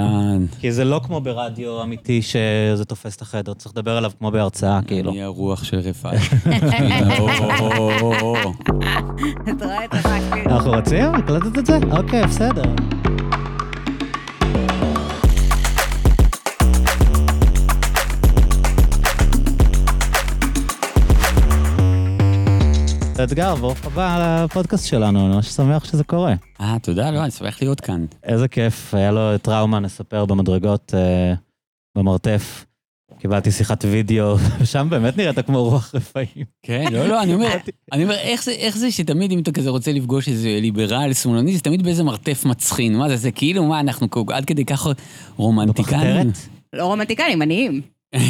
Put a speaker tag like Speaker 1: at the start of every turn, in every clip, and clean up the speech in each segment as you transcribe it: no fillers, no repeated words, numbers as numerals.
Speaker 1: כי זה לא כמו ברדיו אמיתי שזה תופס את החדר, צריך לדבר עליו כמו בהרצאה, כאילו.
Speaker 2: אני הרוח של רפאי.
Speaker 3: אתה רואה את זה?
Speaker 1: אנחנו רוצים? הקלטת את זה? אוקיי, בסדר. אתגר, ברוך הבא לפודקאסט שלנו, אני ממש שמח שזה קורה.
Speaker 2: תודה, לא, אני שמח להיות כאן.
Speaker 1: איזה כיף, היה לו טראומה, נספר במדרגות, במרתף. קיבלתי שיחת וידאו, ושם באמת נראית כמו רוח רפאים.
Speaker 2: כן, לא, אני אומר, איך זה שתמיד אם אתה כזה רוצה לפגוש איזה ליברל, שמאלני, זה תמיד באיזה מרתף מצחין, מה זה כאילו, מה אנחנו עד כדי ככה רומנטיקנים?
Speaker 3: לא רומנטיקנים, עניים.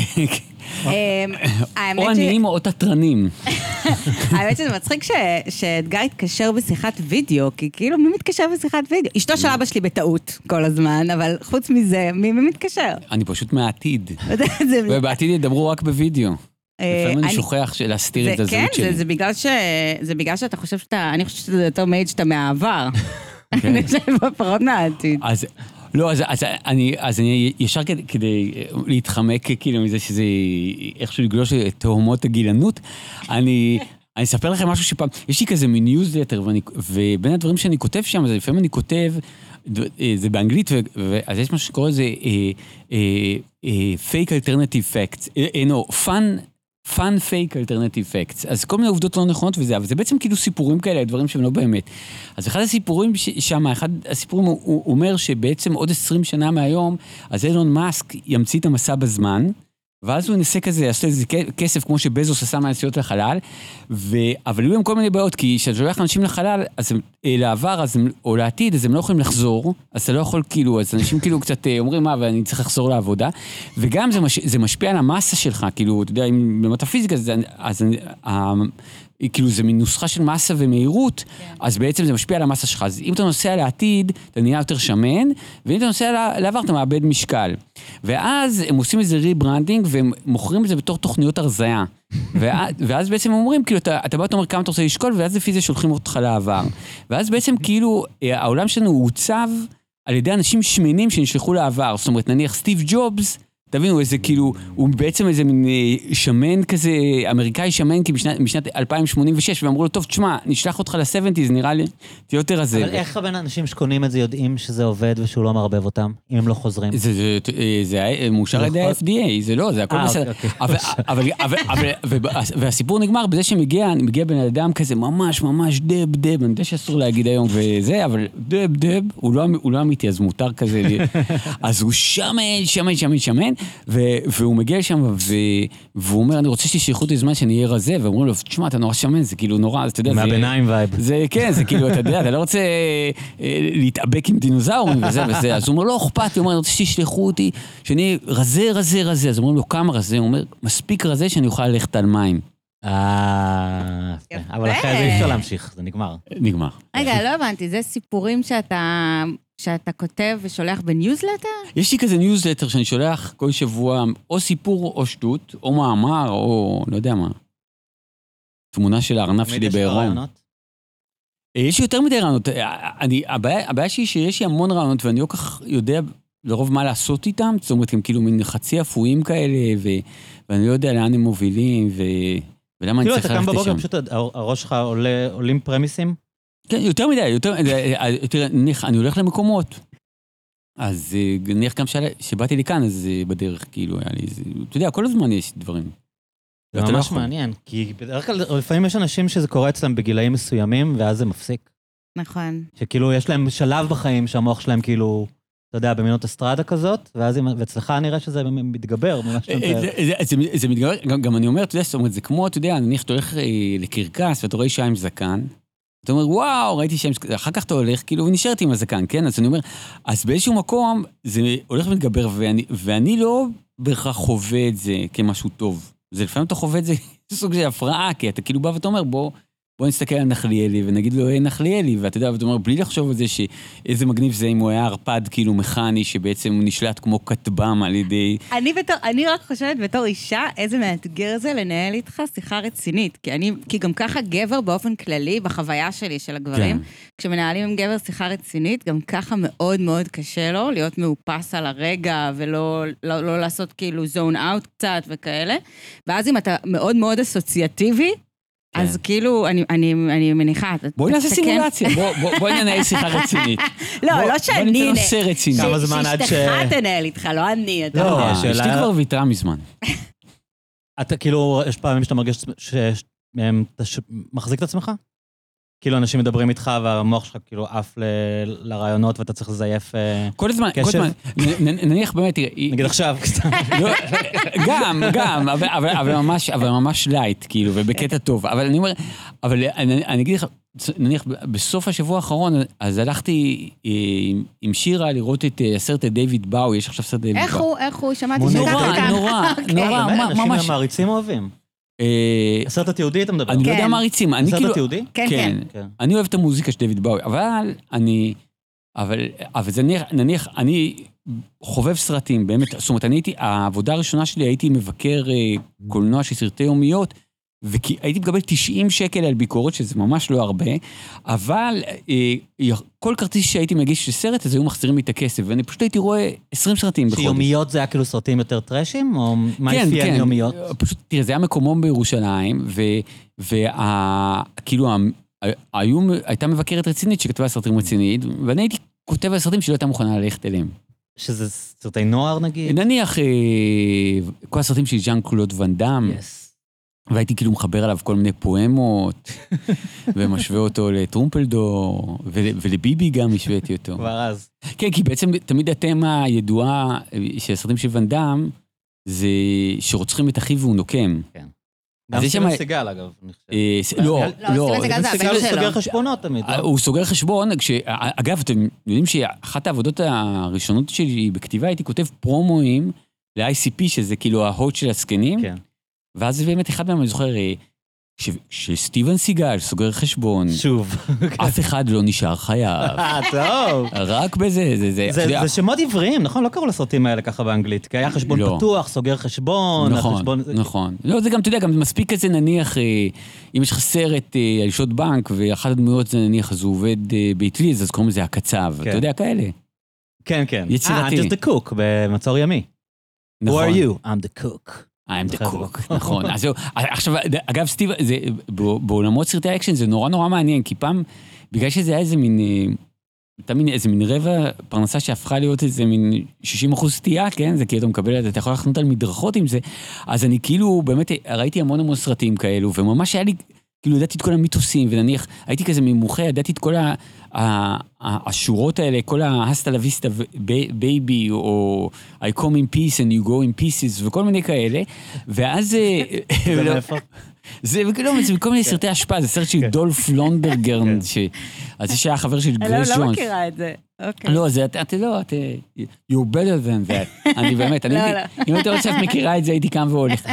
Speaker 2: או עניים או תטרנים.
Speaker 3: האמת שזה מצחיק שאתגר התקשר בשיחת וידאו, כי כאילו מי מתקשר בשיחת וידאו? אשתו של אבא שלי בטעות כל הזמן, אבל חוץ מזה, מי מתקשר?
Speaker 2: אני פשוט מהעתיד. ובעתיד ידברו רק בווידאו. לפעמים אני שוכח להסתיר את הזהות שלי.
Speaker 3: כן, זה בגלל שאתה חושב אני חושבת שזה יותר מעיד שאתה מהעבר. אני חושבת פחות מהעתיד.
Speaker 2: לא, אז אני ישר כדי להתחמק כאילו מזה שזה איכשהו לגלוש את תהומות הגילנות, אני אספר לכם משהו שפעם, יש לי כזה מין ניוזלטר, ובין הדברים שאני כותב שם, אז לפעמים אני כותב, זה באנגלית, אז יש משהו שקורא לזה fake alternative facts, fun fake alternative facts. אז כל מיני עובדות לא נכונות וזה, אבל זה בעצם כאילו סיפורים כאלה, דברים שהם לא באמת. אז אחד הסיפורים שם, אחד הסיפורים הוא אומר שבעצם עוד 20 שנה מהיום, אז אילון מאסק ימציא את המסע בזמן, ואז הוא ינסה כזה, יעשה איזה כסף כמו שבזוס עשה מהנסיעות לחלל, אבל היו להם כל מיני בעיות, כי כשאתה שולח אנשים לחלל, אז לעבר, או לעתיד, אז הם לא יכולים לחזור, אז אתה לא יכול כאילו, אז אנשים כאילו קצת אומרים מה, ואני צריך לחזור לעבודה, וגם זה משפיע על המסה שלך, כאילו, אתה יודע, אם במטאפיזיקה, אז כאילו זה מין נוסחה של מסה ומהירות, אז בעצם זה משפיע על המסה שלך. אז אם אתה נוסע לעתיד, אתה נהיה יותר שמן, ואם אתה נוסע לעבר, אתה מאבד משקל. ואז הם עושים איזה ריברנדינג, והם מוכרים את זה בתור תוכניות הרזיה. ואז בעצם אומרים, כאילו, אתה בא, אתה אומר כמה אתה רוצה לשקול, ואז לפי זה שולחים אותך לעבר. ואז בעצם כאילו, העולם שלנו הוא עוצב על ידי אנשים שמנים שנשלחו לעבר. זאת אומרת, נניח סטיב ג'ובס, תבינו, איזה כאילו, הוא בעצם איזה מין שמן כזה, אמריקאי שמן, כי משנת 2086, ואמרו לו, טוב, תשמע, נשלח אותך ל-70s, נראה לי, תהיה יותר רזה.
Speaker 1: אבל איך בין האנשים שקונים את זה יודעים שזה עובד ושהוא לא מרבב אותם, אם הם לא חוזרים?
Speaker 2: זה מאושר על ידי ה-FDA, זה לא, זה הכל בסדר. והסיפור נגמר בזה שמגיע בן אדם כזה ממש ממש דב, אני יודע שאסור להגיד היום וזה, אבל דב, הוא לא אמיתי, אז מותר כזה, אז הוא שמן, והוא מגיע לשם, והוא אומר, אני רוצה שתשלחו אותי זמן שאני אהיה רזה, ואומרים לו, תשמע, אתה נורא שמן, זה כאילו נורא, אז אתה יודע,
Speaker 1: מהביניים וייב.
Speaker 2: זה, כן, זה כאילו, אתה יודע, אתה לא רוצה להתאבק עם דינוזאורים וזה, אז הוא אומר, לא אכפת, הוא אומר, אני רוצה שתשלחו אותי, שאני רזה, אז אומרים לו, כמה רזה? הוא אומר, מספיק רזה שאני אוכל ללכת על מים.
Speaker 1: אבל אחרי זה אי אפשר להמשיך, זה נגמר.
Speaker 3: רגע, לא הבנתי, זה סיפורים שאתה כותב ושולח בניוזלטר?
Speaker 2: יש לי כזה ניוזלטר שאני שולח כל שבוע, או סיפור או שטות, או מאמר, או לא יודע מה. תמונה של הארנף שלי בעירום. יש לי יותר מדי רעיונות. הבעיה שלי שיש לי המון רעיונות, ואני לא כך יודע לרוב מה לעשות איתם, זאת אומרת, הם כאילו מין חצי אפויים כאלה, ואני לא יודע לאן הם מובילים, ולמה אני צריך ללכת לשם.
Speaker 1: אתה קם בבוקר, פשוט הראש שלך עולים פרמיסים?
Speaker 2: כן, יותר מדי, אני הולך למקומות. אז נניח גם שבאתי לי כאן, אז בדרך כאילו היה לי, אתה יודע, כל הזמן יש דברים.
Speaker 1: זה ממש מעניין, כי בדרך כלל לפעמים יש אנשים שזה קורה אצלם בגילאים מסוימים, ואז זה מפסיק.
Speaker 3: נכון.
Speaker 1: שכאילו יש להם שלב בחיים שהמוח שלהם כאילו, אתה יודע, במינות אסטרדה כזאת, ואצלך נראה שזה מתגבר ממה שאתה מתאר.
Speaker 2: זה מתגבר, גם אני אומר, אתה יודע, זאת אומרת, זה כמו, אתה יודע, נניח, אתה הולך לקרקס, ואתה רואה אישה עם זקן, אתה אומר, וואו, ראיתי שם, אחר כך אתה הולך, כאילו, ונשארתי עם הזקן, כן? אז אני אומר, אז באיזשהו מקום, זה הולך ומתגבר, ואני לא בהכרח חווה את זה כמשהו טוב. זה לפעמים אתה חווה את זה סוג של הפרעה, כי אתה כאילו בא ואתה אומר, בוא, בוא נסתכל על נחליאלי, ונגיד לו, נחליאלי, ואתה יודע, ואתה אומר, בלי לחשוב על זה שאיזה מגניב זה, אם הוא היה ערפד כאילו מכני, שבעצם הוא נשלט כמו כתבם על ידי...
Speaker 3: אני רק חושבת בתור אישה, איזה מאתגר זה לנהל איתך שיחה רצינית, כי גם ככה גבר באופן כללי, בחוויה שלי של הגברים, כשמנהלים עם גבר שיחה רצינית, גם ככה מאוד מאוד קשה לו, להיות מאופס על הרגע, ולא לעשות כאילו זון אאוט קצת וכאלה, ואז אם אתה מאוד מאוד אסוציאטיבי, אז כאילו, אני מניחה...
Speaker 2: בואי נעשה סימולציה, בואי ננהל שיחה רצינית.
Speaker 3: לא שאני...
Speaker 2: בואי ניתן נושא רציני.
Speaker 1: כמה זמן עד ש...
Speaker 3: שאשתך תנהל איתך, לא אני.
Speaker 1: לא,
Speaker 2: אשתי כבר ויתרה מזמן.
Speaker 1: אתה כאילו, יש פעמים שאתה מרגיש מחזיק את עצמך? כאילו אנשים מדברים איתך והמוח שלך כאילו עף לרעיונות ואתה צריך לזייף
Speaker 2: כל הזמן, נניח באמת, תראה...
Speaker 1: נגיד עכשיו,
Speaker 2: גם, אבל ממש לייט, כאילו, ובקטע טוב. אבל אני אומר, אבל אני אגיד לך, נניח, בסוף השבוע האחרון, אז הלכתי עם שירה לראות את הסרט דיוויד באו, יש עכשיו סרט דיוויד באו.
Speaker 3: איך הוא? שמעתי
Speaker 2: נורא,
Speaker 1: אנשים המעריצים אוהבים. הסרט התיעודי אתה מדבר?
Speaker 2: אני לא יודע מעריצים.
Speaker 1: הסרט התיעודי?
Speaker 2: כן. אני אוהב את המוזיקה של דיוויד באוי, אבל זה נניח, אני חובב סרטים, באמת, זאת אומרת, העבודה הראשונה שלי הייתי מבקר קולנוע של סרטי יומיות, והייתי מקבל 90 שקל על ביקורת, שזה ממש לא הרבה, אבל כל כרטיס שהייתי מגיש לסרט, אז היו מחזירים לי את הכסף, ואני פשוט הייתי רואה 20 סרטים בחודש.
Speaker 1: שיומיות זה היה כאילו סרטים יותר טרשים, או מה הפיין יומיות?
Speaker 2: פשוט, תראה, זה היה מקומום בירושלים, וכאילו, הייתה מבקרת רצינית שכתבה סרטים רצינית, ואני הייתי כותב על סרטים שלא הייתה מוכנה ללכת אליהם.
Speaker 1: שזה סרטי נוער נגיד?
Speaker 2: נניח, כל הסרטים של ז'אן קלוד ואן דאם, והייתי כאילו מחבר עליו כל מיני פואמות, ומשווה אותו לטרומפלדור, ולביבי גם השוויתי אותו.
Speaker 1: כבר אז.
Speaker 2: כן, כי בעצם תמיד התמה הידועה של הסרטים של ואן דאם, זה שרוצחים את אחיו והוא נוקם.
Speaker 1: כן. גם סטיבן סיגל, אגב.
Speaker 3: לא, סטיבן סיגל
Speaker 1: הוא סוגר חשבונות תמיד.
Speaker 2: הוא סוגר חשבון, אגב, אתם יודעים שאחת העבודות הראשונות שלי בכתיבה, הייתי כותב פרומואים ל-ICP, שזה כאילו ההוט של הסקנים, ואז זה באמת אחד מהם, אני זוכר, שסטיבן סיגל סוגר חשבון,
Speaker 1: שוב,
Speaker 2: אף אחד לא נשאר חייב.
Speaker 1: טוב.
Speaker 2: רק בזה,
Speaker 1: זה שמות עבריים, נכון? לא קראו לסרטים האלה ככה באנגלית, כי היה חשבון פתוח, סוגר חשבון,
Speaker 2: נכון. לא, זה גם, אתה יודע, גם מספיק כזה נניח, אם יש לך סרט על שעות בנק, ואחת הדמויות זה נניח, אז הוא עובד באטליז, אז קוראים לזה הקצב, אתה יודע, כאלה.
Speaker 1: כן, כן.
Speaker 2: יצירתי.
Speaker 1: I'm just the cook במצור ימי. Who are you? I'm the cook.
Speaker 2: I'm the cook, נכון. אז זהו, עכשיו, אגב, סטיב, בעולמות סרטי האקשן זה נורא נורא מעניין, כי פעם, בגלל שזה היה איזה מין רבע פרנסה שהפכה להיות איזה מין 60% סטייה, כן? זה כי אתה מקבל את זה, אתה יכול לחנות על מדרכות עם זה, אז אני כאילו, באמת, ראיתי המון סרטים כאלו, וממש היה לי, כאילו, ידעתי את כל המיתוסים, ונניח, הייתי כזה ממוחה, ידעתי את כל השורות האלה, כל ההסטה לויסטה בייבי, או I come in peace and you go in pieces, וכל מיני כאלה, ואז...
Speaker 1: זה מאיפה?
Speaker 2: זה כל מיני סרטי השפעה, זה סרט של דולף לונדרגרן, אז זה שהיה חבר של גרייס ג'ונס.
Speaker 3: לא מכירה את זה.
Speaker 2: לא, זה, you're better than that. אני באמת, אם אתה רוצה שאת מכירה את זה, הייתי קם והולך.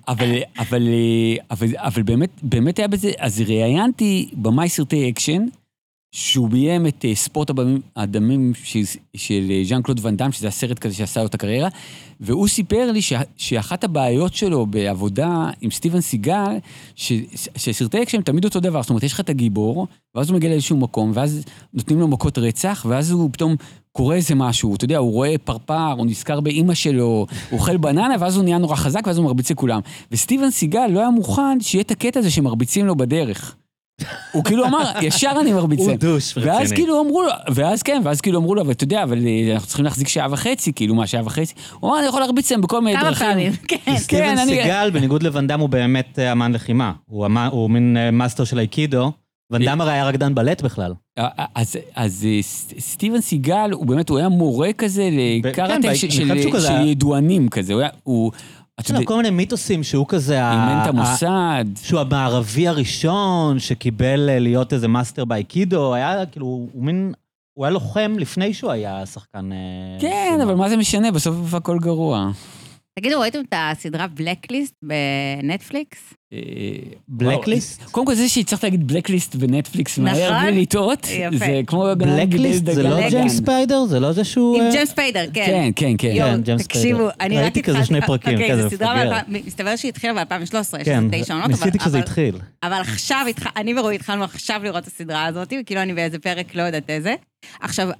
Speaker 2: אבל באמת היה בזה, אז ראיינתי במאי סרטי אקשן, שהוא ביים את ספורט הדמים של ז'אן קלוד ואן דאם, שזה הסרט כזה שעשה לו את הקריירה, והוא סיפר לי שאחת הבעיות שלו בעבודה עם סטיבן סיגל, שסרטי אקשן תמיד אותו דבר, זאת אומרת, יש לך את הגיבור, ואז הוא מגיע לאיזשהו מקום, ואז נותנים לו מכות רצח, ואז הוא פתאום קורא איזה משהו, אתה יודע, הוא רואה פרפר, הוא נזכר באמא שלו, הוא אוכל בננה, ואז הוא נהיה נורא חזק, ואז הוא מרביץ לכולם. וסטיבן סיגל לא היה מוכן שיהיה את הקטע הזה שמרביצים לו בדרך. הוא כאילו אמר, ישר אני מרביץ להם.
Speaker 1: הוא דוש רציני.
Speaker 2: ואז כאילו אמרו לו, ואז כאילו אמרו לו, אבל אתה יודע, אבל אנחנו צריכים להחזיק 1.5 שעה, כאילו מה 1.5 שעה? הוא אמר, אני יכול להרביץ להם בכל מיני דרכים.
Speaker 3: כמה פעמים, כן.
Speaker 1: סטיבן סיגל, בניגוד לוואן דאם, הוא באמת אמן לחימה. הוא מין מאסטר של אייקידו. וואן דאם הרי היה רקדן בלט בכלל.
Speaker 2: אז סטיבן סיגל, הוא באמת, הוא היה מורה כזה לקראטה של ידוענים כזה.
Speaker 1: יש לנו כל מיני מיתוסים שהוא כזה...
Speaker 2: אימן את המוסד.
Speaker 1: שהוא המערבי הראשון שקיבל להיות איזה מאסטר באייקידו, היה כאילו, הוא היה לוחם לפני שהוא היה שחקן...
Speaker 2: כן, אבל מה זה משנה? בסוף הכל גרוע.
Speaker 3: תגידו, ראיתם את הסדרה בלקליסט בנטפליקס?
Speaker 1: בלקליסט?
Speaker 2: קודם כל זה שהצלחת להגיד בלקליסט בנטפליקס מהר בלי לטעות, זה כמו...
Speaker 1: בלקליסט זה לא ג'יימס ספיידר? זה לא זה שהוא...
Speaker 3: עם ג'יימס ספיידר, כן.
Speaker 2: כן, כן.
Speaker 3: תקשיבו, אני רק
Speaker 1: ראיתי כזה 2 פרקים,
Speaker 3: אוקיי,
Speaker 1: כזה
Speaker 3: זו סדרה,
Speaker 1: מפגר.
Speaker 3: מסתבר שהיא התחילה ב-2013, יש
Speaker 1: כן,
Speaker 3: לזה 9 עונות,
Speaker 1: ניסיתי כשזה התחיל.
Speaker 3: אבל עכשיו, אני ורועי התחלנו עכשיו לראות את הסדרה הזאת, כאילו אני באיזה פרק לא יודעת איזה. עכשיו,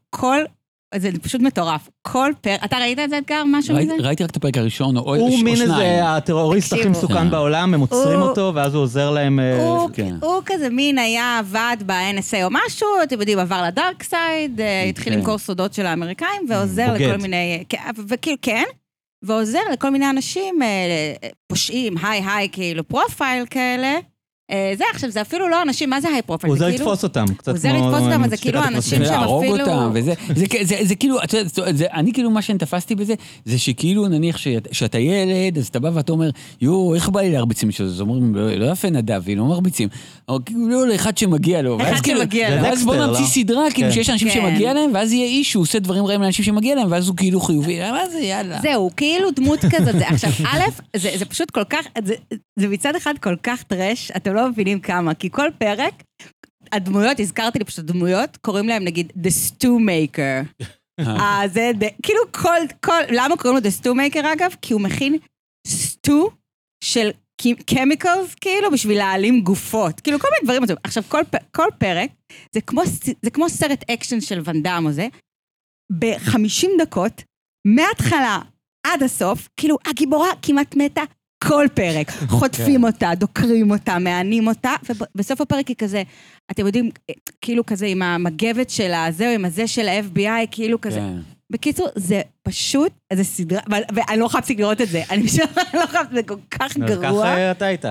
Speaker 3: זה פשוט מטורף. כל פרק, אתה ראית את זה, אתגר, משהו מזה?
Speaker 2: ראיתי רק את הפרק הראשון, או שניים.
Speaker 1: הוא מין איזה הטרוריסט הכי מסוכן בעולם, הם עוצרים אותו, ואז הוא עוזר להם...
Speaker 3: הוא כזה מין היה עבד ב-NSA או משהו, אתם יודעים, עבר לדארק סייד, התחיל למכור סודות של האמריקאים, ועוזר לכל מיני... וכאילו, כן, ועוזר לכל מיני אנשים, פושעים, היי, כאילו, פרופייל כאלה, זה עכשיו, זה אפילו לא אנשים, מה זה היי פרופייל?
Speaker 1: הוא עוזר לתפוס אותם,
Speaker 3: הוא עוזר לתפוס אותם, זה כאילו אנשים שהם אפילו...
Speaker 2: זה כאילו, אני כאילו מה שאני תפסתי בזה, זה שכאילו נניח שאתה ילד, אז אתה בא ואתה אומר, איך בא לי להרביצים שלו? אז אומרים, לא יפה נדב, לא מרביצים. או כאילו לא לאחד שמגיע לו. ואז בוא נמציא סדרה, כאילו שיש אנשים שמגיע להם, ואז יהיה איש שהוא עושה דברים רעים לאנשים שמגיע להם, ואז הוא כאילו חיובי. מה זה, יאללה.
Speaker 3: זהו, כאילו דמות כזאת. עכשיו, א', זה פשוט כל כך, זה מצד אחד כל כך טרש, אתם לא מבינים כמה, כי כל פרק, הדמויות, הזכרתי לי פשוט דמויות, קוראים להם נגיד The Stew Maker. זה כאילו למה קוראים לו The Stew Maker אגב? כי הוא מכין סטו של chemicals, כאילו בשביל להעלים גופות, כאילו כל מיני דברים. עכשיו כל פרק, זה כמו סרט אקשן של ונדאם או זה, ב-50 דקות, מההתחלה עד הסוף, כאילו הגיבורה כמעט מתה, כל פרק, חוטפים אותה, דוקרים אותה, מענים אותה, ובסוף הפרק היא כזה, אתם יודעים, כאילו כזה עם המגבת של הזה, או עם הזה של ה-FBI, כאילו כזה. בקיצור, זה פשוט, זה סדרה, ואני לא חפסיק לראות את זה, אני לא חפסיק, זה כל כך גרוע.
Speaker 1: ככה אתה היית.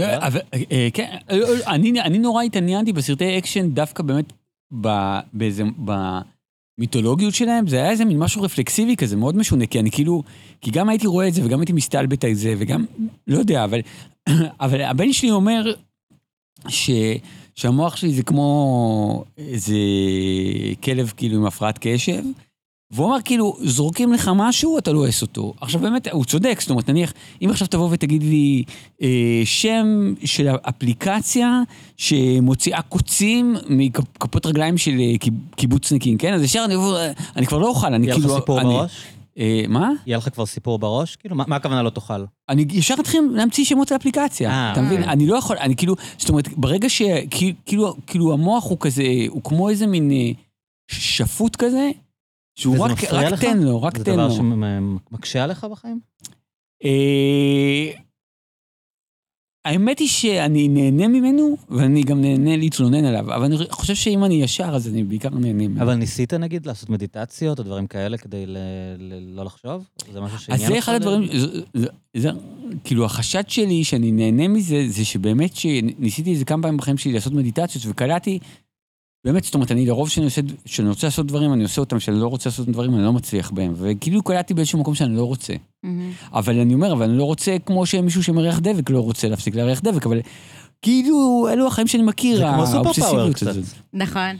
Speaker 2: כן, אני נורא התעניינתי בסרטי אקשן, דווקא באמת מיתולוגיות שלהם, זה היה איזה מין משהו רפלקסיבי כזה, מאוד משונה, כי אני כאילו, כי גם הייתי רואה את זה, וגם הייתי מסתלבט על זה, וגם, לא יודע, אבל הבן שלי אומר, שהמוח שלי זה כמו איזה כלב כאילו עם הפרעת קשב, והוא אמר כאילו, זורקים לך משהו, אתה לא עושה אותו. עכשיו באמת, הוא צודק, זאת אומרת, נניח, אם עכשיו תבוא ותגיד לי, שם של האפליקציה שמוציאה קוצים מכפות רגליים של קיבוצניקים, כן? אז ישר אני כבר לא אוכל, אני כאילו...
Speaker 1: יהיה לך סיפור בראש?
Speaker 2: מה?
Speaker 1: יהיה לך כבר סיפור בראש? כאילו, מה הכוונה לא תוכל?
Speaker 2: אני ישר אתחיל להמציא שמות לאפליקציה, אתה מבין? אני לא יכול, אני כאילו, זאת אומרת, ברגע שכאילו המוח הוא כזה, הוא כמו איזה מין שפוט כזה, שהוא רק תן לו, רק תן לו.
Speaker 1: זה דבר שמקשה עליך בחיים?
Speaker 2: האמת היא שאני נהנה ממנו, ואני גם נהנה להתלונן עליו, אבל אני חושב שאם אני ישר, אז אני בעיקר נהנה ממנו.
Speaker 1: אבל ניסית נגיד לעשות מדיטציות או דברים כאלה כדי לא לחשוב? זה משהו שעניין
Speaker 2: אז זה אחד הדברים, כאילו החשד שלי שאני נהנה מזה, זה שבאמת שניסיתי איזה כמה פעמים בחיים שלי לעשות מדיטציות, וקלעתי, באמת, זאת אומרת, אני לרוב שאני רוצה לעשות דברים, אני עושה אותם, שאני לא רוצה לעשות דברים, אני לא מצליח בהם, וכאילו קלעתי באיזשהו מקום שאני לא רוצה. אבל אני אומר, אבל אני לא רוצה כמו שמישהו שמריח דבק לא רוצה להפסיק להריח דבק, אבל כאילו, אלו החיים שאני מכיר,
Speaker 1: זה כמו סופר פאוור קצת.
Speaker 3: נכון.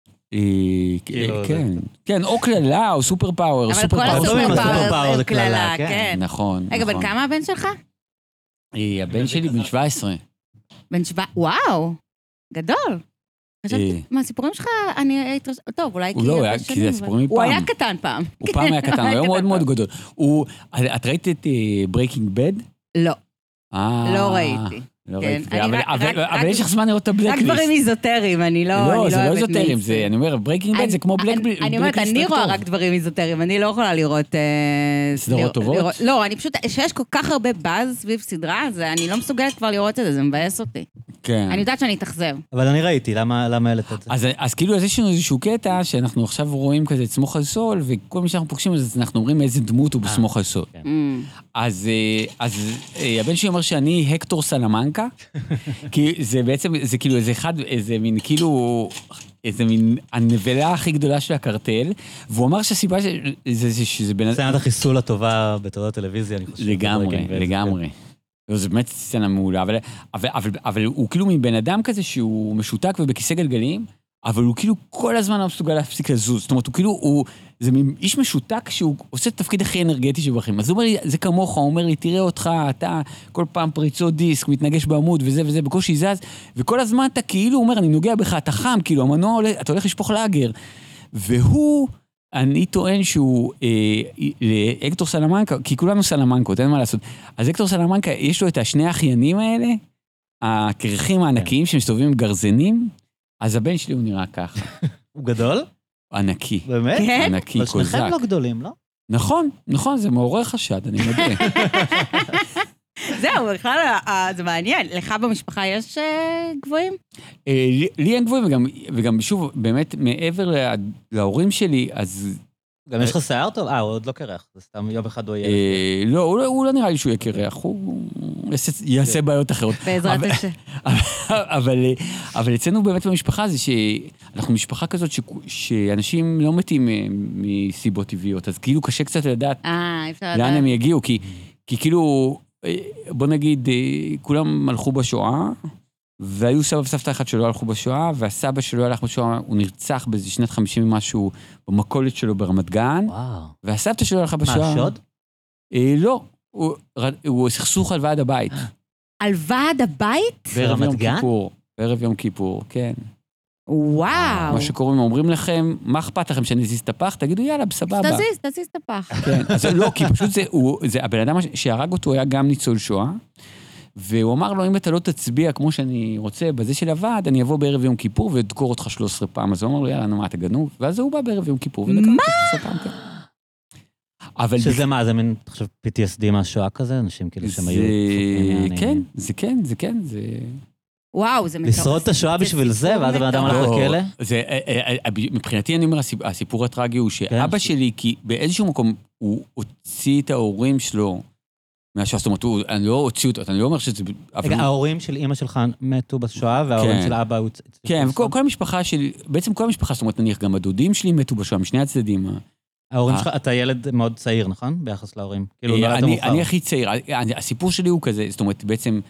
Speaker 2: כן, או כללה, או סופר פאוור.
Speaker 3: אבל כל הסופר פאוור זה כללה, כן.
Speaker 2: נכון.
Speaker 3: רגע, בן כמה הבן שלך?
Speaker 2: הבן שלי בן 17.
Speaker 3: בן 17, וואו, גדול. חשבתי, מה, הסיפורים שלך, טוב, אולי
Speaker 2: הוא לא, כי זה הסיפורים מפעם.
Speaker 3: הוא היה קטן פעם.
Speaker 2: הוא פעם היה קטן, הוא היה מאוד מאוד גדול. את ראית את ברייקינג בד?
Speaker 3: לא. לא ראיתי.
Speaker 2: אבל יש לך זמן לראות את הבלקליסט.
Speaker 3: רק דברים איזוטריים, אני לא אוהבת.
Speaker 2: לא, זה לא איזוטריים, אני אומר, ברייקינג בד זה כמו בלקליסט.
Speaker 3: אני אומרת, אני רואה רק דברים איזוטריים, אני לא יכולה לראות...
Speaker 2: סדרות טובות?
Speaker 3: לא, אני פשוט, שיש כל כך הרבה באז סביב סדרה, אני לא מסוגלת כבר לראות את זה, זה מבאס אותי.
Speaker 2: כן.
Speaker 3: אני יודעת שאני אתאכזב.
Speaker 1: אבל אני ראיתי, למה העלת את זה?
Speaker 2: אז כאילו, יש לנו איזשהו קטע, שאנחנו עכשיו רואים כזה את סמוך על סול, וכל מי שאנחנו פוגשים, אז אנחנו אומרים איזה דמות הוא בסמוך על סול. אז הבן שלי אומר שאני הקטור סלמנקה, כי זה בעצם, זה כאילו איזה מין כאילו, איזה מין הנבלה הכי גדולה של הקרטל, והוא אמר שהסיבה שזה בין...
Speaker 1: סצנת החיסול הטובה בתולדות טלוויזיה, אני חושב.
Speaker 2: לגמרי. זה באמת סצנה מעולה, אבל הוא כאילו מבן אדם כזה שהוא משותק ובכיסא גלגלים, אבל הוא כאילו כל הזמן לא מסוגל להפסיק לזוז. זאת אומרת, הוא כאילו, זה איש משותק שהוא עושה את התפקיד הכי אנרגטי שבחיים. אז הוא אומר לי, זה כמוך, הוא אומר לי, תראה אותך, אתה כל פעם פריצות דיסק, מתנגש בעמוד וזה וזה, בקושי זז, וכל הזמן אתה כאילו אומר, אני נוגע בך, אתה חם, כאילו, המנוע, אתה הולך לשפוך לאגר. והוא, אני טוען שהוא, אקטור סלמנקה, כי כולנו סלמנקות, אין מה לעשות. אז אקטור סלמנקה, יש לו את השני האחיינים האלה, הקרחים הענקיים שמסתובבים עם גרזנים, אז הבן שלי הוא נראה ככה.
Speaker 1: הוא גדול?
Speaker 2: ענקי.
Speaker 1: באמת?
Speaker 3: כן?
Speaker 2: ענקי,
Speaker 1: אבל
Speaker 2: קוזק.
Speaker 1: שניכם לא גדולים, לא?
Speaker 2: נכון, זה מעורר חשד, אני מודה.
Speaker 3: זהו, בכלל, זה מעניין. לך במשפחה יש גבוהים?
Speaker 2: לי אין גבוהים, וגם שוב, באמת, מעבר להורים שלי, אז...
Speaker 1: גם יש לך שיער טוב? הוא עוד לא קרח, זה סתם יום אחד הוא יהיה.
Speaker 2: לא, הוא לא נראה לי שהוא יקרח, הוא יעשה בעיות אחרות.
Speaker 3: בעזרת השם.
Speaker 2: אבל אצלנו באמת במשפחה זה שאנחנו משפחה כזאת שאנשים לא מתים מסיבות טבעיות, אז כאילו קשה קצת לדעת לאן הם יגיעו, כי כאילו, בוא נגיד, כולם הלכו בשואה, והיו סבא וסבתא אחד שלא הלכו בשואה, והסבא שלא הלך בשואה, הוא נרצח באיזה שנת 50 משהו במכולת שלו ברמת גן, והסבתא שלו הלכה בשואה...
Speaker 1: מה, שוד?
Speaker 2: לא, הוא סכסוך על ועד הבית.
Speaker 3: על ועד הבית?
Speaker 1: ברמת גן?
Speaker 2: בערב יום כיפור, כן.
Speaker 3: וואו.
Speaker 2: מה שקוראים, אומרים לכם, מה אכפת לכם שאני אזיז את הפח? תגידו, יאללה, בסבבה.
Speaker 3: תזיז את הפח.
Speaker 2: כן, אז לא, כי פשוט זה, הבן אדם שהרג אותו היה גם ניצול שואה, והוא אמר לו, אם אתה לא תצביע כמו שאני רוצה בזה של הוועד, אני אבוא בערב יום כיפור ודקור אותך 13 פעם. אז הוא אמר לו, יאללה, מה, אתה גנוב? ואז הוא בא בערב יום כיפור ודקור אותך 13 פעם, כן.
Speaker 1: שזה מה, זה מין, אתה חושב, PTSD מהשואה כזה? אנשים כאילו שהם היו...
Speaker 2: כן, זה...
Speaker 3: וואו, זה מטורף.
Speaker 1: לשרוד את השואה בשביל זה, ואז הבן אדם הלך לכלא?
Speaker 2: מבחינתי אני אומר, הסיפור הטרגי הוא שאבא שלי, כי באיזשהו מקום הוא הוציא את ההורים שלו מהשואה, זאת אומרת, אני לא הוציא אותו, אני לא אומר שזה...
Speaker 1: רגע, ההורים של אמא שלך מתו בשואה, וההורים של אבא...
Speaker 2: כן, וכל המשפחה שלי, בעצם כל המשפחה, זאת אומרת, נניח גם הדודים שלי מתו בשואה, משני הצדדים.
Speaker 1: ההורים שלך, אתה ילד מאוד צעיר, נכון? ביחס להורים.
Speaker 2: אני הכי צעיר, הסיפור שלי הוא כזה, זאת אומרת, בעצם,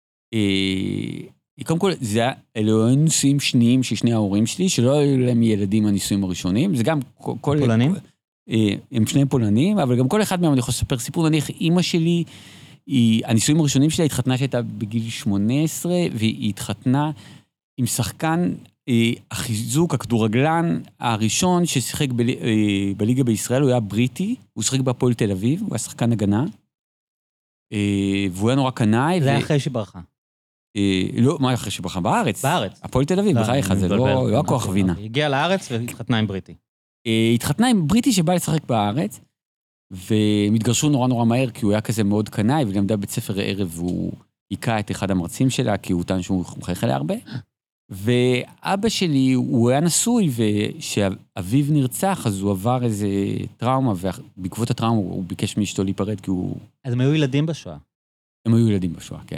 Speaker 2: קודם כל, אלו היו נישואים שניים של שני ההורים שלי, שלא היו להם ילדים הנישואים הראשונים, זה גם כל...
Speaker 1: פולנים?
Speaker 2: הם שני פולנים, אבל גם כל אחד מהם אני יכול לספר סיפור, נניח, אמא שלי, הנישואים הראשונים שלה התחתנה שהייתה בגיל 18, והיא התחתנה עם שחקן החיזוק, הכדורגלן הראשון ששיחק בליגה בישראל, הוא היה בריטי, הוא שיחק בהפועל תל אביב, הוא היה שחקן הגנה, והוא היה נורא קנאי.
Speaker 1: זה היה אחרי שברחה.
Speaker 2: לא, מה אחרי שברחה? בארץ.
Speaker 1: בארץ.
Speaker 2: הפועל תל אביב, בחייך, זה לא הכוח וינה.
Speaker 1: היא הגיעה לארץ והתחתנה עם בריטי.
Speaker 2: התחתנה עם בריטי שבא לשחק בארץ, והם התגרשו נורא נורא מהר, כי הוא היה כזה מאוד קנאי, ולמדה בית ספר ערב, והוא היקע את אחד המרצים שלה, כי הוא טען שהוא מחייך אליה הרבה. ואבא שלי, הוא היה נשוי, ושאביו נרצח, אז הוא עבר איזה טראומה, ובעקבות הטראומה הוא ביקש מאשתו להיפרד, כי הוא...
Speaker 1: אז הם היו ילדים בשואה.
Speaker 2: הם היו ילדים בשואה, כן.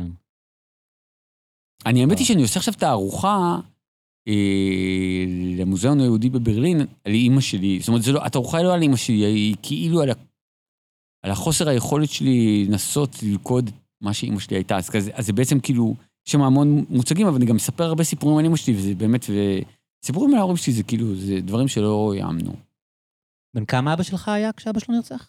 Speaker 2: אני האמת היא שאני עושה עכשיו תערוכה למוזיאון היהודי בברלין, על אמא שלי. זאת אומרת, התערוכה לא על אמא שלי, היא כאילו על החוסר היכולת שלי לנסות ללכוד מה שאמא שלי הייתה. אז זה בעצם כאילו, יש שם המון מוצגים, אבל אני גם מספר הרבה סיפורים על אמא שלי, וזה באמת, סיפורים על ההורים שלי זה כאילו, זה דברים שלא יאמנו.
Speaker 1: בן כמה אבא שלך היה כשאבא שלו נרצח?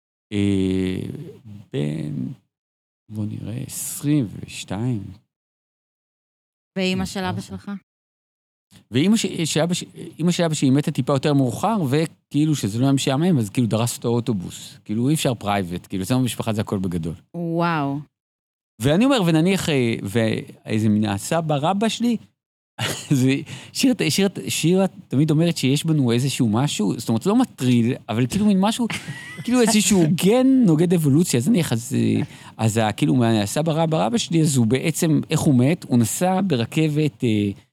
Speaker 2: בוא נראה, 22.
Speaker 3: ואמא של אבא שלך?
Speaker 2: ואמא של אבא שהיא מתה טיפה יותר מאוחר, וכאילו שזה לא היה משעמם, אז כאילו דרס אותו אוטובוס. כאילו אי אפשר פרייבט, כאילו אצלנו במשפחה זה הכל בגדול.
Speaker 3: וואו.
Speaker 2: ואני אומר, ונניח, ואיזה מן הסבא רבא שלי, שירה תמיד אומרת שיש בנו איזשהו משהו, זאת אומרת, לא מטריל, אבל כאילו מין משהו, כאילו איזשהו גן נוגד אבולוציה, אז נניח, אז כאילו מהסבא רבא שלי, אז הוא בעצם, איך הוא מת? הוא נסע ברכבת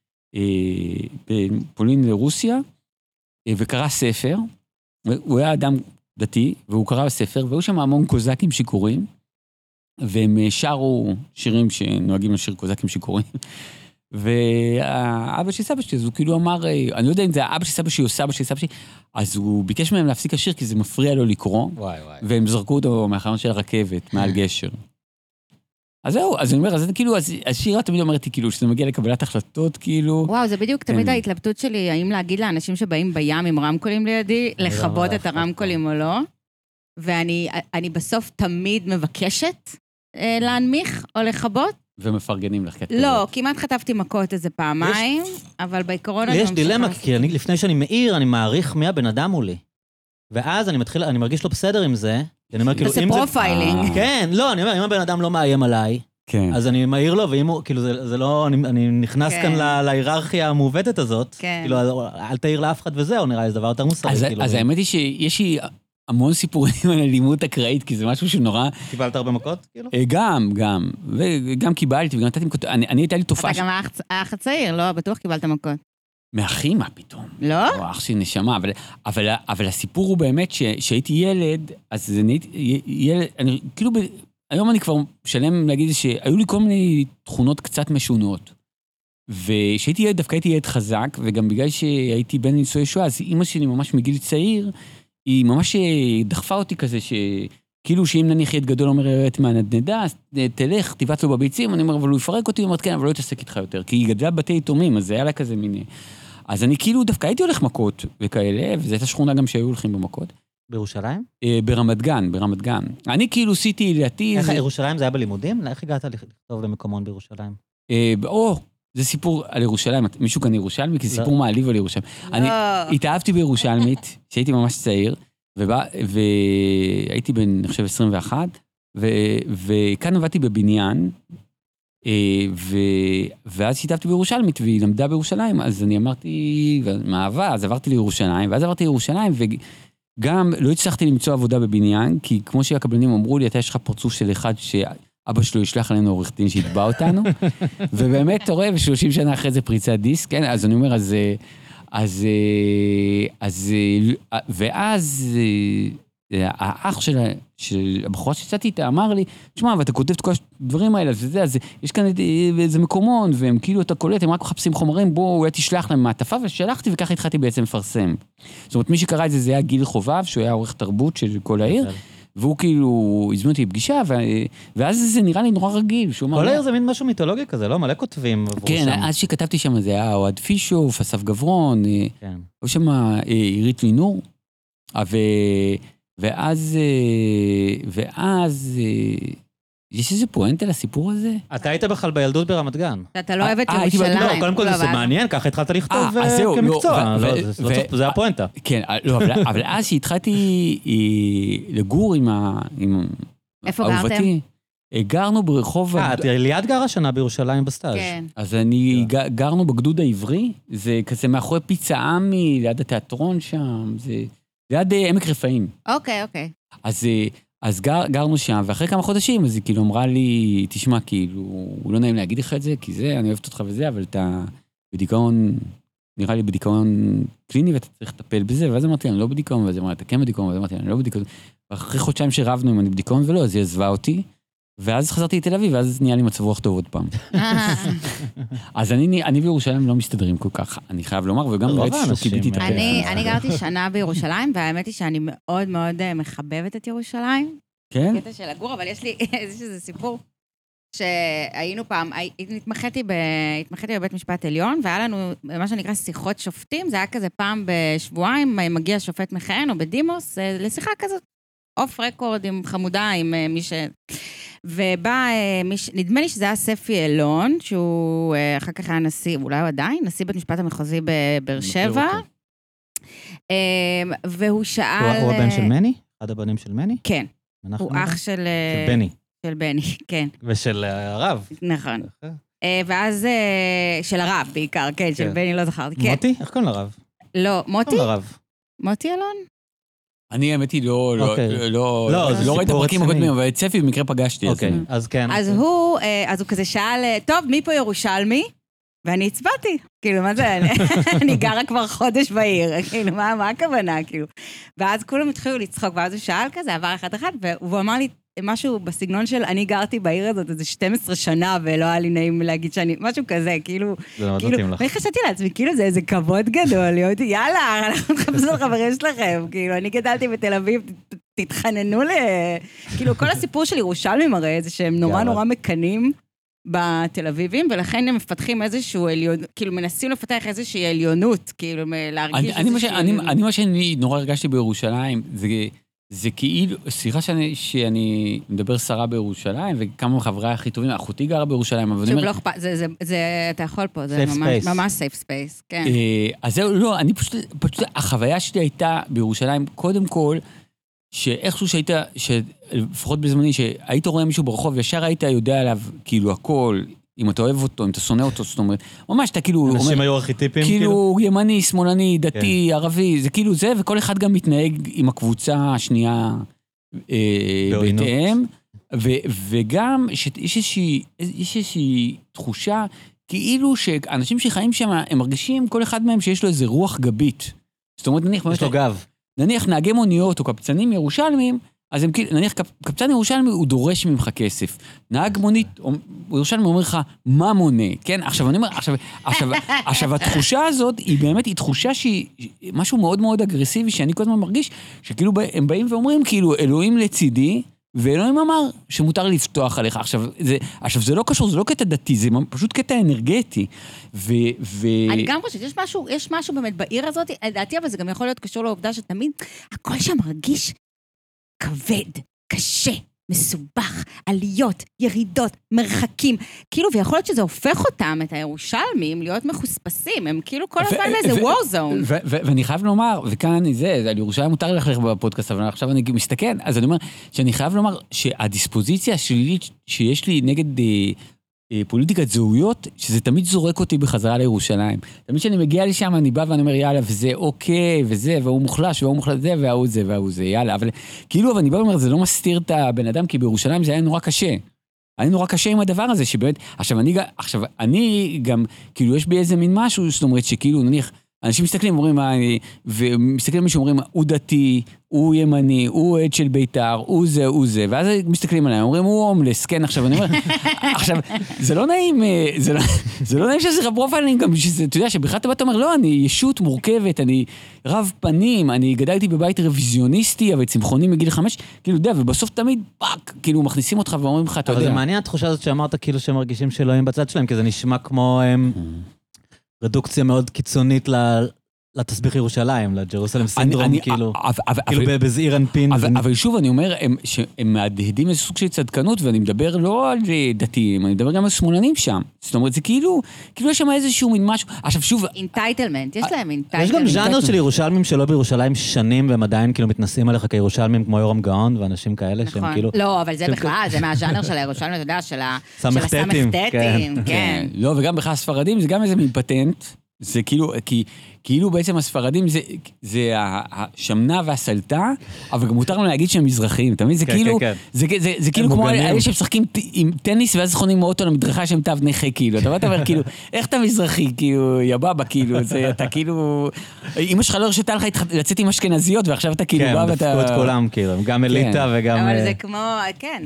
Speaker 2: בפולין לרוסיה, וקרא ספר, הוא היה אדם דתי, והוא קרא ספר, והיו שם המון קוזקים שיכורים, והם שרו שירים שנוהגים לשיר קוזקים שיכורים, והאבא של סבא שלי, אז הוא כאילו אמר, אני לא יודע אם זה האבא של סבא שלי או סבא של סבא שלי, אז הוא ביקש מהם להפסיק לשיר, כי זה מפריע לו לקרוא, והם זרקו אותו מהחלון של הרכבת, מעל גשר. אז זהו, אז אני אומר, אז כאילו, השירה תמיד אומרת לי, כאילו, שזה מגיע לקבלת החלטות, כאילו...
Speaker 3: וואו, זה בדיוק תמיד ההתלבטות שלי, האם להגיד לאנשים שבאים בים עם רמקולים לידי, לכבות את הרמקולים או לא, ואני בסוף תמיד מבקשת להנמיך או לכבות.
Speaker 2: ומפרגנים לך כתבת.
Speaker 3: לא, כמעט חטפתי מכות איזה פעמיים, אבל בעיקרון...
Speaker 1: יש דילמה, כי לפני שאני מעיר, אני מעריך מי הבן אדם מולי. ואז אני מרגיש לא בסדר עם זה, אני אומר, כאילו,
Speaker 3: זה פרופיילינג.
Speaker 1: כן, לא, אני אומר, אם הבן אדם לא מאיים עליי, אז אני מעיר לו, ואם הוא, כאילו, זה לא, אני נכנס כאן להיררכיה המעוותת הזאת, כאילו, אל תעיר לאף אחד וזהו, נראה לי, זה דבר יותר מוסרי.
Speaker 2: אז האמת היא שיש לי המון סיפורים על אלימות אקראית, כי זה משהו שנורא...
Speaker 1: קיבלת הרבה מכות, כאילו?
Speaker 2: וגם קיבלתי, וגם נתתי מכות, אני הייתה לי תופעה...
Speaker 3: אתה גם אח הצעיר, לא? בטוח קיבלת מכות.
Speaker 2: מאחי, מה פתאום?
Speaker 3: לא?
Speaker 2: אח שלי נשמה, אבל הסיפור הוא באמת שהייתי ילד, אז ילד, כאילו, היום אני כבר שלם להגיד שהיו לי כל מיני תכונות קצת משונות. ושהייתי ילד, דווקא הייתי ילד חזק, וגם בגלל שהייתי בן ניצולי שואה, אז אמא שלי ממש מגיל צעיר, היא ממש דחפה אותי כזה, כאילו שאם נניח ילד גדול אומרת מהנדנדה, אז תלך, תיבט לו בביצים, אני אומר, אבל הוא יפרק אותי, היא אומרת, כן, אבל לא יתעסק איתך יותר, כי היא גדלה בבתי יתומים, אז זה היה לה כזה מין... אז אני כאילו דווקא הייתי הולך מכות וכאלה, וזו הייתה שכונה גם שהיו הולכים במכות.
Speaker 1: בירושלים?
Speaker 2: ברמת גן. אני כאילו עשיתי לידי...
Speaker 1: איך ירושלים זה היה בלימודים? איך הגעת לכתוב למקומון בירושלים?
Speaker 2: זה סיפור על ירושלים, מישהו כאן ירושלמי, כי זה סיפור מעליב על ירושלים. אני התאהבתי בירושלמית, שהייתי ממש צעיר, והייתי בן, אני חושב, 21, וכאן עבדתי בבניין, ואז התאהבתי בירושלמית, והיא למדה בירושלים, אז אני אמרתי, מאהבה, אז עברתי לירושלים, ואז עברתי לירושלים, וגם לא הצלחתי למצוא עבודה בבניין, כי כמו שהקבלנים אמרו לי, אתה יש לך פרצוף של אחד אבא שלו ישלח עלינו עורך דין שיתבע אותנו, ובאמת אתה רואה, ו30 שנה אחרי זה פריצת דיסק, כן? אז אני אומר, ואז האח של הבחורה שיצאתי איתה אמר לי, תשמע, ואתה כותב את כל הדברים האלה, אז יש כאן איזה מקומון, והם כאילו אתה קולט, הם רק מחפשים חומרים, בואו, אולי תשלח להם מעטפה, ושלחתי, וכך התחלתי בעצם לפרסם. זאת אומרת, מי שקרא את זה, זה היה גיל חובב, שהוא היה עורך תרבות של כל העיר, והוא כאילו הזמין אותי לפגישה, ואז זה נראה לי נורא רגיל.
Speaker 1: כל העיר זה מין משהו מיתולוגי כזה, לא? מלא כותבים עבור שם.
Speaker 2: כן, אז שכתבתי שם, זה היה אוהד פישוף, אסף גברון, היו שם עירית לינור, ואז יש איזה פואנטה לסיפור הזה?
Speaker 1: אתה היית בכלל בילדות ברמת גן.
Speaker 3: אתה לא אוהב את ירושלים.
Speaker 1: לא, קודם כל זה מעניין, ככה התחלת לכתוב כמקצוע. זה הפואנטה.
Speaker 2: כן, אבל אז שהתחלתי לגור עם אהובתי, גרנו ברחוב...
Speaker 1: ליד גרה שנה בירושלים בסטאז'.
Speaker 3: כן.
Speaker 2: אז גרנו בגדוד העברי, זה כזה מאחורי פיצה עמי, ליד התיאטרון שם, זה ליד עמק רפאים.
Speaker 3: אוקיי.
Speaker 2: אז גרנו שם, ואחרי כמה חודשים, אז היא כאילו אמרה לי, תשמע, כאילו, הוא לא נעים להגיד לך את זה, כי זה, אני אוהבת אותך וזה, אבל אתה בדיכאון, נראה לי בדיכאון קליני, ואתה צריך לטפל בזה, ואז אמרתי, אני לא בדיכאון, ואז אמרתי, אתה כן בדיכאון, ואז אמרתי, אני לא בדיכאון, ואחרי חודשיים שרבנו אם אני בדיכאון ולא, אז היא עזבה אותי, ואז חזרתי לתל אביב, ואז נהיה לי מצב רוח טוב עוד פעם. אז אני בירושלים לא מסתדרים כל כך, אני חייב לומר, וגם לא קיבלתי את הפרק.
Speaker 3: אני גרתי שנה בירושלים, והאמת היא שאני מאוד מאוד מחבבת את ירושלים.
Speaker 2: כן?
Speaker 3: קטע של לגור, אבל יש לי איזה סיפור, שהיינו פעם, התמחיתי בבית משפט עליון, והיה לנו מה שנקרא שיחות שופטים, זה היה כזה פעם בשבועיים, מגיע שופט מכהן או בדימוס, לשיחה כזאת, אוף רקורד עם חמודה, עם מי ש... ובא, נדמה לי שזה היה ספי אלון, שהוא אחר כך היה נשיא, אולי הוא עדיין, נשיא בית משפט המחוזי בבאר שבע, והוא שאל...
Speaker 1: הוא הבן של מני? אחד הבנים של מני?
Speaker 3: כן. הוא אח של...
Speaker 1: בני.
Speaker 3: של בני, כן.
Speaker 1: ושל הרב.
Speaker 3: נכון. ואז של הרב בעיקר, כן, של בני לא זכרתי.
Speaker 1: מוטי? איך קוראים לרב?
Speaker 3: לא, מוטי?
Speaker 2: מוטי אלון? אני האמת היא לא ראיתי הפרקים הקודמים, אבל את ספי במקרה פגשתי.
Speaker 1: אוקיי, אז כן.
Speaker 3: אז הוא כזה שאל, טוב, מי פה ירושלמי? ואני הצבעתי, כאילו, מה זה? אני גרה כבר חודש בעיר, כאילו, מה הכוונה, כאילו? ואז כולם התחילו לצחוק, ואז הוא שאל כזה, עבר אחד, והוא אמר לי משהו בסגנון של, אני גרתי בעיר הזאת איזה 12 שנה, ולא היה לי נעים להגיד שאני, משהו כזה, כאילו,
Speaker 1: זה לא מתאים לך.
Speaker 3: ואני חשבתי לעצמי, כאילו, זה איזה כבוד גדול, יאללה, אנחנו מחפשים לחברים שלכם, כאילו, אני גדלתי בתל אביב, תתחננו כאילו, כל הסיפור של ירושלמים הרי, זה שהם נורא נורא מקנים בתל אביבים, ולכן הם מפתחים איזשהו עליון, כאילו, מנסים לפתח איזושהי עליונות, כאילו, להרגיש איזושהי עליונות.
Speaker 2: מה שאני נורא הרגשתי בירושלים, זה כאילו, סליחה שאני מדבר שרה בירושלים, וכמה מחבריי הכי טובים, אחותי גרה בירושלים, אבל אני אומר...
Speaker 3: שוב, לא אכפת, אתה יכול פה, זה ממש safe space, כן.
Speaker 2: אז זהו, לא, אני פשוט, החוויה שלי הייתה בירושלים, קודם כל, שאיכשהו שהיית, לפחות בזמני, שהיית רואה מישהו ברחוב, ישר היית יודע עליו, כאילו, הכל, אם אתה אוהב אותו, אם אתה שונא אותו, זאת אומרת, ממש אתה כאילו...
Speaker 1: אנשים היו ארכיטיפים,
Speaker 2: כאילו, ימני, שמאלני, דתי, ערבי, זה כאילו זה, וכל אחד גם מתנהג עם הקבוצה השנייה בהתאם, וגם שיש איזושהי תחושה, כאילו שאנשים שחיים שם, הם מרגישים, כל אחד מהם שיש לו איזה רוח גבית. זאת אומרת,
Speaker 1: יש לו גב.
Speaker 2: נניח נהגי מוניות או קבצנים ירושלמים, אז הם כאילו, נניח קבצן ירושלמי הוא דורש ממך כסף. נהג מונית, ירושלמי אומר לך, מה מונה? כן, עכשיו אני אומר, עכשיו התחושה הזאת היא באמת, היא תחושה שהיא משהו מאוד מאוד אגרסיבי, שאני כל הזמן מרגיש, שכאילו הם באים ואומרים, כאילו, אלוהים לצידי, ואלוהים אמר שמותר לפתוח עליך. עכשיו זה לא קשור, זה לא קטע דתי, זה פשוט קטע אנרגטי.
Speaker 3: אני גם חושבת, יש משהו באמת בעיר הזאת, לדעתי, אבל זה גם יכול להיות קשור לעובדה שתמיד, הכל שם מרגיש כבד, קשה, מסובך, עליות, ירידות, מרחקים, כאילו, ויכול להיות שזה הופך אותם, את הירושלמים, להיות מחוספסים, הם כאילו כל הזמן באיזה war zone.
Speaker 2: ואני חייב לומר, וכאן זה, על ירושלים מותר ללכת בפודקאסט, אבל עכשיו אני מסתכן, אז אני אומר, שאני חייב לומר, שהדיספוזיציה השלילית שיש לי נגד פוליטיקת זהויות, שזה תמיד זורק אותי בחזרה לירושלים. תמיד שאני מגיע לשם, אני בא ואני אומר, יאללה, וזה אוקיי, וזה, והוא מוחלש, והוא מוחלש, זה, והוא זה, והוא זה, יאללה. אבל כאילו, אבל אני בא ואומר, זה לא מסתיר את הבן אדם, כי בירושלים זה היה נורא קשה. היה נורא קשה עם הדבר הזה, שבאמת, עכשיו, אני גם, כאילו, יש בי איזה מין משהו, זאת אומרת, שכאילו, נניח, אנשים מסתכלים, אומרים, ומסתכלים מישהו, אומרים, הוא דתי, הוא ימני, הוא עד של ביתר, הוא זה, ואז מסתכלים עליהם, אומרים, הוא הומלס, כן, עכשיו אני אומר, עכשיו, זה לא נעים, זה לא נעים שזה לך פרופיילינג, גם שזה, אתה יודע, שבכלל אתה אומר, לא, אני ישות מורכבת, אני רב פנים, אני גדלתי בבית רוויזיוניסטי, אבל צמחוני מגיל 5, כאילו, יודע, ובסוף תמיד, פאק, כאילו, מכניסים אותך ואומרים לך, אתה יודע.
Speaker 1: אבל זה מעניין התחושה הזאת שאמרת, כאילו, שהם מרגישים שאלוהים בצד שלהם, כי זה נשמע כמו רדוקציה מאוד קיצונית לתסביך ירושלים, לג'רוסלם סינדרום, כאילו בזעיר אנפין.
Speaker 2: אבל שוב, אני אומר, שהם מהדהדים איזה סוג של צדקנות, ואני מדבר לא על דתיים, אני מדבר גם על שמאלנים שם. זאת אומרת, זה כאילו יש שם איזשהו מין משהו. עכשיו שוב...
Speaker 3: אינטייטלמנט, יש להם אינטייטלמנט.
Speaker 1: יש גם ז'אנר של ירושלמים שלא בירושלים שנים, והם עדיין כאילו מתנסים עליך כירושלמים, כמו יורם גאון, ואנשים כאלה שהם כאילו...
Speaker 3: לא, אבל זה בכלל, זה מהז'אנר של הירושלמים, אתה יודע, של הסמכתתים, כן.
Speaker 2: לא, וגם בכלל הספרדים, זה גם איזה מין פטנט. זה כאילו בעצם הספרדים זה השמנה והסלטה, אבל גם מותר לנו להגיד שהם מזרחיים, תמיד זה כאילו, זה כאילו כמו אלה שמשחקים עם טניס ואז חונים מאוטו למדרכה שהם תו נכה, כאילו, אתה אומר כאילו, איך אתה מזרחי, כאילו, יבבה, כאילו, אתה כאילו, אמא שלך לא הרשתה לך לצאת עם אשכנזיות, ועכשיו אתה כאילו בא ואתה...
Speaker 1: כן, דפקו את כולם, כאילו, גם אליטה וגם...
Speaker 3: אבל זה כמו, כן,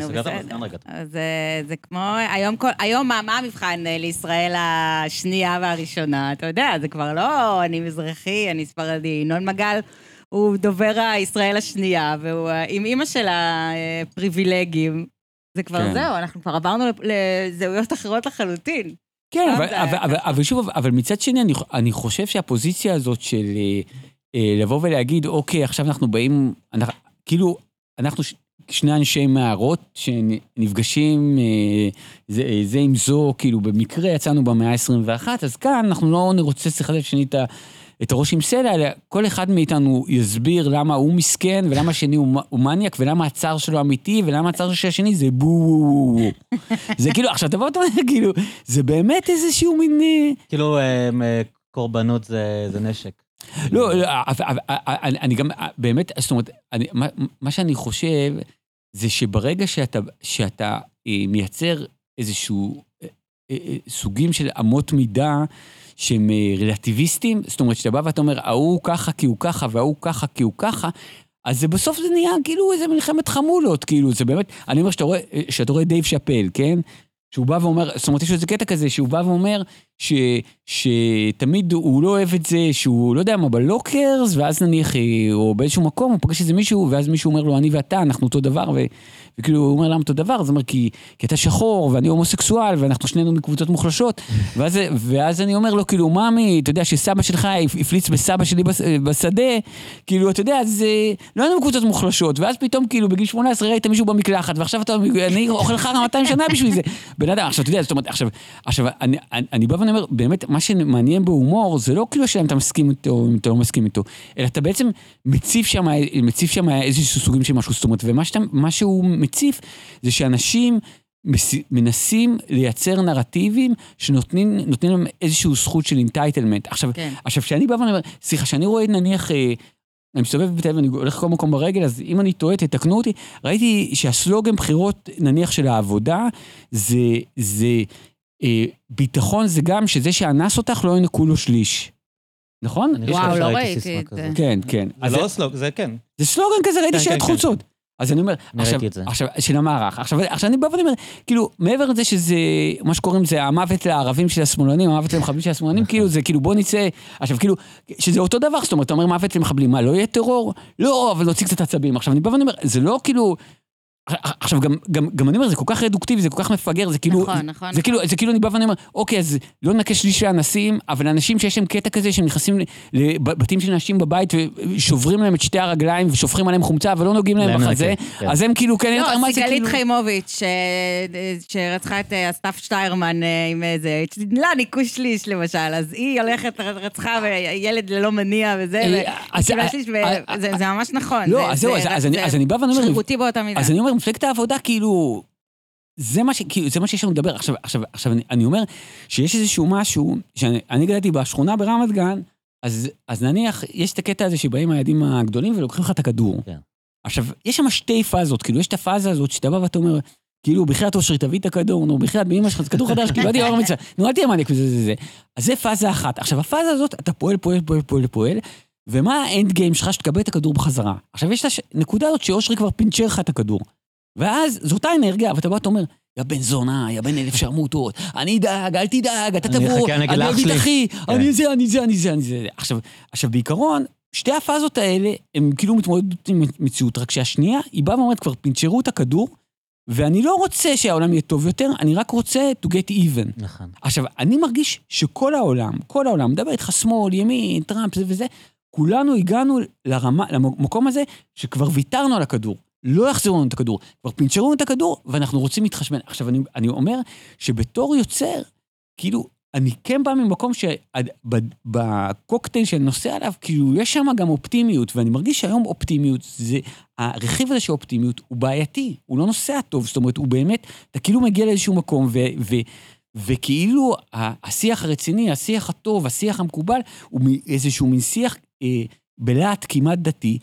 Speaker 3: זה כמו, היום מה המבחן לישראל השנייה והראשונה, אתה יודע, זה כבר לא, אני מזרחי, אני ספרדי, ינון מגל, הוא דובר הישראל השנייה, והוא עם אמא של הפריבילגים, זה כבר זהו, אנחנו כבר עברנו לזהויות אחרות לחלוטין.
Speaker 2: כן, אבל שוב, אבל מצד שני, אני חושב שהפוזיציה הזאת של לבוא ולהגיד, אוקיי, עכשיו אנחנו באים, כאילו, אנחנו שני אנשי מערות שנפגשים זה עם זו, כאילו במקרה יצאנו במאה ה-21, אז כאן אנחנו לא נרוצה לחדד שנית את הראש עם סלע, אלא כל אחד מאיתנו יסביר למה הוא מסכן, ולמה השני הוא מניאק, ולמה הצער שלו אמיתי, ולמה הצער של השני זה בואו. זה כאילו, עכשיו תבוא אתה אומר, כאילו, זה באמת איזשהו מין...
Speaker 1: כאילו, קורבנות זה נשק.
Speaker 2: לא, אני גם, באמת, זאת אומרת, מה שאני חושב, זה שברגע שאתה מייצר איזשהו סוגים של אמות מידה, שהם רלטיביסטים, זאת אומרת, שאתה בא ואתה אומר, ההוא ככה כי הוא ככה, וההוא ככה כי הוא ככה, אז זה בסוף זה נהיה כאילו איזה מלחמת חמולות, כאילו, זה באמת, אני אומר שאתה רואה דייב שאפל, כן? שהוא בא ואומר, זאת אומרת, יש לו איזה קטע כזה, שהוא בא ואומר, שתמיד הוא לא אוהב את זה, שהוא לא יודע מה, בלוקרס, ואז נניח, או באיזשהו מקום, הוא פגש איזה מישהו, ואז מישהו אומר לו, אני ואתה, אנחנו אותו דבר, וכאילו הוא אומר למה אותו דבר, זה אומר, כי אתה שחור, ואני הומוסקסואל, ואנחנו שנינו מקבוצות מוחלשות, ואז אני אומר לו, כאילו, מאמי, אתה יודע שסבא שלך הפליץ בסבא שלי בשדה, כאילו, אתה יודע, אז לא היינו מקבוצות מוחלשות, ואז פתאום, כאילו, בגיל 18 ראית מישהו במקלחת, ועכשיו אני אוכל לך 200 שנה בשביל זה. בן אדם, עכשיו, אתה יודע, זאת אומרת, עכשיו, אני בא ואני אומר, באמת, מה שמעניין בהומור, זה לא כאילו שאם אתה מסכים איתו, או אם אתה לא מסכים איתו, אלא אתה בעצם מציף שם איזשהו סוגים של משהו, זאת אומרת, ומה שהוא מציף, זה שאנשים מנסים לייצר נרטיבים שנותנים להם איזשהו זכות של אינטייטלמנט. עכשיו, כשאני בא ואני אומר, סליחה, שאני רואה נניח, אני מסתובב בתל ואני הולך כל מקום ברגל, אז אם אני טועה, תתקנו אותי, ראיתי שהסלוגן בחירות נניח של העבודה, זה ביטחון זה גם שזה שאנס אותך לא ינקו לו שליש. נכון?
Speaker 3: וואו, לא ראיתי את זה.
Speaker 2: כן, כן.
Speaker 1: זה לא סלוגן, זה כן.
Speaker 2: זה סלוגן כזה, ראיתי שאת חולצות. אז אני אומר, עכשיו, של המערך, עכשיו אני בא ואני אומר, כאילו, מעבר לזה שזה, מה שקוראים זה המוות לערבים של השמאלנים, המוות למחבלים של השמאלנים, כאילו, זה כאילו, בוא נצא, עכשיו, כאילו, שזה אותו דבר, זאת אומרת, אתה אומר מוות למחבלים, מה, לא יהיה טרור? לא, אבל נוציא קצת עצבים. עכשיו, אני בא ואני אומר, זה לא כאילו, עכשיו, גם אני אומר, זה כל כך רדוקטיבי, זה כל כך מפגר, זה כאילו, זה כאילו אני בא ואני אומר, אוקיי, אז לא נקש שליש לאנשים, אבל אנשים שיש להם קטע כזה, שהם נכנסים לבתים של אנשים בבית, ושוברים להם את שתי הרגליים, ושופכים עליהם חומצה, ולא נוגעים להם בחזה, אז הם כאילו, כן,
Speaker 3: לא, סיגלית חיימוביץ', שרצחה את אסף שטיירמן עם איזה, לה ניקוש שליש למשל, אז היא הולכת, רצחה, וילד ללא מניע וזה, וזה ממש נכון.
Speaker 2: לא, אז אני בא ואני אומר,
Speaker 3: שרירותי באותה מידה.
Speaker 2: אז אני אומר, מפלגת העבודה, כאילו, זה מה שיש לנו לדבר. עכשיו, אני אומר שיש איזשהו משהו, שאני גדלתי בשכונה ברמת גן, אז נניח, יש את הקטע הזה שבאים הילדים הגדולים ולוקחים לך את הכדור. עכשיו, יש שם שתי פאזות, כאילו, יש את הפאזה הזאת שאתה בא ואתה אומר, כאילו, בכלל אושרי, תביא את הכדור, נו, בכלל, באמא שלך, זה כדור חדש, כאילו, עדי אור מצא, נו, אל תהיה מניאק וזה. אז זה פאזה אחת. עכשיו, הפאזה הזאת, אתה פועל, ומה האנד גיים שלך שתקבל את הכדור בחזרה? עכשיו, יש את הנקודה הזאת שאושרי כבר פינצ'ר לך את הכדור. ואז זו אותה אנרגיה, אבל אתה בא, אתה אומר, יא בן זונה, יא בן 1000 שרמוטות, אני דאג, אל תדאג, אתה תבוא, אני אוהב אחי, אני זה. עכשיו, בעיקרון, שתי הפאזות האלה, הם כאילו מתמודדות עם מציאות, רק שהשנייה, היא באה ואומרת, כבר פינצ'רו את הכדור, ואני לא רוצה שהעולם יהיה טוב יותר, אני רק רוצה to get even.
Speaker 1: נכון.
Speaker 2: עכשיו, אני מרגיש שכל העולם, מדבר איתך שמאל, ימין, טראמפ, זה וזה, כולנו הגענו למקום הזה, שכבר ויתרנו על הכדור. לא יחזרו לנו את הכדור, כבר פינצ'רו את הכדור, ואנחנו רוצים להתחשבן. עכשיו, אני אומר שבתור יוצר, כאילו, אני כן בא ממקום שבקוקטייל שאני נוסע עליו, כאילו, יש שם גם אופטימיות, ואני מרגיש שהיום אופטימיות, הרכיב הזה של אופטימיות הוא בעייתי, הוא לא נוסע טוב, זאת אומרת, הוא באמת, אתה כאילו מגיע לאיזשהו מקום, וכאילו, השיח הרציני, השיח הטוב, השיח המקובל, הוא איזשהו מין שיח בלהט כמעט דתי,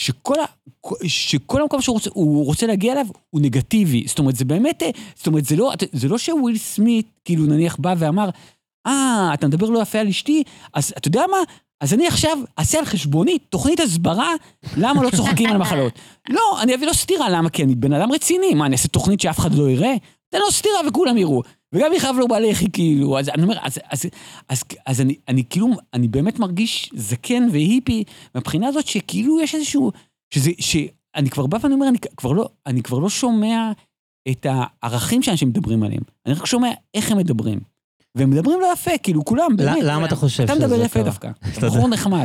Speaker 2: שכל המקום שהוא רוצה להגיע אליו הוא נגטיבי, זאת אומרת, זה באמת, זאת אומרת, זה לא שוויל סמית, כאילו נניח בא ואמר, אתה מדבר לא יפה על אשתי, אז אתה יודע מה? אז אני עכשיו אעשה על חשבונית, תוכנית הסברה, למה לא צוחקים על מחלות? לא, אני אביא לו סתירה, למה? כי אני בן אדם רציני, מה, אני אעשה תוכנית שאף אחד לא יראה? תן לו סתירה וכולם יראו. וגם יחב לו בעלי כאילו, אז אני אומר, אז אני כאילו, אני באמת מרגיש זקן והיפי, מהבחינה הזאת שכאילו יש איזשהו, שאני כבר בא ואני אומר, אני כבר לא שומע את הערכים שאנשים מדברים עליהם, אני רק שומע איך הם מדברים, והם מדברים לא יפה, כאילו כולם, באמת.
Speaker 1: למה אתה חושב שזה קרה?
Speaker 2: אתה מדבר יפה דווקא, אתה בחור נחמד.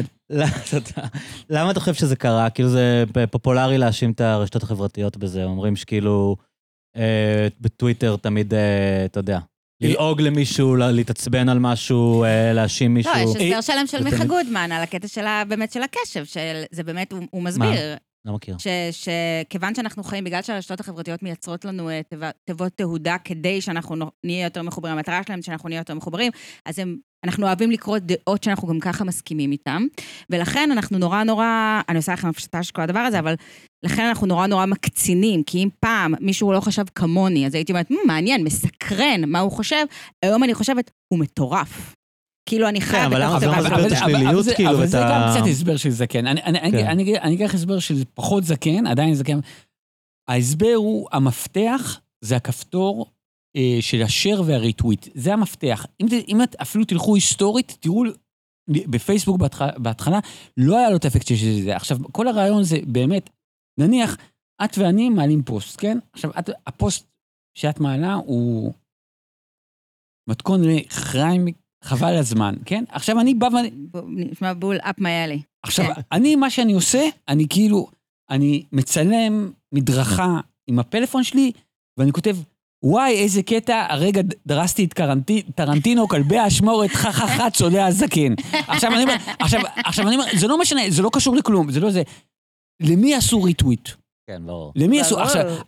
Speaker 1: למה אתה חושב שזה קרה? כאילו זה פופולרי להאשים את הרשתות החברתיות בזה, אומרים שכאילו, בטוויטר תמיד, אתה יודע, ללעוג למישהו, להתעצבן על משהו, להאשים מישהו.
Speaker 3: לא, יש הסבר שלם של מיכה גודמן, על הקטע שלה, באמת של הקשב, זה באמת, הוא מסביר.
Speaker 1: לא מכיר.
Speaker 3: שכיוון שאנחנו חיים, בגלל שהרשתות החברתיות מייצרות לנו תיבות תהודה, כדי שאנחנו נהיה יותר מחוברים, המטרה שלהם שאנחנו נהיה יותר מחוברים, אז אנחנו אוהבים לקרוא דעות שאנחנו גם ככה מסכימים איתם, ולכן אנחנו נורא, אני עושה לכם הפשטה של כל הדבר הזה, אבל לכן אנחנו נורא מקצינים, כי אם פעם מישהו לא חשב כמוני, אז הייתי אומרת, מעניין, מסקרן מה הוא חושב, היום אני חושבת, הוא מטורף. כאילו אני חייב
Speaker 1: אבל למה זה לא מסביר את השליליות, כאילו,
Speaker 2: אבל זה גם קצת הסבר של זקן. אני אקח הסבר של פחות זקן, עדיין זקן. ההסבר הוא, המפתח זה הכפתור של השאר והריטוויט, זה המפתח. אם את אפילו תלכו היסטורית, תראו בפייסבוק בהתחלה, לא היה לו את האפקט של זה. עכשיו, כל הרעיון זה באמת, נניח, את ואני מעלים פוסט, כן? עכשיו, הפוסט שאת מעלה הוא מתכון לחיים חבל הזמן, כן? עכשיו אני בא
Speaker 3: נשמע בול אפ מיילי.
Speaker 2: עכשיו, אני, מה שאני עושה, אני כאילו, אני מצלם מדרכה עם הפלאפון שלי, ואני כותב, וואי, איזה קטע, הרגע דרסתי את טרנטינו, כלבי האשמורת, חככה, צולע הזקן. עכשיו אני אומר, זה לא משנה, זה לא קשור לכלום, זה לא זה. למי עשו ריטוויט?
Speaker 1: כן, ברור.
Speaker 2: למי עשו?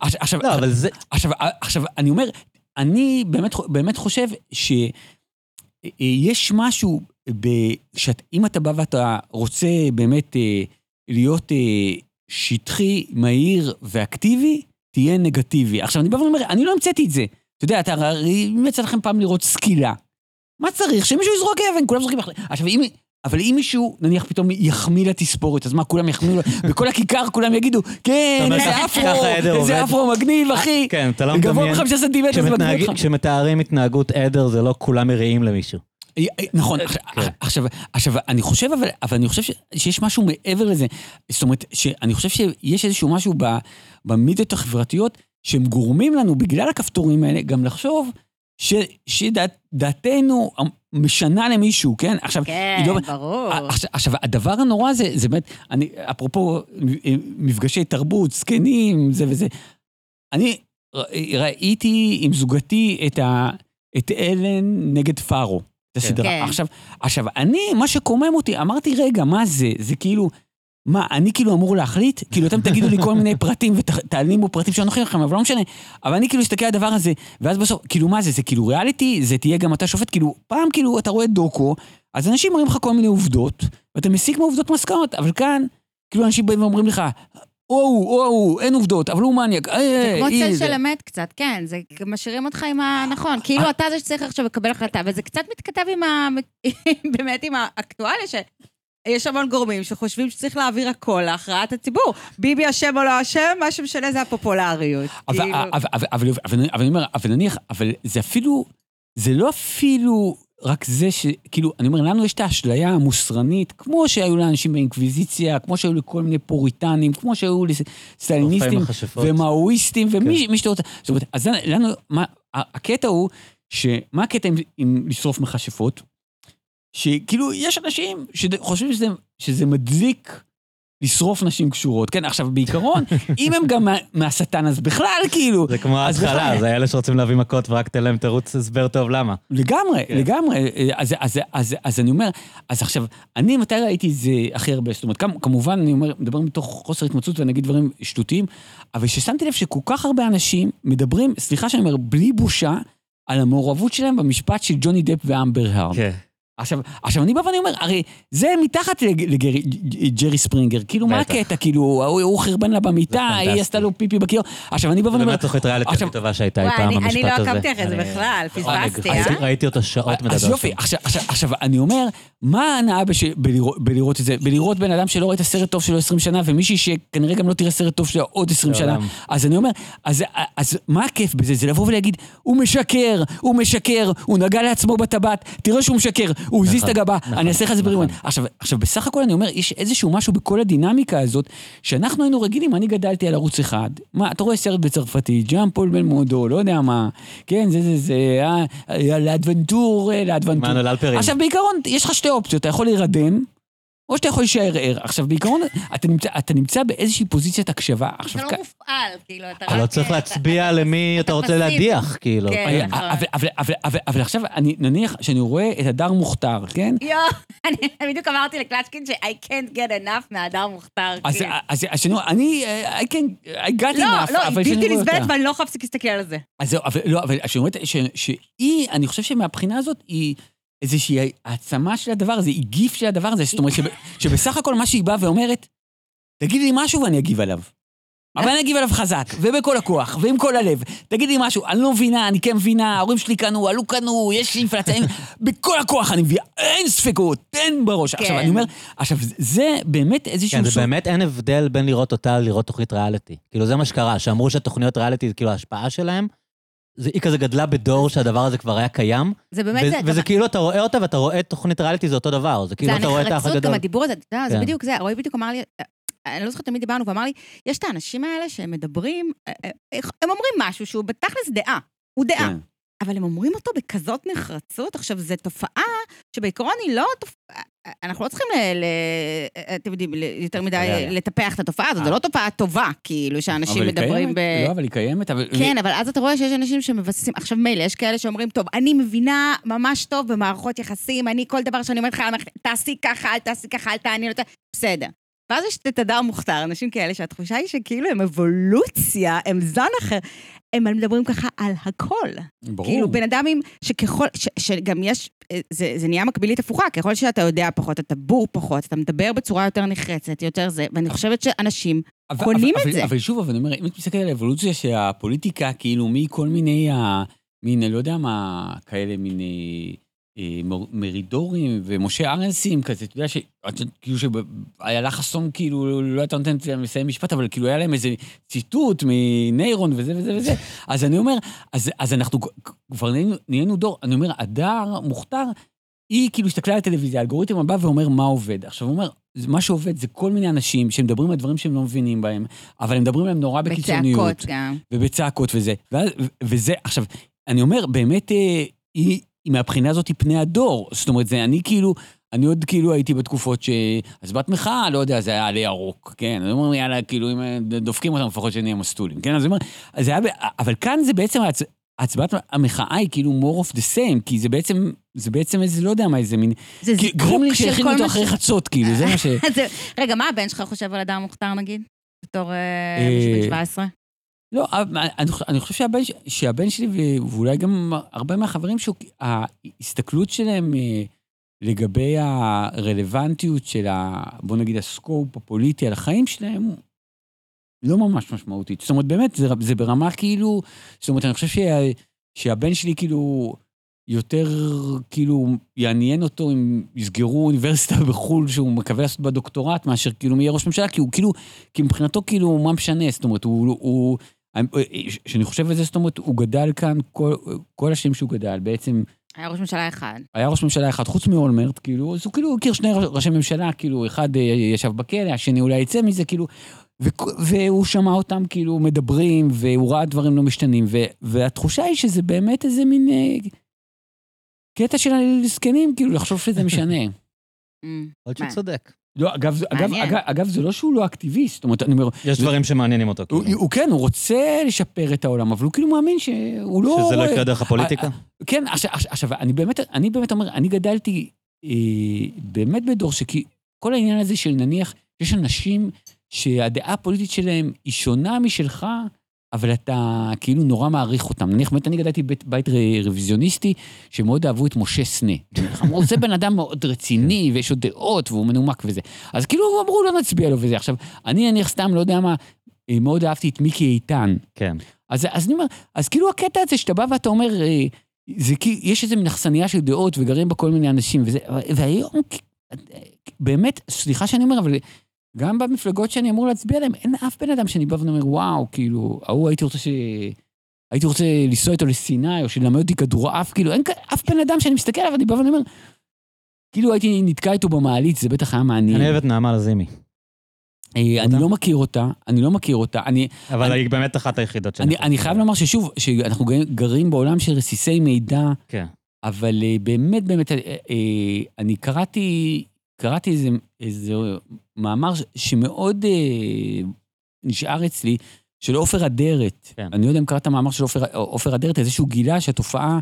Speaker 2: עכשיו, אני אומר, אני באמת חושב שיש משהו, אם אתה בא ואתה רוצה באמת להיות שטחי, מהיר ואקטיבי, תהיה נגטיבי. עכשיו, אני בא ואומר, אני לא המצאתי את זה. אתה יודע, אם יצא לכם פעם לראות סקילה, מה צריך? שמישהו יזרוק אבן, כולם זורקים. עכשיו, אבל אם מישהו, נניח, פתאום יחמיא לתספורת, אז מה, כולם יחמיאו לו, בכל הכיכר כולם יגידו, כן, איזה אפרו מגניב, אחי.
Speaker 1: כן, אתה לא מדמיין.
Speaker 2: גבוה ב5 סנטימטר, זה מגניב לך.
Speaker 1: כשמתארים התנהגות עדר, זה לא כולם מראים למישהו.
Speaker 2: נכון, עכשיו, אני חושב, אבל אני חושב שיש משהו מעבר לזה. זאת אומרת, אני חושב שיש איזשהו משהו במדיות החברתיות, שהם גורמים לנו, בגלל הכפתורים האלה, גם לחשוב שדעתנו משנה למישהו, כן? עכשיו,
Speaker 3: כן, ברור.
Speaker 2: עכשיו, הדבר הנורא זה באמת, אפרופו מפגשי תרבות, סקנים, זה וזה, אני ראיתי עם זוגתי את אלן נגד פארו, את הסדרה. עכשיו, מה שקומם אותי, אמרתי, רגע, מה זה? זה כאילו, מה, אני כאילו אמור להחליט? כאילו, אתם תגידו לי כל מיני פרטים, ותעלימו פרטים שאנוכי לכם, אבל לא משנה. אבל אני כאילו אסתכל על הדבר הזה, ואז בסוף, כאילו, מה זה? זה כאילו ריאליטי? זה תהיה גם אתה שופט? כאילו, פעם כאילו אתה רואה דוקו, אז אנשים אומרים לך כל מיני עובדות, ואתה מסיק מעובדות מסקנות, אבל כאן, כאילו, אנשים באים ואומרים לך, אין עובדות, אבל הוא מניאק.
Speaker 3: זה כמו צל של אמת קצת, כן, זה משאירים אותך עם הנכון, כאילו אתה זה שצריך עכשיו לקבל החלטה, וזה קצת מתכתב באמת עם האקטואליה יש המון גורמים שחושבים שצריך להעביר הכל להכרעת הציבור. ביבי אשם או לא אשם, מה שמשנה זה הפופולריות.
Speaker 2: אבל נניח, אבל זה אפילו, זה לא אפילו רק זה שכאילו, אני אומר, לנו יש את האשליה המוסרנית, כמו שהיו לאנשים באינקוויזיציה, כמו שהיו לכל מיני פוריטנים, כמו שהיו לסטליניסטים ומאואיסטים, ומי שאתה רוצה. זאת אומרת, אז לנו, הקטע הוא, מה הקטע עם לשרוף מכשפות? שכאילו יש אנשים שחושבים שזה מדליק לשרוף נשים קשורות, כן? עכשיו בעיקרון, אם הם גם מהשטן, אז בכלל כאילו...
Speaker 1: זה כמו ההתחלה, זה אלה שרוצים להביא מכות ורק תן להם תירוץ הסבר טוב למה.
Speaker 2: לגמרי. אז אני אומר, אז עכשיו, אני מתי ראיתי את זה הכי הרבה, זאת אומרת, כמובן אני מדבר מתוך חוסר התמצאות ואני אגיד דברים שטותיים, אבל ששמתי לב שכל כך הרבה אנשים מדברים, סליחה שאני אומר, בלי בושה, על המעורבות שלהם במשפט של ג'וני דפ ואמבר הארד. כן. עכשיו אני בא ואני אומר, הרי זה מתחת לג'רי ספרינגר, כאילו מה הקטע, כאילו הוא חרבן לה במיטה, היא עשתה לו פיפי בקיר, עכשיו אני בא ואני אומר...
Speaker 1: זה באמת זוכרת ריאליטי הכי טובה שהייתה איתה במשפט הזה.
Speaker 3: אני לא עקבתי אחרי זה בכלל, פספסתי,
Speaker 1: ראיתי אותה שעות מדדות.
Speaker 2: אז יופי, עכשיו אני אומר, מה ההנאה בלראות את זה? בלראות בן אדם שלא רואה את הסרט טוב שלו 20 שנה, ומישהי שכנראה גם לא תראה סרט טוב שלו עוד 20 שנה, אז אני אומר, אז מה הכיף בזה? זה לבוא ולהגיד, הוא משקר, הוא נגע לעצמו בטבעת, תראה שהוא משקר, הוא הזיז את הגבה, אני אעשה לך את זה בריאון. עכשיו, בסך הכל אני אומר, יש איזשהו משהו בכל הדינמיקה הזאת, שאנחנו היינו רגילים, אני גדלתי על ערוץ אחד, מה, אתה רואה סרט בצרפתי, ז'אן פול בלמודו, לא יודע מה, כן, זה, לאדוונטור. עכשיו, בעיקרון, יש לך שתי אופציות, אתה יכול להירדם, או שאתה יכול להישאר ער. עכשיו, בעיקרון, אתה נמצא באיזושהי פוזיציית הקשבה.
Speaker 3: אתה לא מופעל, כאילו,
Speaker 1: אתה לא צריך להצביע למי אתה רוצה להדיח, כאילו.
Speaker 2: אבל עכשיו, נניח שאני רואה את הדר מוכתר, כן?
Speaker 3: אני בדיוק אמרתי לקלצ'קין ש-I can't get enough מהדר מוכתר.
Speaker 2: אז אני, I got enough.
Speaker 3: לא, היא בלתי נסבלת ואני לא יכולה להפסיק להסתכל על זה.
Speaker 2: אז זהו, אבל שאני רואה שהיא, אני חושב שמהבחינה הזאת, היא איזושהי העצמה של הדבר הזה, היא גיף של הדבר הזה, זאת אומרת שבסך הכל מה שהיא באה ואומרת, תגיד לי משהו ואני אגיב עליו. אבל אני אגיב עליו חזק, ובכל הכוח, ועם כל הלב. תגיד לי משהו, אני לא מבינה, אני כן מבינה, ההורים שלי קנו, עלו קנו, יש אינפלציה, בכל הכוח אני מביאה, אין ספקות, אין בראש. עכשיו אני אומר, עכשיו זה באמת איזשהו...
Speaker 1: כן, זה באמת אין הבדל בין לראות אותה לראות תוכנית ריאליטי. כאילו זה מה שקרה, שאמרו שהתוכניות ריאליטי, כאילו ההשפעה שלהם, היא כזה גדלה בדור שהדבר הזה כבר היה קיים.
Speaker 3: זה באמת
Speaker 1: וזה כאילו אתה רואה אותה, ואתה רואה תוכנית ריאליטי, זה אותו דבר. זה כאילו אתה רואה את האח הגדול.
Speaker 3: גם הדיבור הזה, זה בדיוק זה, רועי בדיוק אמר לי, אני לא זוכרת תמיד דיברנו, ואמר לי, יש את האנשים האלה שהם מדברים, הם אומרים משהו שהוא בתכלס דעה, הוא דעה. אבל הם אומרים אותו בכזאת נחרצות, עכשיו זו תופעה שבעיקרון היא לא תופעה, אנחנו לא צריכים, אתם יודעים, יותר מדי לטפח את התופעה הזאת, זו לא תופעה טובה, כאילו, שאנשים מדברים
Speaker 2: לא, אבל היא קיימת.
Speaker 3: כן, אבל אז אתה רואה שיש אנשים שמבססים, עכשיו מילא, יש כאלה שאומרים, טוב, אני מבינה ממש טוב במערכות יחסים, אני כל דבר שאני אומרת לך, תעשי ככה, אל תעשי ככה, אל תעני, בסדר. ואז יש את הדר מוכתר, אנשים כאלה שהתחושה היא שכאילו הם אבולוציה, הם זן אחר, הם מדברים ככה על הכל.
Speaker 2: ברור.
Speaker 3: כאילו בן אדם שככל, שגם יש, זה נהיה מקבילית הפוכה, ככל שאתה יודע פחות, אתה בור פחות, אתה מדבר בצורה יותר נחרצת, יותר זה, ואני חושבת שאנשים קונים את זה.
Speaker 2: אבל שוב, אני אומר, אם את מסתכלת על האבולוציה שהפוליטיקה, כאילו מכל מיני, לא יודע מה, כאלה מיני, מרידורים ומשה ארנסים כזה, אתה יודע כאילו שהיה לה חסום, כאילו לא הייתה נותנת לסיים משפט, אבל כאילו היה להם איזה ציטוט מניירון וזה וזה וזה. אז אני אומר, אז אנחנו כבר נהיינו דור, אני אומר, הדר מוכתר, היא כאילו הסתכלה על הטלוויזיה, האלגוריתם הבא ואומר מה עובד. עכשיו הוא אומר, מה שעובד זה כל מיני אנשים שמדברים על דברים שהם לא מבינים בהם, אבל הם מדברים עליהם נורא בקיצוניות.
Speaker 3: בצעקות גם.
Speaker 2: ובצעקות וזה. וזה, עכשיו, אני אומר, באמת היא מהבחינה הזאת היא פני הדור, זאת אומרת, אני עוד כאילו הייתי בתקופות אז בת מחאה, לא יודע, זה היה עלי ירוק, כן, אני אומר, יאללה, כאילו, אם דופקים אותם, לפחות שנהיה מסטולים, כן, אז אני אומר, אבל כאן זה בעצם, הצבעת המחאה היא כאילו more of the same, כי זה בעצם איזה, לא יודע מה, איזה מין,
Speaker 3: זה זיקוק של כל
Speaker 2: אותו אחרי חצות, כאילו, זה מה ש...
Speaker 3: רגע, מה הבן שלך חושב על הדר מוכתר, נגיד? בתור מישהו בן 17?
Speaker 2: לא, אני חושב שהבן שלי, ואולי גם הרבה מהחברים שלו, ההסתכלות שלהם לגבי הרלוונטיות של, בוא נגיד, הסקופ הפוליטי על החיים שלהם, לא ממש משמעותית. זאת אומרת, באמת, זה ברמה כאילו, זאת אומרת, אני חושב שהבן שלי כאילו, יותר כאילו, יעניין אותו אם יסגרו אוניברסיטה בחול, שהוא מקווה לעשות בדוקטורט, מאשר כאילו מי יהיה ראש ממשלה, כי מבחינתו כאילו, מה משנה? זאת אומרת, שאני חושב על זה, זאת אומרת, הוא גדל כאן, כל השם שהוא גדל, בעצם...
Speaker 3: היה ראש ממשלה אחד.
Speaker 2: היה ראש ממשלה אחד, חוץ מאולמרט, כאילו, אז הוא כאילו הכיר שני ראשי ממשלה, כאילו, אחד ישב בכלא, השני אולי יצא מזה, כאילו, והוא שמע אותם, כאילו, מדברים, והוא ראה דברים לא משתנים, והתחושה היא שזה באמת איזה מין קטע של הזקנים, כאילו, לחשוב שזה משנה.
Speaker 1: עוד שהוא צודק.
Speaker 2: לא, אגב, זה לא שהוא לא אקטיביסט, זאת אומרת, אני אומר...
Speaker 1: יש דברים שמעניינים אותו.
Speaker 2: הוא כן, הוא רוצה לשפר את העולם, אבל הוא כאילו מאמין שהוא לא...
Speaker 1: שזה לא יקרה דרך הפוליטיקה?
Speaker 2: כן, עכשיו, אני באמת אומר, אני גדלתי באמת בדור שכי כל העניין הזה של נניח, יש אנשים שהדעה הפוליטית שלהם היא שונה משלך, אבל אתה כאילו נורא מעריך אותם. נניח, באמת אני גדלתי בית רוויזיוניסטי, שמאוד אהבו את משה סנה. אמרו, זה בן אדם מאוד רציני, ויש עוד דעות, והוא מנומק וזה. אז כאילו אמרו, לא נצביע לו וזה. עכשיו, אני נניח סתם, לא יודע מה, מאוד אהבתי את מיקי איתן.
Speaker 1: כן.
Speaker 2: אז אני אומר, אז כאילו הקטע הזה שאתה בא ואתה אומר, זה כי יש איזו מנחסניה של דעות, וגרים בה כל מיני אנשים, וזה, והיום, באמת, סליחה שאני אומר, אבל גם במפלגות שאני אמור להצביע עליהן, אין אף בן אדם שאני בא ואומר, וואו, כאילו, הייתי רוצה לנסוע איתו לסיני, או שלמד אותי כדורעף, כאילו, אין אף בן אדם שאני מסתכל עליו, אני בא ואומר, כאילו הייתי נתקע איתו במעלית, זה בטח היה מעניין.
Speaker 1: אני אוהב את נעמה לזימי.
Speaker 2: אני לא מכיר אותה,
Speaker 1: אבל היא באמת אחת היחידות שאני...
Speaker 2: אני חייב לומר ששוב, שאנחנו גרים בעולם של רסיסי מידע, אבל באמת, אני קראתי איזה מאמר שמאוד נשאר אצלי, של עופר אדרת. אני לא יודע אם קראת המאמר של עופר אדרת, איזשהו גילה שהתופעה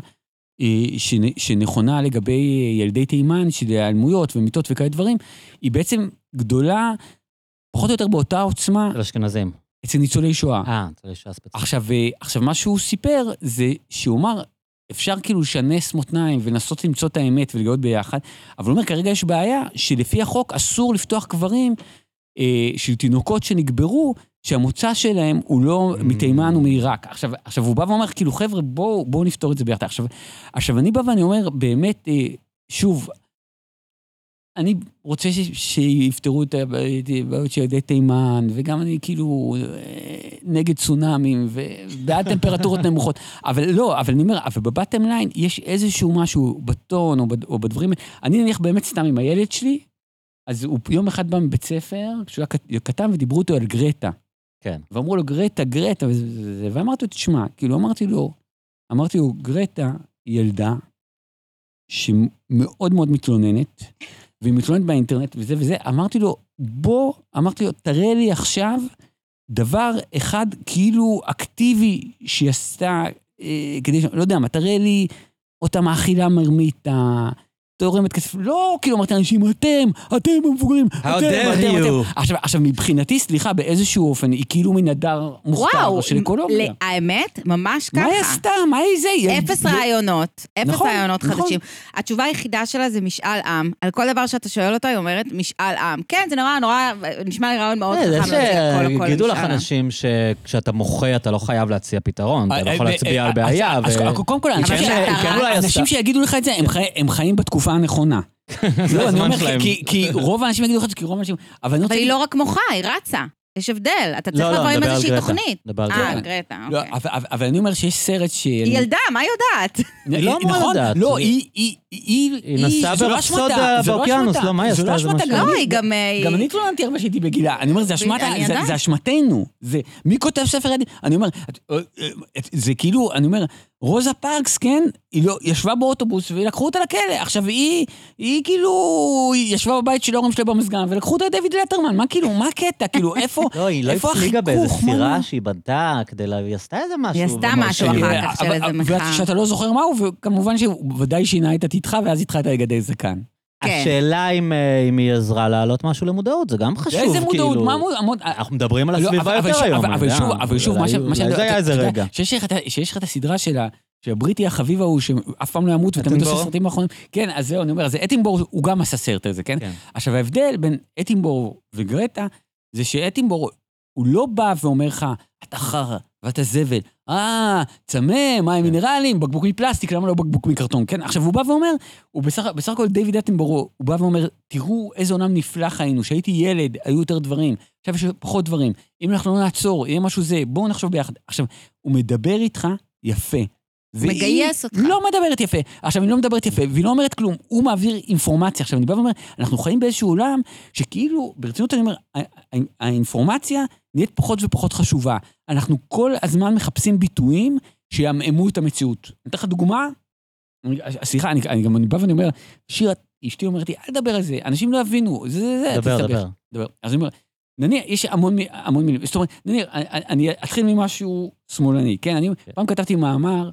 Speaker 2: שנכונה לגבי ילדי תימן, של העלמויות ומיטות וכאלה דברים, היא גדולה, פחות או יותר באותה עוצמה.
Speaker 1: של אשכנזים.
Speaker 2: אצל ניצולי שואה.
Speaker 1: ניצולי שואה ספציפית.
Speaker 2: עכשיו, מה שהוא סיפר, זה שהוא אמר, אפשר כאילו לשנס מותניים ולנסות למצוא את האמת ולגעות ביחד, אבל הוא אומר, כרגע יש בעיה שלפי החוק אסור לפתוח קברים של תינוקות שנגברו, שהמוצא שלהם הוא לא מתימן ומעיראק. עכשיו הוא בא ואומר, כאילו חבר'ה, בואו נפתור את זה ביחד. עכשיו אני בא ואני אומר, באמת, שוב, אני רוצה שיפתרו את הבעיות של ילדי תימן, וגם אני כאילו נגד צונאמים, ובעד טמפרטורות נמוכות. אבל לא, אבל אני אומר, אבל בבטם ליין יש איזשהו משהו בטון, או בדברים, אני נניח באמת סתם עם הילד שלי, אז הוא יום אחד בא מבית ספר, כשהוא היה קטן ודיברו אותו על גרטה.
Speaker 1: כן.
Speaker 2: ואמרו לו, גרטה, ואמרתי לו, תשמע, כאילו אמרתי לו, גרטה היא ילדה, שמאוד מאוד מתלוננת, והיא מתלוננת באינטרנט וזה וזה, אמרתי לו, תראה לי עכשיו דבר אחד כאילו אקטיבי שהיא עשתה, כדי, לא יודע מה, תראה לי אותה מאכילה מרמיתה, תורמת כסף, לא, כאילו אמרתי לאנשים, אתם המבוגרים, אתם. עכשיו, מבחינתי, סליחה, באיזשהו אופן, היא כאילו מנדר מוכתר של אקולוגיה.
Speaker 3: וואו, האמת, ממש ככה.
Speaker 2: מה היא עשתה? מה היא זה?
Speaker 3: אפס רעיונות חדשים. התשובה היחידה שלה זה משאל עם. על כל דבר שאתה שואל אותו, היא אומרת משאל עם. כן, זה נורא, נשמע לי רעיון מאוד חכם.
Speaker 1: גידו לך אנשים שכשאתה מוחה, אתה לא חייב להציע פתרון, אתה לא יכול להצביע על בעיה.
Speaker 2: קודם כל, אנשים שיגידו לך את זה, הם חיים בתקופה הנכונה. לא, אני אומר, כי רוב האנשים יגידו לך, כי רוב האנשים...
Speaker 3: אבל היא לא רק מוחה, היא רצה. יש הבדל, אתה צריך לבוא עם איזושהי תוכנית. גרטה, אוקיי.
Speaker 2: אבל אני אומר שיש סרט ש...
Speaker 3: היא ילדה, מה יודעת?
Speaker 1: היא לא אמורה לדעת.
Speaker 2: לא, היא
Speaker 1: נסעה ברפסודה באוקיינוס, לא, מה היא עשתה?
Speaker 3: לא, היא גם...
Speaker 2: גם אני תלוננתי הרבה שהייתי בגילה. אני אומר, זה אשמתנו. מי כותב ספר ילדים? אני אומר, זה כאילו, אני אומר, רוזה פארקס, כן? היא ישבה באוטובוס ולקחו אותה לכלא. עכשיו, היא כאילו, ישבה בבית של ההורים שלה במסגן, ולקחו אותה לדויד לטרמן. מה כאילו, מה הקטע? כאילו, איפה
Speaker 1: לא, היא לא הפליגה באיזה סירה שהיא בנתה, היא עשתה איזה משהו.
Speaker 3: היא עשתה משהו אחר כך של איזה מחאה.
Speaker 2: שאתה לא זוכר מהו, וכמובן שוודאי שינה את התיתך, ואז התחלת לגדל זקן.
Speaker 1: השאלה אם היא עזרה להעלות משהו למודעות, זה גם חשוב.
Speaker 2: איזה מודעות?
Speaker 1: אנחנו מדברים על הסביבה יותר היום.
Speaker 2: אבל שוב, מה שאני...
Speaker 1: זה היה איזה רגע.
Speaker 2: שיש לך את הסדרה של הבריטי החביב ההוא, שאף פעם לא ימות, ותמיד עושה סרטים האחרונים. כן, אז זהו, אני אומר, אז אטינבור הוא גם עשה סרט הזה, כן? עכשיו, ההבדל בין אטינבור וגרטה, זה שאטינבור, הוא לא בא ואומר לך, אתה חרא, ואתה זבל, צמא, מים מינרלים, בקבוק מפלסטיק, למה לא בקבוק מקרטון, כן? עכשיו, הוא בא ואומר, בסך הכל דיוויד אטנבורו, הוא בא ואומר, תראו איזה עולם נפלא חיינו, שהייתי ילד, היו יותר דברים, עכשיו יש פחות דברים, אם אנחנו לא נעצור, יהיה משהו זה, בואו נחשוב ביחד. עכשיו, הוא מדבר איתך יפה.
Speaker 3: מגייס אותך.
Speaker 2: לא מדברת יפה. עכשיו, היא לא מדברת יפה, והיא לא אומרת כלום. הוא מעביר אינפורמציה. עכשיו, אני בא ואומר, אנחנו חיים באיזשהו עולם, שכאילו, ברצינות אני אומר, האינפורמציה נהיית פחות ופחות חשובה. אנחנו כל הזמן מחפשים ביטויים שיאממו את המציאות. אני אתן לך דוגמה, סליחה, אני בא ואני אומר, שיר, אשתי אומרת לי, אל תדבר על זה, אנשים לא הבינו,
Speaker 1: דבר.
Speaker 2: אז אני אומר, נניח, יש המון מילים, זאת אומרת, נניח, אני אתחיל ממשהו שמאלני, כן? אני פעם כתבתי מאמר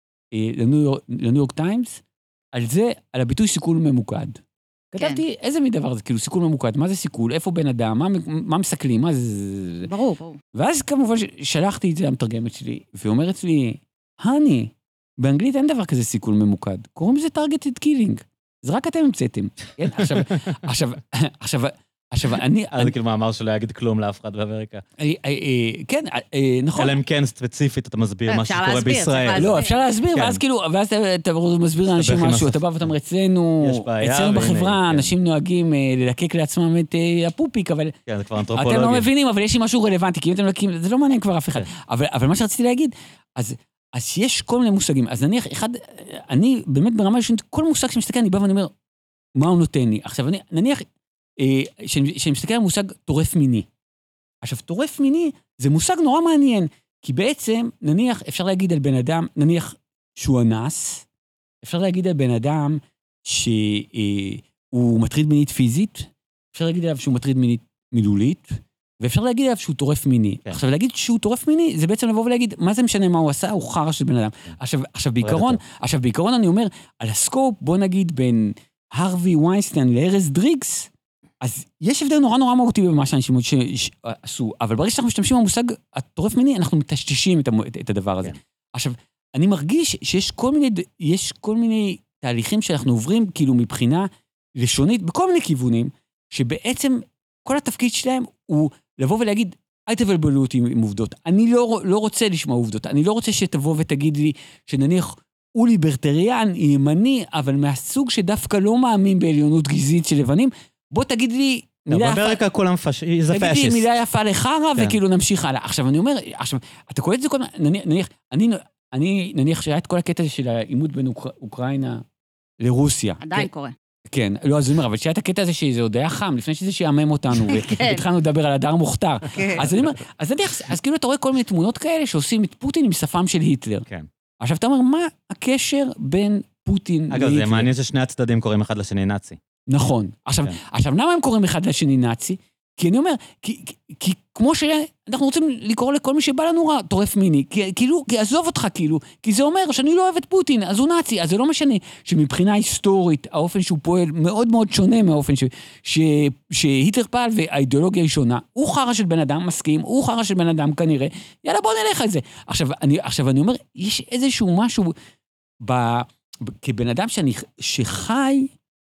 Speaker 2: לניו יורק טיימס, על זה, על הביטוי סיכול ממוקד. כתבתי, איזה מין דבר זה, כאילו סיכול ממוקד, מה זה סיכול, איפה בן אדם, מה מסכלים, מה זה...
Speaker 3: ברור.
Speaker 2: ואז כמובן שלחתי את זה למתרגמת שלי, ואומרת לי, הני, באנגלית אין דבר כזה סיכול ממוקד, קוראים לזה targeted killing, זה רק אתם המצאתם. עכשיו, אני...
Speaker 1: זה כאילו מאמר שלא יגיד כלום לאף אחד באמריקה.
Speaker 2: כן, נכון.
Speaker 1: אלא אם כן ספציפית אתה מסביר מה שקורה בישראל.
Speaker 2: לא, אפשר להסביר, ואז כאילו, ואז אתה מסביר לאנשים משהו, אתה בא ואתה אומר, אצלנו בחברה, אנשים נוהגים ללקק לעצמם את הפופיק, אבל...
Speaker 1: כן, זה כבר אנתרופולוגיה.
Speaker 2: אתם לא מבינים, אבל יש לי משהו רלוונטי, כי אם אתם לקים, זה לא מעניין כבר אף אחד. אבל מה שרציתי להגיד, אז יש כל מיני מושגים. אז נניח, אני באמת ברמה ראשונית, כל מושג שמסתכל, אני בא ואני אומר, מה הוא נותן לי? עכשיו, נניח, שמסתכל על מושג טורף מיני. עכשיו, טורף מיני זה מושג נורא מעניין, כי בעצם, נניח, אפשר להגיד על בן אדם, נניח שהוא אנס, אפשר להגיד על בן אדם שהוא מטריד מינית פיזית, אפשר להגיד עליו שהוא מטריד מינית מילולית, ואפשר להגיד עליו שהוא טורף מיני. כן. עכשיו, להגיד שהוא טורף מיני, זה בעצם לבוא ולהגיד, מה זה משנה מה הוא עשה, הוא חרא של בן אדם. עכשיו, בעיקרון אני אומר, על הסקופ, בוא נגיד בין הרווי ויינסטיין לארז דריגס, אז יש הבדל נורא נורא מהותי במה שאנשים עשו, אבל ברגע שאנחנו משתמשים במושג הטורף מיני, אנחנו מטשטשים את הדבר הזה. עכשיו, אני מרגיש שיש כל מיני תהליכים שאנחנו עוברים, כאילו מבחינה לשונית, בכל מיני כיוונים, שבעצם כל התפקיד שלהם הוא לבוא ולהגיד, אל תבלבלו אותי עם עובדות. אני לא רוצה לשמוע עובדות. אני לא רוצה שתבוא ותגיד לי שנניח הוא ליברטריאן, ימני, אבל מהסוג שדווקא לא מאמין בעליונות גזעית של לבנים, בוא תגיד לי,
Speaker 1: באמריקה כולם זה פאשיסט.
Speaker 2: תגיד לי מילה יפה לחרא, וכאילו נמשיך הלאה. עכשיו, אני אומר, אתה קורא את זה כל נניח שהיה את כל הקטע של העימות בין אוקראינה לרוסיה.
Speaker 3: עדיין קורה.
Speaker 2: כן, לא, אז אני אומר, אבל שהיה את הקטע הזה שזה עוד היה חם, לפני שזה שיאמם אותנו, והתחלנו לדבר על הדר מוכתר. אז אני אומר, אז כאילו אתה רואה כל מיני תמונות כאלה שעושים את פוטין עם שפם של היטלר. עכשיו אתה אומר, מה הקשר בין פוטין להיטלר?
Speaker 1: אגב, זה מעניין ששני הצדדים קוראים אחד לשני נאצי.
Speaker 2: נכון. עכשיו, למה הם קוראים אחד לשני נאצי? כי אני אומר, כי כמו שאנחנו רוצים לקרוא לכל מי שבא לנו רע, טורף מיני, כי עזוב אותך כאילו, כי זה אומר שאני לא אוהב את פוטין, אז הוא נאצי, אז זה לא משנה שמבחינה היסטורית, האופן שהוא פועל מאוד מאוד שונה מהאופן שהיטלר פעל והאידיאולוגיה היא שונה, הוא חרא של בן אדם, מסכים, הוא חרא של בן אדם כנראה, יאללה בוא נלך על זה. עכשיו אני אומר, יש איזשהו משהו, כבן אדם שחי,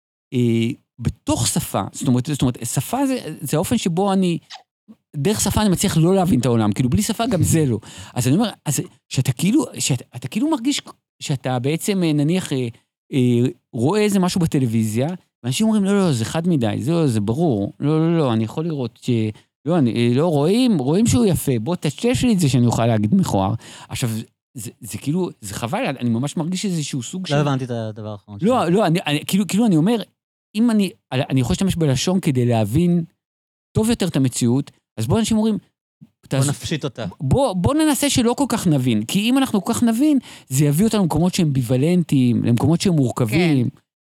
Speaker 2: בתוך שפה, זאת אומרת, שפה זה האופן שבו דרך שפה אני מצליח לא להבין את העולם, כאילו בלי שפה גם זה לא. אז אני אומר, שאתה כאילו מרגיש שאתה בעצם נניח רואה איזה משהו בטלוויזיה, ואנשים אומרים, לא, זה חד מדי, זה ברור, לא, אני יכול לראות לא, רואים שהוא יפה, בוא תשתף לי את זה שאני אוכל להגיד מכוער. עכשיו, זה כאילו, זה חבל, אני ממש מרגיש איזשהו סוג
Speaker 1: לא הבנתי את הדבר האחרון.
Speaker 2: לא, כאילו אני אומר, אם אני יכול להשתמש בלשון כדי להבין טוב יותר את המציאות, אז בוא אנשים אומרים,
Speaker 1: בוא נפשיט אותה.
Speaker 2: בוא ננסה שלא כל כך נבין, כי אם אנחנו כל כך נבין, זה יביא אותנו למקומות שהם ביוולנטיים, למקוממות שהם מורכבים.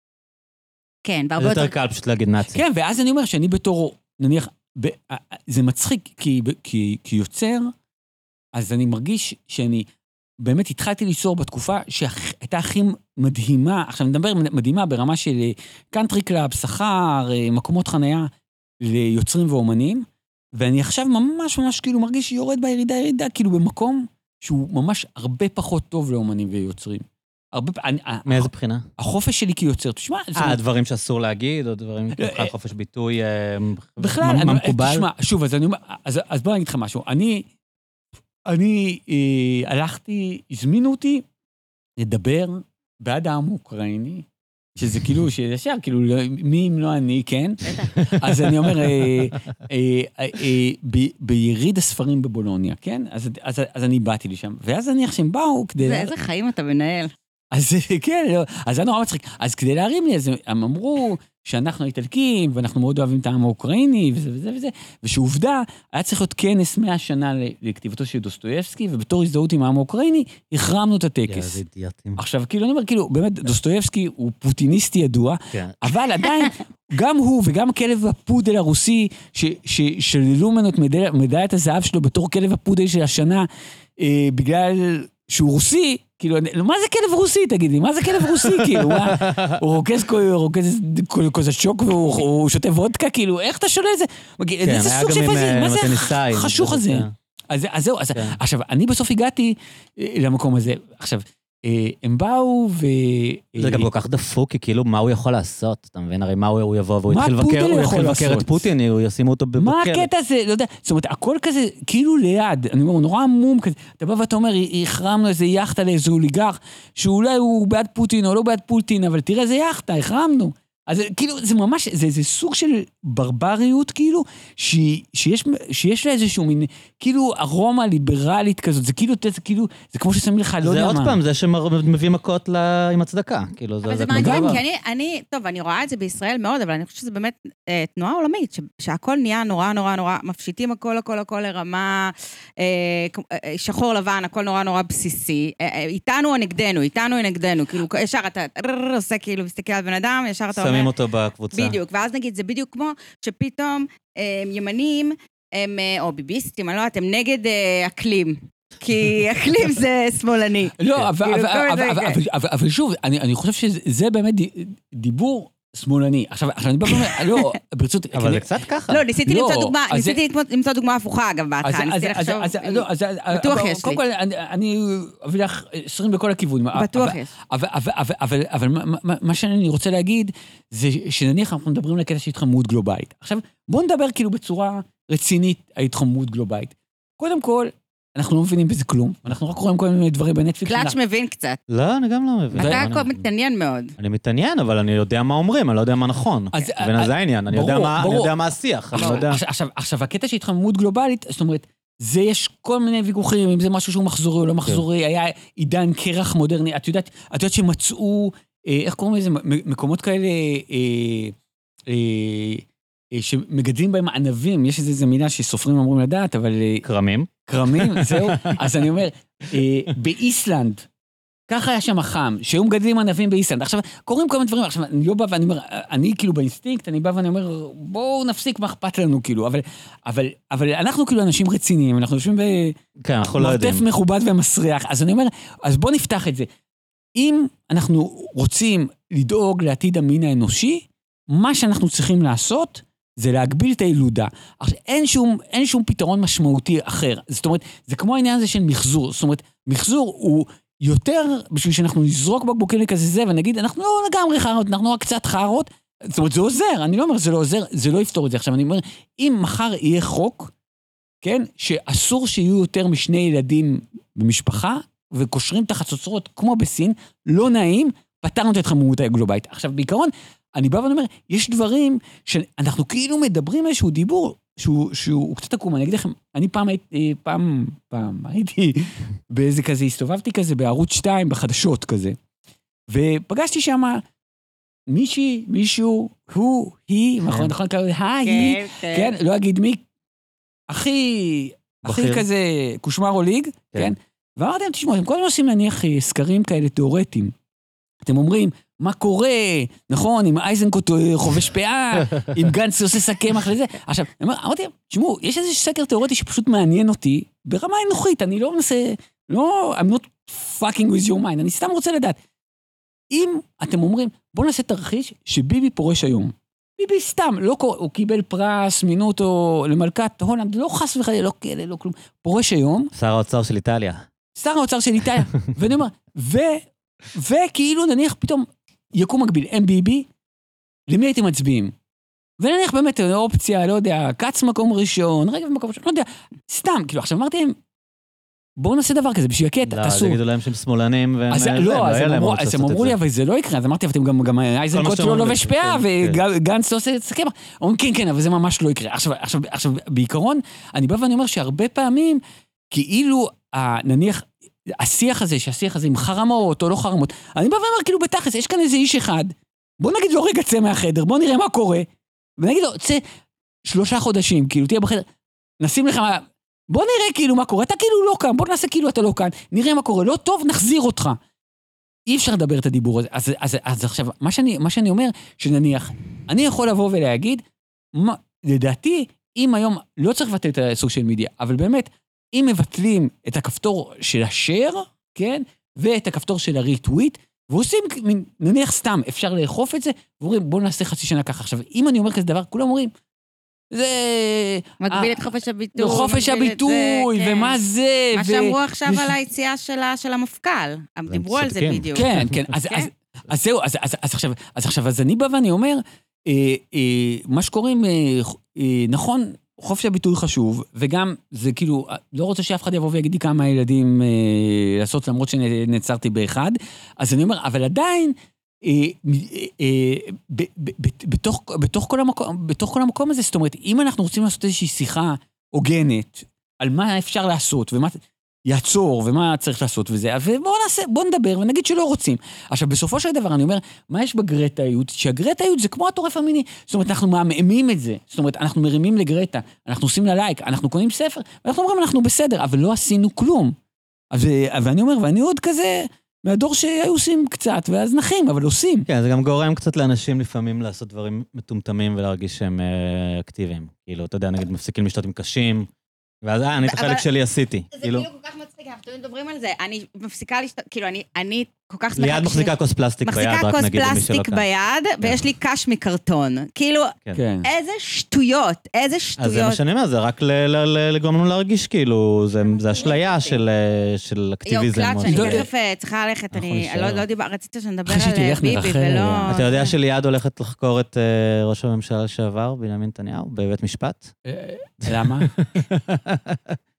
Speaker 3: כן,
Speaker 1: זה יותר קל פשוט להגיד נאצי.
Speaker 2: כן, ואז אני אומר שאני בתור, נניח, זה מצחיק, כי יוצר, אז אני מרגיש שאני באמת התחלתי ליצור בתקופה שהייתה הכי מדהימה, עכשיו נדבר מדהימה ברמה של קאנטרי קלאב, שכר, מקומות חנייה ליוצרים ואומנים, ואני עכשיו ממש כאילו מרגיש שיורד בירידה, כאילו במקום שהוא ממש הרבה פחות טוב לאומנים ויוצרים.
Speaker 1: מאיזה בחינה?
Speaker 2: החופש שלי כיוצר, תשמע...
Speaker 1: דברים שאסור להגיד, או דברים ככה חופש ביטוי
Speaker 2: בכלל,
Speaker 1: מקובל?
Speaker 2: תשמע, שוב, אז בוא נגיד לך משהו, אני הזמינו אותי לדבר בעד העם האוקראיני, שזה כאילו, שישר, כאילו, מי אם לא אני, כן? אז אני אומר, ביריד הספרים בבולוניה, כן? אז אני באתי לשם, ואז אני עכשיו באו כדי...
Speaker 3: איזה חיים אתה מנהל.
Speaker 2: אז כן, אז זה נורא מצחיק. אז כדי להרים לי, אז הם אמרו שאנחנו איטלקים, ואנחנו מאוד אוהבים את העם האוקראיני, וזה, ושעובדה, היה צריך להיות כנס 100 שנה לכתיבתו של דוסטויבסקי, ובתור הזדהות עם העם האוקראיני, החרמנו את הטקס. עכשיו, כאילו, אני אומר, כאילו, באמת, דוסטויבסקי הוא פוטיניסטי ידוע, אבל עדיין, גם הוא וגם כלב הפודל הרוסי, ששללו ממנו את מדליית הזהב שלו בתור כלב הפודל של השנה, בגלל שהוא רוסי, כאילו, מה זה כלב רוסי, תגידי? מה זה כלב רוסי, כאילו? הוא רוקז קוזצ'וק והוא שותה וודקה, כאילו, איך אתה שולל את זה? זה סוג של פזיל, מה זה החשוך הזה? אז זהו, עכשיו, אני בסוף הגעתי למקום הזה. עכשיו, הם באו
Speaker 1: זה גם כל כך דפוק, כי כאילו, מה הוא יכול לעשות? אתה מבין? הרי מה הוא יבוא, והוא יתחיל לבקר את פוטין, הוא ישימו אותו בבקר.
Speaker 2: מה הקטע הזה? לא יודע, זאת אומרת, הכל כזה, כאילו ליד, אני אומר, הוא נורא עמום כזה, אתה בא ואתה אומר, החרמנו איזה יחטה לאיזה אוליגרך, שאולי הוא בעד פוטין או לא בעד פוטין, אבל תראה איזה יחטה, החרמנו. אז כאילו, זה ממש, זה סוג של ברבריות, כאילו, שיש לה איזשהו מין, כאילו, ארומה ליברלית כזאת, זה כאילו, זה כמו ששמים לך, לא יודע מה.
Speaker 1: זה עוד פעם, זה שמביא מכות עם הצדקה, כאילו,
Speaker 3: אבל זה מעניין, כי טוב, אני רואה את זה בישראל מאוד, אבל אני חושבת שזה באמת תנועה עולמית, שהכל נהיה נורא נורא נורא, מפשיטים הכל לרמה, שחור לבן, הכל נורא נורא בסיסי, איתנו או נגדנו, כאילו, ישר אתה עושה כאילו, מסתכל על בן אדם, ישר אתה
Speaker 1: שמים אותו בקבוצה.
Speaker 3: בדיוק, ואז נגיד, זה בדיוק כמו שפתאום ימנים, או ביביסטים, אני לא יודעת, הם נגד אקלים. כי אקלים זה שמאלני.
Speaker 2: לא, אבל שוב, אני חושב שזה באמת דיבור שמאלני. עכשיו אני בא ואומר, לא, ברצות...
Speaker 1: אבל זה קצת ככה.
Speaker 3: לא, ניסיתי למצוא דוגמה הפוכה, אגב, בהתחלה. ניסיתי לחשוב... בטוח יש לי.
Speaker 2: קודם כל, אני אביא לך 20 בכל הכיוונים.
Speaker 3: בטוח יש.
Speaker 2: אבל מה שאני רוצה להגיד, זה שנניח אנחנו מדברים על הקטע של התחממות גלובלית. עכשיו, בואו נדבר כאילו בצורה רצינית על התחממות גלובלית. קודם כל, אנחנו לא מבינים בזה כלום. אנחנו רק רואים כל מיני דברים בנטפליקס.
Speaker 3: קלאץ' מבין קצת.
Speaker 1: לא, אני גם לא מבין.
Speaker 3: אתה הכל מתעניין מאוד.
Speaker 1: אני מתעניין, אבל אני יודע מה אומרים, אני לא יודע מה נכון. וזה העניין, אני יודע מה השיח.
Speaker 2: עכשיו, הקטע של התחממות גלובלית, זאת אומרת, זה יש כל מיני ויכוחים, אם זה משהו שהוא מחזורי או לא מחזורי, היה עידן קרח מודרני, את יודעת שמצאו, איך קוראים לזה, מקומות כאלה, שמגדלים בהם ענבים, יש איזו מילה שסופרים אמורים לדעת, אבל... קרמים, זהו. אז אני אומר, באיסלנד, ככה היה שם חם, שהיו מגדלים ענבים באיסלנד. עכשיו, קוראים כל מיני דברים, עכשיו, אני לא בא ואני אומר, אני כאילו באינסטינקט, אני בא ואני אומר, בואו נפסיק מה אכפת לנו, כאילו, אבל אנחנו כאילו אנשים רציניים, אנחנו יושבים במרתף מכובד ומסריח, אז אני אומר, אז בואו נפתח את זה. אם אנחנו רוצים לדאוג לעתיד המין האנושי, מה שאנחנו צריכים לעשות, זה להגביל את הילודה. עכשיו, אין שום פתרון משמעותי אחר. זאת אומרת, זה כמו העניין הזה של מחזור. זאת אומרת, מחזור הוא יותר בשביל שאנחנו נזרוק בקבוקים לכזה זה, ונגיד, אנחנו לא לגמרי חרות, אנחנו רק קצת חרות. זאת אומרת, זה עוזר. אני לא אומר, זה לא עוזר, זה לא יפתור את זה. עכשיו, אני אומר, אם מחר יהיה חוק, כן, שאסור שיהיו יותר משני ילדים במשפחה, וקושרים את החצוצרות כמו בסין, לא נעים, פתרנו את ההתחממות הגלובלית. עכשיו, בעיקרון, אני בא ואני אומר, יש דברים שאנחנו כאילו מדברים איזשהו דיבור, שהוא קצת עקום. אני אגיד לכם, אני פעם הייתי באיזה כזה, הסתובבתי כזה בערוץ 2 בחדשות כזה, ופגשתי שם מישהו, היא, נכון, כן, לא אגיד מי, הכי כזה קושמר או ליג, כן, ואמרתם, תשמעו, אתם כל הזמן עושים להניח סקרים כאלה תיאורטיים, אתם אומרים, מה קורה, נכון, עם אייזנקוט חובש פאה, עם גנץ עושה סכמח לזה. עכשיו, אמרתי, תשמעו, יש איזה סקר תיאורטי שפשוט מעניין אותי, ברמה אנוכית, אני לא מנסה, I'm not fucking with your mind, אני סתם רוצה לדעת. אם אתם אומרים, בואו נעשה תרחיש שביבי פורש היום. ביבי סתם, לא קורה, הוא קיבל פרס, מינו אותו למלכת הולנד, לא חס וחלילה, לא כאלה, לא כלום. פורש היום.
Speaker 1: שר האוצר של איטליה.
Speaker 2: ואני אומר, וכאילו נניח פתאום יקום מקביל, MBB, למי הייתם מצביעים? ונניח באמת אופציה, לא יודע, קץ מקום ראשון, רגע במקום ראשון, לא יודע, סתם, כאילו עכשיו אמרתי להם, בואו נעשה דבר כזה, בשביל הקטע, תעשו.
Speaker 1: לא, תגידו להם שהם שמאלנים,
Speaker 2: אז הם אמרו לי, אבל זה לא יקרה, אז אמרתי, אבל גם אייזנקוט לא לובש פאה, וגנץ לא עושה סכמח, אומרים, כן, אבל זה ממש לא יקרה. עכשיו, בעיקרון, אני בא ואני אומר שהרבה פעמים, כאילו, נניח, השיח הזה עם חרמות או לא חרמות, אני בא ואומר, כאילו בתכלס, יש כאן איזה איש אחד, בוא נגיד לו רגע צא מהחדר, בוא נראה מה קורה, ונגיד לו, צא 3 חודשים, כאילו תהיה בחדר, נשים לך, בוא נראה כאילו מה קורה, אתה כאילו לא כאן, בוא נעשה כאילו אתה לא כאן, נראה מה קורה, לא טוב, נחזיר אותך. אי אפשר לדבר את הדיבור הזה, אז עכשיו, מה שאני אומר, שנניח, אני יכול לבוא ולהגיד, לדעתי, אם היום לא צריך לבטל את הסושיאל מדיה, אבל באמת, אם מבטלים את הכפתור של השאר, כן, ואת הכפתור של הריטוויט, ועושים, נניח סתם, אפשר לאכוף את זה, ואומרים, בואו נעשה חצי שנה ככה. עכשיו, אם אני אומר כזה דבר, כולם אומרים, זה...
Speaker 3: מגביל את חופש הביטוי.
Speaker 2: חופש הביטוי, ומה זה,
Speaker 3: מה שאמרו עכשיו על היציאה של המפכ"ל. דיברו על זה בדיוק.
Speaker 2: כן, כן, אז זהו, אז עכשיו, אז אני בא ואני אומר, מה שקוראים, נכון, חופש הביטוי חשוב, וגם זה כאילו, לא רוצה שאף אחד יבוא ויגיד לי כמה ילדים לעשות, למרות שנעצרתי באחד, אז אני אומר, אבל עדיין, בתוך כל המקום הזה, זאת אומרת, אם אנחנו רוצים לעשות איזושהי שיחה הוגנת, על מה אפשר לעשות, ומה יעצור, ומה צריך לעשות וזה, ובואו נדבר ונגיד שלא רוצים. עכשיו, בסופו של דבר, אני אומר, מה יש בגרטאיות? שהגרטאיות זה כמו הטורף המיני, זאת אומרת, אנחנו מאממים את זה, זאת אומרת, אנחנו מרימים לגרטה, אנחנו עושים לה לייק, אנחנו קונים ספר, ואנחנו אומרים, אנחנו בסדר, אבל לא עשינו כלום. ואני אומר, ואני עוד כזה, מהדור שהיו עושים קצת, ואז נחים, אבל עושים.
Speaker 1: כן, זה גם גורם קצת לאנשים לפעמים לעשות דברים מטומטמים, ולהרגיש שהם אקטיביים. כאילו, אתה יודע, נגיד, מפסיקים לשתות עם קשים, ואז, אני את החלק שלי עשיתי.
Speaker 3: זה כאילו כל כך מצחיק, אנחנו תמיד מדברים על זה, אני מפסיקה לשתות, כאילו, אני כל כך שמחה...
Speaker 1: ליד מחזיקה כוס פלסטיק ביד, רק נגיד למי שלא כאן.
Speaker 3: מחזיקה כוס פלסטיק ביד, ויש לי קש מקרטון. כאילו, איזה שטויות, איזה שטויות.
Speaker 1: אז זה מה שאני אומר, זה רק לגרום לנו להרגיש, כאילו, זה אשליה של אקטיביזם.
Speaker 3: יו, קלט, שאני תכף צריכה ללכת, אני לא דיבר, רציתי שנדבר על ביבי, ולא...
Speaker 1: אתה יודע שליד הולכת לחקור את ראש הממשלה לשעבר, בנימין נתניהו, בבית משפט?
Speaker 2: למה?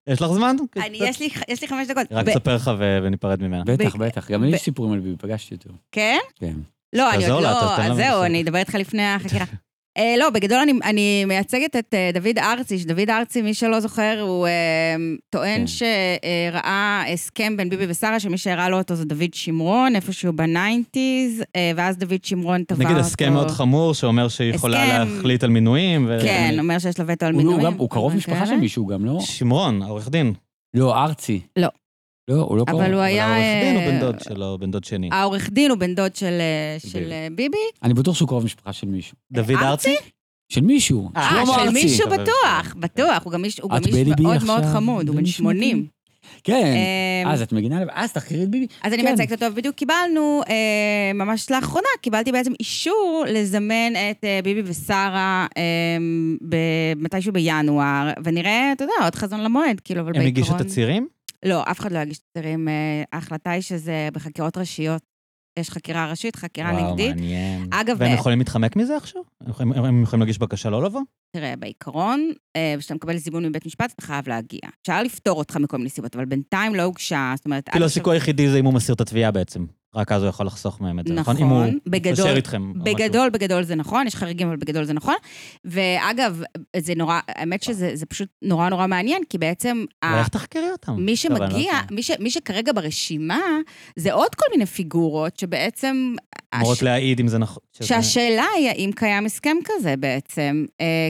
Speaker 1: יש לך זמן?
Speaker 3: יש לי 5 דקות.
Speaker 1: רק תספר לך וניפרד ממנה.
Speaker 2: בטח. גם לי סיפורים על ביבי, פגשתי אותו.
Speaker 3: כן?
Speaker 2: כן.
Speaker 3: לא, אני עוד לא, אז זהו, אני אדבר איתך לפני החקירה. לא, בגדול אני מייצגת את דוד ארצי, שדוד ארצי, מי שלא זוכר, הוא טוען שראה הסכם בין ביבי ושרה, שמי שהראה לו אותו זה דוד שמרון, איפשהו ב-90s, ואז דוד שמרון תבע אותו.
Speaker 1: נגיד הסכם מאוד חמור, שאומר שהיא יכולה להחליט על מינויים.
Speaker 3: כן, אומר שיש לו וטו על מינויים.
Speaker 2: הוא קרוב משפחה של מישהו גם, לא?
Speaker 1: שמרון, העורך דין.
Speaker 2: לא, ארצי.
Speaker 3: לא.
Speaker 2: לא, הוא לא קרוב.
Speaker 3: אבל הוא היה...
Speaker 1: העורך דין הוא בן דוד שלו, בן דוד שני.
Speaker 3: העורך דין הוא בן דוד של ביבי.
Speaker 2: אני בטוח שהוא קרוב משפחה של מישהו.
Speaker 1: דוד ארצי?
Speaker 2: של מישהו.
Speaker 3: של מישהו בטוח. הוא גם איש מאוד מאוד חמוד, הוא בן 80.
Speaker 2: כן, אז את מגינה עליו, אז תחקרי את ביבי.
Speaker 3: אז אני מייצגת אותו, בדיוק קיבלנו, ממש לאחרונה, קיבלתי בעצם אישור לזמן את ביבי ושרה מתישהו בינואר, ונראה, אתה יודע, עוד חזון למועד, כאילו, אבל בעיקרון...
Speaker 1: הם הגישו את הצירים?
Speaker 3: לא, אף אחד לא הגיש את הצירים. ההחלטה היא שזה בחקירות ראשיות. יש חקירה ראשית, חקירה נגדית.
Speaker 1: וואו, מעניין.
Speaker 3: אגב...
Speaker 1: והם יכולים להתחמק מזה עכשיו? הם יכולים להגיש בקשה לא לבוא?
Speaker 3: תראה, בעיקרון, כשאתה מקבל זימון מבית משפט, אתה חייב להגיע. אפשר לפתור אותך מכל מיני סיבות, אבל בינתיים לא הוגשה, זאת אומרת...
Speaker 1: כאילו הסיכוי היחידי זה אם הוא מסיר את התביעה בעצם. רק אז הוא יכול לחסוך מהם את זה, נכון? אם הוא מתקשר איתכם.
Speaker 3: בגדול זה נכון, יש חריגים, אבל בגדול זה נכון. ואגב, זה נורא, האמת שזה פשוט נורא מעניין, כי בעצם...
Speaker 1: ואיך תחקרי אותם?
Speaker 3: מי שמגיע, מי שכרגע ברשימה, זה עוד כל מיני פיגורות שבעצם...
Speaker 1: אמורות להעיד אם זה נכון.
Speaker 3: שהשאלה היא, האם קיים הסכם כזה בעצם,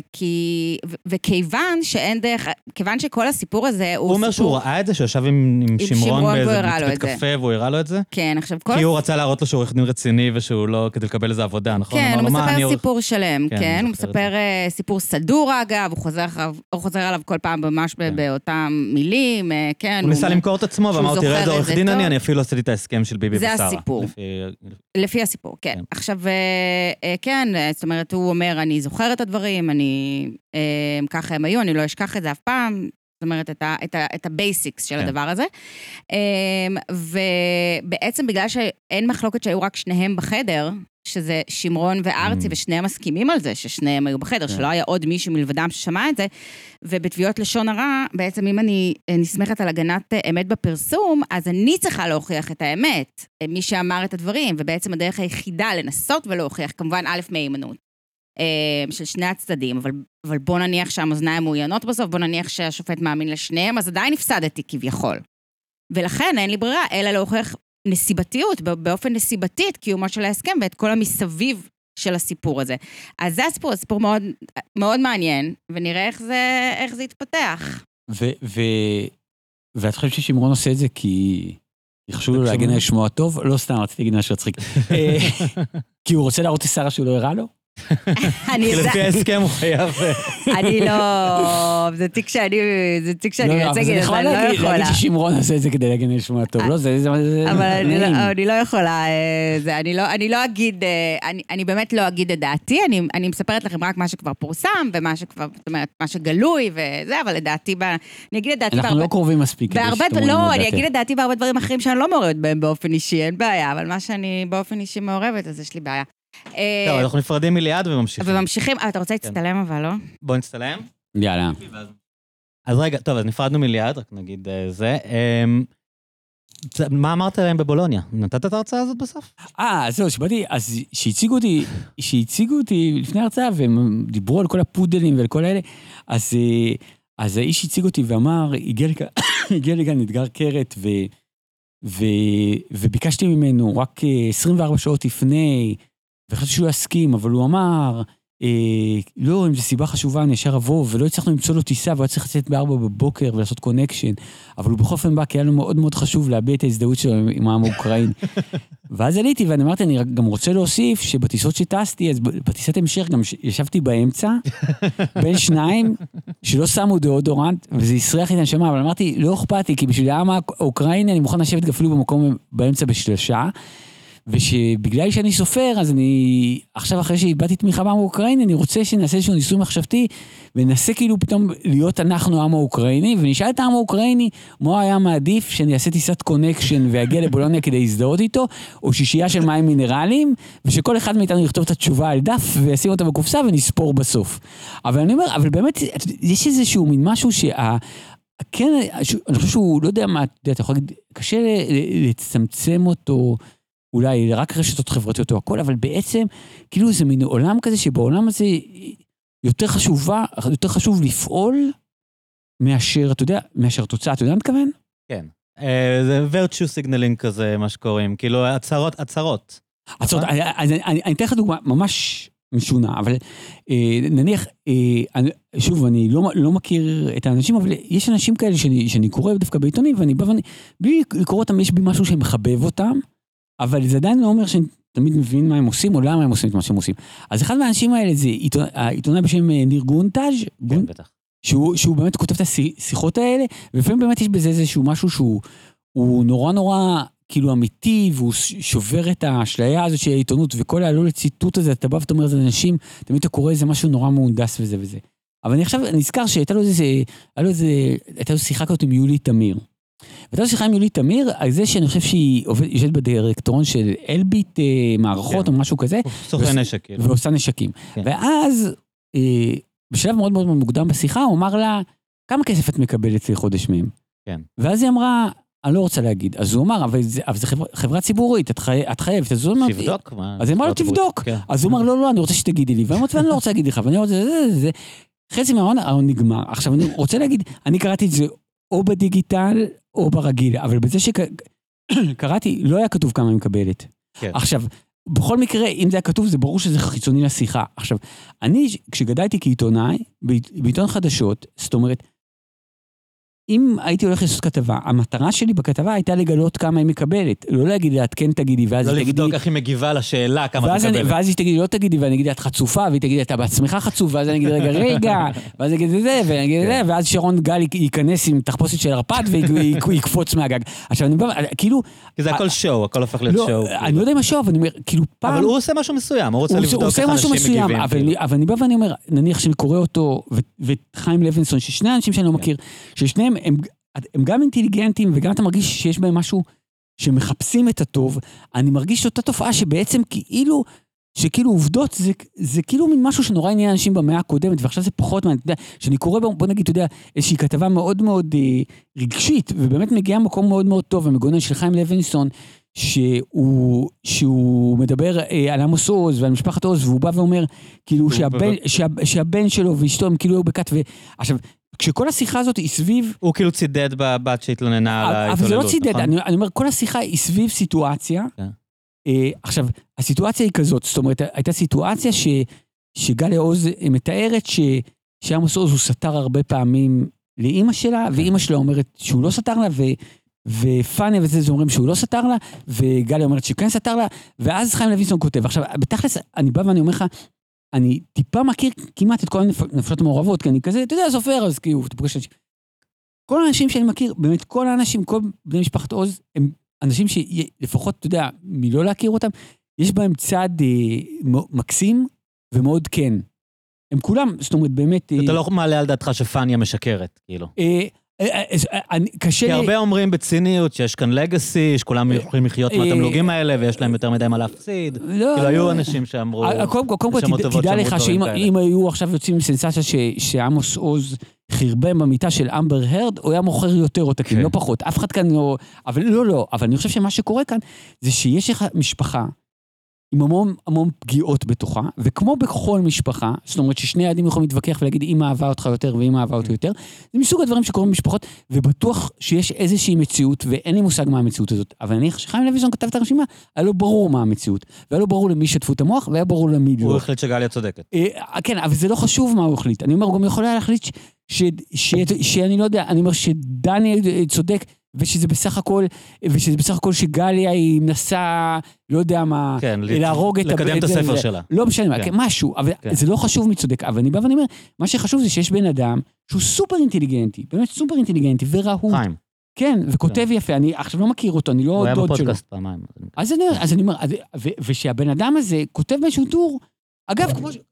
Speaker 3: וכיוון שאין דרך, כיוון שכל הסיפור הזה הוא
Speaker 1: אומר שהוא ראה את זה, שישב עם שמרון באיזה בית קפה, והוא הראה לו את זה?
Speaker 3: כן, עכשיו כל...
Speaker 1: כי הוא רצה להראות לו שהוא עורך דין רציני, ושהוא לא כדי לקבל איזה עבודה, נכון?
Speaker 3: כן, הוא מספר סיפור שלם, כן, הוא מספר סיפור סדור אגב, הוא חוזר עליו כל פעם ממש באותם מילים, כן.
Speaker 1: הוא ניסה למכור את עצמו, ואמר, תראה איזה עורך דין אני אפילו עשיתי את ההסכם של ביבי ושרה.
Speaker 3: זה הסיפור. לפי הסיפור, כן. עכשיו, כן, זאת אומרת, הוא אומר, אני זוכר את הדברים, ככה הם היו, אני לא אשכח את זה אף פעם, זאת אומרת, את הבייסיקס של הדבר הזה. ובעצם בגלל שאין מחלוקת שהיו רק שניהם בחדר, שזה שמרון וארצי, ושניהם מסכימים על זה, ששניהם היו בחדר, שלא היה עוד מישהו מלבדם ששמע את זה, ובתביעות לשון הרע, בעצם אם אני נסמכת על הגנת אמת בפרסום, אז אני צריכה להוכיח את האמת, מי שאמר את הדברים, ובעצם הדרך היחידה לנסות ולהוכיח, כמובן א' מהימנות, של שני הצדדים, אבל בוא נניח שהמאזניים מעוינות בסוף, בוא נניח שהשופט מאמין לשניהם, אז עדיין הפסדתי כביכול. ולכן אין לי ברירה, אלא להוכיח נסיבתיות, באופן נסיבתית, קיומו של ההסכם, ואת כל המסביב של הסיפור הזה. אז זה הסיפור, הסיפור מאוד, מאוד מעניין, ונראה איך זה יתפתח.
Speaker 2: ואת חושבת ששמרון עושה את זה כי יחשו לו להגן על שמו הטוב? לא סתם, רציתי להגיד משהו הצחיק. כי הוא רוצה להראות לשרה שהוא לא הראה לו?
Speaker 1: לפי ההסכם הוא חייב...
Speaker 3: אני לא... זה תיק שאני מייצגת, אז אני לא יכולה.
Speaker 2: להגיד ששמרון עושה את זה כדי להגן על שמו הטוב, לא, זה
Speaker 3: אבל אני לא יכולה, אני לא אגיד, אני באמת לא אגיד את דעתי, אני מספרת לכם רק מה שכבר פורסם, ומה שכבר, זאת אומרת, מה שגלוי וזה, אבל לדעתי, אני אגיד את דעתי...
Speaker 2: אנחנו לא קרובים מספיק.
Speaker 3: לא, אני אגיד את דעתי בהרבה דברים אחרים שאני לא מעורבת בהם באופן אישי, אין בעיה, אבל מה שאני באופן אישי מעורבת, אז יש לי בעיה.
Speaker 1: טוב, אנחנו נפרדים מליד
Speaker 3: וממשיכים. אתה רוצה להצטלם אבל לא?
Speaker 1: בוא נצטלם.
Speaker 2: יאללה.
Speaker 1: אז רגע, טוב, אז נפרדנו מליד, רק נגיד זה. מה אמרת להם בבולוניה? נתת את ההרצאה הזאת בסוף?
Speaker 2: זהו, שבאתי, אז שהציגו אותי לפני ההרצאה, והם דיברו על כל הפודלים ועל כל האלה, אז האיש הציג אותי ואמר, הגיע לי כאן אתגר קרת, וביקשתי ממנו רק 24 שעות לפני, וחשבתי שהוא יסכים, אבל הוא אמר, לא, אם זו סיבה חשובה, אני ישר אבוא, ולא הצלחנו למצוא לו טיסה, והוא היה צריך לצאת ב4 בבוקר ולעשות קונקשן, אבל הוא בכל אופן בא, כי היה לו מאוד מאוד חשוב להביע את ההזדהות שלו עם העם האוקראיני. ואז עליתי, ואני אמרתי, אני גם רוצה להוסיף, שבטיסות שטסתי, אז בטיסת המשך גם ישבתי באמצע, בין שניים, שלא שמו דאודורנט, וזה יסריח לי את הנשמה, אבל אמרתי, לא אכפתי, כי בשביל העם האוקראיני, אני מוכן לשבת אפילו במקום באמצע בשלושה, ושבגלל שאני סופר, אז אני, עכשיו אחרי שאיבדתי תמיכה בעם האוקראיני, אני רוצה שנעשה איזשהו ניסוי מחשבתי, וננסה כאילו פתאום להיות אנחנו העם האוקראיני, ונשאל את העם האוקראיני, מה היה מעדיף שאני אעשה טיסת קונקשן, ויגיע לבולוניה כדי להזדהות איתו, או שישייה של מים מינרליים, ושכל אחד מאיתנו יכתוב את התשובה על דף, וישים אותה בקופסה, ונספור בסוף. אבל אני אומר, אבל באמת, יש איזשהו מין משהו כן, אני חושב שהוא, לא יודע מה, אתה יכול להגיד, קשה לצמצם אותו, אולי רק רשתות חברתיות או הכל, אבל בעצם, כאילו זה מין עולם כזה, שבעולם הזה יותר חשוב לפעול, מאשר, אתה יודע, מאשר תוצאה, אתה יודע מה מתכוון?
Speaker 1: כן. זה virtue signaling כזה, מה שקוראים, כאילו הצהרות.
Speaker 2: אני אתן לך דוגמה ממש משונה, אבל נניח, שוב, אני לא מכיר את האנשים, אבל יש אנשים כאלה שאני קורא דווקא בעיתונים, ואני בא בלי לקרוא אותם, יש בי משהו שמחבב אותם, אבל זה עדיין לא אומר שאני תמיד מבין מה הם עושים, או למה הם עושים את מה שהם עושים. אז אחד מהאנשים האלה זה עיתונאי בשם ניר גונטאז',
Speaker 1: כן, בטח.
Speaker 2: שהוא באמת כותב את השיחות האלה, ולפעמים באמת יש בזה איזשהו משהו שהוא נורא נורא כאילו אמיתי, והוא שובר את האשליה הזאת של העיתונות, וכל העלו לציטוט הזה, אתה בא ואתה אומר, זה אנשים, תמיד אתה קורא איזה משהו נורא מהונדס וזה וזה. אבל אני עכשיו נזכר שהייתה לו שיחה כזאת עם יולי תמיר. והייתה לו שיחה עם יולי תמיר, על זה שאני חושב שהיא יושבת בדירקטורון של אלביט מערכות או משהו כזה.
Speaker 1: סוכן נשק.
Speaker 2: ועושה נשקים. ואז, בשלב מאוד מאוד מוקדם בשיחה, הוא אמר לה, כמה כסף את מקבלת לחודש מהם?
Speaker 1: כן.
Speaker 2: ואז היא אמרה, אני לא רוצה להגיד. אז הוא אמר, אבל זה חברה ציבורית, את חייבת.
Speaker 1: תבדוק?
Speaker 2: אז היא אמרה לו, תבדוק. אז הוא אמר, לא, אני רוצה שתגידי לי. ואני לא רוצה להגיד לך, ואני רוצה, זה. חצי מהעון נגמר. עכשיו, אני רוצה להגיד, אני קראתי את זה או בדיגיטל, או ברגיל, אבל בזה שקראתי, לא היה כתוב כמה היא מקבלת. עכשיו, בכל מקרה, אם זה היה כתוב, זה ברור שזה חיצוני לשיחה. עכשיו, אני, כשגדלתי כעיתונאי, בעיתון חדשות, זאת אומרת, אם הייתי הולך לעשות כתבה, המטרה שלי בכתבה הייתה לגלות כמה היא מקבלת. לא להגיד לה, את כן תגידי, ואז היא תגידי...
Speaker 1: לא לבדוק איך היא מגיבה לשאלה כמה מקבלת.
Speaker 2: ואז היא תגידי, לא תגידי, ואני אגיד, את חצופה, והיא תגידי, אתה בעצמך חצוף, ואז אני אגיד, רגע, ואז אני אגיד את זה, ואני אגיד את זה, ואז שרון גל ייכנס עם תחפושת של הרפד, ויקפוץ מהגג. עכשיו, אני בא, כאילו...
Speaker 1: כי זה הכל שואו, הכל הופך להיות שואו.
Speaker 2: אני לא יודע מה שואו, אבל אני אומר, כאילו פעם...
Speaker 1: אבל הוא עושה משהו מסוים, הוא רוצה לבדוק איך אנשים מגיבים.
Speaker 2: אבל אני בא ואני אומר, נניח שאני קורא אותו, וחיים לוינסון, ששני האנשים שאני לא מכיר, ששניהם הם גם אינטליגנטים, וגם אתה מרגיש שיש בהם משהו שמחפשים את הטוב, אני מרגיש אותה תופעה שבעצם שכאילו עובדות, זה כאילו מין משהו שנורא עניין אנשים במאה הקודמת, ועכשיו זה פחות, אתה יודע, שאני קורא, בוא נגיד, אתה יודע, איזושהי כתבה מאוד מאוד רגשית, ובאמת מגיעה מקום מאוד מאוד טוב, ומגונן של חיים לוינסון, שהוא מדבר על עמוס עוז ועל משפחת עוז, והוא בא ואומר, כאילו, שהבן שלו ואשתו הם כאילו היו בכת, ועכשיו, כשכל השיחה הזאת היא סביב...
Speaker 1: הוא כאילו צידד בבת שהתלוננה על ההתלוננות.
Speaker 2: אבל זה לא צידד, אני אומר, כל השיחה היא סביב סיטואציה. עכשיו, הסיטואציה היא כזאת, זאת אומרת, הייתה סיטואציה שגליה עוז מתארת שעמוס עוז הוא סתר הרבה פעמים לאמא שלה, ואמא שלה אומרת שהוא לא סתר לה, ופאניה וזה אומרים שהוא לא סתר לה, וגליה אומרת שכן סתר לה, ואז חיים לוינסון כותב. עכשיו, בתכלס, אני בא ואני אומר לך, אני טיפה מכיר כמעט את כל הנפשות המעורבות, כי אני כזה, אתה יודע, סופר, אז כאילו, אתה פוגש אנשים. כל האנשים שאני מכיר, באמת כל האנשים, כל בני משפחת עוז, הם אנשים שלפחות, אתה יודע, מלא להכיר אותם, יש בהם צד מקסים ומאוד כן. הם כולם, זאת אומרת, באמת...
Speaker 1: אתה לא מעלה על דעתך שפניה משקרת, כאילו.
Speaker 2: קשה...
Speaker 1: כי הרבה אומרים בציניות שיש כאן לגאסי, שכולם יכולים לחיות מהתמלוגים האלה, ויש להם יותר מדי מה להפסיד. כאילו, היו אנשים שאמרו...
Speaker 2: קודם כל, תדע לך שאם היו עכשיו יוצאים עם סנסציה שעמוס עוז חרבן במיטה של אמבר הרד, הוא היה מוכר יותר אותה, כאילו, לא פחות. אף אחד כאן לא... אבל לא. אבל אני חושב שמה שקורה כאן, זה שיש לך משפחה, עם המון פגיעות בתוכה, וכמו בכל משפחה, זאת אומרת ששני ילדים יכולים להתווכח ולהגיד, אמא אהבה אותך יותר ואמא אהבה אותי יותר, זה מסוג הדברים שקורים במשפחות, ובטוח שיש איזושהי מציאות, ואין לי מושג מה המציאות הזאת. אבל אני חיים לוינסון כתב את הרשימה, היה לו ברור מה המציאות, והיה לו ברור למי שטפו את המוח, והיה ברור למי לא.
Speaker 1: הוא החליט שגליה צודקת.
Speaker 2: כן, אבל זה לא חשוב מה הוא החליט. אני אומר, הוא גם יכול היה להחליט שאני לא יודע, אני אומר שדני צודק, ושזה בסך הכל שגליה היא מנסה, לא יודע מה, להרוג
Speaker 1: לקדם את הספר שלה.
Speaker 2: לא משנה, משהו, אבל זה לא חשוב מי צודק, אבל אני בא ואני אומר, מה שחשוב זה שיש בן אדם שהוא סופר אינטליגנטי, באמת סופר אינטליגנטי ורהוט.
Speaker 1: חיים.
Speaker 2: כן, וכותב יפה, אני עכשיו לא מכיר אותו, אני לא דוד שלו.
Speaker 1: הוא היה בפודקאסט פעמיים.
Speaker 2: אז אני אומר, ושהבן אדם הזה כותב באיזשהו טור, אגב,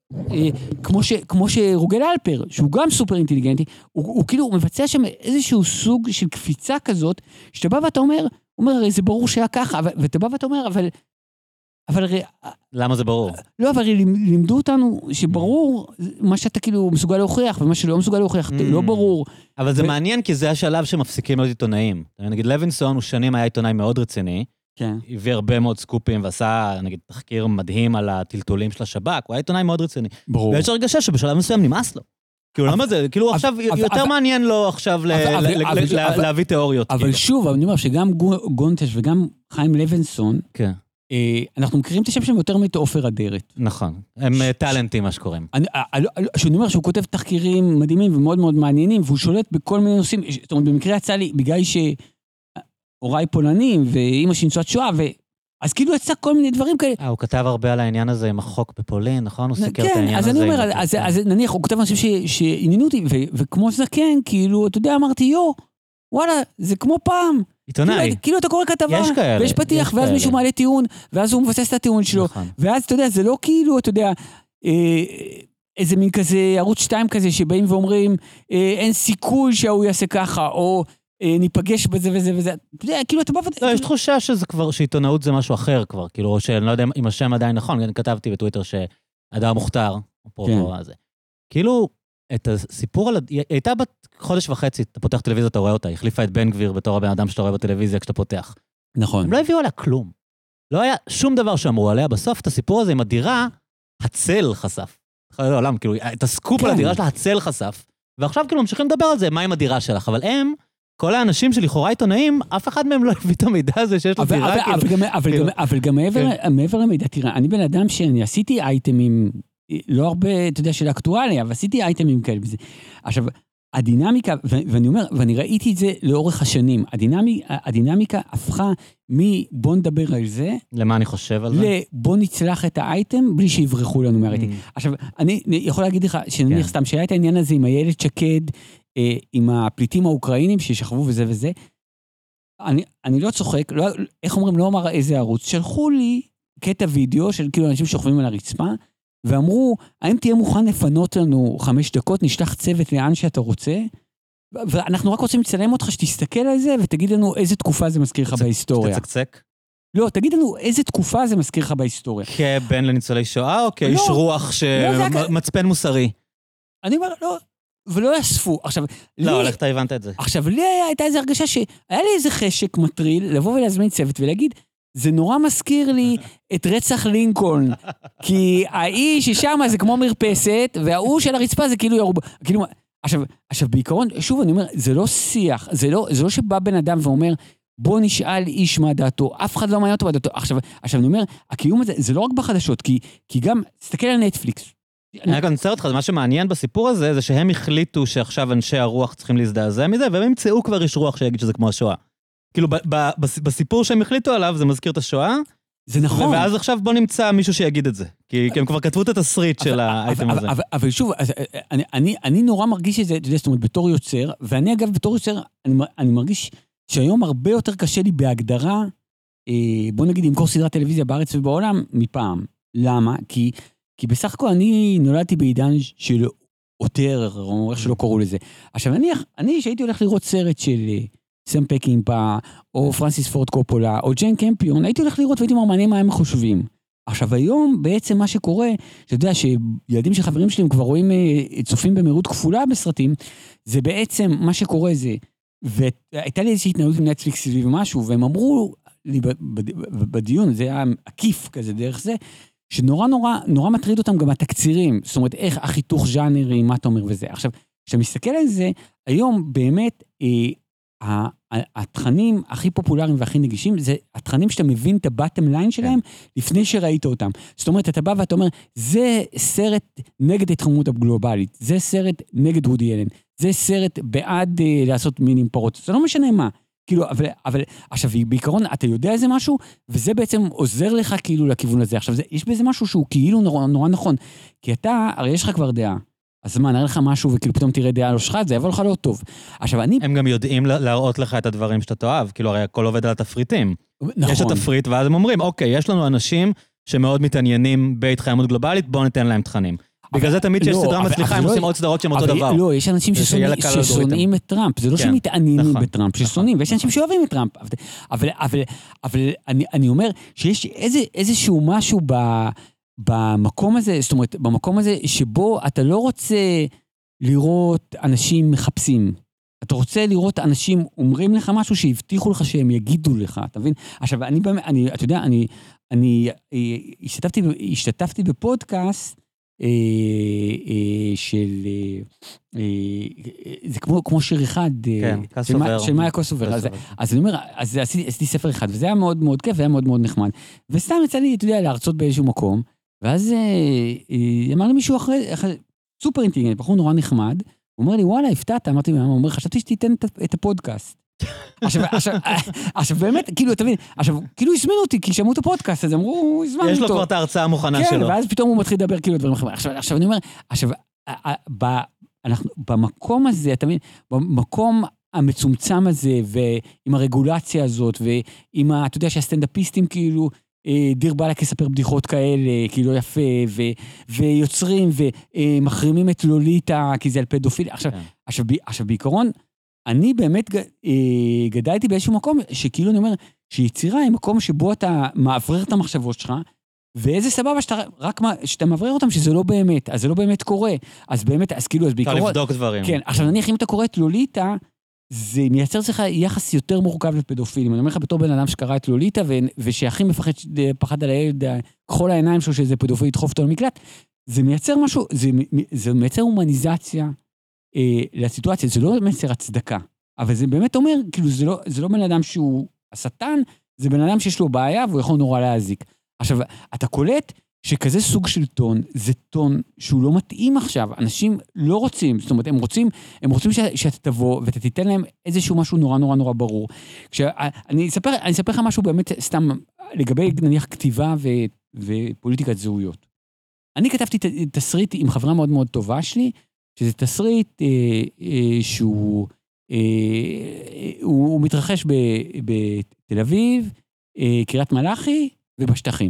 Speaker 2: כמו שרוגל אלפר, שהוא גם סופר אינטליגנטי, הוא כאילו מבצע שם איזשהו סוג של קפיצה כזאת, שאתה בא ואתה אומר, הרי זה ברור שהיה ככה, ואתה בא ואתה אומר, אבל אבל
Speaker 1: למה זה ברור?
Speaker 2: לא, אבל לימדו אותנו שברור מה שאתה כאילו מסוגל להוכיח, ומה שלא מסוגל להוכיח, לא ברור.
Speaker 1: אבל זה מעניין, כי זה השלב שמפסיקים להיות עיתונאים. נגיד, לוינסון הוא שנים היה עיתונאי מאוד רציני, הביא הרבה מאוד סקופים, ועשה, נגיד, תחקיר מדהים על הטלטולים של השב"כ, הוא היה עיתונאי מאוד רציני.
Speaker 2: ברור.
Speaker 1: ויש הרגשה שבשלב מסוים נמאס לו. כאילו, למה זה? כאילו, עכשיו, יותר מעניין לו עכשיו להביא תיאוריות.
Speaker 2: אבל שוב, אני אומר שגם גונטש וגם חיים לוינסון, אנחנו מכירים את השם שלהם יותר מתעופר אדרת.
Speaker 1: נכון, הם טלנטים, מה שקוראים.
Speaker 2: שאני אומר שהוא כותב תחקירים מדהימים ומאוד מאוד מעניינים, והוא שולט בכל מיני נושאים, זאת אומרת, במקרה יצא לי, בגלל שהוריי פולנים, ואמא שניצולת שואה, אז כאילו יצא כל מיני דברים כאלה.
Speaker 1: הוא כתב הרבה על העניין הזה עם החוק בפולין, נכון? הוא סיקר את העניין הזה.
Speaker 2: כן, אז אני אומר, אז נניח, הוא כותב אנשים שעניינו אותי, וכמו זקן, כאילו, אתה יודע, אמרתי, וואלה, זה כמו פעם.
Speaker 1: עיתונאי.
Speaker 2: כאילו אתה קורא כתבה, ויש פתיח, ואז מישהו מעלה טיעון, ואז הוא מבסס את הטיעון שלו, ואז אתה יודע, זה לא כאילו, אתה יודע, איזה מין כזה, ערוץ 2 כזה, שבאים ואומרים, אין סיכוי שהוא יעשה ככה, או ניפגש בזה וזה וזה, אתה יודע, כאילו אתה בא...
Speaker 1: לא, יש תחושה שזה כבר, שעיתונאות זה משהו אחר כבר, כאילו, שאני לא יודע אם השם עדיין נכון, אני כתבתי בטוויטר שהדר מוכתר, כאילו, את הסיפור על... היא הייתה בת חודש וחצי, אתה פותח טלוויזיה, אתה רואה אותה, החליפה את בן גביר בתור הבן אדם שאתה רואה בטלוויזיה כשאתה פותח.
Speaker 2: נכון.
Speaker 1: הם לא הביאו עליה כלום. לא היה שום דבר שאמרו עליה, בסוף את הסיפור הזה עם הדירה, הצל חשף. לעולם, כאילו, את הסקופ על הדירה שלה, הצל חשף. ועכשיו כאילו ממשיכים לדבר על זה, מה עם הדירה שלך, אבל הם, כל האנשים שלכאורה עיתונאים, אף אחד מהם לא הביא את המידע הזה שיש לו דירה.
Speaker 2: אבל גם מעבר למידע, תראה, אני בן אדם שאני עשיתי אייטמים, לא הרבה, אתה יודע, של אקטואליה, אבל עשיתי אייטמים כאלה בזה. עכשיו, הדינמיקה, ואני אומר, ואני ראיתי את זה לאורך השנים, הדינמיקה הפכה מבוא נדבר על זה,
Speaker 1: למה אני חושב על זה?
Speaker 2: לבוא נצלח את האייטם, בלי שיברחו לנו מהרייטינג. עכשיו, אני יכול להגיד לך, שנניח סתם, שהיה את העניין הזה עם הילד שקד, עם הפליטים האוקראינים ששכבו וזה וזה, אני לא צוחק, איך אומרים, לא אמר איזה ערוץ, שלחו לי קטע וידאו של כאילו אנשים שוכבים על הרצפה, ואמרו, האם תהיה מוכן לפנות לנו 5 דקות, נשלח צוות לאן שאתה רוצה, ואנחנו רק רוצים לצלם אותך, שתסתכל על זה, ותגיד לנו איזה תקופה זה מזכיר לך בהיסטוריה.
Speaker 1: שתצקצק?
Speaker 2: לא, תגיד לנו איזה תקופה זה מזכיר לך בהיסטוריה.
Speaker 1: כבן לניצולי שואה, או כאיש רוח שמצפן מוסרי?
Speaker 2: אני אומר, לא, ולא יאספו. עכשיו,
Speaker 1: לא, איך אתה הבנת את זה?
Speaker 2: עכשיו, לי הייתה איזו הרגשה שהיה לי איזה חשק מטריל, לבוא ולהזמין צוות ולהגיד, זה נורא מזכיר לי את רצח לינקולן, כי האיש ששם זה כמו מרפסת, והאיש של הרצפה זה כאילו ירוב, כאילו, עכשיו בעיקרון, שוב אני אומר, זה לא שיח, זה לא שבא בן אדם ואומר, בוא נשאל איש מה דעתו, אף אחד לא מעניין אותו בדעתו, עכשיו אני אומר, הקיום הזה, זה לא רק בחדשות, כי גם, תסתכל על נטפליקס.
Speaker 1: אני רק נצטער אותך, מה שמעניין בסיפור הזה, זה שהם החליטו שעכשיו אנשי הרוח צריכים להזדעזע מזה, והם ימצאו כבר איש רוח שיגיד שזה כמו השואה. כאילו, בסיפור שהם החליטו עליו, זה מזכיר את השואה.
Speaker 2: זה נכון.
Speaker 1: ואז עכשיו בוא נמצא מישהו שיגיד את זה. כי הם כבר כתבו את התסריט של האייטם הזה.
Speaker 2: אבל שוב, אני נורא מרגיש את זה, אתה יודע, זאת אומרת, בתור יוצר, ואני אגב, בתור יוצר, אני מרגיש שהיום הרבה יותר קשה לי בהגדרה, בוא נגיד, למכור סדרת טלוויזיה בארץ ובעולם, מפעם. למה? כי בסך הכל אני נולדתי בעידן של עותר, או איך שלא קוראו לזה. עכשיו, אני שהייתי הולך לראות סרט של סם פקינפה, או פרנסיס פורד קופולה, או ג'יין קמפיון, הייתי הולך לראות והייתי מעניין מה הם חושבים. עכשיו היום בעצם מה שקורה, שאתה יודע שילדים של חברים שלי כבר רואים צופים במהירות כפולה בסרטים, זה בעצם מה שקורה זה, והייתה לי איזושהי התנהלות עם נטפליקס סביב משהו, והם אמרו לי בדיון, זה היה עקיף כזה דרך זה, שנורא נורא מטריד אותם גם התקצירים, זאת אומרת איך החיתוך ז'אנרי, מה אתה אומר וזה. עכשיו, כשאתה מסתכל על זה, היום באמת התכנים הכי פופולריים והכי נגישים, זה התכנים שאתה מבין את הבטם ליין שלהם, לפני שראית אותם. זאת אומרת, אתה בא ואתה אומר, זה סרט נגד התחממות הגלובלית, זה סרט נגד וודי אלן, זה סרט בעד לעשות מינים פרות, זה לא משנה מה. כאילו, אבל עכשיו, בעיקרון, אתה יודע איזה משהו, וזה בעצם עוזר לך כאילו לכיוון הזה. עכשיו, יש בזה משהו שהוא כאילו נורא נכון, כי אתה, הרי יש לך כבר דעה. אז מה, נראה לך משהו וכאילו פתאום תראה דעה לא שלך, זה יבוא לך לא טוב. עכשיו
Speaker 1: הם גם יודעים להראות לך את הדברים שאתה תאהב, כאילו הרי הכל עובד על התפריטים. נכון. יש התפריט ואז הם אומרים, אוקיי, יש לנו אנשים שמאוד מתעניינים בהתחממות גלובלית, בואו ניתן להם תכנים. בגלל זה תמיד שיש סדרה מצליחה, הם עושים עוד סדרות שהם אותו דבר.
Speaker 2: לא, יש אנשים ששונאים את טראמפ, זה לא שהם מתעניינים בטראמפ, ששונאים, ויש אנשים שאוהבים את טראמפ. אבל אני אומר שיש איזשהו משהו במקום הזה, זאת אומרת, במקום הזה שבו אתה לא רוצה לראות אנשים מחפשים. אתה רוצה לראות אנשים אומרים לך משהו שהבטיחו לך שהם יגידו לך, אתה מבין? עכשיו, אתה יודע, אני השתתפתי בפודקאסט של, זה כמו שיר אחד, של מאיה קוסובר. אז אני אומר, אז עשיתי ספר אחד, וזה היה מאוד מאוד כיף, והיה מאוד מאוד נחמד. וסתם יצא לי, אתה יודע, להרצות באיזשהו מקום, ואז אמר לי מישהו אחרי, סופר אינטליגנט, בחור נורא נחמד, הוא אומר לי, וואלה, הפתעת, אמרתי לי, הוא אומר, חשבתי שתיתן את הפודקאסט. עכשיו באמת, כאילו, אתה מבין, עכשיו, כאילו הזמינו אותי, כי שמעו את הפודקאסט, אז אמרו, הזמנו אותו.
Speaker 1: יש לו כבר את ההרצאה המוכנה שלו.
Speaker 2: כן, ואז פתאום הוא מתחיל לדבר כאילו דברים אחרים. עכשיו אני אומר, במקום הזה, אתה מבין, במקום המצומצם הזה, ועם הרגולציה הזאת, ועם, אתה יודע, שהסטנדאפיסטים כאילו, דיר בלק יספר בדיחות כאלה, כאילו יפה, ויוצרים, ומחרימים את לוליטה, כי זה על פדופיל. עכשיו בעיקרון, אני באמת גדלתי באיזשהו מקום, שכאילו אני אומר, שיצירה היא מקום שבו אתה מעברר את המחשבות שלך, ואיזה סבבה שאתה מעברר אותם, שזה לא באמת, אז זה לא באמת קורה. אז באמת, אז כאילו, אז בעיקרון...
Speaker 1: אתה לבדוק דברים.
Speaker 2: כן, עכשיו נניח, אם אתה קורא את לוליטה, זה מייצר לך יחס יותר מורכב לפדופילים. אני אומר לך בתור בן אדם שקרא את לוליטה, ושהכי פחד על הילד, כחול העיניים שלו, שזה פדופיל ידחוף אותו למקלט, זה מייצר משהו, זה מייצר הומניזציה לסיטואציה, זה לא מייצר הצדקה, אבל זה באמת אומר, כאילו, זה לא בן אדם שהוא השטן, זה בן אדם שיש לו בעיה, והוא יכול נורא להזיק. עכשיו, אתה קולט שכזה סוג של טון, זה טון שהוא לא מתאים עכשיו, אנשים לא רוצים, זאת אומרת, הם רוצים שאתה תבוא, ואתה תיתן להם איזשהו משהו נורא נורא נורא ברור. אני אספר לך משהו באמת סתם, לגבי נניח כתיבה ופוליטיקת זהויות. אני כתבתי תסריט עם חברה מאוד מאוד טובה שלי, שזה תסריט שהוא מתרחש בתל אביב, קריית מלאכי ובשטחים.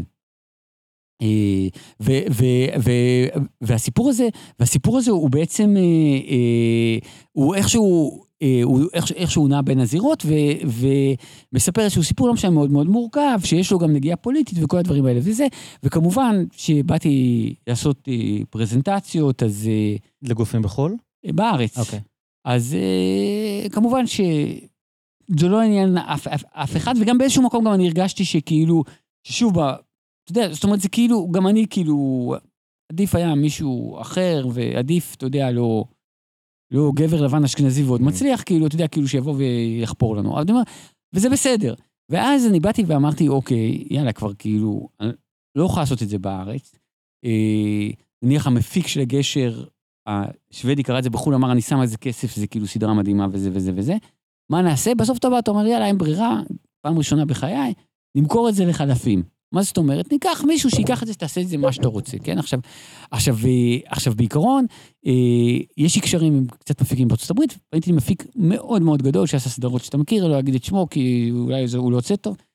Speaker 2: והסיפור הזה הוא בעצם, הוא איכשהו נע בין הזירות, ומספר איזשהו סיפור לא משנה מאוד מאוד מורכב, שיש לו גם נגיעה פוליטית וכל הדברים האלה וזה, וכמובן שבאתי לעשות פרזנטציות, אז...
Speaker 1: לגופים בחול?
Speaker 2: בארץ.
Speaker 1: אוקיי.
Speaker 2: אז כמובן שזה לא עניין אף אחד, וגם באיזשהו מקום גם אני הרגשתי שכאילו, ששוב, אתה יודע, זאת אומרת, זה כאילו, גם אני כאילו, עדיף היה מישהו אחר, ועדיף, אתה יודע, לא גבר לבן אשכנזי ועוד מצליח, כאילו, אתה יודע, כאילו שיבוא ויחפור לנו. וזה בסדר. ואז אני באתי ואמרתי, אוקיי, יאללה, כבר כאילו, לא יכול לעשות את זה בארץ. נניח המפיק של הגשר, השוודי קרא את זה בחול, אמר, אני שם איזה כסף, זה כאילו סדרה מדהימה וזה וזה וזה. מה נעשה? בסוף אתה בא, אתה אומר, יאללה, אין ברירה, פעם ראשונה בחיי, נמכור את זה לחלפים. מה זאת אומרת? ניקח מישהו שיקח את זה, תעשה את זה מה שאתה רוצה, כן? עכשיו בעיקרון, יש הקשרים עם קצת מפיקים בארצות הברית, הייתי מפיק מאוד מאוד גדול, שעשה סדרות שאתה מכיר, לא אגיד את שמו, כי אולי הוא לא יוצא טוב.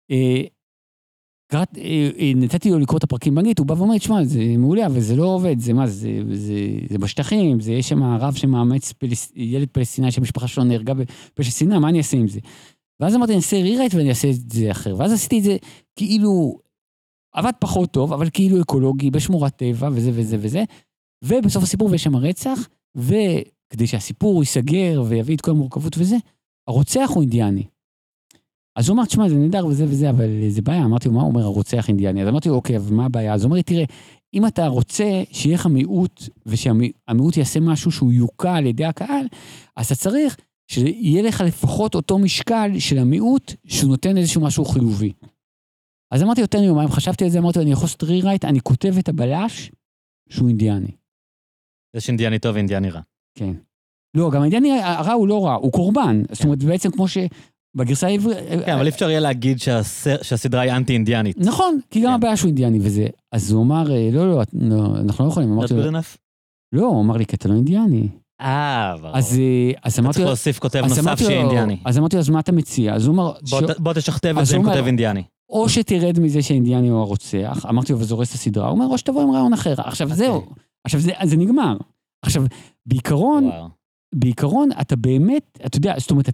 Speaker 2: נתתי לו לקרוא את הפרקים באנגלית, הוא בא ואומר, תשמע, זה מעולה, אבל זה לא עובד, זה מה, זה בשטחים, זה יש שם רב שמאמץ ילד פלסטיני שהמשפחה שלו נהרגה בפשע שנאה, מה אני אעשה עם זה? ואז אמרתי, אני אעשה רירייט ואני אעשה את זה אחר. ואז עשיתי את זה כאילו, עבד פחות טוב, אבל כאילו אקולוגי, בשמורת טבע וזה וזה וזה. ובסוף הסיפור ויש שם הרצח, וכדי שהסיפור ייסגר ויביא את כל המורכבות וזה, הרוצח הוא אינדיאני. אז הוא אמר, תשמע, זה נהדר וזה וזה, אבל זה בעיה. אמרתי לו, מה הוא אומר, הרוצח אינדיאני? אז אמרתי לו, אוקיי, אבל מה הבעיה? אז הוא אומר לי, תראה, אם אתה רוצה שיהיה לך מיעוט, ושהמיעוט יעשה משהו שהוא יוקע על ידי הקהל, אז אתה צריך שיהיה לך לפחות אותו משקל של המיעוט, שהוא נותן איזשהו משהו חיובי. אז אמרתי יותר יומיים, חשבתי על זה, אמרתי, אני יכול לעשות רירייט, אני כותב את הבלש שהוא אינדיאני.
Speaker 1: זה שאינדיאני טוב ואינדיאני רע.
Speaker 2: כן. לא, גם האינדיאני הרע הוא לא רע, הוא קורבן. זאת אומרת, בעצם כמו שבגרסה העברית...
Speaker 1: כן, אבל אפשר יהיה להגיד שהסדרה היא אנטי-אינדיאנית.
Speaker 2: נכון, כי גם הבלש הוא אינדיאני וזה. אז הוא אמר, לא, אנחנו לא יכולים. לא, הוא אמר לי, כי אתה לא אינדיאני.
Speaker 1: ברור.
Speaker 2: אז אמרתי...
Speaker 1: אתה צריך להוסיף כותב נוסף שיהיה אינדיאני.
Speaker 2: אז אמרתי לו, אז מה אתה מציע? אז הוא אמר...
Speaker 1: בוא תשכתב את זה עם כותב אינדיאני.
Speaker 2: או שתרד מזה שאינדיאני הוא הרוצח, אמרתי לו, וזה הורס את הסדרה, הוא אומר, או שתבוא עם רעיון אחר. עכשיו זהו, עכשיו, זה נגמר. עכשיו, בעיקרון, אתה באמת, אתה יודע, זאת אומרת,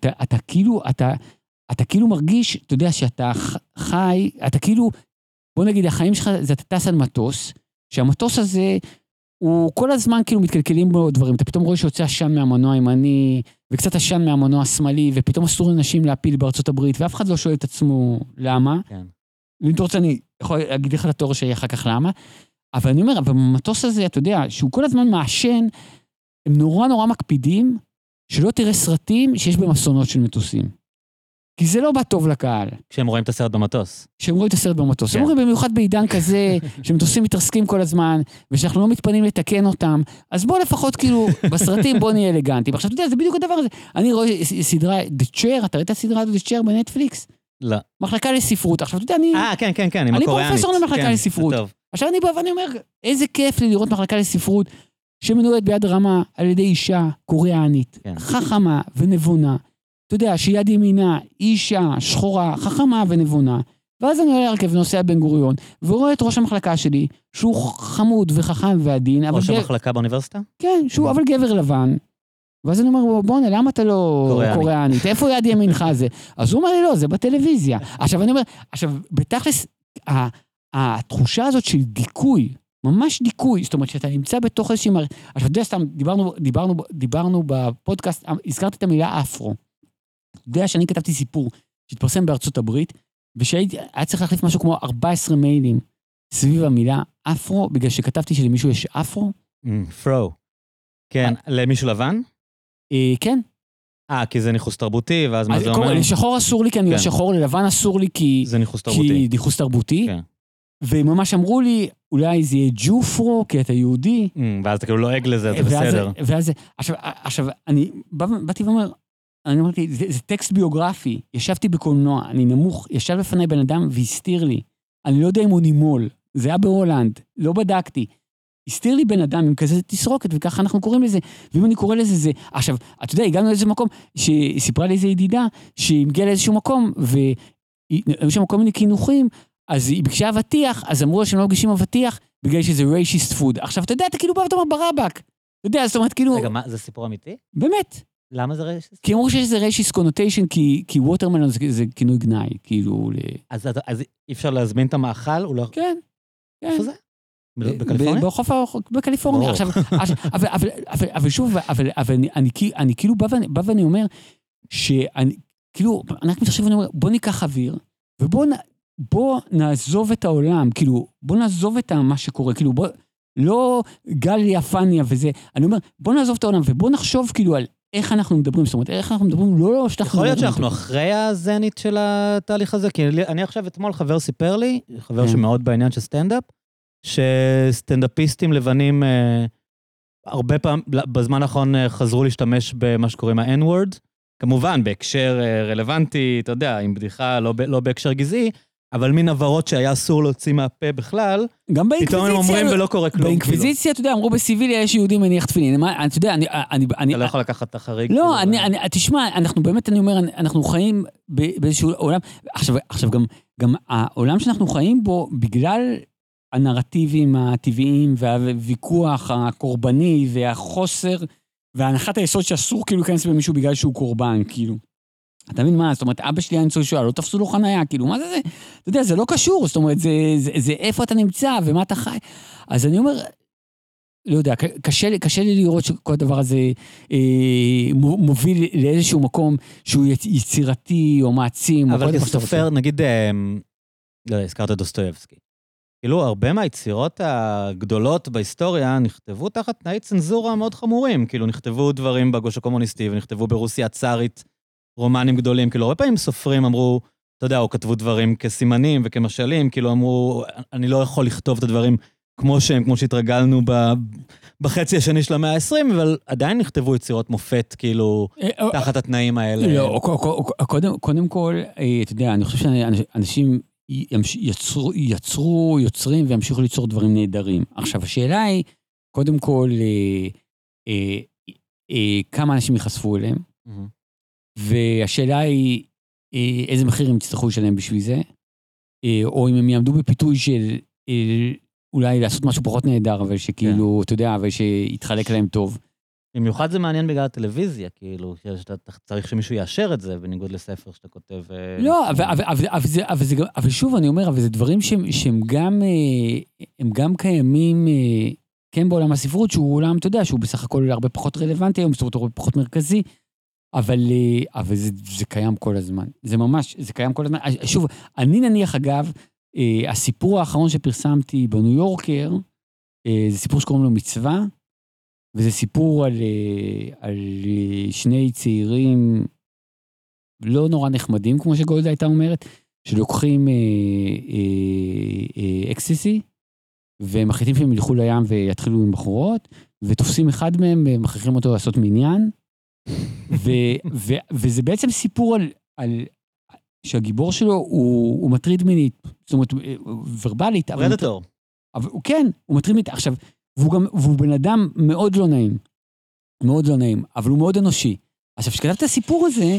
Speaker 2: אתה כאילו מרגיש, אתה יודע, שאתה חי, אתה כאילו, בוא נגיד, החיים שלך, זה אתה טס על מטוס, שהמטוס הזה, הוא כל הזמן כאילו מתקלקלים בו דברים, אתה פתאום רואה שיוצא עשן מהמנוע הימני, וקצת עשן מהמנוע השמאלי, ופתאום אסור לנשים להפיל בארצות הברית, ואף אחד לא שואל את עצמו למה. כן. ואם אתה רוצה, אני יכול להגיד לך לתיאוריה שיהיה אחר כך למה, אבל אני אומר, אבל במטוס הזה, אתה יודע, שהוא כל הזמן מעשן, הם נורא מקפידים, שלא תראה סרטים שיש בהם אסונות של מטוסים. כי זה לא בא טוב לקהל.
Speaker 1: כשהם רואים את הסרט במטוס.
Speaker 2: כשהם רואים את הסרט במטוס. כן. הם רואים במיוחד בעידן כזה, שמטוסים מתרסקים כל הזמן, ושאנחנו לא מתפנים לתקן אותם, אז בוא לפחות כאילו, בסרטים בוא נהיה אלגנטים. עכשיו, אתה יודע, זה בדיוק הדבר הזה. אני רואה סדרה, The Chair, אתה ראית הסדרה The Chair בנטפליקס?
Speaker 1: לא.
Speaker 2: מחלקה לספרות. עכשיו, אתה יודע,
Speaker 1: כן, עם הקוריאנית.
Speaker 2: אני פרופסור למחלקה לספרות. עכשיו אני בא ואני אומר, איזה כיף לי לראות מחלקה לספרות, שמנוהלת ביד רמה על ידי אישה קוריאנית, חכמה ונבונה. אתה יודע, שיד ימינה, אישה, שחורה, חכמה ונבונה. ואז אני עולה הרכב ונוסע בן גוריון, ורואה את ראש המחלקה שלי, שהוא חמוד וחכם ועדין.
Speaker 1: ראש המחלקה באוניברסיטה?
Speaker 2: כן, שהוא אבל גבר לבן. ואז אני אומר, בוא'נה, למה אתה לא קוריאנית? איפה יד ימינך זה? אז הוא אומר לי, לא, זה בטלוויזיה. עכשיו אני אומר, בתכלס, התחושה הזאת של דיכוי, ממש דיכוי, זאת אומרת שאתה נמצא בתוך איזושהי מערכת, עכשיו אתה יודע, סתם, דיברנו בפודקאסט, הזכרתי את המילה אפרו. אתה יודע שאני כתבתי סיפור שהתפרסם בארצות הברית, ושהיה צריך להחליף משהו כמו 14 מיילים סביב המילה אפרו, בגלל שכתבתי שלמישהו יש אפרו.
Speaker 1: פרו. כן, למישהו לבן?
Speaker 2: כן.
Speaker 1: כי זה ניחוס תרבותי, ואז מה זה אומר?
Speaker 2: לשחור אסור לי כי אני שחור, ללבן אסור לי כי...
Speaker 1: זה ניחוס תרבותי.
Speaker 2: כי ניחוס תרבותי. וממש אמרו לי, אולי זה יהיה ג'ופרו, כי אתה יהודי.
Speaker 1: ואז אתה כאילו לועג לזה, זה בסדר.
Speaker 2: עכשיו, אני באתי ואומר, אני אמרתי, זה טקסט ביוגרפי, ישבתי בקולנוע, אני נמוך, ישב לפני בן אדם והסתיר לי. אני לא יודע אם הוא נימול, זה היה בהולנד, לא בדקתי. הסתיר לי בן אדם עם כזה תסרוקת, וככה אנחנו קוראים לזה, ואם אני קורא לזה זה, עכשיו, אתה יודע, הגענו לאיזה מקום, שסיפרה לי איזה ידידה, שהיא מגיעה לאיזשהו מקום, והיו שם כל מיני כינוחים, אז היא ביקשה אבטיח, אז אמרו לה שהם לא מגישים אבטיח, בגלל שזה racist food. עכשיו, אתה יודע, אתה כאילו בא ואתה אומר ברבק. אתה יודע, זאת אומרת, כאילו...
Speaker 1: רגע, מה, זה סיפור אמיתי?
Speaker 2: באמת.
Speaker 1: למה זה racist?
Speaker 2: כי אמרו שיש איזה racist connotation, כי ווטרמלון זה כינוי גנאי, כאילו...
Speaker 1: אז אי אפשר להזמין את המאכל?
Speaker 2: כן.
Speaker 1: איפה זה? בקליפורניה?
Speaker 2: בקליפורניה. עכשיו, אבל שוב, אני כאילו בא ואני אומר, שאני, כאילו, אני רק מתחשב ואני אומר, בוא ניקח אוויר, בוא נעזוב את העולם, כאילו, בוא נעזוב את מה שקורה, כאילו, בוא, לא גל יפניה וזה, אני אומר, בוא נעזוב את העולם, ובוא נחשוב כאילו על איך אנחנו מדברים, זאת אומרת, איך אנחנו מדברים, לא שאנחנו...
Speaker 1: יכול להיות שאנחנו אחרי הזנית של התהליך הזה, כי אני עכשיו אתמול חבר סיפר לי, חבר שמאוד בעניין של סטנדאפ, שסטנדאפיסטים לבנים הרבה פעם, בזמן האחרון חזרו להשתמש במה שקוראים ה-N-word, כמובן בהקשר רלוונטי, אתה יודע, עם בדיחה לא בהקשר גזעי, אבל מין עברות שהיה אסור להוציא מהפה בכלל,
Speaker 2: גם באינקוויזיציה,
Speaker 1: פתאום הם אומרים ולא קורה כלום.
Speaker 2: באינקוויזיציה, אתה יודע, אמרו בסיביליה יש יהודים מניח תפילין, אתה יודע,
Speaker 1: אתה לא יכול לקחת את החריג.
Speaker 2: לא, תשמע, אנחנו באמת, אני אומר, אנחנו חיים באיזשהו עולם, עכשיו גם העולם שאנחנו חיים בו, בגלל הנרטיבים הטבעיים, והוויכוח הקורבני, והחוסר, והנחת היסוד שאסור כאילו להיכנס במישהו בגלל שהוא קורבן, כאילו. אתה מבין מה? זאת אומרת, אבא שלי היה ניצול שואה, לא תפסו לו חניה, כאילו, מה זה? אתה יודע, זה לא קשור, זאת אומרת, זה איפה אתה נמצא ומה אתה חי. אז אני אומר, לא יודע, קשה לי לראות שכל הדבר הזה מוביל לאיזשהו מקום שהוא יצירתי או מעצים.
Speaker 1: אבל כסופר, נגיד, לא, הזכרת דוסטויבסקי. כאילו, הרבה מהיצירות הגדולות בהיסטוריה נכתבו תחת תנאי צנזורה מאוד חמורים. כאילו, נכתבו דברים בגוש הקומוניסטי, ונכתבו ברוסיה הצארית, רומנים גדולים. כאילו, הרבה פעמים סופרים אמרו, אתה יודע, או כתבו דברים כסימנים וכמשלים, כאילו אמרו, אני לא יכול לכתוב את הדברים כמו שהם, כמו שהתרגלנו בחצי השני של המאה ה-20, אבל עדיין נכתבו יצירות מופת, כאילו, תחת התנאים האלה.
Speaker 2: לא, קודם כל, אתה יודע, אני חושב שאנשים יוצרים וימשיכו ליצור דברים נהדרים. עכשיו, השאלה היא, קודם כל, כמה אנשים יחשפו אליהם, והשאלה היא, איזה מחיר הם יצטרכו לשלם בשביל זה, או אם הם יעמדו בפיתוי של אולי לעשות משהו פחות נהדר, אבל שכאילו, אתה יודע, אבל שיתחלק להם טוב.
Speaker 1: במיוחד זה מעניין בגלל הטלוויזיה, כאילו, שאתה צריך שמישהו יאשר את זה, בניגוד לספר שאתה כותב...
Speaker 2: לא, אבל שוב אני אומר, אבל זה דברים שהם גם קיימים, כן בעולם הספרות, שהוא עולם, אתה יודע, שהוא בסך הכל הרבה פחות רלוונטי היום, זאת אומרת, הרבה פחות מרכזי, אבל זה קיים כל הזמן. זה ממש, זה קיים כל הזמן. שוב, אני נניח, אגב, הסיפור האחרון שפרסמתי בניו יורקר, זה סיפור שקוראים לו מצווה, וזה סיפור על שני צעירים לא נורא נחמדים, כמו שגולדה הייתה אומרת, שלוקחים אקסטסי, ומחליטים שהם ילכו לים ויתחילו עם בחורות, ותופסים אחד מהם ומכריחים אותו לעשות מניין, וזה בעצם סיפור על שהגיבור שלו הוא מטריד מינית, זאת אומרת, ורבלית.
Speaker 1: פרדטור.
Speaker 2: כן, הוא מטריד מינית. עכשיו, והוא בן אדם מאוד לא נעים, מאוד לא נעים, אבל הוא מאוד אנושי. עכשיו, כשכתבת את הסיפור הזה,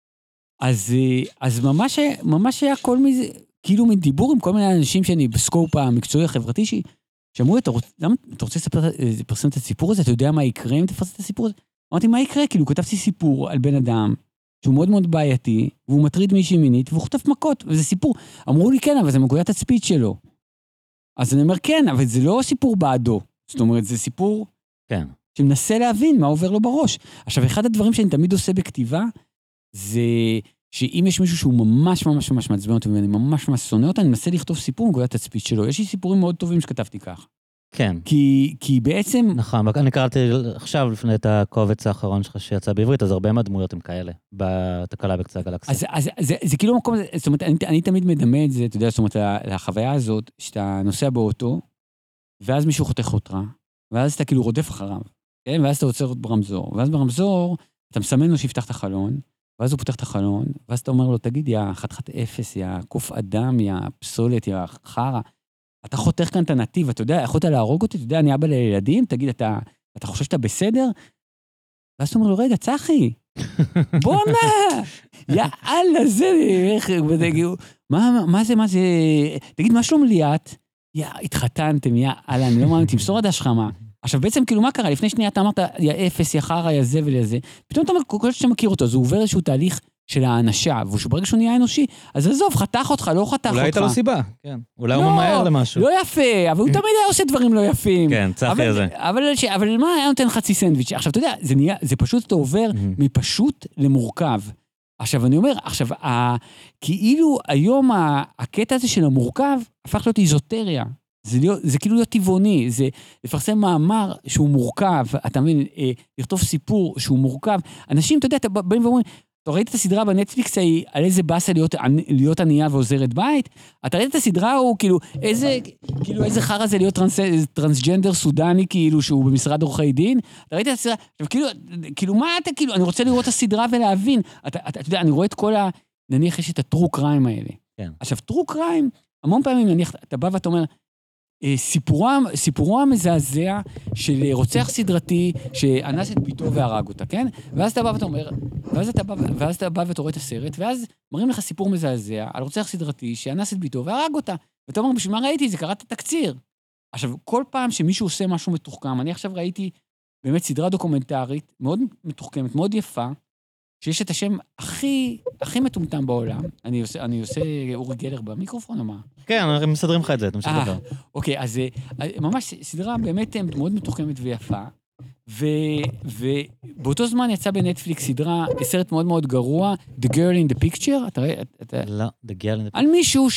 Speaker 2: אז ממש היה כל מיני, כאילו מדיבור עם כל מיני אנשים שאני בסקופ המקצועי החברתי שאמרו, למה אתה רוצה לפרסם את הסיפור הזה? אתה יודע מה יקרה אם תפרסם את הסיפור הזה? אמרתי, מה יקרה? כאילו, כתבתי סיפור על בן אדם, שהוא מאוד מאוד בעייתי, והוא מטריד מישהי מינית, והוא חוטף מכות, וזה סיפור. אמרו לי, כן, אבל זה מגויית הצפית שלו. אז אני אומר, כן, אבל זה לא סיפור בעדו. זאת אומרת, זה סיפור שמנסה להבין מה עובר לו בראש. עכשיו, אחד הדברים שאני תמיד עושה בכתיבה, זה שאם יש מישהו שהוא ממש ממש ממש מעצבן אותי, ואני ממש ממש שונא אותה, אני מנסה לכתוב סיפור מגויית הצפית שלו. יש לי סיפורים מאוד טובים שכתבתי כך.
Speaker 1: כן.
Speaker 2: כי בעצם...
Speaker 1: נכון, אני קראתי עכשיו לפני את הקובץ האחרון שלך שיצא בעברית, אז הרבה מהדמויות הם כאלה, בתקלה בקצה הגלקסיה.
Speaker 2: אז זה כאילו מקום, זאת אומרת, אני תמיד מדמה את זה, אתה יודע, זאת אומרת, לחוויה הזאת, שאתה נוסע באוטו, ואז מישהו חותך אותך, ואז אתה כאילו רודף אחריו, כן? ואז אתה עוצר ברמזור, ואז ברמזור, אתה מסמן לו שיפתח את החלון, ואז הוא פותח את החלון, ואז אתה אומר לו, תגיד, יא חתיכת אפס, יא קוף אדם, יא פסולת, יא חרא, אתה חותך כאן את הנתיב, אתה יודע, יכולת להרוג אותי, אתה יודע, אני אבא לילדים, תגיד, אתה חושב שאתה בסדר? ואז אתה אומר לו, רגע, צחי, בוא נע, יאללה, זה, מה זה, תגיד, מה שלום ליאת? התחתנתם, יאללה, אני לא מאמין, תמסור עד השכמה. עכשיו, בעצם, כאילו, מה קרה? לפני שנייה אתה אמרת, יא אפס, יא חרא, יא זה ולזה, פתאום אתה אומר, כל שאתה מכיר אותו, אז הוא עובר איזשהו תהליך של האנשה, וברגע שהוא נהיה אנושי, אז עזוב, חתך אותך, לא חתך אותך.
Speaker 1: אולי הייתה לו סיבה, כן. אולי הוא ממהר למשהו.
Speaker 2: לא יפה, אבל הוא תמיד היה עושה דברים לא יפים.
Speaker 1: כן, צחי הזה.
Speaker 2: אבל מה היה נותן חצי סנדוויץ'? עכשיו, אתה יודע, זה פשוט, אתה עובר מפשוט למורכב. עכשיו, אני אומר, כאילו היום הקטע הזה של המורכב, הפך להיות איזוטריה. זה כאילו להיות טבעוני, זה לפרסם מאמר שהוא מורכב, אתה מבין, לכתוב סיפור שהוא מורכב. אנשים, אתה יודע, באים ואומרים, אתה ראית את הסדרה בנטפליקס על איזה באסה להיות ענייה ועוזרת בית? אתה ראית את הסדרה הוא כאילו איזה חרא זה להיות טרנסג'נדר סודני כאילו שהוא במשרד עורכי דין? אתה ראית את הסדרה? כאילו מה אתה כאילו, אני רוצה לראות את הסדרה ולהבין. אתה יודע, אני רואה את כל נניח יש את הטרו קריים האלה. עכשיו, טרו קריים, המון פעמים נניח, אתה בא ואתה אומר, סיפורו המזעזע של רוצח סדרתי שאנס את ביתו והרג אותה, כן? ואז אתה בא ואתה אומר, ואז אתה בא ואתה רואה את הסרט, ואז מראים לך סיפור מזעזע על רוצח סדרתי שאנס את ביתו והרג אותה. ואתה אומר, בשביל מה ראיתי? זה קראת תקציר. עכשיו, כל פעם שמישהו עושה משהו מתוחכם, אני עכשיו ראיתי באמת סדרה דוקומנטרית, מאוד מתוחכמת, מאוד יפה, שיש את השם הכי מטומטם בעולם. אני עושה אורי גלר במיקרופון או מה?
Speaker 1: כן, אנחנו מסדרים לך את זה, תמשיך לדבר.
Speaker 2: אוקיי, אז ממש סדרה באמת מאוד מתוחכמת ויפה, ובאותו זמן יצא בנטפליקס סדרה, סרט מאוד מאוד גרוע, The Girl in the Picture, אתה רואה?
Speaker 1: לא, The Girl in the Picture.
Speaker 2: על מישהו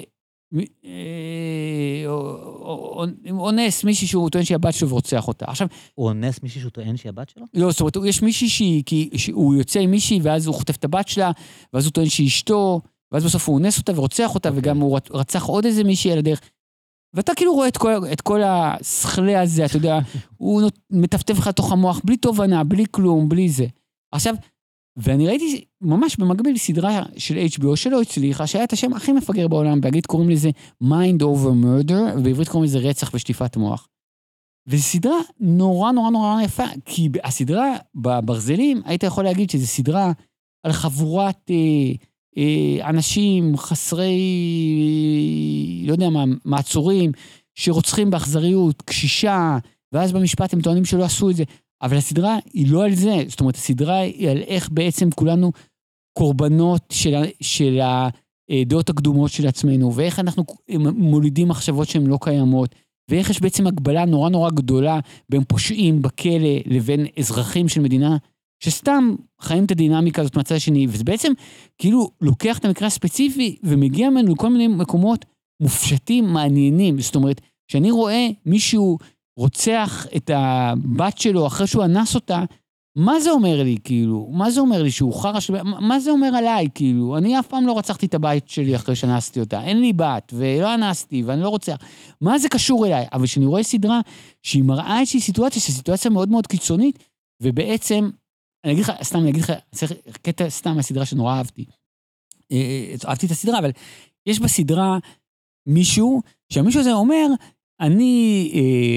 Speaker 2: אונס מישהי שהוא טוען שהיא הבת שלו ורוצח אותה. עכשיו,
Speaker 1: הוא אונס מישהי שהוא טוען שהיא הבת שלו?
Speaker 2: לא, זאת אומרת, יש מישהי שהוא יוצא עם מישהי, ואז הוא חוטף את הבת שלה, ואז הוא טוען שהיא אשתו, ואז בסוף הוא אונס אותה ורוצח אותה, וגם הוא רצח עוד איזה מישהי על הדרך. ואתה כאילו רואה את כל השכלה הזה, אתה יודע, הוא מטפטף לך תוך המוח, בלי תובנה, בלי כלום, בלי זה. עכשיו, ואני ראיתי ממש במקביל סדרה של HBO שלא הצליחה, שהיה את השם הכי מפגר בעולם, באנגלית קוראים לזה Mind Over Murder, ובעברית קוראים לזה רצח ושטיפת מוח. וזו סדרה נורא נורא נורא יפה, כי הסדרה בברזלים, היית יכול להגיד שזו סדרה על חבורת אנשים חסרי, לא יודע מה, מעצורים, שרוצחים באכזריות, קשישה, ואז במשפט הם טוענים שלא עשו את זה, אבל הסדרה היא לא על זה, זאת אומרת, הסדרה היא על איך בעצם כולנו קורבנות של הדעות הקדומות של עצמנו, ואיך אנחנו מולידים מחשבות שהן לא קיימות, ואיך יש בעצם הגבלה נורא נורא גדולה בין פושעים בכלא לבין אזרחים של מדינה, שסתם חיים את הדינמיקה הזאת מהצד השני, וזה בעצם כאילו לוקח את המקרה הספציפי, ומגיע ממנו לכל מיני מקומות מופשטים, מעניינים. זאת אומרת, כשאני רואה מישהו רוצח את הבת שלו אחרי שהוא אנס אותה, מה זה אומר לי, כאילו? מה זה אומר לי שהוא חרש? מה זה אומר עליי, כאילו? אני אף פעם לא רצחתי את הבית שלי אחרי שאנסתי אותה. אין לי בת, ולא אנסתי, ואני לא רוצח. מה זה קשור אליי? אבל כשאני רואה סדרה שהיא מראה איזושהי סיטואציה, שהיא סיטואציה מאוד מאוד קיצונית, ובעצם, אני אגיד לך, צריך קטע סתם מהסדרה שנורא אהבתי. אהבתי את הסדרה, אבל יש בסדרה מישהו, שהמישהו הזה אומר, אני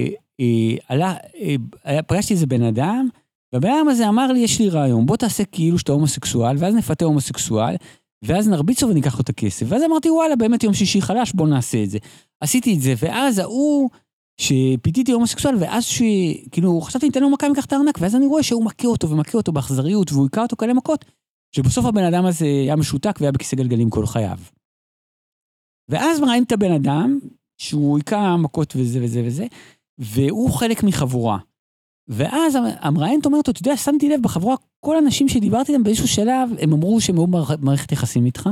Speaker 2: פגשתי איזה בן אדם, והבן אדם הזה אמר לי, יש לי רעיון, בוא תעשה כאילו שאתה הומוסקסואל, ואז נפתה הומוסקסואל, ואז נרביץ לו וניקח לו את הכסף. ואז אמרתי, וואלה, באמת יום שישי חלש, בוא נעשה את זה. עשיתי את זה, ואז הוא, שפיתיתי הומוסקסואל, ואז כאילו, חשבתי, ניתן לו מכה מכך את הארנק, ואז אני רואה שהוא מכה אותו ומכה אותו באכזריות, והוא יקע אותו כאלה מכות, שבסוף הבן אדם הזה היה משותק, והיה בכיסא גלגלים כל חייו. ואז מראים את הבן אדם, שהוא יקע מכות וזה וזה וזה, והוא חלק מחבורה. ואז המראיינת אומרת, אתה יודע, שמתי לב בחבורה, כל האנשים שדיברתי להם באיזשהו שלב, הם אמרו שהם מאוד מערכת יחסים איתך,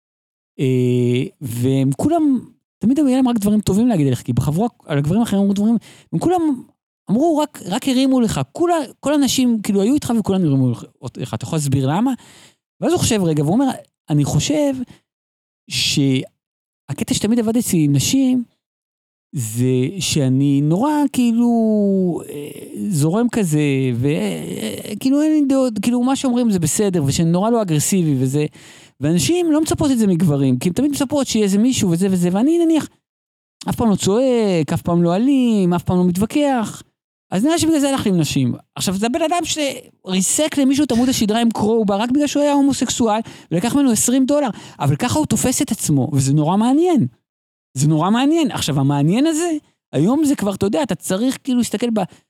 Speaker 2: והם כולם, תמיד היה להם רק דברים טובים להגיד לך, כי בחבורה, על הגברים אחרים אמרו דברים, הם כולם אמרו, רק הרימו לך, כל האנשים כאילו היו איתך וכולם הרימו לך, אתה יכול להסביר למה? ואז הוא חושב רגע, והוא אומר, אני חושב שהקטע שתמיד עבד אצלי עם נשים, זה שאני נורא כאילו זורם כזה, וכאילו אין לי דעות, כאילו מה שאומרים זה בסדר, ושאני נורא לא אגרסיבי וזה, ואנשים לא מצפות את זה מגברים, כי הם תמיד מצפות שיהיה איזה מישהו וזה וזה, ואני נניח, אף פעם לא צועק, אף פעם לא אלים, אף פעם לא מתווכח, אז נראה שבגלל זה הלך עם נשים. עכשיו, זה בן אדם שריסק למישהו את עמוד השדרה עם קרובה, רק בגלל שהוא היה הומוסקסואל, ולקח ממנו $20, אבל ככה הוא תופס את עצמו, וזה נורא מעניין. זה נורא מעניין. עכשיו, המעניין הזה, היום זה כבר, אתה יודע, אתה צריך כאילו להסתכל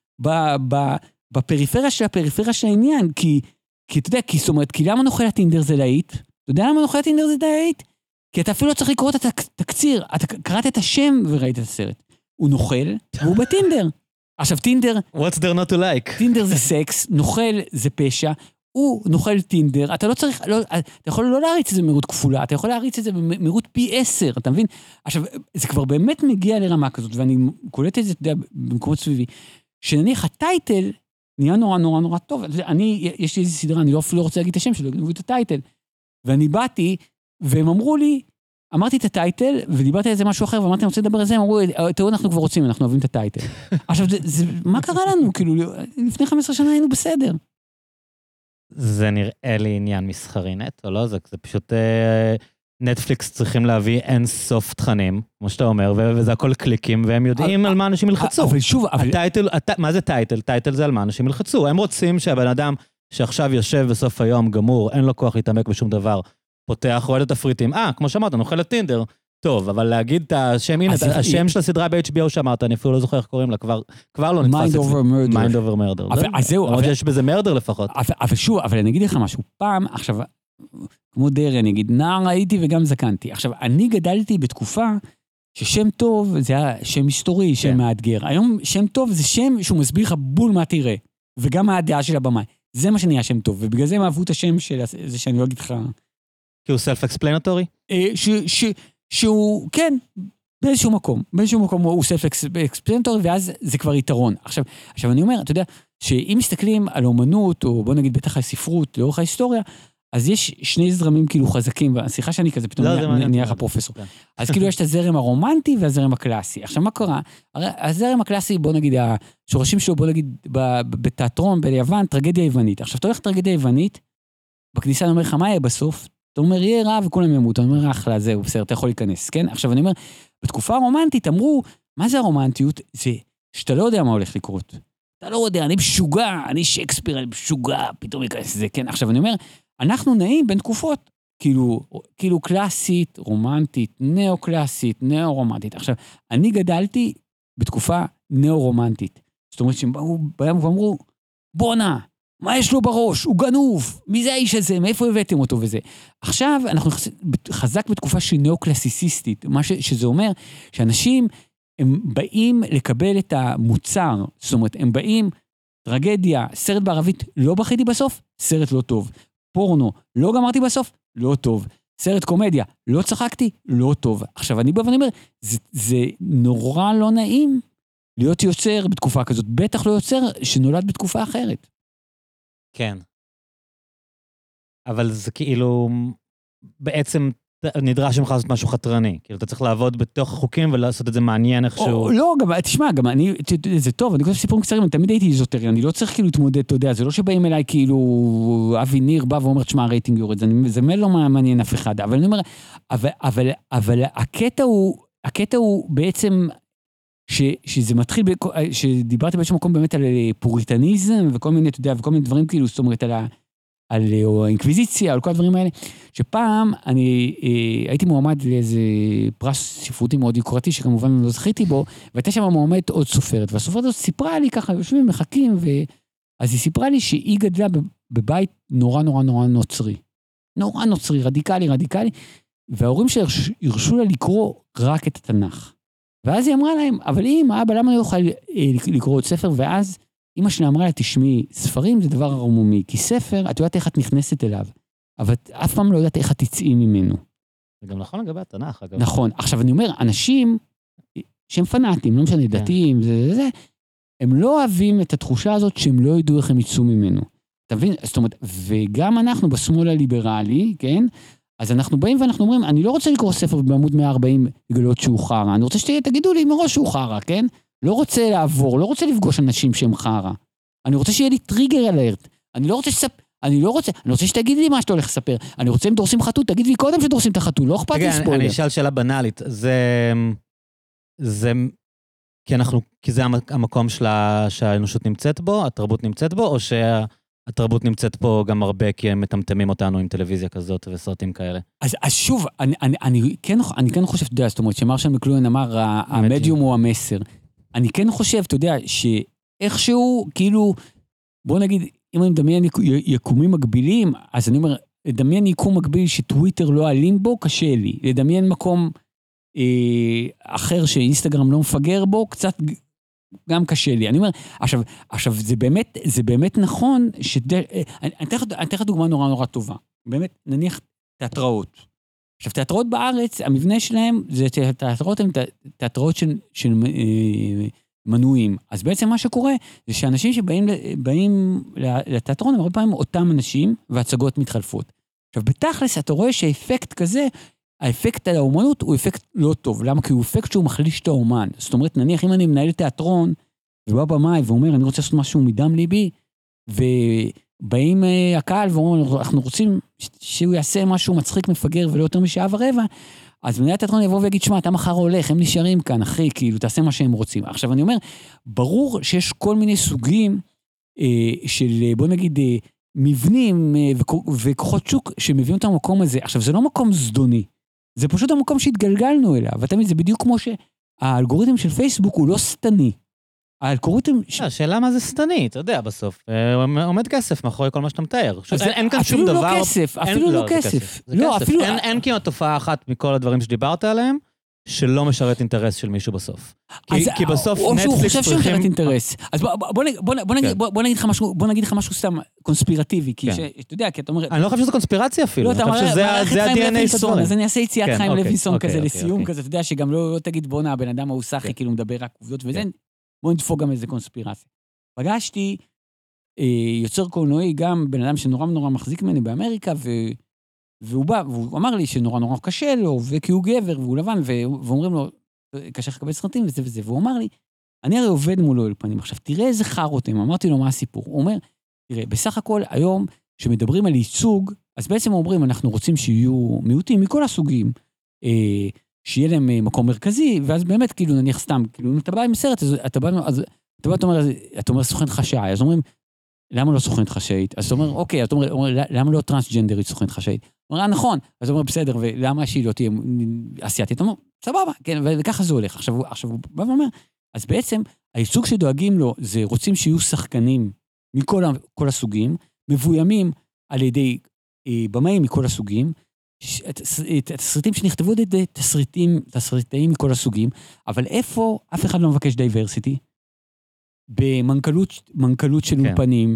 Speaker 2: בפריפריה של הפריפריה של העניין, כי אתה יודע, זאת אומרת, כי למה נוכל הטינדר זה להיט? אתה יודע למה נוכל הטינדר זה להיט? כי אתה אפילו לא צריך לקרוא את התקציר, אתה קראת את השם וראית את הסרט. הוא נוכל, והוא בטינדר. עכשיו, טינדר...
Speaker 1: What's there not to like?
Speaker 2: טינדר זה סקס, נוכל זה פשע, הוא נוכל טינדר, אתה לא צריך, אתה יכול לא להריץ את זה במהירות כפולה, אתה יכול להריץ את זה במהירות פי 10, אתה מבין? עכשיו, זה כבר באמת מגיע לרמה כזאת, ואני קולט את זה, אתה יודע, במקומות סביבי, שנניח הטייטל נהיה נורא נורא נורא טוב, יש לי איזו סדרה, אני לא אפילו רוצה להגיד את השם שלו, גנבו את הטייטל, ואני באתי, והם אמרו לי, אמרתי את הטייטל, ודיברתי על זה משהו אחר, ואמרתי, אני רוצה לדבר על זה, הם אמרו, תראו, אנחנו כבר רוצים, אנחנו אוהבים את הטייטל. עכשיו, מה קרה לנו? כאילו, לפני 15 שנה היינו בסדר.
Speaker 1: זה נראה לי עניין מסחרי נטו, לא? זה פשוט נטפליקס צריכים להביא אין סוף תכנים, כמו שאתה אומר, וזה הכל קליקים, והם יודעים על מה אנשים ילחצו.
Speaker 2: אבל שוב,
Speaker 1: מה זה טייטל? טייטל זה על מה אנשים ילחצו. הם רוצים שהבן אדם שעכשיו יושב בסוף היום גמור, אין לו כוח להתעמק בשום דבר, פותח, רואה את התפריטים, כמו שאמרת, נוכל לטינדר, טוב, אבל להגיד את השם, הנה, השם של הסדרה ב-HBO שאמרת, אני אפילו לא זוכר איך קוראים לה, כבר לא נתפס את זה. Mind over Murder.
Speaker 2: אז זהו.
Speaker 1: למרות שיש בזה מרדר לפחות.
Speaker 2: אבל שוב, אבל אני אגיד לך משהו, פעם, עכשיו, כמו דרי, אני אגיד, נער הייתי וגם זקנתי. עכשיו, אני גדלתי בתקופה ששם טוב, זה היה שם היסטורי, שם מאתגר. היום שם טוב זה שם שהוא מסביר לך בול מה תראה, וגם מה הדעה של הבמאי. זה מה שנהיה שם טוב, ובגלל זה הם אהבו את השם של זה שאני לא אגיד לך. כי
Speaker 1: הוא self-explanatory?
Speaker 2: שהוא, כן, באיזשהו מקום הוא self-explanatory, ואז זה כבר יתרון. עכשיו אני אומר, אתה יודע, שאם מסתכלים על אומנות, או בוא נגיד בטח על ספרות, לאורך ההיסטוריה, אז יש שני זרמים כאילו חזקים, והשיחה שאני כזה פתאום נהיה לך פרופסור. אז כאילו יש את הזרם הרומנטי והזרם הקלאסי. עכשיו מה קרה? הזרם הקלאסי, בוא נגיד, השורשים שלו, בוא נגיד, בתיאטרון, ביוון, טרגדיה יוונית. עכשיו אתה הולך טרגדיה יוונית, בכניסה אני אומר לך, מה יהיה בסוף? אתה אומר, יהיה רע וכולם ימותו. אני אומר, אחלה, זהו, בסדר, אתה יכול להיכנס, כן? עכשיו אני אומר, בתקופה הרומנטית אמרו, מה זה הרומנטיות? זה שאתה לא יודע מה הולך לקרות. אתה לא יודע, אני משוגע, אני שייקספיר, אני משוגע, פתאום ייכנס לזה, כן? עכשיו אני אומר, אנחנו נעים בין תקופות, כאילו קלאסית, רומנטית, נאו-קלאסית, נאו-רומנטית. עכשיו, אני גדלתי בתקופה נאו-רומנטית. זאת אומרת שהם באו בים ואמרו, בונה, מה יש לו בראש? הוא גנוב, מי זה האיש הזה? מאיפה הבאתם אותו וזה? עכשיו אנחנו חזק בתקופה שהיא נאו-קלאסיסיסטית, מה שזה אומר שאנשים הם באים לקבל את המוצר, זאת אומרת, הם באים, טרגדיה, סרט בערבית, לא בכיתי בסוף, סרט לא טוב. פורנו, לא גמרתי בסוף, לא טוב. סרט קומדיה, לא צחקתי, לא טוב. עכשיו אני בא ואני אומר, זה נורא לא נעים להיות יוצר בתקופה כזאת, בטח לא יוצר שנולד בתקופה אחרת.
Speaker 1: כן. אבל זה כאילו, בעצם נדרש ממך לעשות משהו חתרני. כאילו, אתה צריך לעבוד בתוך החוקים ולעשות את זה מעניין איכשהו.
Speaker 2: לא, גם, תשמע, גם אני, זה טוב, אני חושב סיפורים קצרים, אני תמיד הייתי איזוטרי, אני לא צריך כאילו להתמודד, אתה יודע, זה לא שבאים אליי כאילו, אבי ניר בא ואומר, תשמע, הרייטינג יורד, זה לא מעניין אף אחד, אבל אני אומר, אבל הקטע הוא בעצם, שזה מתחיל, שדיברתי באיזשהו מקום באמת על פוריטניזם, וכל מיני, אתה יודע, וכל מיני דברים כאילו, זאת אומרת, על האינקוויזיציה, על כל הדברים האלה, שפעם אני הייתי מועמד לאיזה פרס ספרותי מאוד יוקרתי, שכמובן לא זכיתי בו, והייתה שם מועמדת עוד סופרת, והסופרת הזאת סיפרה לי ככה, יושבים מחכים, אז היא סיפרה לי שהיא גדלה בבית נורא נורא נורא נוצרי. נורא נוצרי, רדיקלי, וההורים שלה הרשו לה לקרוא רק את התנ"ך. ואז היא אמרה להם, אבל אמא, אבא, למה לא יוכל לקרוא עוד ספר? ואז אמא שלה אמרה לה, תשמעי, ספרים זה דבר ערמומי, כי ספר, את יודעת איך את נכנסת אליו, אבל את אף פעם לא יודעת איך את תצאי ממנו.
Speaker 1: זה גם נכון לגבי התנ"ך, אגב.
Speaker 2: נכון. עכשיו אני אומר, אנשים שהם פנאטים, לא משנה, דתיים, הם לא אוהבים את התחושה הזאת שהם לא ידעו איך הם יצאו ממנו. אתה מבין? זאת אומרת, וגם אנחנו בשמאל הליברלי, כן? אז אנחנו באים ואנחנו אומרים, אני לא רוצה לקרוא ספר בעמוד 140 לגלות שהוא חרה, אני רוצה שתגידו לי מראש שהוא חרה, כן? לא רוצה לעבור, לא רוצה לפגוש אנשים שהם חרה. אני רוצה שיהיה לי טריגר אלרט. אני רוצה שתגיד לי מה שאתה הולך לספר. אני רוצה אם דורסים חתול, תגיד לי קודם שדורסים את החתול, לא אכפת לי ספוילר.
Speaker 1: אני אשאל שאלה בנאלית, כי זה המקום שהאנושות נמצאת בו, התרבות נמצאת בו, או שהתרבות נמצאת פה גם הרבה, כי הם מטמטמים אותנו עם טלוויזיה כזאת וסרטים כאלה?
Speaker 2: אז שוב, אני כן חושב, אתה יודע, זאת אומרת, שמרשל מקלוהן אמר, המדיום הוא המסר. אני כן חושב, אתה יודע, שאיכשהו, כאילו, בוא נגיד, אם אני מדמיין יקומים מקבילים, אז אני אומר, לדמיין יקום מקביל שטוויטר לא עלים בו, קשה לי. לדמיין מקום אחר שאינסטגרם לא מפגר בו, קצת גם קשה לי. אני אומר, עכשיו זה באמת נכון, אני אתן לך דוגמה נורא נורא טובה. באמת, נניח תיאטראות. עכשיו, תיאטראות בארץ, המבנה שלהם, זה תיאטראות הן תיאטראות של מנויים. אז בעצם מה שקורה, זה שאנשים שבאים לתיאטרון, הרבה פעמים אותם אנשים, והצגות מתחלפות. עכשיו, בתכלס, אתה רואה שהאפקט כזה, האפקט על האומנות הוא אפקט לא טוב. למה? כי הוא אפקט שהוא מחליש את האומן. זאת אומרת, נניח, אם אני מנהל תיאטרון, ובא במאי ואומר, אני רוצה לעשות משהו מדם ליבי, ובאים הקהל ואומרים, אנחנו רוצים שהוא יעשה משהו מצחיק מפגר ולא יותר משעה ורבע, אז מנהל התיאטרון יבוא ויגיד, שמע, אתה מחר הולך, הם נשארים כאן, אחי, כאילו, תעשה מה שהם רוצים. עכשיו, אני אומר, ברור שיש כל מיני סוגים של, בוא נגיד, מבנים וכוחות שוק שמביאים אותם למקום הזה. עכשיו, זה לא מקום זדוני, זה פשוט המקום שהתגלגלנו אליו, ותמיד זה בדיוק כמו שהאלגוריתם של פייסבוק הוא לא סתני. האלגוריתם...
Speaker 1: השאלה מה זה סתני, אתה יודע, בסוף. עומד כסף מאחורי כל מה שאתה מתאר. אין כאן שום דבר...
Speaker 2: אפילו לא כסף. לא, אפילו...
Speaker 1: אין כמעט תופעה אחת מכל הדברים שדיברת עליהם, שלא משרת אינטרס של מישהו בסוף. כי בסוף
Speaker 2: נטפליקס צריכים... או שהוא חושב שהוא משרת אינטרס. אז בוא נגיד לך משהו סתם קונספירטיבי, כי אתה יודע, כי אתה אומר...
Speaker 1: אני לא חושב שזה קונספירציה אפילו. אני חושב שזה ה-DNA של הדברים.
Speaker 2: אז אני אעשה יציאת חיים לוינסון כזה לסיום כזה, אתה יודע שגם לא תגיד בונה, הבן אדם ההוא סחי, כאילו מדבר רק עובדות וזה, בוא נדפוק גם איזה קונספירציה. פגשתי יוצר קולנועי, גם בן אדם שנורא נורא מחזיק ממני באמריקה, והוא בא, והוא אמר לי שנורא נורא קשה לו, וכי הוא גבר, והוא לבן, ואומרים לו, קשה לקבל סרטים וזה וזה, והוא אמר לי, אני הרי עובד מולו אל פנים, עכשיו תראה איזה חרותם, אמרתי לו מה הסיפור, הוא אומר, תראה, בסך הכל היום, שמדברים על ייצוג, אז בעצם אומרים, אנחנו רוצים שיהיו מיעוטים מכל הסוגים, שיהיה להם מקום מרכזי, ואז באמת, כאילו, נניח סתם, כאילו, אם אתה בא עם סרט, אז אתה אומר, סוכנת חשאי, אז אומרים, למה לא סוכנת חשאית? אז אתה אומר, אוקיי, אתה אומר, למה לא טרנסג'נדרית סוכנת חשאית? הוא אומר, נכון, אז אתה אומר, בסדר, ולמה שהיא לא תהיה אסיאתית? אתה אומר, סבבה, כן, וככה זה הולך. עכשיו הוא בא ואומר, אז בעצם, הייצוג שדואגים לו, זה רוצים שיהיו שחקנים מכל הסוגים, מבוימים על ידי במאים מכל הסוגים, תסריטים שנכתבו על ידי תסריטאים מכל הסוגים, אבל איפה אף אחד לא מבקש דייברסיטי? במנכ"לות של אולפנים,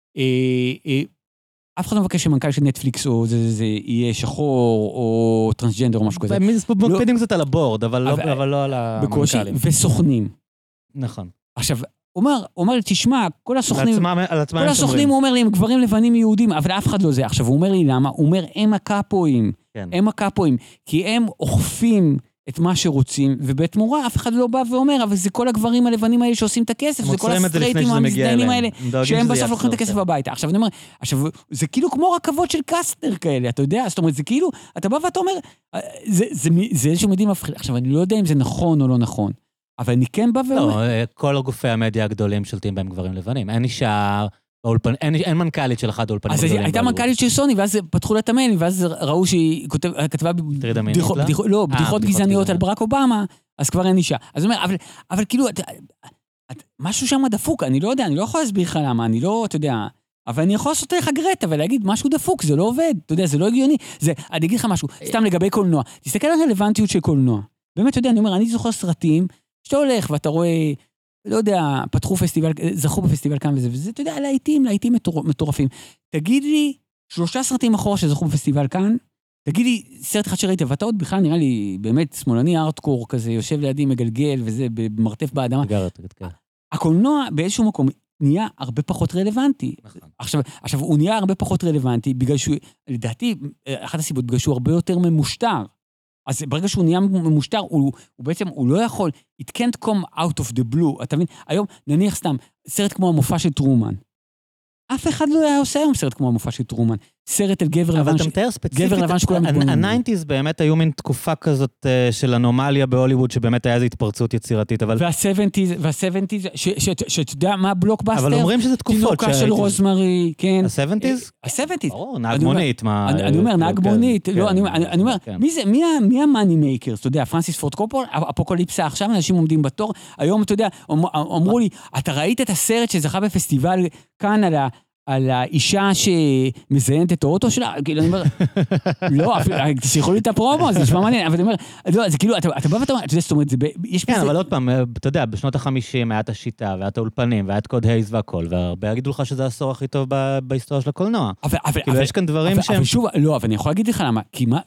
Speaker 2: אף אחד לא מבקש שמנכ"ל של נטפליקס או זה יהיה שחור או טרנסג'נדר או משהו כזה.
Speaker 1: מקפידים קצת על הבורד, אבל לא על המנכ"לים.
Speaker 2: וסוכנים.
Speaker 1: נכון.
Speaker 2: עכשיו, אומר לי, תשמע, כל הסוכנים הוא אומר לי, הם גברים לבנים יהודים, אבל אף אחד לא זה. עכשיו, הוא אומר לי, למה? הוא אומר, הם הקאפואים. הם הקאפואים, כי הם אוכפים את מה שרוצים, ובתמורה אף אחד לא בא ואומר, אבל זה כל הגברים הלבנים האלה שעושים את הכסף, זה כל הסטרייטים המזדיינים האלה, שהם בסוף לוקחים את הכסף הביתה. עכשיו אני אומר, זה כאילו כמו רכבות של קסטנר כאלה, אתה יודע? זאת אומרת, זה כאילו, אתה בא ואתה אומר, זה איזשהו מדהים מפחיד. עכשיו, אני לא יודע אם זה נכון או לא נכון, אבל אני כן בא ואומר...
Speaker 1: לא, כל גופי המדיה הגדולים שולטים בהם גברים לבנים. אין אישה... אין מנכ"לית של אחד האולפנים
Speaker 2: הגדולים. אז הייתה מנכ"לית של סוני, ואז פתחו לה את המיילים, ואז ראו שהיא כתבה בדיחות גזעניות על ברק אובמה, אז כבר אין אישה. אז הוא אומר, אבל כאילו, משהו שם דפוק, אני לא יודע, אני לא יכול להסביר לך למה, אני לא, אתה יודע, אבל אני יכול לעשות לך גרטה, ולהגיד, משהו דפוק, זה לא עובד, אתה יודע, זה לא הגיוני. אני אגיד לך משהו, סתם לגבי קולנוע, תסתכל על הרלוונטיות של קולנוע. באמת, אתה יודע, אני אומר, אני זוכר סרטים, שאתה הולך ואתה רואה, לא יודע, פתחו פסטיבל, זכו בפסטיבל כאן וזה, אתה יודע, להיטים מטורפים. תגיד לי, 3 סרטים אחורה שזכו בפסטיבל כאן, תגיד לי, סרט אחד שראית, ואתה עוד בכלל נראה לי, באמת, שמאלני ארטקור כזה, יושב לידי מגלגל, וזה במרתף באדמה. הקולנוע באיזשהו מקום נהיה הרבה פחות רלוונטי. עכשיו, הוא נהיה הרבה פחות רלוונטי, בגלל שהוא, לדעתי, אחת הסיבות, בגלל שהוא הרבה יותר ממושטר. אז ברגע שהוא נהיה ממושטר, הוא בעצם, הוא לא יכול, it can't come out of the blue, אתה מבין? היום, נניח סתם, סרט כמו המופע של טרומן. אף אחד לא היה עושה היום סרט כמו המופע של טרומן. סרט על גבר לבן,
Speaker 1: אבל אתה מתאר ספציפית, ה-90s באמת היו מין תקופה כזאת של אנומליה בהוליווד, שבאמת היה איזו התפרצות יצירתית, אבל...
Speaker 2: וה-70s, שאתה יודע מה הבלוקבאסטר?
Speaker 1: אבל אומרים שזה תקופות.
Speaker 2: תינוקה של רוזמרי, כן.
Speaker 1: ה-70s?
Speaker 2: ה-70s.
Speaker 1: ברור, נהג מונית, מה...
Speaker 2: אני אומר, נהג מונית, לא, אני אומר, מי המאני מייקרס? אתה יודע, פרנסיס פורד קופול, אפוקליפסה, עכשיו אנשים עומדים בתור, היום, אתה יודע, אמרו לי, אתה ראית את הסרט שזכה בפסטיבל כאן על האישה שמזיינת את האוטו שלה? כאילו, אני אומר, לא, שיכולו לי את הפרומו, זה נשמע מעניין, אבל אני אומר, לא, זה כאילו, אתה בא ואתה אומר, אתה יודע, זאת אומרת, יש
Speaker 1: כן, אבל עוד פעם, אתה יודע, בשנות ה-50 היה את השיטה, והיה את האולפנים, והיה את קוד הייז והכל, והרבה יגידו לך שזה העשור הכי טוב בהיסטוריה של הקולנוע. כאילו, יש כאן דברים שהם...
Speaker 2: אבל שוב, לא, אבל אני יכול להגיד לך למה,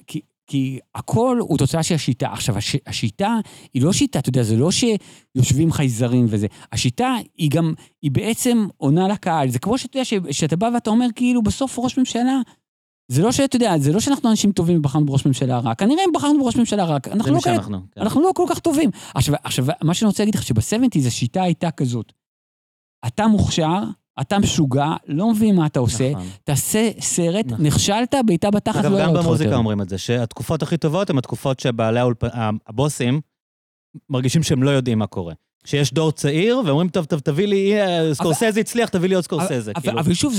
Speaker 2: כי הכל הוא תוצאה של השיטה. עכשיו, השיטה היא לא שיטה, אתה יודע, זה לא שיושבים חייזרים וזה. השיטה היא גם, היא בעצם עונה לקהל. זה כמו שאתה יודע, שאתה בא ואתה אומר, כאילו, בסוף ראש ממשלה, זה לא שאתה יודע, זה לא שאנחנו אנשים טובים ובחרנו בראש ממשלה רע. כנראה אם בחרנו בראש ממשלה רע, אנחנו לא כל כך טובים. עכשיו, מה שאני רוצה להגיד לך, שב-70s השיטה הייתה כזאת. אתה מוכשר, אתה משוגע, לא מבין מה אתה עושה, תעשה סרט, נכשלת, בעיטה בתחת,
Speaker 1: לא גם במוזיקה אומרים את זה, שהתקופות הכי טובות הן התקופות שבעלי הבוסים מרגישים שהם לא יודעים מה קורה. שיש דור צעיר, ואומרים, טוב, תביא לי, סקורסזה הצליח, תביא לי עוד סקורסזה.
Speaker 2: אבל שוב,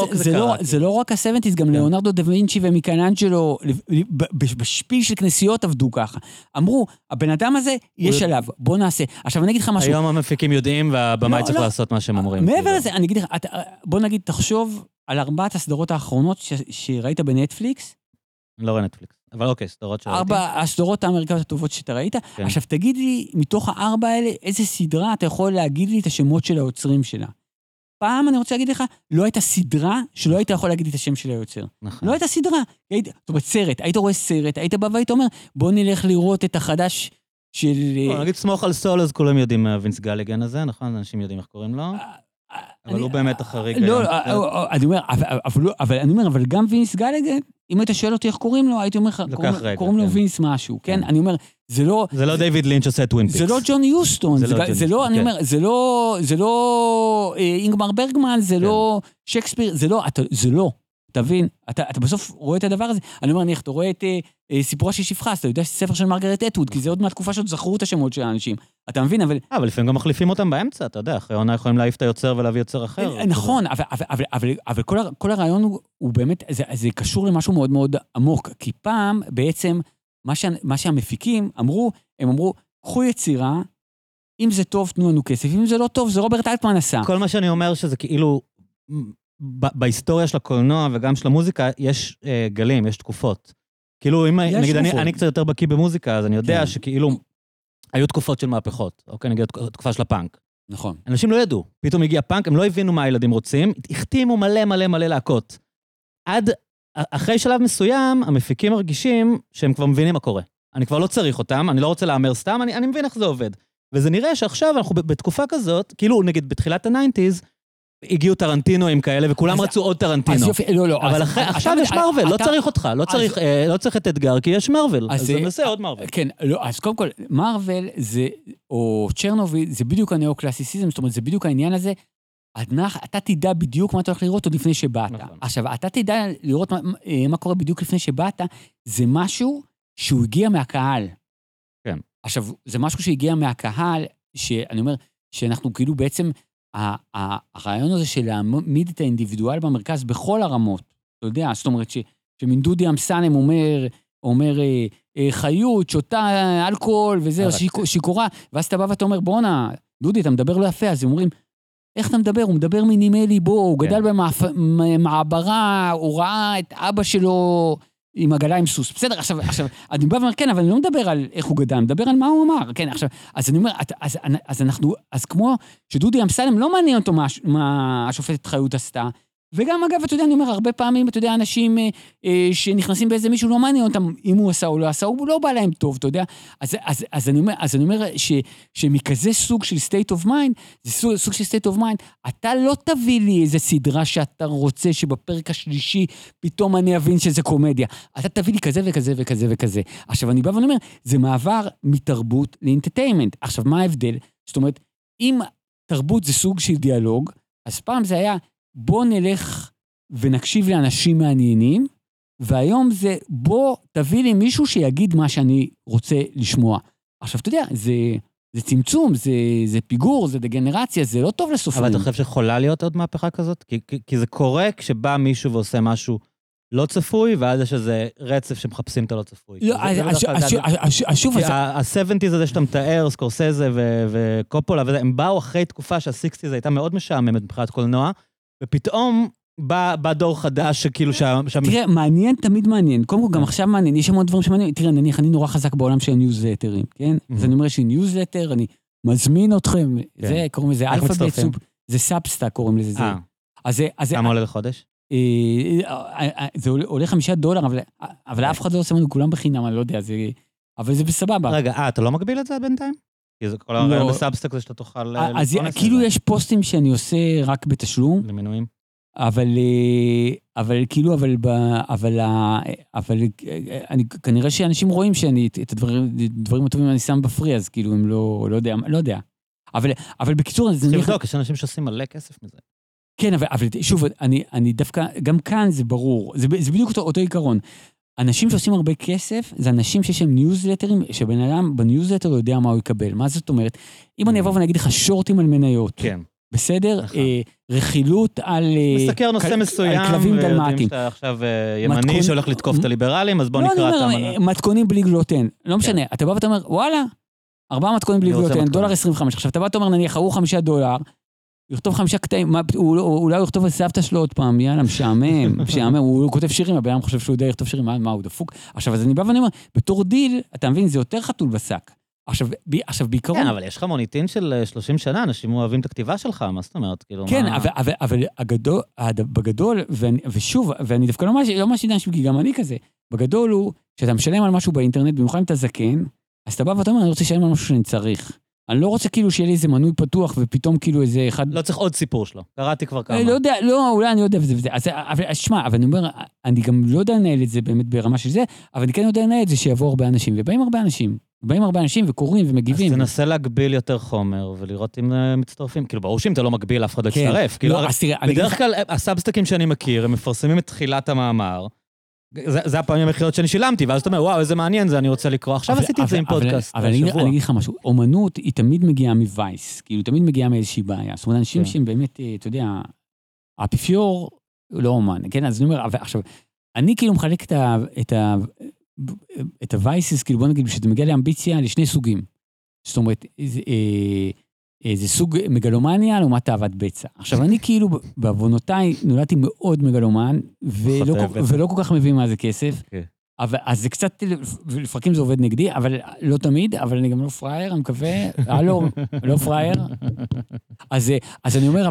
Speaker 2: זה לא רק ה-70s, גם ליאונרדו דה וינצ'י ומייקלאנג'לו, בשפיל של כנסיות עבדו ככה. אמרו, הבן אדם הזה, יש עליו, בוא נעשה. עכשיו, אני אגיד לך משהו.
Speaker 1: היום המפיקים יודעים, והבמאי צריך לעשות מה שהם אומרים.
Speaker 2: מעבר לזה, אני אגיד לך, בוא נגיד, תחשוב על 4 הסדרות האחרונות שראית בנטפליקס.
Speaker 1: לא רואה נטפליקס. אבל אוקיי, סדרות שראיתי.
Speaker 2: 4 הסדרות האמריקאיות הטובות שאתה ראית. כן. עכשיו תגיד לי, מתוך 4 האלה, איזה סדרה אתה יכול להגיד לי את השמות של היוצרים שלה? פעם אני רוצה להגיד לך, לא הייתה סדרה שלא היית יכול להגיד לי את השם של היוצר. נכון. לא הייתה סדרה. זאת אומרת, סרט, היית רואה סרט, היית בא והיית אומר, בוא נלך לראות את החדש של...
Speaker 1: נגיד סמוך על סול, אז כולם יודעים וינס גליגן הזה, נכון? אנשים יודעים איך קוראים לו. אבל הוא באמת החריג.
Speaker 2: לא, אני אומר, אבל גם וינס גליגן, אם היית שואל אותי איך קוראים לו, הייתי אומר לך, קוראים לו וינס משהו, כן? אני אומר, זה לא...
Speaker 1: זה לא דיוויד לינץ' עושה טווין פיקס.
Speaker 2: זה לא ג'ון יוסטון, זה לא, אני אומר, זה לא אינגמר ברגמן, זה לא שייקספיר, זה לא. תבין, אתה בסוף רואה את הדבר הזה, אני אומר, אתה רואה את סיפורה של שפחה, אתה יודע ספר של מרגרט אטווד, כי זה עוד מהתקופה שעוד זכרו את השמות של האנשים, אתה מבין, אבל...
Speaker 1: אבל לפעמים גם מחליפים אותם באמצע, אתה יודע, אחרי עונה יכולים להעיף את היוצר ולהביא יוצר אחר.
Speaker 2: נכון, אבל כל הרעיון הוא באמת, זה קשור למשהו מאוד מאוד עמוק, כי פעם בעצם, מה שהמפיקים אמרו, הם אמרו, קחו יצירה, אם זה טוב, תנו לנו כסף, אם זה לא טוב, זה רוברט אלטמן עשה.
Speaker 1: כל מה שאני אומר שזה כאילו, בהיסטוריה של הקולנוע וגם של המוזיקה, יש גלים, יש תקופות. כאילו, אם נגיד אני קצת יותר בקיא במוזיקה, אז אני יודע שכאילו, היו תקופות של מהפכות, אוקיי, נגיד תקופה של הפאנק.
Speaker 2: נכון.
Speaker 1: אנשים לא ידעו, פתאום הגיע פאנק, הם לא הבינו מה הילדים רוצים, החתימו מלא מלא מלא להקות. עד, אחרי שלב מסוים, המפיקים מרגישים שהם כבר מבינים מה קורה. אני כבר לא צריך אותם, אני לא רוצה לאמר סתם, אני מבין איך זה עובד. וזה נראה שעכשיו אנחנו בתקופה כזאת, כאילו נגיד בתחילת ה-90s, הגיעו טרנטינואים כאלה, וכולם רצו עוד טרנטינו. אבל עכשיו יש מרוול, לא צריך אותך, לא צריך את אתגר, כי יש מרוול, אז נעשה עוד מרוול.
Speaker 2: כן, אז קודם כל, מרוול זה, או צ'רנוביל, זה בדיוק הנאו-קלאסיסיזם, זאת אומרת, זה בדיוק העניין הזה, אתה תדע בדיוק מה אתה הולך לראות עוד לפני שבאת. עכשיו, אתה תדע לראות מה קורה בדיוק לפני שבאת, זה משהו שהוא הגיע מהקהל.
Speaker 1: כן.
Speaker 2: עכשיו, זה משהו שהגיע מהקהל, שאני אומר, שאנחנו כאילו בעצם, הרעיון הזה של להעמיד את האינדיבידואל במרכז בכל הרמות, אתה יודע, זאת אומרת שמין דודי אמסלם אומר חיות, שותה, אלכוהול וזה, שיקורה, ואז אתה בא ואתה אומר, בואנה, דודי, אתה מדבר לא יפה, אז הם אומרים, איך אתה מדבר? הוא מדבר מנימי ליבו, הוא גדל במעברה, הוא ראה את אבא שלו עם עגלה עם סוס. בסדר, עכשיו, אני בא ואומר, כן, אבל אני לא מדבר על איך הוא גדל, אני מדבר על מה הוא אמר. כן, עכשיו, אז אני אומר, אז כמו שדודי אמסלם לא מעניין אותו מה השופטת חיות עשתה, וגם אגב, אתה יודע, אני אומר, הרבה פעמים, אתה יודע, אנשים שנכנסים באיזה מישהו, לא מעניין אותם אם הוא עשה או לא עשה, הוא לא בא להם טוב, אתה יודע. אז אני אומר שמכזה סוג של state of mind, זה סוג של state of mind, אתה לא תביא לי איזה סדרה שאתה רוצה שבפרק השלישי פתאום אני אבין שזה קומדיה. אתה תביא לי כזה וכזה וכזה וכזה. עכשיו, אני בא ואני אומר, זה מעבר מתרבות לאינטרטיימנט. עכשיו, מה ההבדל? זאת אומרת, אם תרבות זה סוג של דיאלוג, אז פעם זה היה בוא נלך ונקשיב לאנשים מעניינים, והיום זה בוא תביא לי מישהו שיגיד מה שאני רוצה לשמוע. עכשיו, אתה יודע, זה צמצום, זה פיגור, זה דגנרציה, זה לא טוב לסופרים.
Speaker 1: אבל אתה חושב שיכולה להיות עוד מהפכה כזאת? כי זה קורה כשבא מישהו ועושה משהו לא צפוי, ואז יש איזה רצף שמחפשים את הלא צפוי.
Speaker 2: לא, שוב...
Speaker 1: ה-70's הזה שאתה מתאר, סקורסזה וקופולה, הם באו אחרי תקופה שה-60's הייתה מאוד משעממת מבחינת קולנוע, ופתאום בא דור חדש שכאילו
Speaker 2: תראה, מעניין, תמיד מעניין. קודם כל, גם עכשיו מעניין, יש שם עוד דברים שמעניין. תראה, נניח, אני נורא חזק בעולם של ניוזלטרים, כן? אז אני אומר שניוזלטר, אני מזמין אתכם, זה, קוראים לזה אלפאבית סופ, זה סאבסטאק, קוראים לזה.
Speaker 1: כמה עולה לחודש?
Speaker 2: זה עולה $5, אבל אף אחד לא עושה לנו כולם בחינם, אני לא יודע, אבל זה בסבבה.
Speaker 1: רגע, אתה לא מגביל את זה בינתיים? כי זה כל הרעיון בסאבסטאק זה שאתה תוכל...
Speaker 2: אז כאילו יש פוסטים שאני עושה רק בתשלום.
Speaker 1: למנויים.
Speaker 2: אבל כאילו, אבל כנראה שאנשים רואים שאני, את הדברים הטובים אני שם בפרי, אז כאילו הם לא יודע. אבל בקיצור...
Speaker 1: צריך לבדוק, יש אנשים שעושים מלא כסף מזה.
Speaker 2: כן, אבל שוב, אני דווקא, גם כאן זה ברור, זה בדיוק אותו עיקרון. אנשים שעושים הרבה כסף, זה אנשים שיש להם ניוזלטרים, שבן אדם בניוזלטר יודע מה הוא יקבל. מה זאת אומרת? אם אני אבוא ואני אגיד לך שורטים על מניות,
Speaker 1: כן.
Speaker 2: בסדר? רכילות על
Speaker 1: מסתכל נושא מסוים, ויודעים שאתה עכשיו ימני שהולך לתקוף את הליברלים, אז בוא נקרא את המנה.
Speaker 2: מתכונים בלי גלוטן. לא משנה, אתה בא ואתה אומר, וואלה, 4 מתכונים בלי גלוטן, $1.25. עכשיו אתה בא ואתה אומר, נניח, הוא $5, יכתוב 5 קטעים, אולי הוא יכתוב על סבתא שלו עוד פעם, יאללה, משעמם, הוא כותב שירים, הבן אדם חושב שהוא יודע לכתוב שירים, מה הוא דפוק? עכשיו, אז אני בא ואני אומר, בתור דיל, אתה מבין, זה יותר חתול בשק. עכשיו, בעיקרון...
Speaker 1: כן, אבל יש לך מוניטין של 30 שנה, אנשים אוהבים את הכתיבה שלך, מה זאת אומרת?
Speaker 2: כן, אבל בגדול, ושוב, ואני דווקא לא משהו דן כי גם אני כזה, בגדול הוא, שאתה משלם על משהו באינטרנט, במיוחד אם אתה זקן, אז אתה בא ואתה אומר, אני רוצה לשלם על משהו שאני צריך. אני לא רוצה כאילו שיהיה לי איזה מנוי פתוח, ופתאום כאילו איזה אחד...
Speaker 1: לא צריך עוד סיפור שלו, קראתי כבר כמה.
Speaker 2: לא יודע, אולי אני יודע וזה. אז שמע, אבל אני אומר, אני גם לא יודע לנהל את זה באמת ברמה של זה, אבל אני כן יודע לנהל את זה שיבוא הרבה אנשים, ובאים הרבה אנשים וקוראים ומגיבים.
Speaker 1: אז תנסה להגביל יותר חומר, ולראות אם מצטרפים. כאילו, ברור שאם אתה לא מגביל, אף אחד לא יצטרף. בדרך כלל, הסאבסטקים שאני מכיר, הם מפרסמים את תחילת המאמר, זה הפעמים המחירות שאני שילמתי, ואז אתה אומר, וואו, איזה מעניין זה, אני רוצה לקרוא. עכשיו עשיתי את זה עם פודקאסט.
Speaker 2: אבל אני אגיד לך משהו, אומנות היא תמיד מגיעה מווייס, כאילו, תמיד מגיעה מאיזושהי בעיה. זאת אומרת, אנשים שהם באמת, אתה יודע, האפיפיור לא אומן, כן? אז אני אומר, עכשיו, אני כאילו מחלק את הווייסס, כאילו, בוא נגיד, שאתה מגיע לאמביציה לשני סוגים. זאת אומרת, זה סוג מגלומניה לעומת אהבת בצע. עכשיו, אני כאילו, בעוונותיי, נולדתי מאוד מגלומן, ולא כל כך מבין מה זה כסף. אז זה קצת, לפרקים זה עובד נגדי, אבל לא תמיד, אבל אני גם לא פרייר, אני מקווה, לא פרייר. אז אני אומר,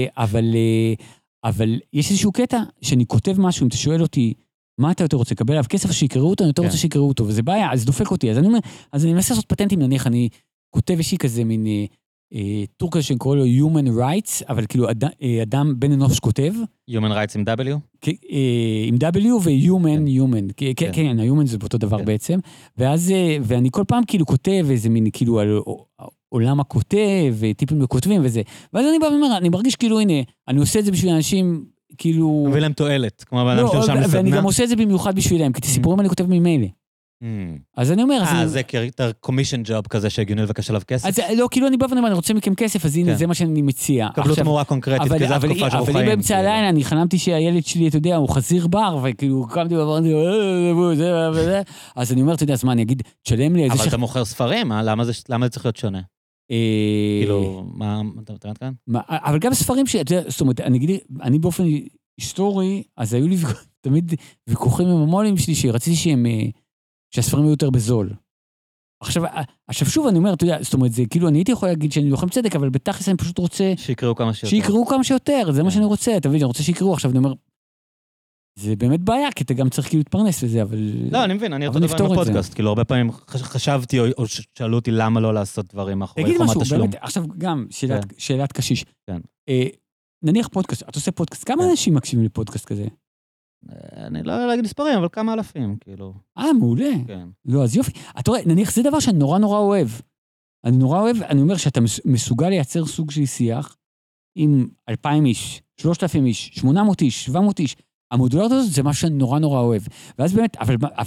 Speaker 2: אבל יש איזשהו קטע שאני כותב משהו, אם אתה שואל אותי, מה אתה יותר רוצה לקבל עליו כסף שיקראו אותו, אני יותר רוצה שיקראו אותו, וזה בעיה, אז דופק אותי. אז אני אומר, אז אני מנסה לעשות פטנטים, נניח, אני כותב אישי כזה, מין טור כזה שקורא לו Human Rights, אבל כאילו אדם בן אנוש כותב.
Speaker 1: Human Rights עם W?
Speaker 2: עם W ו-Human. כן, ה-Human זה באותו דבר בעצם. ואני כל פעם כאילו כותב איזה מין כאילו על עולם הכותב, וטיפים לכותבים וזה. ואז אני בא ואומר, אני מרגיש כאילו, הנה, אני עושה את זה בשביל אנשים, כאילו...
Speaker 1: מביא להם תועלת, כמו הבן אדם שם לסדנה.
Speaker 2: ואני גם עושה את זה במיוחד בשבילם, כי את הסיפורים אני כותב ממילא. אז אני אומר...
Speaker 1: זה יותר קומישן ג'וב כזה שהגיוני לבקש עליו כסף?
Speaker 2: אז לא, כאילו אני בא ואומר, אני רוצה מכם כסף, אז הנה, זה מה שאני מציע.
Speaker 1: קבלו תמורה קונקרטית, כי זה התקופה של חיים.
Speaker 2: אבל באמצע הלילה, אני חלמתי שהילד שלי, אתה יודע, הוא חזיר בר, וכאילו קמתי ואמרתי, זה, אז אני אומר, אתה יודע, אז מה, אני אגיד, תשלם לי...
Speaker 1: אבל אתה מוכר ספרים, למה זה צריך להיות שונה? כאילו, מה, אתה מתאמת כאן?
Speaker 2: אבל גם ספרים זאת אומרת, אני באופן היסטורי, אז היו לי תמיד ויכוחים עם המו"לים שלי, שרציתי שהספרים היו יותר בזול. עכשיו שוב אני אומר, אתה יודע, זאת אומרת, זה כאילו, אני הייתי יכול להגיד שאני לוחם צדק, אבל בתכלס אני פשוט רוצה... שיקראו כמה שיותר, זה מה שאני רוצה, אתה מבין, אני רוצה שיקראו, עכשיו אני אומר, זה באמת בעיה, כי אתה גם צריך כאילו להתפרנס לזה, אבל...
Speaker 1: לא, אני מבין, אני אותו דבר עם הפודקאסט, כאילו, הרבה פעמים חשבתי, או שאלו אותי למה לא לעשות דברים מאחורי חומת השלום.
Speaker 2: עכשיו גם, שאלת קשיש. נניח פודקאסט, אתה עושה פודקאסט, כמה אנשים מקשיבים לפודקאסט כזה?
Speaker 1: אני לא יודע להגיד מספרים, אבל כמה אלפים, כאילו.
Speaker 2: מעולה. לא, אז יופי. אתה רואה, נניח, זה דבר שאני נורא נורא אוהב. אני נורא אוהב, אני אומר שאתה מסוגל לייצר סוג של שיח עם 2,000 איש, 3,000 איש, 800 איש, 700 איש. המודולריות הזאת זה משהו שאני נורא נורא אוהב. ואז באמת,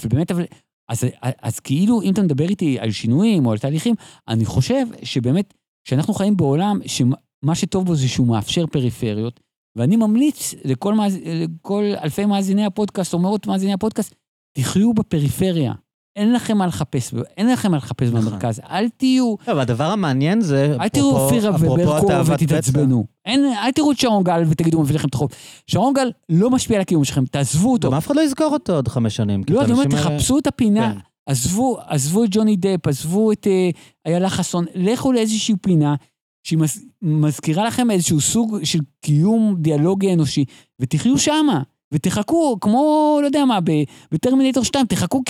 Speaker 2: אז כאילו, אם אתה מדבר איתי על שינויים או על תהליכים, אני חושב שבאמת, שאנחנו חיים בעולם, שמה שטוב בו זה שהוא מאפשר פריפריות, ואני ממליץ לכל אלפי מאזיני הפודקאסט, או מאות מאזיני הפודקאסט, תחיו בפריפריה. אין לכם מה לחפש במרכז. אל תהיו...
Speaker 1: אבל הדבר המעניין זה...
Speaker 2: אל תראו אופירה וברקו ותתעצבנו. אל תראו את שרון גל ותגידו, מביא לכם את החוב. שרון גל לא משפיע על הקיום שלכם, תעזבו אותו.
Speaker 1: גם אף אחד לא יזכור אותו עוד 5 שנים.
Speaker 2: לא, אני אומר, תחפשו את הפינה, עזבו את ג'וני דפ, עזבו את איילה חסון, לכו לאיזושהי פינה, שהיא מזכירה לכם איזשהו סוג של קיום דיאלוגי אנושי, ותחיו שמה, ותחכו, כמו, לא יודע מה, בטרמינטור 2,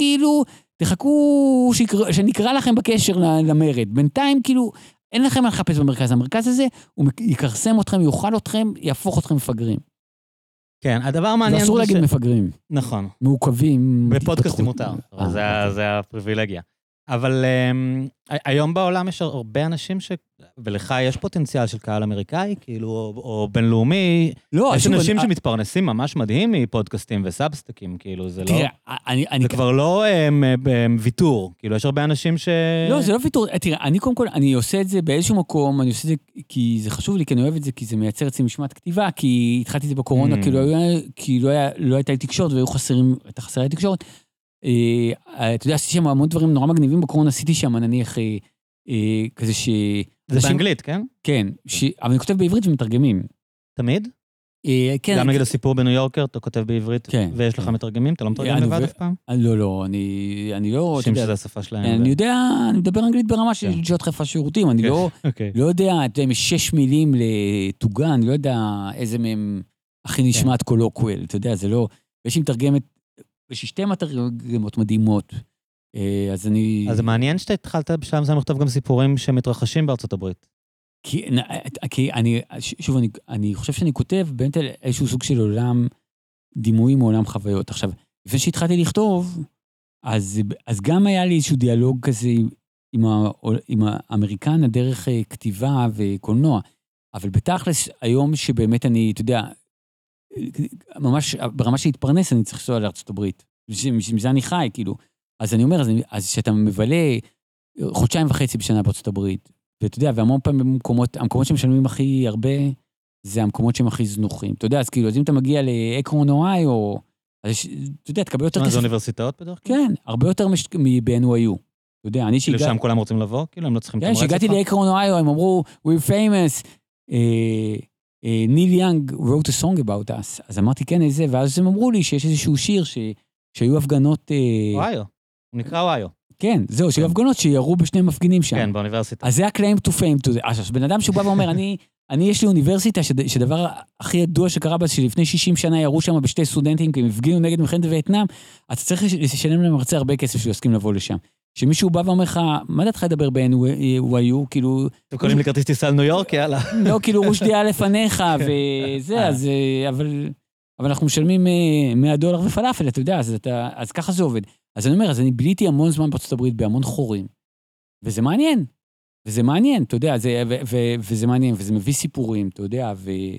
Speaker 2: תחכו שנקרא לכם בקשר למרד. בינתיים, כאילו, אין לכם מה לחפש במרכז. המרכז הזה, הוא יקרסם אתכם, יאכל אתכם, יהפוך אתכם מפגרים.
Speaker 1: כן, הדבר המעניין...
Speaker 2: ואסור להגיד מפגרים.
Speaker 1: נכון.
Speaker 2: מעוכבים.
Speaker 1: בפודקאסטים מותר. זה הפריבילגיה. אבל היום בעולם יש הרבה אנשים ולך יש פוטנציאל של קהל אמריקאי, כאילו, או בינלאומי.
Speaker 2: לא,
Speaker 1: יש אנשים שמתפרנסים ממש מדהים מפודקאסטים וסאבסטקים, כאילו, זה לא... זה כבר לא ויתור, כאילו, יש הרבה אנשים
Speaker 2: לא, זה לא ויתור. תראה, אני קודם כל, אני עושה את זה באיזשהו מקום, אני עושה את זה כי זה חשוב לי, כי אני אוהב את זה, כי זה מייצר אצלי משמעת כתיבה, כי התחלתי את זה בקורונה, כי לא הייתה לי תקשורת, והיו חסרי תקשורת. אתה יודע, עשיתי שם המון דברים נורא מגניבים בקורונה, עשיתי שם, נניח, כזה ש...
Speaker 1: זה באנגלית, כן?
Speaker 2: כן, אבל אני כותב בעברית ומתרגמים.
Speaker 1: תמיד?
Speaker 2: כן.
Speaker 1: גם נגיד הסיפור בניו יורקר, אתה כותב בעברית, ויש לך מתרגמים, אתה לא מתרגם לבד אף פעם?
Speaker 2: לא, אני לא...
Speaker 1: חושבים שזה השפה שלהם.
Speaker 2: אני יודע, אני מדבר אנגלית ברמה של להיות חיפה שירותים, אני לא יודע, אתה יודע, אם יש 6 מילים לתוגה, אני לא יודע איזה מהם הכי נשמעת קולוקוויל, אתה יודע, זה לא... ויש לי מתרגמת, יש לי 2 מתרגמות מדהימות, אז אני...
Speaker 1: אז זה מעניין שאתה התחלת בשלב מסוים לכתוב גם סיפורים שמתרחשים בארצות הברית.
Speaker 2: כי שוב, אני חושב שאני כותב באמת על איזשהו סוג של עולם דימוי מעולם חוויות. עכשיו, לפני שהתחלתי לכתוב, אז גם היה לי איזשהו דיאלוג כזה עם האמריקן, הדרך כתיבה וקולנוע, אבל בתכלס, היום שבאמת אני, אתה יודע, ממש ברמה שהתפרנס, אני צריך לנסוע לארצות הברית. מזה אני חי, כאילו. אז אני אומר, אז שאתה מבלה 1.5 חודשים בשנה בארצות הברית, ואתה יודע, והמון פעמים במקומות, המקומות שמשלמים הכי הרבה, זה המקומות שהם הכי זנוחים. אתה יודע, אז כאילו, אז אם אתה מגיע לאקרון אוהיו, אז אתה יודע, תקבל יותר כסף.
Speaker 1: זה אוניברסיטאות בדרך כלל?
Speaker 2: כן, הרבה יותר ב-NYU. אתה יודע, אני
Speaker 1: כאילו שם כולם רוצים לבוא? כאילו הם לא צריכים לתמרץ אותך?
Speaker 2: שהגעתי לאקרון אוהיו, הם אמרו, we're famous, ניל יאנג wrote a song about us, אז אמרתי כן איזה, ואז הם אמרו לי שיש איזשהו שיר שהיו הפגנות...
Speaker 1: אוהיו, הוא נקרא אוהיו.
Speaker 2: כן, זהו, שהיו הפגנות שירו בשני מפגינים שם.
Speaker 1: כן, באוניברסיטה.
Speaker 2: אז זה ה-claim to fame. עכשיו, בן אדם שבא ואומר, יש לי אוניברסיטה, שדבר הכי ידוע שקרה בה, שלפני 60 שנה ירו שם בשתי סטודנטים, כי הם הפגינו נגד מלחמת וייטנאם, אתה צריך לשלם למרצה הרבה כסף שהוא יסכים לבוא לשם. שמישהו בא ואומר לך, מה דעתך לדבר ב-NYU, כאילו...
Speaker 1: אתם קוראים לי כרטיס טיסה לניו-יורק, יאללה.
Speaker 2: לא, כאילו רושדי היה לפניך, וזה, אבל אנחנו משלמים $100 ופלאפל, אתה יודע, אז ככה זה עובד. אז אני אומר, אז אני ביליתי המון זמן בארצות הברית, בהמון חורים, וזה מעניין, אתה יודע, וזה מעניין, וזה מביא סיפורים, אתה יודע,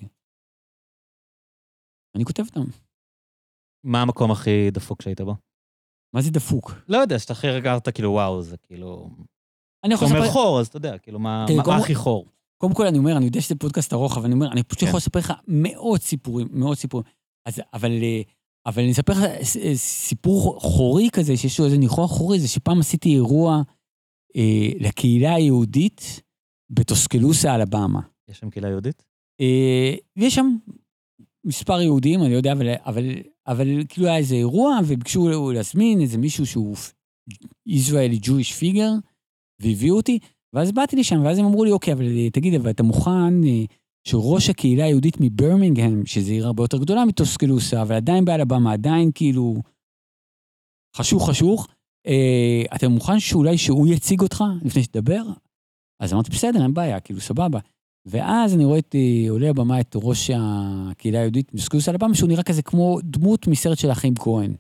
Speaker 2: ואני כותב אותם.
Speaker 1: מה המקום הכי דפוק שהיית בו?
Speaker 2: מה זה דפוק?
Speaker 1: לא יודע, שאתה הכי רגעת, כאילו, וואו, זה כאילו... אתה אומר
Speaker 2: לספר...
Speaker 1: חור, אז אתה יודע, כאילו, מה הכי חור?
Speaker 2: קודם כל, אני אומר, אני יודע שזה פודקאסט ארוך, אבל אני אומר, אני פשוט יכול לספר לך מאות סיפורים. אז, אבל אני אספר לך סיפור חורי כזה, שיש לו איזה ניחוח חורי, זה שפעם עשיתי אירוע לקהילה היהודית בטוסקלוסה, אלבמה.
Speaker 1: יש שם קהילה יהודית?
Speaker 2: יש שם מספר יהודים, אני יודע, אבל כאילו היה איזה אירוע, וביקשו להזמין איזה מישהו שהוא Israeli Jewish figure, והביאו אותי, ואז באתי לשם, ואז הם אמרו לי, אוקיי, אבל תגיד, אבל אתה מוכן שראש הקהילה היהודית מברמינגהם, שזו עיר הרבה יותר גדולה מטוסקלוסה, אבל עדיין באלבמה, עדיין כאילו חשוך, אתה מוכן שאולי שהוא יציג אותך לפני שתדבר? אז אמרתי, בסדר, אין בעיה, כאילו סבבה. ואז אני רואה עולה הבמה את ראש הקהילה היהודית מטוסקלוסה, אלבמה שהוא נראה כזה כמו דמות מסרט של אחים כהן.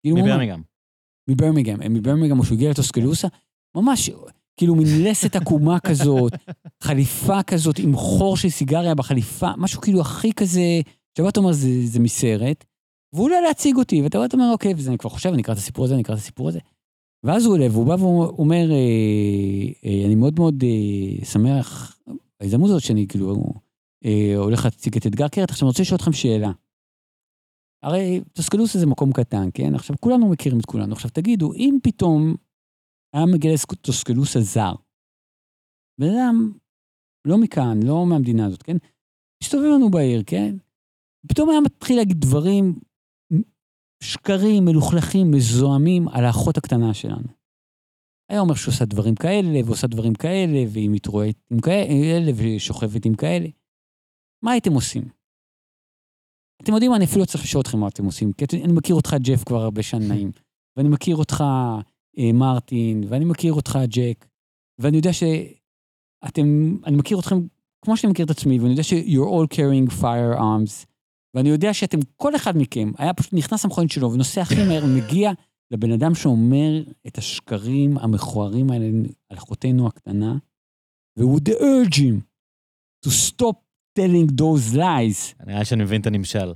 Speaker 2: מברמינגהם, או שהוא הגיע לטוסקלוסה, ממש... כאילו מין לסת עקומה כזאת, חליפה כזאת עם חור של סיגריה בחליפה, משהו כאילו הכי כזה, שאתה אומר זה מסרט, והוא עולה להציג אותי, ואתה אומר אוקיי, וזה אני כבר חושב, אני אקרא את הסיפור הזה, ואז הוא עולה, והוא בא ואומר, אני מאוד מאוד שמח, ההזדמנות הזאת שאני כאילו הולך להציג את אתגר קרת, עכשיו אני רוצה לשאול אתכם שאלה. הרי טוסקלוסה זה מקום קטן, כן? עכשיו כולנו מכירים את כולנו, עכשיו תגידו, אם פתאום היה מגיע לטוסקלוסה זר. ואדם, לא מכאן, לא מהמדינה הזאת, כן? הסתובב לנו בעיר, כן? פתאום היה מתחיל להגיד דברים, שקרים, מלוכלכים, מזוהמים, על האחות הקטנה שלנו. היה אומר שעושה דברים כאלה, ועושה דברים כאלה, והיא מתרועית עם כאלה, ושוכבת עם כאלה. מה הייתם עושים? אתם יודעים, אני אפילו לא צריך לשאול אתכם מה אתם עושים, כי אני מכיר אותך, ג'ף, כבר הרבה שנים, ואני מכיר אותך, מרטין, ואני מכיר אותך, ג'ק, ואני יודע אני מכיר אתכם כמו שאני מכיר את עצמי, ואני יודע you're all carrying firearms, ואני יודע שאתם, כל אחד מכם, היה פשוט נכנס למכונית שלו, ונוסע הכי מהר, מגיע לבן אדם שאומר את השקרים המכוערים האלה על אחותנו הקטנה, והוא would urge him to stop telling those lies.
Speaker 1: אני רואה שאני מבין את הנמשל.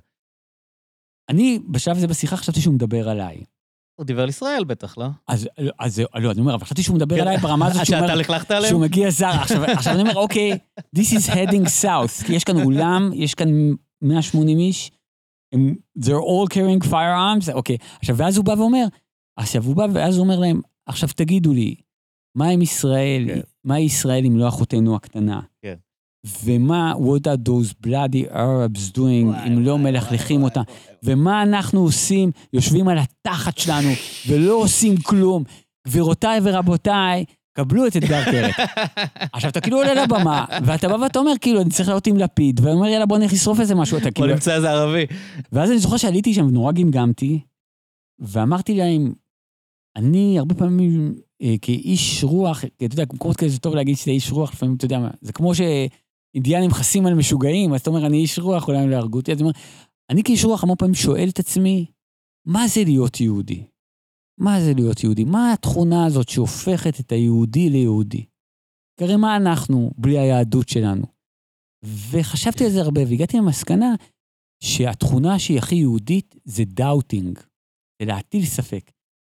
Speaker 2: אני בשלב הזה בשיחה חשבתי שהוא מדבר עליי.
Speaker 1: הוא דיבר על ישראל בטח, לא?
Speaker 2: אז לא, אני אומר, אבל חשבתי שהוא מדבר עליי ברמה הזאת שהוא מגיע זר. עכשיו אני אומר, אוקיי, this is heading south, כי יש כאן אולם, יש כאן 180 איש, they're all carrying firearms, אוקיי. עכשיו, ואז הוא בא ואומר, ואז הוא אומר להם, עכשיו תגידו לי, מה עם ישראל, מה ישראל אם לא אחותנו הקטנה? כן. ומה, what are those bloody Arabs doing, אם לא מלכלכים אותה, ומה אנחנו עושים, יושבים על התחת שלנו, ולא עושים כלום, גבירותיי ורבותיי, קבלו את אתגר קרת. עכשיו, אתה כאילו עולה לבמה, ואתה בא ואתה אומר, כאילו, אני צריך לעלות עם לפיד, ואני אומר, יאללה, בוא נלך לשרוף איזה משהו, אתה כאילו...
Speaker 1: בוא נמצא איזה ערבי.
Speaker 2: ואז אני זוכר שעליתי שם, ונורא גמגמתי, ואמרתי להם, אני הרבה פעמים, כאיש רוח, אתה יודע, במקומות כאלה זה טוב להגיד שזה איש רוח, לפעמים, אתה יודע מה, זה כמו שאינדיאנים חסים על משוגעים, אז אתה אומר, אני איש רוח, אולי הם לא יהרגו אותי, אז אני כאיש רוח המון פעמים שואל את עצמי, מה זה להיות יהודי? מה זה להיות יהודי? מה התכונה הזאת שהופכת את היהודי ליהודי? הרי מה אנחנו בלי היהדות שלנו? וחשבתי על זה הרבה, והגעתי למסקנה שהתכונה שהיא הכי יהודית זה דאוטינג, זה להטיל ספק.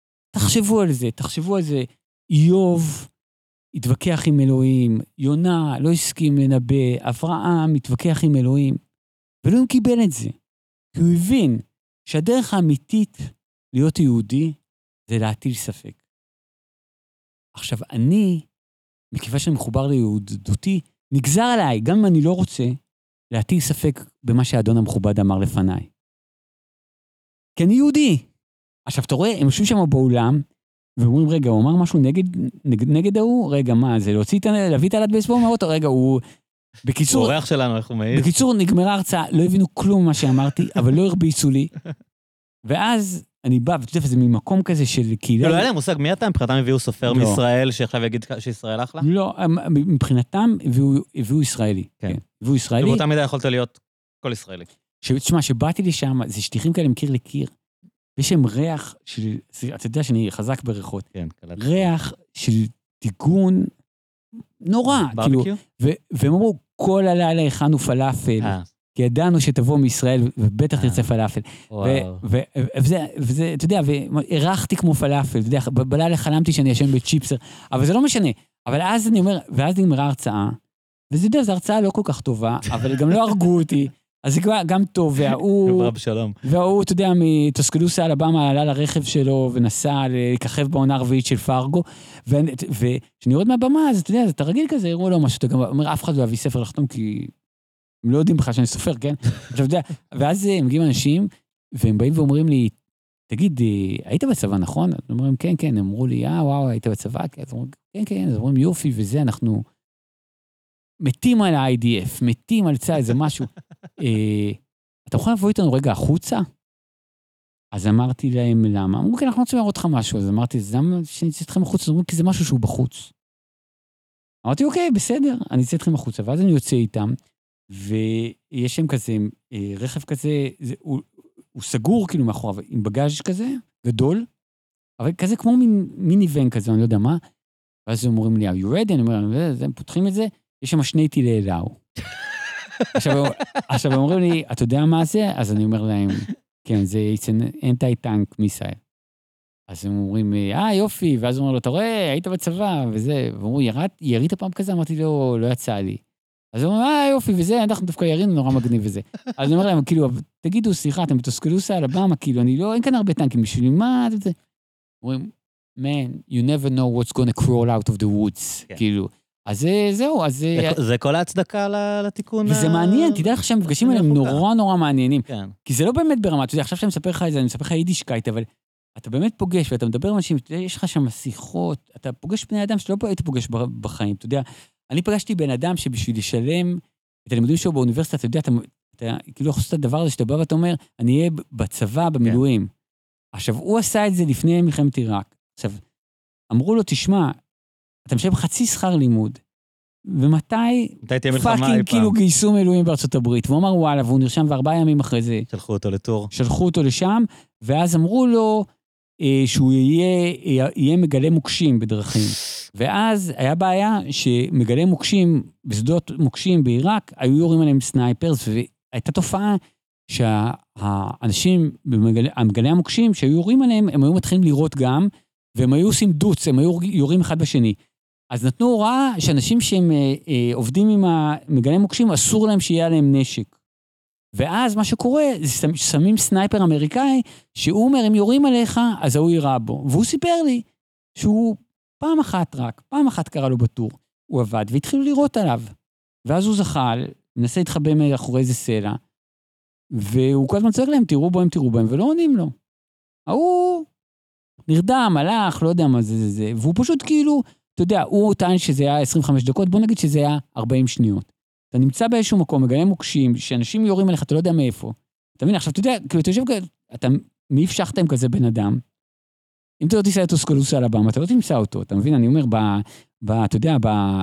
Speaker 2: תחשבו על זה, איוב התווכח עם אלוהים, יונה לא הסכים לנבא, אברהם התווכח עם אלוהים, ואלוהים קיבל את זה, כי הוא הבין שהדרך האמיתית להיות יהודי, זה להטיל ספק. עכשיו, אני, מכיוון שאני מחובר ליהודותי, נגזר עליי, גם אם אני לא רוצה, להטיל ספק במה שהאדון המכובד אמר לפניי. כי אני יהודי. עכשיו, אתה רואה, הם יושבים שם באולם, ואומרים, רגע, הוא אמר משהו נגד ההוא? רגע, מה, זה להביא את הלת בייסבול מהאוטו? רגע, הוא... בקיצור...
Speaker 1: הוא אורח שלנו, איך הוא מעיד?
Speaker 2: בקיצור, נגמרה הרצאה, לא הבינו כלום מה שאמרתי, אבל לא הרביצו לי. ואז אני בא, ואתה יודע, זה ממקום כזה של קהילה...
Speaker 1: לא היה להם מושג, מי אתה? מבחינתם הביאו סופר מישראל, שעכשיו יגיד שישראל אחלה?
Speaker 2: לא, מבחינתם הביאו ישראלי. כן. הביאו ישראלי.
Speaker 1: ובאותה מידה יכולת להיות כל ישראלי.
Speaker 2: תשמע, שבאתי לשם, זה שטיחים כאלה מקיר לקיר, ויש שם ריח של... אתה יודע שאני חזק בריחות.
Speaker 1: כן, קלט.
Speaker 2: ריח של טיגון נורא.
Speaker 1: ברבקיו?
Speaker 2: והם אמרו, כל הלילה הכנו פלאפל. כי ידענו שתבוא מישראל, ובטח תרצה פלאפל. וזה, אתה יודע, והרחתי כמו פלאפל, אתה יודע, בלילה חלמתי שאני ישן בצ'יפסר, אבל זה לא משנה. אבל אז אני אומר, ואז נגמרה הרצאה, וזה יודע, זו הרצאה לא כל כך טובה, אבל גם לא הרגו אותי, אז זה גם טוב, והוא, אתה יודע, מטוסקלוסה אלבמה, עלה לרכב שלו, ונסע לככב בעונה הרביעית של פארגו, וכשאני יורד מהבמה, אז אתה יודע, אתה רגיל כזה, יראו לו משהו, אתה גם אומר, אף אחד לא יביא ספר לחתום, כי הם לא יודעים בכלל שאני סופר, כן? אתה יודע, ואז מגיעים אנשים, והם באים ואומרים לי, תגיד, היית בצבא, נכון? הם אומרים, כן, כן, הם אמרו לי, וואו, היית בצבא? כן, כן, אז אומרים, יופי, וזה, אנחנו מתים על ה-IDF, מתים על צה"ל, זה משהו. אתה יכול לבוא איתנו רגע החוצה? אז אמרתי להם, למה? אמרו, כן, אנחנו רוצים לראות לך משהו, אז אמרתי, אז למה שאני אצא אתכם החוצה? אז אמרו, כי זה משהו שהוא בחוץ. אמרתי, אוקיי, בסדר, אני אצא אתכם החוצה, ואז אני יוצא איתם, ויש שם כזה, רכב כזה, הוא סגור כאילו מאחוריו, עם בגאז' כזה, גדול, אבל כזה כמו מיני ון כזה, אני לא יודע מה, ואז הם אומרים לי, are you ready? אני אומר, הם פותחים את זה, יש שם 2 טילי אלאו. עכשיו הם אומרים לי, אתה יודע מה זה? אז אני אומר להם, כן, זה anti-tank missile. אז הם אומרים, יופי, ואז אומרים לו, אתה רואה, היית בצבא, וזה, ואומרו, ירית פעם כזה? אמרתי לו, לא יצא לי. אז הם אומרים, יופי, וזה, אנחנו דווקא ירינו נורא מגניב וזה. אז אני אומר להם, כאילו, תגידו, סליחה, אתם בתוסקלוסה, אלבמה, כאילו, אני לא, אין כאן הרבה טנקים בשבילי, מה זה? אומרים, man, you never know what's going to crawl out of the woods, כאילו. אז זהו, אז...
Speaker 1: זה כל ההצדקה לתיקון...
Speaker 2: וזה מעניין, תדע לך שהמפגשים האלה הם נורא נורא מעניינים. כי זה לא באמת ברמה, אתה יודע, עכשיו שאני מספר לך את זה, אני מספר לך יידישקייט, אבל אתה באמת פוגש, ואתה מדבר עם אנשים, אתה יודע, יש לך שם שיחות, אתה פוגש בני אדם שאתה לא היית פוגש בחיים, אתה יודע, אני פגשתי בן אדם שבשביל לשלם את הלימודים שלו באוניברסיטה, אתה יודע, אתה כאילו יכול לעשות את הדבר הזה שאתה בא ואתה אומר, אני אהיה בצבא, במילואים. עכשיו, הוא עשה את זה לפני מלחמת עיראק. עכשיו, אמרו לו, תשמע, אתה משלם חצי שכר לימוד, ומתי פאקינג כאילו גייסו מילואים בארצות הברית, והוא אמר וואלה, והוא נרשם, ו4 ימים אחרי זה
Speaker 1: שלחו אותו לטור.
Speaker 2: שלחו אותו לשם, ואז אמרו לו שהוא יהיה מגלה מוקשים בדרכים. ואז היה בעיה שמגלה מוקשים, בשדות מוקשים בעיראק, היו יורים עליהם סנייפרס, והייתה תופעה שהאנשים, המגלי המוקשים שהיו יורים עליהם, הם היו מתחילים לראות גם, והם היו עושים דוץ, הם היו יורים אחד בשני. אז נתנו הוראה שאנשים שהם עובדים עם המגלי מוקשים, אסור להם שיהיה עליהם נשק. ואז מה שקורה, זה שמים סנייפר אמריקאי, שהוא אומר, הם יורים עליך, אז הוא יירה בו. והוא סיפר לי שהוא פעם אחת קרא לו בטור, הוא עבד, והתחילו לראות עליו. ואז הוא זחל, מנסה להתחבא מאחורי איזה סלע, והוא כל הזמן צועק להם, תראו בהם, ולא עונים לו. הוא נרדם, הלך, לא יודע מה זה, והוא פשוט כאילו, אתה יודע, הוא טען שזה היה 25 דקות, בוא נגיד שזה היה 40 שניות. אתה נמצא באיזשהו מקום, מגלה מוקשים, שאנשים יורים עליך, אתה לא יודע מאיפה. אתה מבין, עכשיו, אתה יודע, כאילו, אתה יושב כזה, מי הפשחת עם כזה בן אדם? אם אתה לא תיסע לתוסקלוסה אלבמה, אתה לא תמצא אותו, אתה מבין? אני אומר, אתה יודע,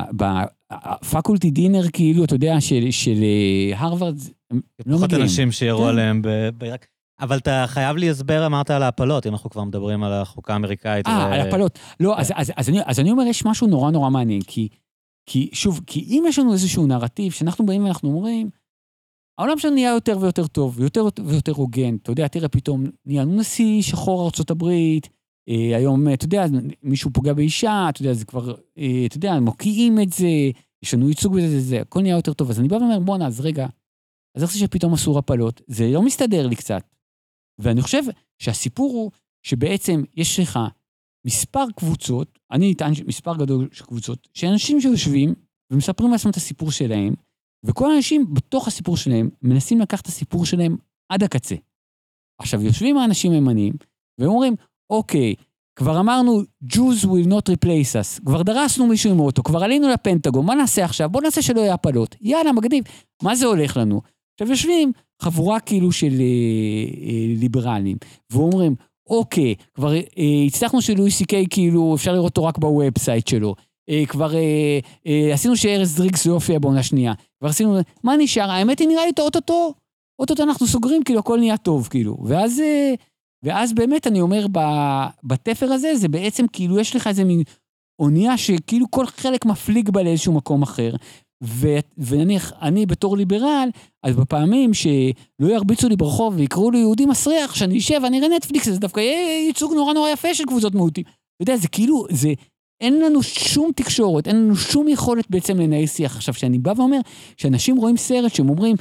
Speaker 2: בפקולטי דינר, כאילו, אתה יודע, של הרווארד, לא
Speaker 1: פחות אנשים שירו עליהם בעיראק. אבל אתה חייב לי הסבר, אמרת על ההפלות, אם אנחנו כבר מדברים על החוקה האמריקאית.
Speaker 2: על הפלות. לא, אז אני אומר, יש משהו נורא נורא מעניין, כי שוב, כי אם יש לנו איזשהו נרטיב, שאנחנו באים ואנחנו אומרים, העולם שלנו נהיה יותר ויותר טוב, ויותר ויותר הוגן, אתה יודע, תראה, פתאום נהיה נשיא שחור ארצות הברית, היום, אתה יודע, מישהו פוגע באישה, אתה יודע, זה כבר, אתה יודע, מוקיעים את זה, יש לנו ייצוג בזה, זה, הכל נהיה יותר טוב, אז אני בא ואומר, בוא'נה, אז רגע, אז איך זה שפתאום אסור הפלות? זה לא מסתדר לי קצת. ואני חושב שהסיפור הוא שבעצם יש לך מספר קבוצות, אני אטען מספר גדול של קבוצות, שאנשים שיושבים ומספרים לעצמם את הסיפור שלהם, וכל האנשים בתוך הסיפור שלהם מנסים לקחת את הסיפור שלהם עד הקצה. עכשיו, יושבים האנשים הימניים, והם אומרים, אוקיי, כבר אמרנו, Jews will not replace us, כבר דרסנו מישהו עם אוטו, כבר עלינו לפנטגון, מה נעשה עכשיו? בוא נעשה שלא יהיה הפלות. יאללה, מגניב, מה זה הולך לנו? עכשיו יושבים חבורה כאילו של ליברלים, ואומרים, אוקיי, כבר הצלחנו שלואי סי-קיי כאילו אפשר לראות אותו רק בוובסייט שלו, כבר עשינו שארז דריקס לא יופיע בעונה שנייה, כבר עשינו, מה נשאר? האמת היא נראה לי אוטוטו אנחנו סוגרים, כאילו הכל נהיה טוב, כאילו, ואז באמת אני אומר, בתפר הזה, זה בעצם כאילו יש לך איזה מין אונייה שכאילו כל חלק מפליג בה לאיזשהו מקום אחר, ונניח, אני בתור ליברל, אז בפעמים שלא ירביצו לי ברחוב ויקראו לי יהודי מסריח, שאני אשב ואני אראה נטפליקס, זה דווקא יהיה ייצוג נורא יפה של קבוצות מיעוטים. אתה יודע, זה כאילו, אין לנו שום תקשורת, אין לנו שום יכולת בעצם לנהל שיח. עכשיו, שאני בא ואומר, שאנשים רואים סרט שהם אומרים,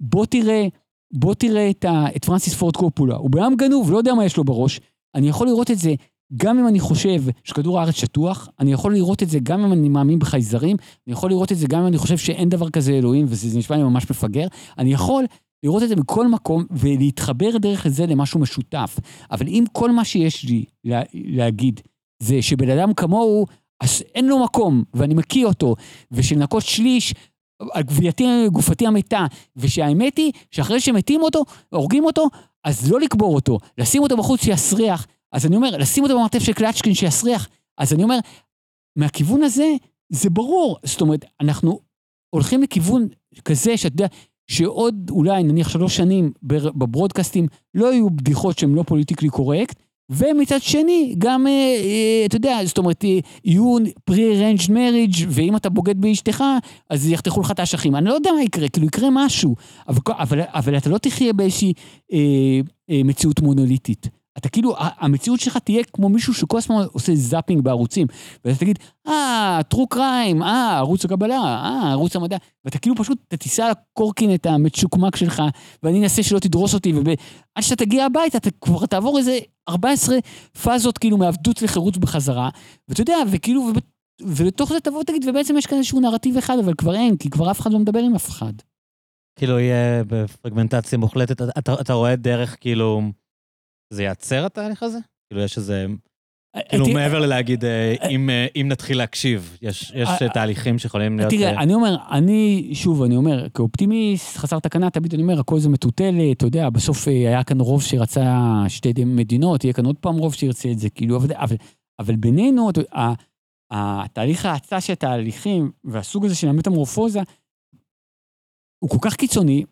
Speaker 2: בוא תראה את פרנסיס פורד קופולה, הוא בעם גנוב, לא יודע מה יש לו בראש, אני יכול לראות את זה גם אם אני חושב שכדור הארץ שטוח, אני יכול לראות את זה גם אם אני מאמין בחייזרים, אני יכול לראות את זה גם אם אני חושב שאין דבר כזה אלוהים, וזה נשמע לי ממש מפגר, אני יכול לראות את זה בכל מקום, ולהתחבר דרך זה למשהו משותף. אבל אם כל מה שיש לי להגיד, זה שבן אדם כמוהו, אין לו מקום, ואני מקיא אותו, ושלנקות שליש, על גופתי המתה, ושהאמת היא, שאחרי שמתים אותו, הורגים אותו, אז לא לקבור אותו, לשים אותו בחוץ שיסריח, אז אני אומר, לשים אותו במרתף של קלצ'קין שיסריח, אז אני אומר, מהכיוון הזה, זה ברור, זאת אומרת, אנחנו הולכים לכיוון כזה, שאתה יודע, שעוד אולי נניח 3 שנים בברודקאסטים, לא יהיו בדיחות שהן לא פוליטיקלי קורקט, ומצד שני, גם, אתה יודע, זאת אומרת, יהיו pre-arranged marriage, ואם אתה בוגד באשתך, אז יחתכו לך את האשכים. אני לא יודע מה יקרה, כאילו יקרה משהו, אבל אתה לא תחיה באיזושהי מציאות מונוליטית. אתה כאילו, המציאות שלך תהיה כמו מישהו שכל הזמן עושה זאפינג בערוצים, ואתה תגיד, true crime, ערוץ הקבלה, ערוץ המדע, ואתה כאילו פשוט, אתה תיסע על הקורקין את המצ'וקמק שלך, ואני אנסה שלא תדרוס אותי, עד שאתה תגיע הביתה, אתה כבר תעבור איזה 14 פאזות כאילו מעבדות לחירות בחזרה, ואתה יודע, וכאילו, ולתוך זה תבוא ותגיד, ובעצם יש כאן איזשהו נרטיב אחד, אבל כבר אין, כי כבר אף אחד לא מדבר עם אף אחד.
Speaker 1: כאילו יהיה בפרגמנטציה מוחלטת, אתה רואה דרך כאילו, זה יעצר התהליך הזה? כאילו יש איזה, כאילו מעבר ללהגיד, אם נתחיל להקשיב, יש תהליכים שיכולים להיות...
Speaker 2: תראה, אני אומר, אני אומר, כאופטימיסט, חסר תקנה, תמיד אני אומר, הכל זה מטוטלת, אתה יודע, בסוף היה כאן רוב שרצה 2 מדינות, יהיה כאן עוד פעם רוב שירצה את זה, כאילו, אבל בינינו, התהליך ההצעה של התהליכים, והסוג הזה של המטמורפוזה, הוא כל כך קיצוני,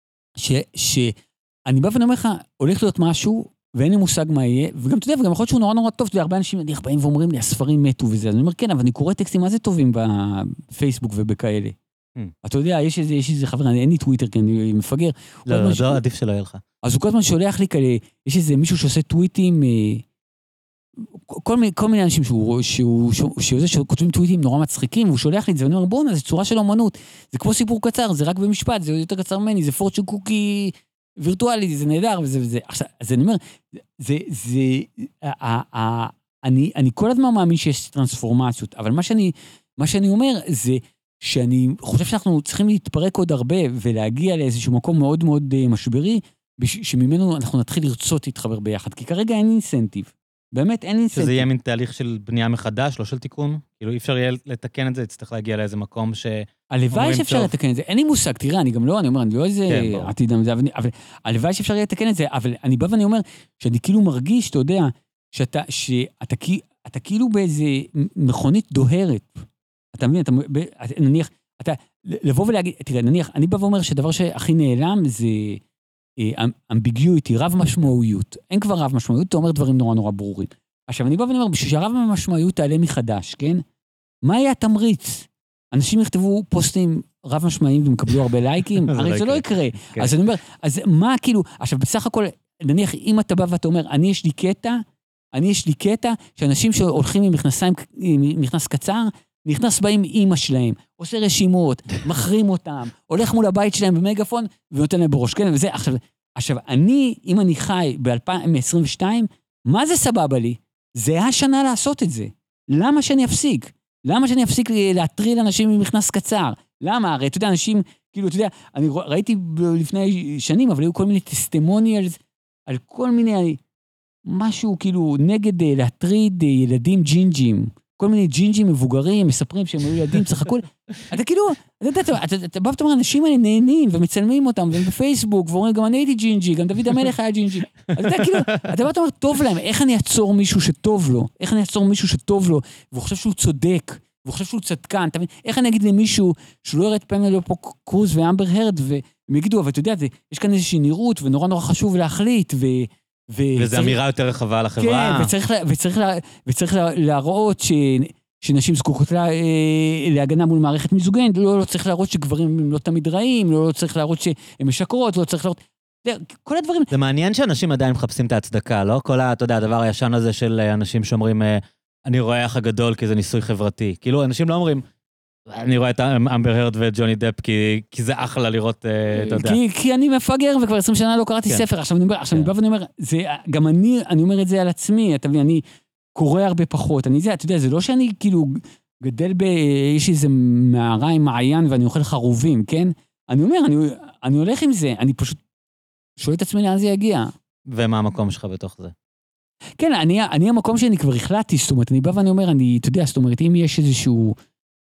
Speaker 2: שאני בא ואני אומר לך, הולך להיות משהו, ואין לי מושג מה יהיה, וגם אתה יודע, וגם יכול להיות שהוא נורא טוב, אתה יודע, הרבה אנשים באים ואומרים לי, הספרים מתו וזה, אז אני אומר, כן, אבל אני קורא טקסטים מה זה טובים בפייסבוק ובכאלה. אתה יודע, יש איזה חבר, אין לי טוויטר, כי אני מפגר.
Speaker 1: לא, עדיף שלא יהיה לך.
Speaker 2: אז הוא כל הזמן שולח לי כאלה, יש איזה מישהו שעושה טוויטים, כל מיני אנשים שכותבים טוויטים נורא מצחיקים, והוא שולח לי את זה, ואני אומר, בוא'נה, זה צורה של אומנות, זה כמו סיפור קצר, זה רק במשפט, זה יותר קצר ממני, זה פורצ'ן קוקי וירטואלי, זה נהדר, וזה. עכשיו, אז אני אומר, אני כל הזמן מאמין שיש טרנספורמציות, אבל מה שאני אומר, זה שאני חושב שאנחנו צריכים להתפרק עוד הרבה, ולהגיע לאיזשהו מקום מאוד מאוד משברי, שממנו אנחנו נתחיל לרצות להתחבר ביחד, כי כרגע אין אינסנטיב. באמת אין אינסנטיב.
Speaker 1: שזה יהיה מין תהליך של בנייה מחדש, לא של תיקון? כאילו אי אפשר יהיה לתקן את זה, צריך להגיע לאיזה מקום ש...
Speaker 2: הלוואי שאפשר לתקן את זה, אין לי מושג, תראה, אני לא איזה עתיד, אבל הלוואי שאפשר יהיה לתקן את זה, אבל אני בא ואני אומר, שאני כאילו מרגיש, אתה יודע, שאתה כאילו באיזה מכונית דוהרת, אתה מבין, נניח, לבוא ולהגיד, תראה, נניח, אני בא ואומר שהדבר שהכי נעלם זה אמביגיוטי, רב משמעויות. אין כבר רב משמעויות, אתה אומר דברים נורא ברורים. עכשיו, אני בא ואני אומר, בשביל שהרב משמעויות תעלה מחדש, כן? מה יהיה התמריץ? אנשים יכתבו פוסטים רב משמעיים ומקבלו הרבה לייקים, הרי זה לא יקרה. אז אני אומר, אז מה כאילו, עכשיו, בסך הכל, נניח, אם אתה בא ואתה אומר, אני יש לי קטע, שאנשים שהולכים עם מכנס קצר, נכנס בהם אימא שלהם, עושה רשימות, מחרים אותם, הולך מול הבית שלהם במגפון, ונותן להם בראש, כן? וזה, עכשיו, אם אני חי ב-2022, מה זה סבבה לי? זה השנה לעשות את זה. למה שאני אפסיק? למה שאני אפסיק להטריל אנשים עם מכנס קצר? למה? הרי אתה יודע, אנשים, כאילו, אתה יודע, אני ראיתי לפני שנים, אבל היו כל מיני טסטימוניאלס, על כל מיני, משהו כאילו נגד להטריד ילדים ג'ינג'ים, כל מיני ג'ינג'ים מבוגרים, מספרים שהם היו ילדים, צחקו, אתה כאילו, אתה בא ואתה אומר, אנשים האלה נהנים ומצלמים אותם, והם בפייסבוק, ואומרים, גם אני הייתי ג'ינג'י, גם דוד המלך היה ג'ינג'י. אתה יודע, כאילו, אתה בא ואתה אומר, טוב להם, איך אני אעצור מישהו שטוב לו? איך אני אעצור מישהו שטוב לו, והוא חושב שהוא צודק, והוא חושב שהוא צדקן, אתה מבין? איך אני אגיד למישהו שהוא לא יראה את פמלה פה קרוז ואמבר הרד, והם יגידו, אבל אתה יודע, יש כאן איזושהי נראות, ונורא נורא חשוב להחליט,
Speaker 1: וזו אמירה יותר רחבה לחברה.
Speaker 2: כן, וצריך להראות שנשים זקוקות להגנה מול מערכת מיזוגנית, לא צריך להראות שגברים הם לא תמיד רעים, לא צריך להראות שהם משקרות, לא צריך להראות... כל הדברים...
Speaker 1: זה מעניין שאנשים עדיין מחפשים את ההצדקה, לא? כל אתה יודע, הדבר הישן הזה של אנשים שאומרים, אני רואה אח הגדול כי זה ניסוי חברתי. כאילו, אנשים לא אומרים, אני רואה את אמבר הרד וג'וני דפ, כי זה אחלה לראות, אתה יודע.
Speaker 2: כי אני מפגר, וכבר 20 שנה לא קראתי ספר. עכשיו אני בא ואני אומר, גם אני אומר את זה על עצמי, אתה מבין, אני קורא הרבה פחות, אתה יודע, זה לא שאני כאילו גדל יש איזה מערה עם מעיין, ואני אוכל חרובים, כן? אני אומר, אני הולך עם זה, אני פשוט שואל את עצמי לאן זה יגיע.
Speaker 1: ומה המקום שלך בתוך זה?
Speaker 2: כן, אני המקום שאני כבר החלטתי, זאת אומרת, אני בא ואני אומר, אתה יודע, זאת אומרת, אם יש איזשהו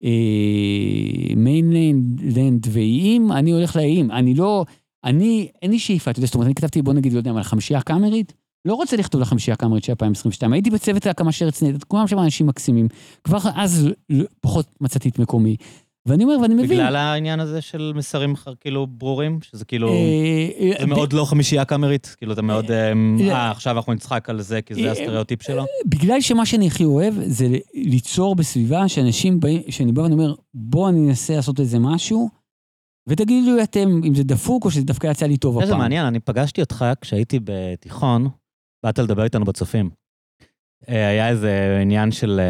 Speaker 2: מיינלנד ואיים, אני הולך לאיים, אין לי שאיפה, אתה יודע, זאת אומרת, אני כתבתי, בוא נגיד, לא יודע, על 5 הקאמרית, לא רוצה לכתוב ל5 הקאמרית של 2022, הייתי בצוות להקמה שרץ נהדרת, כולם שם אנשים מקסימים, כבר אז פחות מצאתי את מקומי, ואני אומר, ואני מבין.
Speaker 1: בגלל העניין הזה של מסרים כאילו ברורים, שזה כאילו, זה מאוד לא 5 הקאמרית, כאילו זה מאוד, עכשיו אנחנו נצחק על זה, כי זה הסטריאוטיפ שלו.
Speaker 2: בגלל שמה שאני הכי אוהב, זה ליצור בסביבה שאנשים באים, שאני בא ואני אומר, בוא אני אנסה לעשות איזה משהו, ותגידו לי אתם, אם זה דפוק או שזה דווקא יצא לי טוב הפעם.
Speaker 1: זה מעניין, אני פגשתי אותך כשהייתי בתיכון, באת לדבר איתנו בצופים. היה איזה עניין של...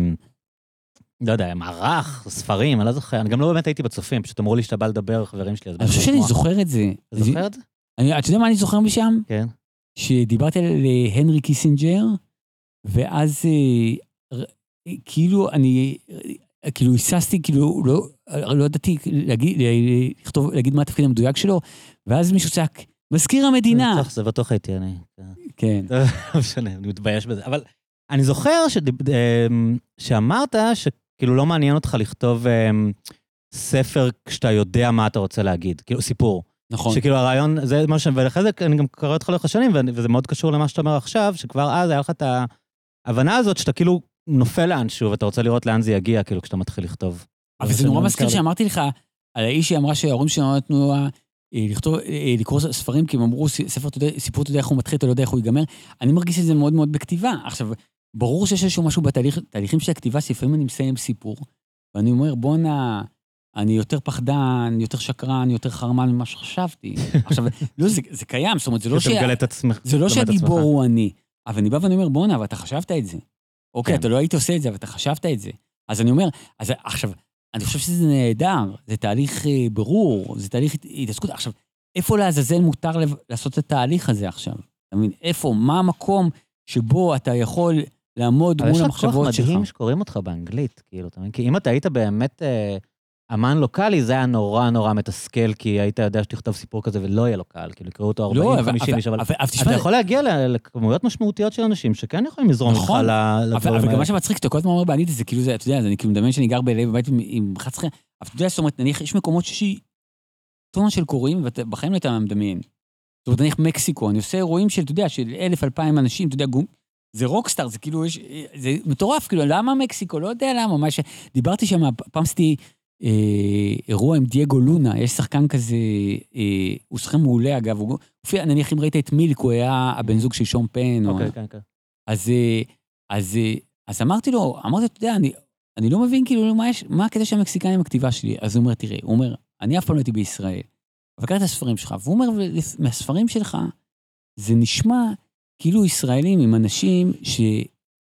Speaker 1: לא יודע, מערך, ספרים, אני לא זוכר, אני גם לא באמת הייתי בצופים, פשוט אמרו לי שאתה בא לדבר, חברים שלי.
Speaker 2: אני חושב שאני זוכר את זה.
Speaker 1: אתה זוכר את זה?
Speaker 2: אתה יודע מה אני זוכר משם?
Speaker 1: כן.
Speaker 2: שדיברתי על הנרי קיסינג'ר, ואז כאילו כאילו היססתי, כאילו לא ידעתי להגיד מה התפקיד המדויק שלו, ואז מישהו צעק, מזכיר המדינה.
Speaker 1: זה בטוח הייתי אני.
Speaker 2: כן.
Speaker 1: לא משנה, אני מתבייש בזה, אבל... אני זוכר שאמרת שכאילו לא מעניין אותך לכתוב ספר כשאתה יודע מה אתה רוצה להגיד, כאילו סיפור.
Speaker 2: נכון.
Speaker 1: שכאילו הרעיון, זה מה ולכן זה, אני גם קורא אותך לאורך השנים, וזה מאוד קשור למה שאתה אומר עכשיו, שכבר אז היה לך את ההבנה הזאת שאתה כאילו נופל לאנשהו, ואתה רוצה לראות לאן זה יגיע, כאילו כשאתה מתחיל לכתוב.
Speaker 2: אבל זה נורא מזכיר שאמרתי לך, על האיש שאמרה שההורים שלנו נתנו לקרוא ספרים, כי הם אמרו, סיפור אתה יודע איך הוא מתחיל, אתה לא יודע איך הוא ייגמר. אני מרגיש את זה מאוד מאוד בכתיבה. עכשיו, ברור שיש איזשהו משהו בתהליכים של הכתיבה, שלפעמים אני מסיים סיפור, ואני אומר, בוא'נה, אני יותר פחדן, יותר שקרן, יותר חרמן ממה שחשבתי. עכשיו, לא, זה קיים, זאת אומרת, זה לא שהגיבור הוא אני, אבל אני בא ואני אומר, בוא'נה, ואתה חשבת את זה. אוקיי, אתה לא היית עושה את זה, אבל אתה חשבת את זה. אז אני אומר, אז עכשיו, אני חושב שזה נהדר, זה תהליך ברור, זה תהליך התעסקות. עכשיו, איפה לעזאזל מותר לעשות את התהליך הזה עכשיו? אתה מבין, איפה, מה המקום שבו אתה יכול לעמוד מול המחשבות שלך?
Speaker 1: אבל יש לך כוח מדהים שקוראים אותך באנגלית, כאילו, אתה מבין? כי אם אתה היית באמת אמן לוקלי, זה היה נורא נורא מתסכל, כי היית יודע שתכתוב סיפור כזה ולא יהיה לו קהל, כאילו, יקראו אותו 40-50 איש, אבל אתה יכול להגיע לכמויות משמעותיות של אנשים שכן יכולים לזרום לך לדברים האלה.
Speaker 2: אבל גם מה שמצחיק, אתה כל הזמן אומר באנגלית, זה כאילו זה, אתה יודע, אני כאילו מדמיין שאני גר בלב בבית עם חצכם, אבל אתה יודע, זאת אומרת, נניח, יש מקומות שיש טונה של קוראים, ובחיים לא אתה מדמיין. זאת אומרת, נניח מקסיקו, אני עושה אירועים של, אתה יודע, של 1,000-2,000 אנשים, אתה יודע, זה רוקסטאר, זה כאילו, זה מטורף, כאילו, למה מקסיקו? לא יודע למה, מה דיברתי שם, פעם עשיתי אירוע עם דייגו לונה, יש שחקן כזה, הוא שחקן מעולה, אגב, הוא הופיע, נניח אם ראית את מילק, הוא היה הבן זוג של שון פן,
Speaker 1: אוקיי, כן.
Speaker 2: אז אמרתי לו, אתה יודע, אני לא מבין, כאילו, מה הקטע של המקסיקני עם הכתיבה שלי? אז הוא אומר, תראה, הוא אומר, אני אף פעם לא הייתי בישראל, אבל קראת את הספרים שלך, והוא אומר, מהספרים שלך, זה נשמע כאילו ישראלים עם אנשים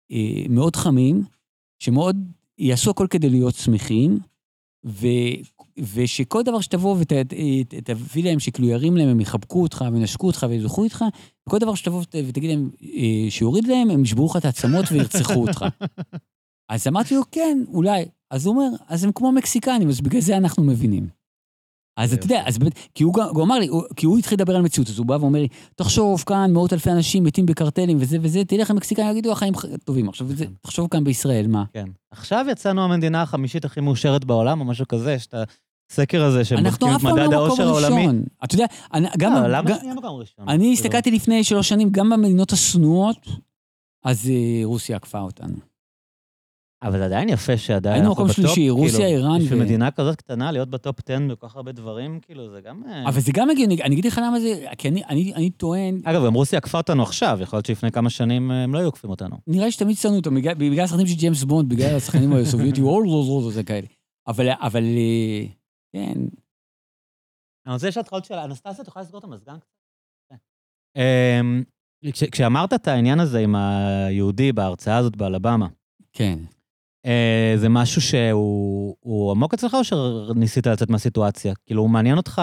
Speaker 2: שמאוד חמים, שמאוד יעשו הכל כדי להיות שמחים, ושכל דבר שתבוא ותביא להם, שכאילו ירים להם, הם יחבקו אותך ונשקו אותך ויזוכו איתך, וכל דבר שתבוא ותגיד להם שיוריד להם, הם ישברו לך את העצמות וירצחו אותך. אז אמרתי לו, כן, אולי. אז הוא אומר, אז הם כמו מקסיקנים, אז בגלל זה אנחנו מבינים. אז אתה יודע, אז באמת, כי הוא אמר לי, כי הוא התחיל לדבר על מציאות, אז הוא בא ואומר לי, תחשוב כאן, מאות אלפי אנשים מתים בקרטלים וזה וזה, תלך למקסיקאים, יגידו, החיים טובים. עכשיו, תחשוב כאן בישראל, מה?
Speaker 1: כן. עכשיו יצאנו המדינה החמישית הכי מאושרת בעולם, או משהו כזה, שאתה סקר הזה, שבודקים את מדד האושר העולמי.
Speaker 2: אתה יודע,
Speaker 1: למה שנייה מקום ראשון?
Speaker 2: אני הסתכלתי לפני 3 שנים, גם במדינות השנואות, אז רוסיה עקפה אותנו.
Speaker 1: אבל זה עדיין יפה שעדיין
Speaker 2: היינו מקום שלישי, רוסיה, איראן.
Speaker 1: בשביל מדינה כזאת קטנה, להיות בטופ 10 בכל כך הרבה דברים, כאילו, זה גם...
Speaker 2: אבל זה גם הגיוני, אני אגיד לך למה זה, כי אני טוען...
Speaker 1: אגב, גם רוסיה עקפה אותנו עכשיו, יכול להיות שלפני כמה שנים הם לא היו עוקפים אותנו.
Speaker 2: נראה לי שתמיד צנו אותם, בגלל הסרטים של ג'יימס בונד, בגלל השחקנים הסובייטים, זה כאלה. אבל, כן.
Speaker 1: אני רוצה לשאול אותך עוד שאלה, אנסטסיה, תוכל לסגור את המזגן קצת? כשאמרת את העניין הזה עם היהודי בהרצאה הזאת באלבמה,
Speaker 2: כן.
Speaker 1: זה משהו שהוא עמוק אצלך, או שניסית לצאת מהסיטואציה? כאילו, הוא מעניין אותך,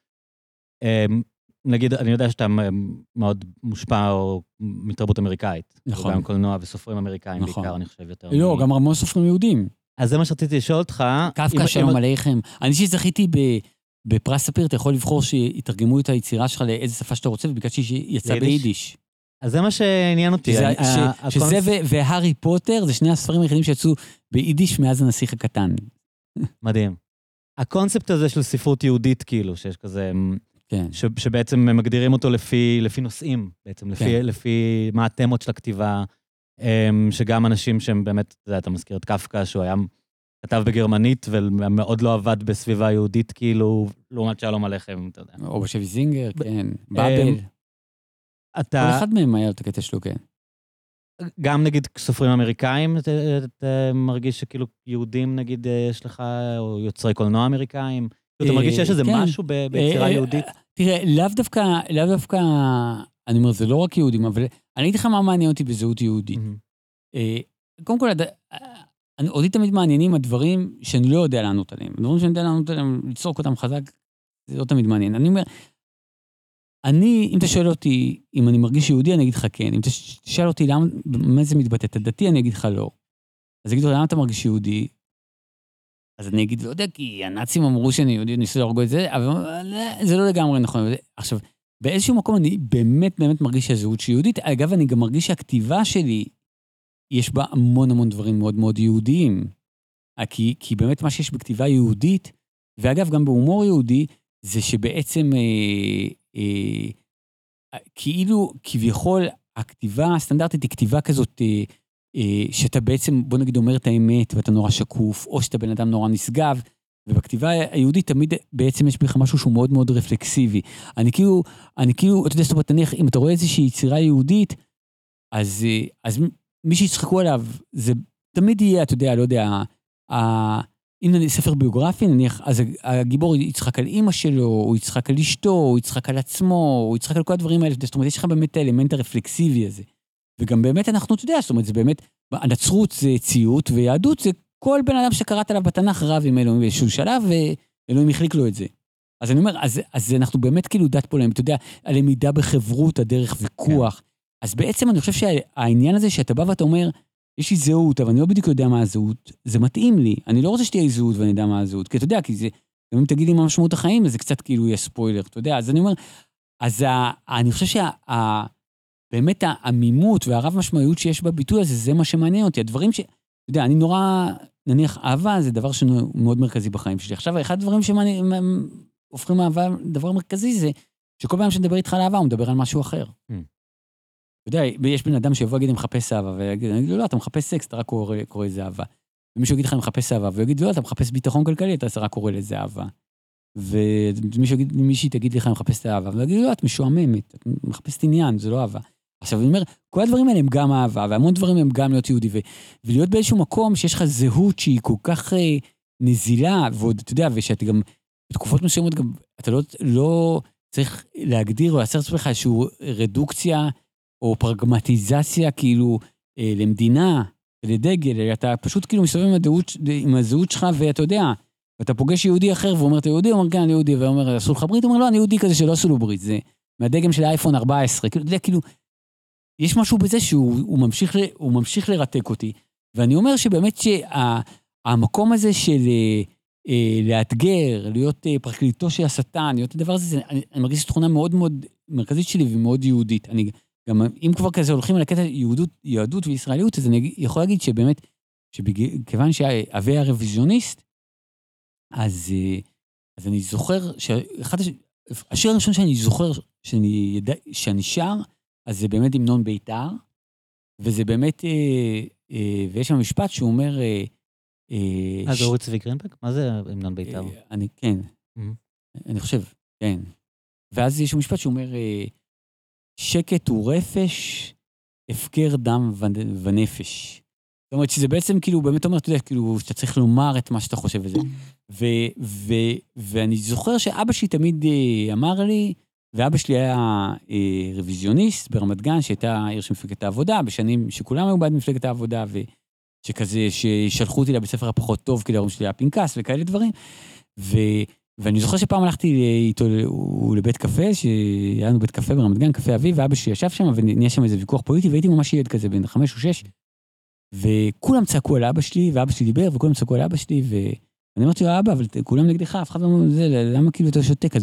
Speaker 1: נגיד, אני יודע שאתה מאוד מושפע מתרבות אמריקאית.
Speaker 2: נכון.
Speaker 1: גם קולנוע וסופרים אמריקאים בעיקר, אני חושב יותר.
Speaker 2: לא, גם המון סופרים יהודים.
Speaker 1: אז זה מה שרציתי לשאול אותך.
Speaker 2: קפקא, שלום עליכם. אני שזכיתי בפרס ספיר, אתה יכול לבחור שיתרגמו את היצירה שלך לאיזה שפה שאתה רוצה, וביקשתי שיצא ביידיש.
Speaker 1: אז זה מה שעניין אותי.
Speaker 2: שזה והארי פוטר, זה שני הספרים היחידים שיצאו ביידיש מאז הנסיך הקטן.
Speaker 1: מדהים. הקונספט הזה של ספרות יהודית, כאילו, שיש כזה, שבעצם מגדירים אותו לפי נושאים, בעצם, לפי מה התמות של הכתיבה, שגם אנשים שהם באמת, אתה מזכיר את קפקא, שהוא היה כתב בגרמנית, ומאוד לא עבד בסביבה יהודית, כאילו, לעומת שלום עליכם, אתה יודע.
Speaker 2: או בשבי זינגר, כן. באבל. כל אחד מהם היה את הקטע שלו, כן.
Speaker 1: גם נגיד סופרים אמריקאים, אתה מרגיש שכאילו יהודים נגיד יש לך, או יוצרי קולנוע אמריקאים, אתה מרגיש שיש איזה משהו ביצירה יהודית?
Speaker 2: תראה, לאו דווקא, אני אומר, זה לא רק יהודים, אבל אני אגיד לך מה מעניין אותי בזהות יהודית. קודם כל, אותי תמיד מעניינים הדברים שאני לא יודע לענות עליהם. הדברים שאני יודע לענות עליהם, לצרוק אותם חזק, זה לא תמיד מעניין. אני אומר, אם אתה שואל אותי אם אני מרגיש יהודי, אני אגיד לך כן. אם אתה שואל אותי למה זה מתבטא, אתה דתי, אני אגיד לך לא. אז אני אגיד לך, למה אתה מרגיש יהודי? אז אני אגיד, לא יודע, כי הנאצים אמרו שאני יהודי, ניסו להרוג את זה, אבל זה לא לגמרי נכון. עכשיו, באיזשהו מקום אני באמת מרגיש שהזהות שיהודית. אגב, אני גם מרגיש שהכתיבה שלי, יש בה המון דברים מאוד מאוד יהודיים. כי באמת מה שיש בכתיבה יהודית, ואגב, גם בהומור יהודי, זה שבעצם כאילו כביכול הכתיבה הסטנדרטית היא כתיבה כזאת שאתה בעצם בוא נגיד אומר את האמת ואתה נורא שקוף או שאתה בן אדם נורא נשגב ובכתיבה היהודית תמיד בעצם יש בך משהו שהוא מאוד מאוד רפלקסיבי. אני כאילו אתה יודע, זאת אומרת, נניח אם אתה רואה איזושהי יצירה יהודית אז מי שיצחקו עליו זה תמיד יהיה, אתה יודע, לא יודע, אם נניח ספר ביוגרפי, נניח, אז הגיבור יצחק על אמא שלו, הוא יצחק על אשתו, הוא יצחק על עצמו, הוא יצחק על כל הדברים האלה, זאת אומרת, יש לך באמת את האלמנט הרפלקסיבי הזה. וגם באמת אנחנו, אתה יודע, זאת אומרת, זה באמת, הנצרות זה ציות, ויהדות זה כל בן אדם שקראת עליו בתנ"ך רב עם אלוהים באיזשהו שלב, ואלוהים החליק לו את זה. אז אני אומר, אז אנחנו באמת כאילו דת פה להם, אתה יודע, הלמידה בחברות, הדרך וכוח. אז בעצם אני חושב שהעניין הזה שאתה בא ואתה אומר, יש לי זהות, אבל אני לא בדיוק יודע מה הזהות, זה מתאים לי. אני לא רוצה שתהיה זהות ואני יודע מה הזהות, כי אתה יודע, כי זה, גם אם תגיד לי מה משמעות החיים, אז זה קצת כאילו יהיה ספוילר, אתה יודע, אז אני אומר, אז אני חושב באמת העמימות והרב משמעיות שיש בביטוי הזה, זה מה שמעניין אותי. הדברים אתה יודע, אני נורא, נניח, אהבה זה דבר שמאוד מרכזי בחיים שלי. עכשיו, אחד הדברים שהופכים אהבה, דבר מרכזי זה, שכל פעם שנדבר איתך על אהבה, הוא מדבר על משהו אחר. אתה יודע, יש בן אדם שיבוא להגיד, אני מחפש אהבה, ויגיד, לא, אתה מחפש סקס, אתה רק קורא לזה אהבה. ומישהו יגיד לך, אני מחפש אהבה, ויגיד, לא, אתה מחפש ביטחון כלכלי, אתה רק קורא לזה אהבה. ומישהי תגיד לך, אני מחפש את האהבה, ויגיד, לא, את משועממת, את מחפשת עניין, זה לא אהבה. עכשיו, אני אומר, כל הדברים האלה הם גם אהבה, והמון דברים הם גם להיות יהודי, ולהיות באיזשהו מקום שיש לך זהות שהיא כל כך נזילה, ועוד, אתה יודע, ושאתה גם, בתקופות מסוימות גם, אתה לא צריך להגדיר או לעשות עצמך איזשהו רדוקציה, או פרגמטיזציה כאילו למדינה, לדגל, אתה פשוט כאילו מסתובב עם הזהות שלך, ואתה יודע, ואתה פוגש יהודי אחר, והוא אומר, אתה יהודי? הוא אומר, כן, אני יהודי, והוא אומר, עשו לך ברית? הוא אומר, לא, אני יהודי כזה שלא עשו לו ברית, זה מהדגם של האייפון 14, כאילו, יש משהו בזה שהוא ממשיך לרתק אותי, ואני אומר שבאמת שהמקום הזה של לאתגר, להיות פרקליטו של השטן, להיות הדבר הזה, אני מרגיש שתכונה מאוד מאוד מרכזית שלי ומאוד יהודית. אני גם, אם כבר כזה הולכים על הקטע יהדות וישראליות, אז אני יכול להגיד שבאמת, כיוון שאבי הרוויזיוניסט, אז אני זוכר, השיר הראשון שאני זוכר, שאני שר, אז זה באמת המנון בית"ר, וזה באמת, ויש שם משפט שהוא אומר,
Speaker 1: אז אורי צבי גרינברג? מה זה המנון בית"ר?
Speaker 2: כן, אני חושב, כן. ואז יש שם משפט שהוא אומר, שקט הוא רפש, הפקר דם ונפש. זאת אומרת שזה בעצם כאילו, באמת אומר, אתה יודע, כאילו, שאתה צריך לומר את מה שאתה חושב וזה. ואני זוכר שאבא שלי תמיד אמר לי, ואבא שלי היה רוויזיוניסט ברמת גן, שהייתה עיר של מפלגת העבודה, בשנים שכולם היו בעד מפלגת העבודה, ושכזה, ששלחו אותי לבית ספר הפחות טוב, כי להורים שלי היה פנקס וכאלה דברים. ואני זוכר שפעם הלכתי איתו לבית קפה, שהיה לנו בית קפה ברמת גן, קפה אביב, ואבא שלי ישב שם, ונהיה שם איזה ויכוח פוליטי, והייתי ממש ילד כזה, בין 5 או 6, וכולם צעקו על אבא שלי, ואבא שלי דיבר, וכולם צעקו על אבא שלי, ואני אמרתי לו, אבא, אבל כולם נגדך, אף אחד לא אומר זה, למה כאילו אתה שותק?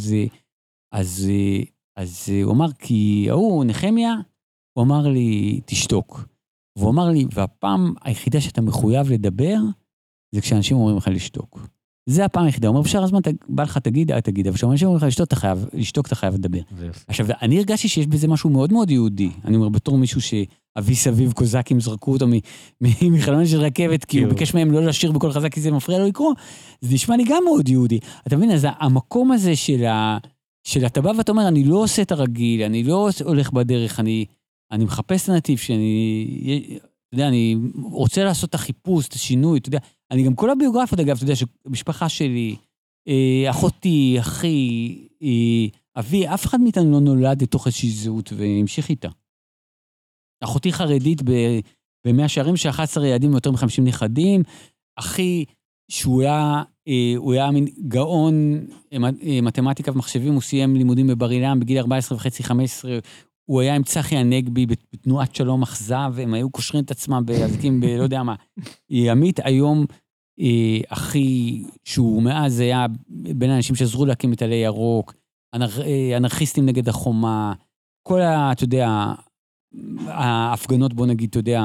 Speaker 2: אז הוא אמר, כי נחמיה, הוא אמר לי, תשתוק. והוא אמר לי, והפעם היחידה שאתה מחויב לדבר, זה כשאנשים אומרים לך לשתוק. זה הפעם היחידה. הוא אומר, אפשר הזמן, בא לך תגיד, אל תגיד, אבל כשאנשים אומרים לך לשתוק, אתה חייב לדבר. עכשיו, אני הרגשתי שיש בזה משהו מאוד מאוד יהודי. אני אומר, בתור מישהו שאבי סביב קוזקים זרקו אותו מחלון של רכבת, כי הוא ביקש מהם לא לשיר בכל חזק, כי זה מפריע לו לקרוא. זה נשמע לי גם מאוד יהודי. אתה מבין, אז המקום הזה של אתה בא ואתה אומר, אני לא עושה את הרגיל, אני לא הולך בדרך, אני מחפש את הנתיב, אתה יודע, אני רוצה לעשות את החיפוש, את השינוי, אתה יודע, אני גם כל הביוגרפיות, אגב, אתה יודע, שמשפחה שלי, אחותי, אחי, אבי, אף אחד מאיתנו לא נולד לתוך איזושהי זהות, והמשיך איתה. אחותי חרדית ב100 שערים, ש11 ילדים ויותר מ50 נכדים, אחי, שהוא היה מין גאון מתמטיקה ומחשבים, הוא סיים לימודים בבר אילן, בגיל 14.5-15, הוא היה עם צחי הנגבי בתנועת שלום אכזב, והם היו קושרים את עצמם באזיקים לא יודע מה. עמית היום, אחי, שהוא מאז היה בין האנשים שעזרו להקים את עלי ירוק, אנרכיסטים נגד החומה, כל אתה יודע, ההפגנות, בוא נגיד, אתה יודע,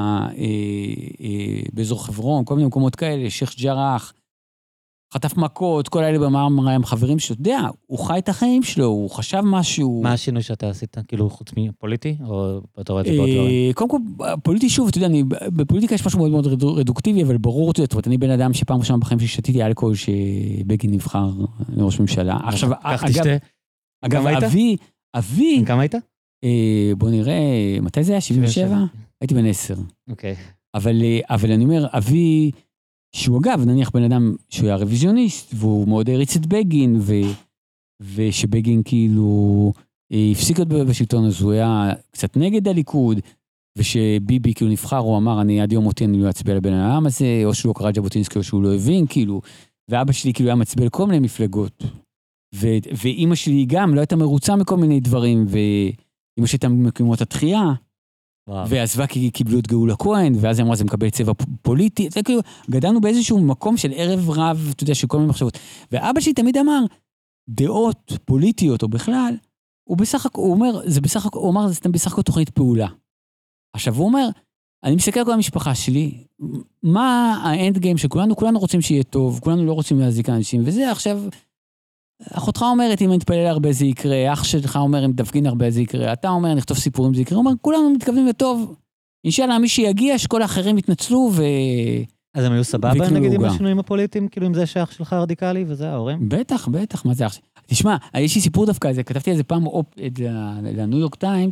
Speaker 2: באזור חברון, כל מיני מקומות כאלה, שייח ג'רח, חטף מכות, כל האלה במאמר הם חברים שלו, אתה יודע, הוא חי את החיים שלו, הוא חשב משהו.
Speaker 1: מה השינוי שאתה עשית? כאילו חוץ מפוליטי? או אתה רואה את זה בעוד דברים?
Speaker 2: קודם כל, פוליטי שוב, אתה יודע, בפוליטיקה יש משהו מאוד מאוד רדוקטיבי, אבל ברור, אתה יודע, אני בן אדם שפעם ראשונה בחיים ששתיתי אלכוהול שבגין נבחר לראש ממשלה. עכשיו, אגב, אבי...
Speaker 1: כמה היית?
Speaker 2: בוא נראה, מתי זה היה? 77? הייתי בן 10.
Speaker 1: אוקיי.
Speaker 2: אבל אני אומר, אבי... שהוא אגב, נניח בן אדם שהוא היה רוויזיוניסט, והוא מאוד הריץ את בגין, ושבגין כאילו הפסיק להיות בשלטון, אז הוא היה קצת נגד הליכוד, ושביבי כאילו נבחר, הוא אמר, אני עד יום מותי אני לא אצביע לבן העם הזה, או שהוא לא קרא ז'בוטינסקי, או שהוא לא הבין, כאילו, ואבא שלי כאילו היה מצביע לכל מיני מפלגות, ואימא שלי גם לא הייתה מרוצה מכל מיני דברים, ואימא שלי הייתה מקומות התחייה, ועזבה כי קיבלו את גאולה כהן, ואז אמרה, זה מקבל צבע פוליטי, זה כאילו, גדלנו באיזשהו מקום של ערב רב, אתה יודע, של כל מיני מחשבות. ואבא שלי תמיד אמר, דעות פוליטיות או בכלל, הוא אומר, זה בסך הכל תוכנית פעולה. עכשיו, הוא אומר, אני מסתכל על כל המשפחה שלי, מה האנד גיים שכולנו רוצים שיהיה טוב, כולנו לא רוצים להזיק לאנשים, וזה עכשיו... אחותך אומרת, אם אני אתפלל הרבה זה יקרה, אח שלך אומר, אם תפגין הרבה זה יקרה, אתה אומר, נכתוב סיפורים זה יקרה, הוא אומר, כולנו מתכוונים לטוב, אינשאללה, מי שיגיע, שכל האחרים יתנצלו
Speaker 1: אז הם היו סבבה, נגיד, עם השינויים הפוליטיים, כאילו אם זה שאח שלך רדיקלי, וזה ההורים?
Speaker 2: בטח, מה זה אח שלך? תשמע, יש לי סיפור דווקא, כתבתי איזה פעם לניו יורק טיימס,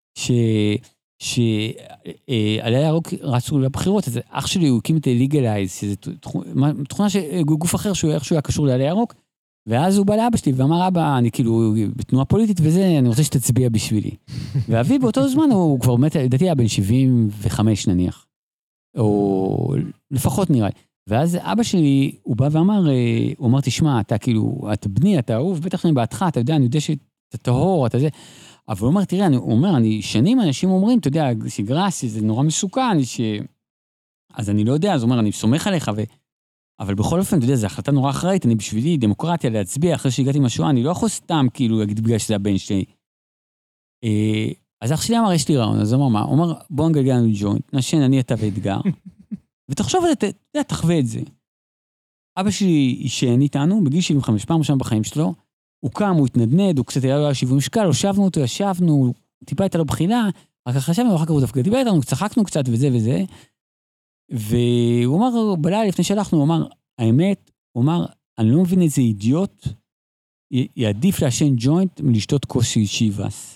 Speaker 2: שעלי הירוק רצו לבחירות, אז אח שלי הוא הקים את לגלייז, שזה תכונה שגוף אחר, שהוא היה קשור לעלי הירוק, ואז הוא בא לאבא שלי ואמר, אבא, אני כאילו בתנועה פוליטית וזה, אני רוצה שתצביע בשבילי. ואבי באותו זמן הוא כבר באמת, לדעתי היה בן 75 נניח. או לפחות נראה. ואז אבא שלי, הוא בא ואמר, הוא אמר, תשמע, אתה כאילו, אתה בני, אתה אהוב, בטח אני בעתך, אתה יודע, אני יודע שאתה טהור, אתה זה, אבל הוא אומר, תראה, הוא אומר, שנים אנשים אומרים, אתה יודע, שגרסי, זה נורא מסוכן, אז אני לא יודע, אז הוא אומר, אני סומך עליך, אבל בכל אופן, אתה יודע, זו החלטה נורא אחראית, אני בשבילי דמוקרטיה להצביע אחרי שהגעתי מהשואה, אני לא יכול סתם כאילו להגיד בגלל שזה הבן שלי. אז אח שלי אמר, יש לי רעיון, אז הוא אמר מה? הוא אמר, בוא נגלגל לנו ג'וינט, נשן, אני, אתה ואתגר, ותחשוב על זה, תחווה את זה. אבא שלי ישן איתנו, בגיל 75, פעם ראשונה בחיים שלו, הוא קם, הוא התנדנד, הוא קצת היה לו שיווי משקל, הושבנו אותו, ישבנו, טיפה הייתה לו בחילה, רק אחרי חשבנו, אחר כך הוא דווקא דיבר איתנו, צחקנו קצת וזה וזה, והוא אמר, בלילה לפני שהלכנו, הוא אמר, האמת, הוא אמר, אני לא מבין איזה אידיוט, יעדיף לעשן ג'וינט מלשתות כוס של שיבאס.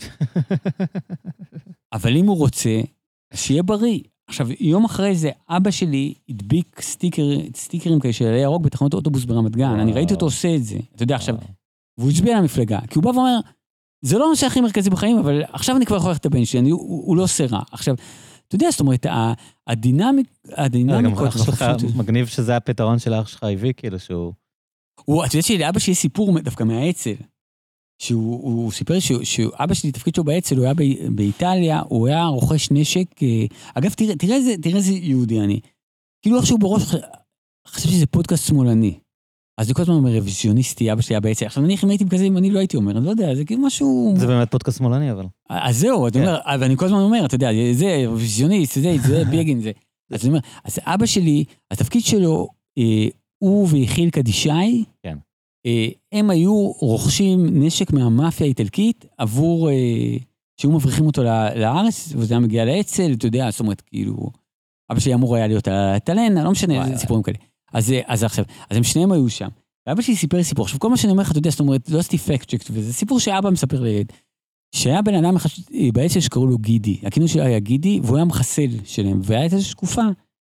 Speaker 2: אבל אם הוא רוצה, שיהיה בריא. עכשיו, יום אחרי זה, אבא שלי הדביק סטיקרים כאלה של ירוק בתחנות אוטובוס ברמת גן. אני ראיתי אותו עושה את זה. אתה יודע, עכשיו, והוא הצביע למפלגה. כי הוא בא ואומר, זה לא הנושא הכי מרכזי בחיים, אבל עכשיו אני כבר יכול ללכת את הבן שלי, הוא לא עושה רע. עכשיו, אתה יודע, זאת אומרת, הדינמיקות...
Speaker 1: אח שלך מגניב שזה הפתרון של אח שלך הביא, כאילו שהוא...
Speaker 2: אתה יודע שלאבא שלי סיפור דווקא מהאצ"ל, שהוא סיפר שאבא שלי, תפקיד שלו באצ"ל, הוא היה באיטליה, הוא היה רוכש נשק, אגב, תראה איזה יהודי אני, כאילו איך שהוא בראש, חושב שזה פודקאסט שמאלני, אז אני כל הזמן אומר, רוויזיוניסטי, אבא שלי היה באצ"ל, עכשיו אם הייתי כזה, אם אני לא הייתי אומר, אני לא יודע, זה כאילו משהו...
Speaker 1: זה באמת פודקאסט שמאלני, אבל...
Speaker 2: אז זהו, אתה אומר, ואני כל הזמן אומר, אתה יודע, זה רוויזיוניסט, זה בגין, זה. אז אני אומר, אז אבא שלי, התפקיד שלו, הוא ויחיל קדישאי,
Speaker 1: כן.
Speaker 2: הם היו רוכשים נשק מהמאפיה האיטלקית, עבור, שהיו מבריחים אותו לארץ, וזה היה מגיע לאצ"ל, אתה יודע, זאת אומרת, כאילו, אבא שלי אמור היה להיות הטלן, לא משנה, סיפורים כאלה. אז עכשיו, אז הם שניהם היו שם. ואבא שלי סיפר סיפור, עכשיו כל מה שאני אומר לך, אתה יודע, זאת אומרת, לא עשיתי פקט צ'ק, וזה סיפור שאבא מספר לילד, שהיה בן אדם באצ"ל שקראו לו גידי, הכינוי שלו היה גידי, והוא היה מחסל שלהם, והיה איזו שקופה,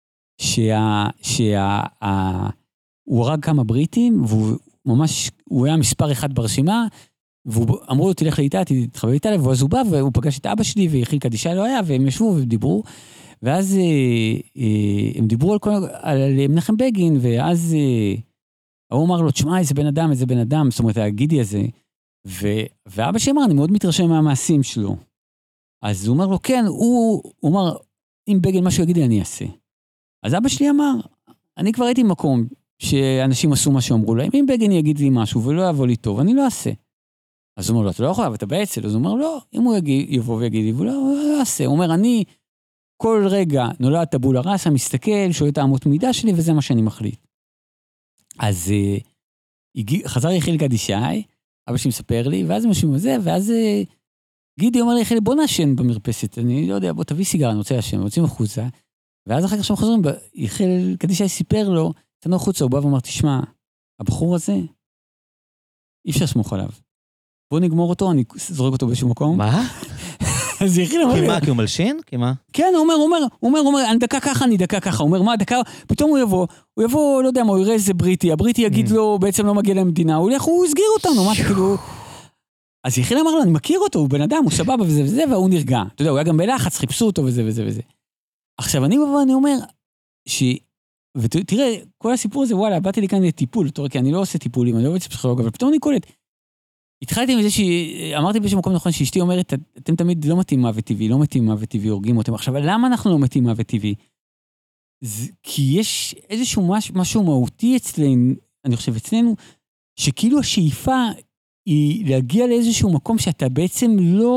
Speaker 2: הוא הרג כמה בריטים, והוא ממש, הוא היה מספר אחד ברשימה, ואמרו לו, תלך לאיטליה, תתחבא לאיטליה, ואז הוא בא, והוא פגש את אבא שלי, ויחיל קדישאי לא היה, והם ישבו ודיברו, ואז הם דיברו על מנחם בגין, ואז הוא אמר לו, תשמע, איזה בן אדם, זאת אומרת, הגידי הזה, ואבא שלי אמר, אני מאוד מתרשם מהמעשים שלו. אז הוא אומר לו, כן, הוא אמר, אם בגין משהו יגיד לי, אני אעשה. אז אבא שלי אמר, אני כבר הייתי במקום שאנשים עשו מה שאומרו להם, אם בגין יגיד לי משהו ולא יבוא לי טוב, אני לא אעשה. אז הוא אומר לו, אתה לא יכול, אבל אתה באצ"ל. אז הוא אומר, לא, אם הוא יבוא ויגיד לי, ולא, הוא לא יעשה. הוא אומר, אני כל רגע נולד טבולה ראסה, מסתכל, שואל את האמות מידה שלי, וזה מה שאני מחליט. אז חזר יחיל קדישאי, אבא שלי מספר לי, ואז משהו מזה, ואז גידי אומר לי, יחיל, בוא נשן במרפסת, אני לא יודע, בוא תביא סיגר, אני רוצה לשן, רוצים החוצה, ואז אחר כך שהם חוזרים, יחיל קדישאי סיפר לו, תנו החוצה, הוא בא ואמר, תשמע, הבחור הזה, אי אפשר לסמוך עליו. בוא נגמור אותו, אני זורק אותו באיזשהו מקום.
Speaker 1: מה?
Speaker 2: אז יחיל אומר...
Speaker 1: כי מה, כי הוא מלשין? כי מה?
Speaker 2: כן, הוא אומר, אני דקה ככה, הוא אומר, מה, דקה, פתאום הוא יבוא, לא יודע מה, הוא יראה איזה בריטי, הבריטי יגיד לו, בעצם לא מגיע למדינה, הוא הסגיר אותנו, מה, כאילו... אז יחיל אמר לו, אני מכיר אותו, הוא בן אדם, הוא סבבה וזה וזה, והוא נרגע. אתה יודע, הוא היה גם בלחץ, חיפשו אותו וזה וזה וזה. עכשיו, אני אומר, ותראה, כל הסיפור הזה, וואלה, באתי לי כאן לטיפול, כי אני לא עושה טיפולים, אני לא עושה פסיכולוג, אבל פתאום אני קולט. התחלתי מזה שאמרתי באיזשהו מקום נכון, שאשתי אומרת, אתם תמיד לא מתאים מוות טבעי, לא מתאים מוות טבעי, הורגים אותם. עכשיו, למה אנחנו לא מתאים מוות טבעי? כי יש איזשהו משהו מהותי אצלנו, אני חושב אצלנו, שכאילו השאיפה היא להגיע לאיזשהו מקום שאתה בעצם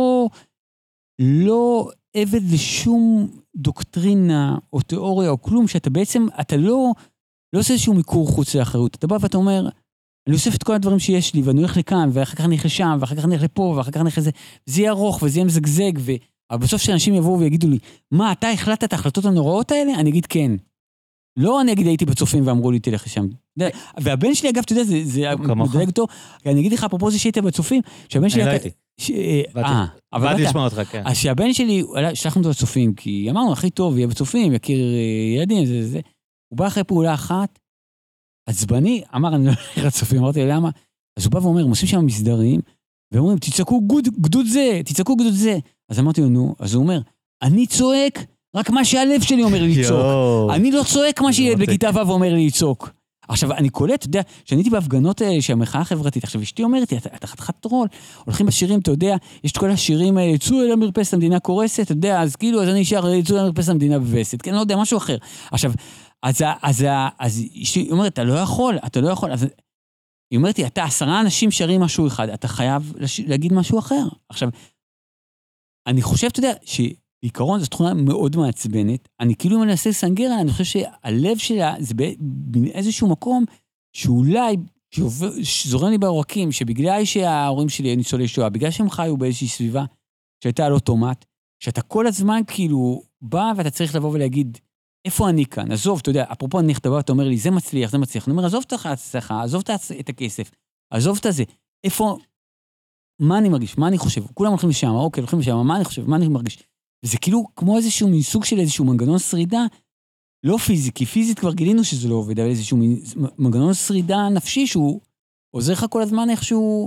Speaker 2: לא עבד לשום דוקטרינה או תיאוריה או כלום, שאתה בעצם, אתה לא עושה איזשהו מיקור חוץ לאחריות. אתה בא ואתה אומר, אני אוסף את כל הדברים שיש לי, ואני הולך לכאן, ואחר כך אני הולך לשם, ואחר כך אני הולך לפה, ואחר כך אני הולך לזה, וזה יהיה ארוך, וזה יהיה מזגזג, אבל בסוף שאנשים יבואו ויגידו לי, מה, אתה החלטת את ההחלטות הנוראות האלה? אני אגיד כן. לא אני אגיד, הייתי בצופים ואמרו לי, תלך לשם. והבן שלי, אגב, אתה יודע, זה מדלג אותו, אני אגיד לך, אפרופו זה שהיית בצופים, שהבן שלי...
Speaker 1: אני לא הייתי. באתי לשמוע אותך, כן.
Speaker 2: אז שהבן שלי, שלחנו אותו בצופים, כי אמרנו, הכי טוב, יהיה בצופים, יכיר ילדים, זה. הוא בא אחרי פעולה אחת, עצבני, אמר, אני לא הולך לצופים, אמרתי לו, למה? אז הוא בא ואומר, הם עושים שם מסדרים, ואומרים, תצעקו גדוד זה, תצעקו גדוד זה. אז אמרתי לו, נו, אז הוא אומר, אני צועק, רק מה שהלב שלי אומר לי לצעוק. אני לא צועק מה שילד בכיתה ו' אומר לי לצעוק. עכשיו, אני קולט, אתה יודע, שאני הייתי בהפגנות האלה שהמחאה החברתית, עכשיו אשתי אומרת לי, אתה חתיכת טרול, הולכים בשירים, אתה יודע, יש את כל השירים האלה, יצאו אל המרפסת, המדינה קורסת, אתה יודע, אז כאילו, אז אני אשאר, יצאו אל המרפסת, המדינה בבסת, כן, לא יודע, משהו אחר. עכשיו, אז אשתי אומרת, אתה לא יכול, אז היא אומרת לי, 10 אנשים שרים משהו אחד, אתה חייב להגיד משהו אחר. עכשיו, אני חושב, אתה יודע, בעיקרון זו תכונה מאוד מעצבנת, אני כאילו מנסה לסנגר עליה, אני חושב שהלב שלה זה באיזשהו מקום שאולי זורם לי בעורקים, שבגלל שההורים שלי ניצולי שואה, בגלל שהם חיו באיזושהי סביבה שהייתה על אוטומט, שאתה כל הזמן כאילו בא ואתה צריך לבוא ולהגיד, איפה אני כאן? עזוב, אתה יודע, אפרופו אני נכתבה, אתה אומר לי, זה מצליח. אני אומר, עזוב את ההצלחה, עזוב את הכסף, עזוב את זה, איפה, מה אני מרגיש, מה אני חושב? כולם הולכים לשם, אוקיי, הולכים לשם, מה אני חושב, מה אני מרגיש? וזה כאילו כמו איזשהו מסוג של איזשהו מנגנון שרידה, לא פיזי, כי פיזית כבר גילינו שזה לא עובד, אבל איזשהו מנגנון שרידה נפשי, שהוא עוזר לך כל הזמן איכשהו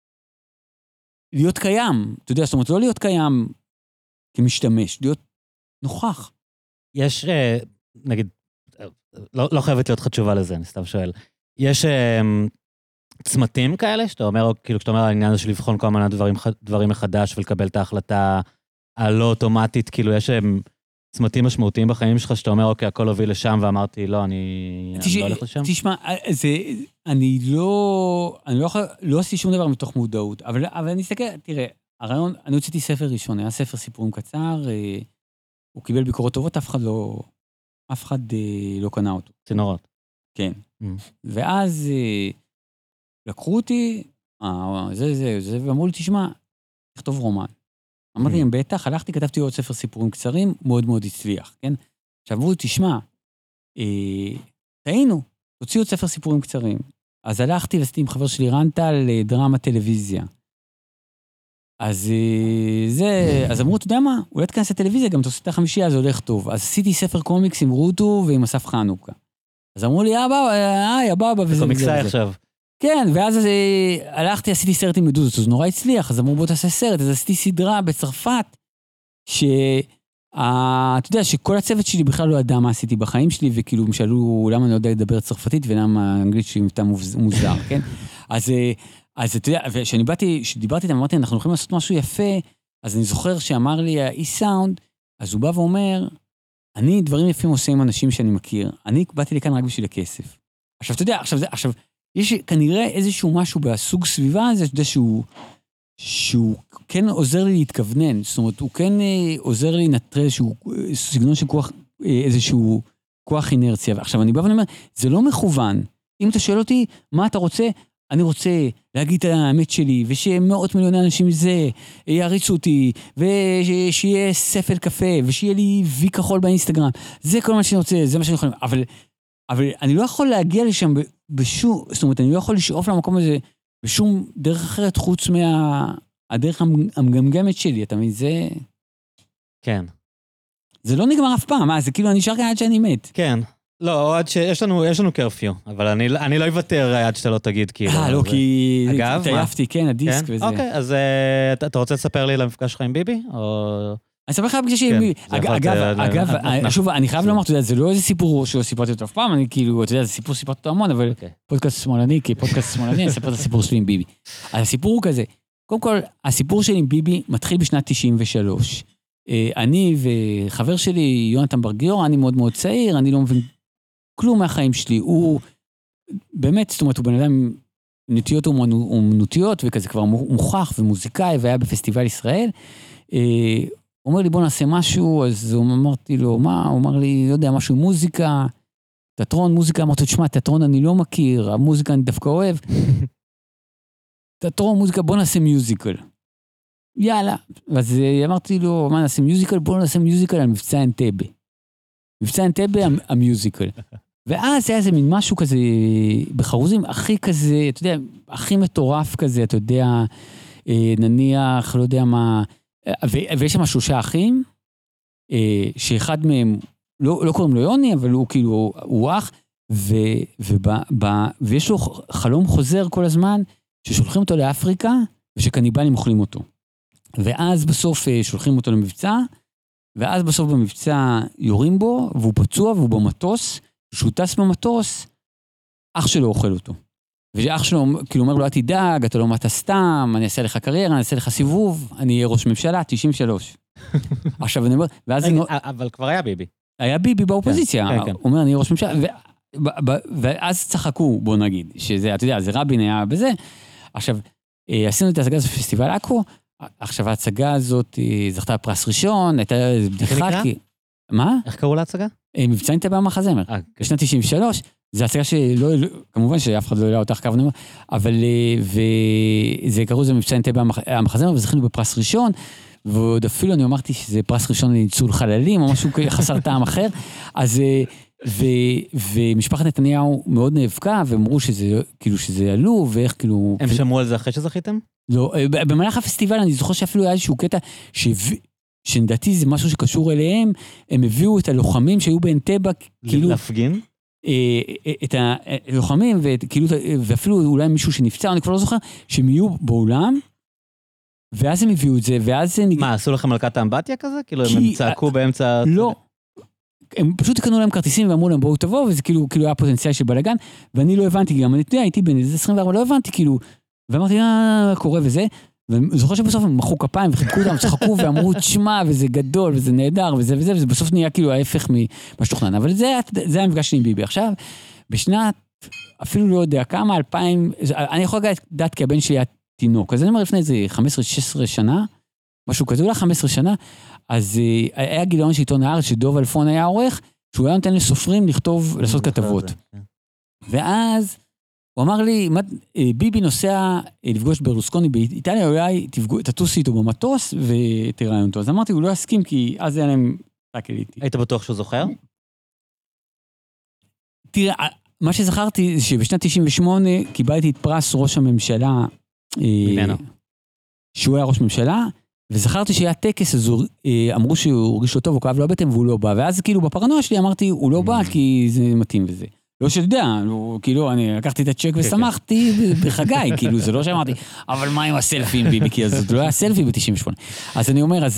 Speaker 2: להיות קיים. אתה יודע, זאת אומרת, לא להיות קיים כמשתמש, להיות נוכח.
Speaker 1: יש, נגיד, לא חייבת להיות לך תשובה לזה, אני סתם שואל. יש צמתים כאלה, שאתה אומר, כאילו, כשאתה אומר על העניין הזה של לבחון כל מיני דברים מחדש, ולקבל את ההחלטה הלא אוטומטית, כאילו, יש צמתים משמעותיים בחיים שלך, שאתה אומר, אוקיי, הכל הוביל לשם, ואמרתי, לא, אני לא הולך לשם.
Speaker 2: תשמע, אני לא עשיתי שום דבר מתוך מודעות, אבל אני אסתכל, תראה, הרעיון, אני הוצאתי ספר ראשון, היה ספר סיפורים קצר, הוא קיבל ביקורות טובות, אף אחד לא קנה אותו.
Speaker 1: צינורות.
Speaker 2: כן. ואז לקחו אותי, ואמרו לי, תשמע, תכתוב רומן. אמרתי להם, בטח, הלכתי, כתבתי עוד ספר סיפורים קצרים, מאוד מאוד הצליח, כן? עכשיו, אמרו לי, תשמע, טעינו, הוציאו עוד ספר סיפורים קצרים. אז הלכתי ועשיתי עם חבר שלי רנטה לדרמה טלוויזיה. אז אמרו, אתה יודע מה? אולי תכנס לטלוויזיה, גם תעשי את החמישייה, זה הולך טוב. אז עשיתי ספר קומיקס עם רוטו ועם אסף חנוכה. אז אמרו לי, אבא, וזה.
Speaker 1: קומיקסאי עכשיו.
Speaker 2: כן, ואז הלכתי, עשיתי סרט עם מדוזות, אז נורא הצליח, אז אמרו, בוא תעשה סרט, אז עשיתי סדרה בצרפת, אתה יודע, שכל הצוות שלי בכלל לא ידע מה עשיתי בחיים שלי, וכאילו הם שאלו למה אני לא יודע לדבר צרפתית, ולמה האנגלית שלי מבטא מוזר, כן? אז אתה יודע, כשדיברתי איתם, אמרתי, אנחנו הולכים לעשות משהו יפה, אז אני זוכר שאמר לי, אי-סאונד, אז הוא בא ואומר, אני דברים יפים עושה עם אנשים שאני מכיר, אני באתי לכאן רק בשביל הכסף. עכשיו, אתה יודע, עכשיו, יש כנראה איזשהו משהו בסוג סביבה הזה, אתה יודע שהוא כן עוזר לי להתכוונן, זאת אומרת, הוא כן עוזר לי לנטרל איזשהו סגנון של כוח, איזשהו כוח אינרציה. עכשיו, אני בא ואני אומר, זה לא מכוון. אם אתה שואל אותי, מה אתה רוצה? אני רוצה להגיד את האמת שלי, ושמאות מיליוני אנשים מזה יעריצו אותי, ושיהיה ספל קפה, ושיהיה לי וי כחול באינסטגרם. זה כל מה שאני רוצה, זה מה שאני יכול. אבל אני לא יכול להגיע לשם בשום, זאת אומרת, אני לא יכול לשאוף למקום הזה בשום דרך אחרת, חוץ מהדרך המגמגמת שלי, אתה מבין, זה...
Speaker 1: כן.
Speaker 2: זה לא נגמר אף פעם, זה כאילו אני נשאר עד שאני מת.
Speaker 1: כן. לא, עד שיש לנו קרפיו, אבל אני לא אוותר עד שאתה לא תגיד, כאילו.
Speaker 2: לא, כי...
Speaker 1: אגב, מה?
Speaker 2: התעייפתי, כן, הדיסק וזה.
Speaker 1: אוקיי, אז אתה רוצה לספר לי למפגש שלך עם ביבי, או...
Speaker 2: אני אספר לך בפגישה שלי עם ביבי. אגב, שוב, אני חייב לומר, אתה יודע, זה לא איזה סיפור שלא סיפרתי אותו אף פעם, אני כאילו, אתה יודע, זה סיפור סיפרתי אותו המון, אבל פודקאסט שמאלני, כי פודקאסט שמאלני, אני אספר את הסיפור שלי עם ביבי. אז הסיפור הוא כזה, קודם כל, הסיפור שלי עם ביבי מתחיל בשנת 93. אני וחבר שלי, יונתן ברגיור, אני מאוד מאוד צעיר, אני לא מבין כלום מהחיים שלי, הוא באמת, זאת אומרת, הוא בן אדם נטיות אומנותיות, וכזה כבר מוכח ומוזיקאי, והיה בפסטיבל ישראל, הוא אומר לי, בוא נעשה משהו, אז הוא אמרתי לו, מה? הוא אמר לי, לא יודע, משהו עם מוזיקה, תיאטרון, מוזיקה, אמרתי, תשמע, תיאטרון אני לא מכיר, המוזיקה אני דווקא אוהב, תיאטרון, מוזיקה, בוא נעשה מיוזיקל. יאללה. אז אמרתי לו, מה נעשה מיוזיקל? בוא נעשה מיוזיקל על מבצע אנטבה. מבצע אנטבה, המיוזיקל. ואז היה איזה מין משהו כזה, בחרוזים, הכי כזה, אתה יודע, הכי מטורף כזה, אתה יודע, נניח, לא יודע מה, ויש שם 3 אחים, שאחד מהם, לא קוראים לו יוני, אבל הוא כאילו, הוא אח, ויש לו חלום חוזר כל הזמן, ששולחים אותו לאפריקה, ושקניבלים אוכלים אותו. ואז בסוף שולחים אותו למבצע, ואז בסוף במבצע יורים בו, והוא פצוע והוא במטוס, כשהוא טס במטוס, אח שלו אוכל אותו. ואח שלו כאילו אומר לו, אל תדאג, אתה לא מתה סתם, אני אעשה לך קריירה, אני אעשה לך סיבוב, אני אהיה ראש ממשלה, 93. עכשיו אני אומר, ואז...
Speaker 1: אבל כבר היה ביבי.
Speaker 2: היה ביבי באופוזיציה, הוא אומר, אני אהיה ראש ממשלה, ואז צחקו, בוא נגיד, שזה, אתה יודע, זה רבין היה בזה. עכשיו, עשינו את ההצגה הזאת בפסטיבל עכו, עכשיו ההצגה הזאת זכתה פרס ראשון, הייתה בדיחה כי... מה?
Speaker 1: איך קראו להצגה?
Speaker 2: מבצע אנטבה המחזמר. בשנת 93, זו הצגה שלא, כמובן שאף אחד לא יודע אותך כוונה, אבל, וזה קראו זה מבצע אנטבה המחזמר, וזכינו בפרס ראשון, ועוד אפילו אני אמרתי שזה פרס ראשון לניצול חללים, או משהו חסר טעם אחר, אז... ומשפחת נתניהו מאוד נאבקה, ואמרו שזה, כאילו, שזה עלו, ואיך כאילו...
Speaker 1: הם שמעו על זה אחרי שזכיתם?
Speaker 2: לא, במהלך הפסטיבל אני זוכר שאפילו היה איזשהו קטע, שנדעתי זה משהו שקשור אליהם, הם הביאו את הלוחמים שהיו באנטבה, כאילו...
Speaker 1: להפגין?
Speaker 2: את הלוחמים, ואפילו אולי מישהו שנפצע, אני כבר לא זוכר, שהם יהיו באולם, ואז הם הביאו את זה, ואז...
Speaker 1: מה, עשו לכם מלכת האמבטיה כזה? כאילו הם צעקו באמצע...
Speaker 2: לא. הם פשוט קנו להם כרטיסים ואמרו להם בואו תבואו, וזה כאילו היה פוטנציאל של בלגן, ואני לא הבנתי, גם אני הייתי בן 24, לא הבנתי כאילו, ואמרתי, קורה וזה, וזוכר שבסוף הם מחאו כפיים וחיבקו אותם, צחקו ואמרו, תשמע, וזה גדול, וזה נהדר, וזה בסוף נהיה כאילו ההפך ממה שתוכנן, אבל זה המפגש שלי עם ביבי. עכשיו, בשנת, אפילו לא יודע כמה, 2000, אני יכול לדעת כי הבן שלי היה תינוק, אז אני אומר לפני איזה 15-16 שנה, משהו כזה, אולי 15 שנה, אז היה גיליון של עיתון הארץ, שדוב אלפון היה עורך, שהוא היה נותן לסופרים לכתוב, לעשות כתבות. ואז הוא אמר לי, ביבי נוסע לפגוש ברלוסקוני באיטליה, אולי תטוסי איתו במטוס ותראיין אותו. אז אמרתי, הוא לא יסכים, כי אז היה להם...
Speaker 1: היית בטוח שהוא זוכר?
Speaker 2: תראה, מה שזכרתי זה שבשנת 98 קיבלתי את פרס ראש הממשלה, שהוא היה ראש ממשלה, וזכרתי שהיה טקס, אז אמרו שהוא הרגיש לו טוב, הוא כאב לו הבטן והוא לא בא, ואז כאילו בפרנויה שלי אמרתי, הוא לא בא כי זה מתאים וזה. לא שתדע, כאילו אני לקחתי את הצ'ק ושמחתי בחגי, כאילו זה לא שאמרתי, אבל מה עם הסלפים ביבי, כי זה לא היה סלפי ב-98. אז אני אומר,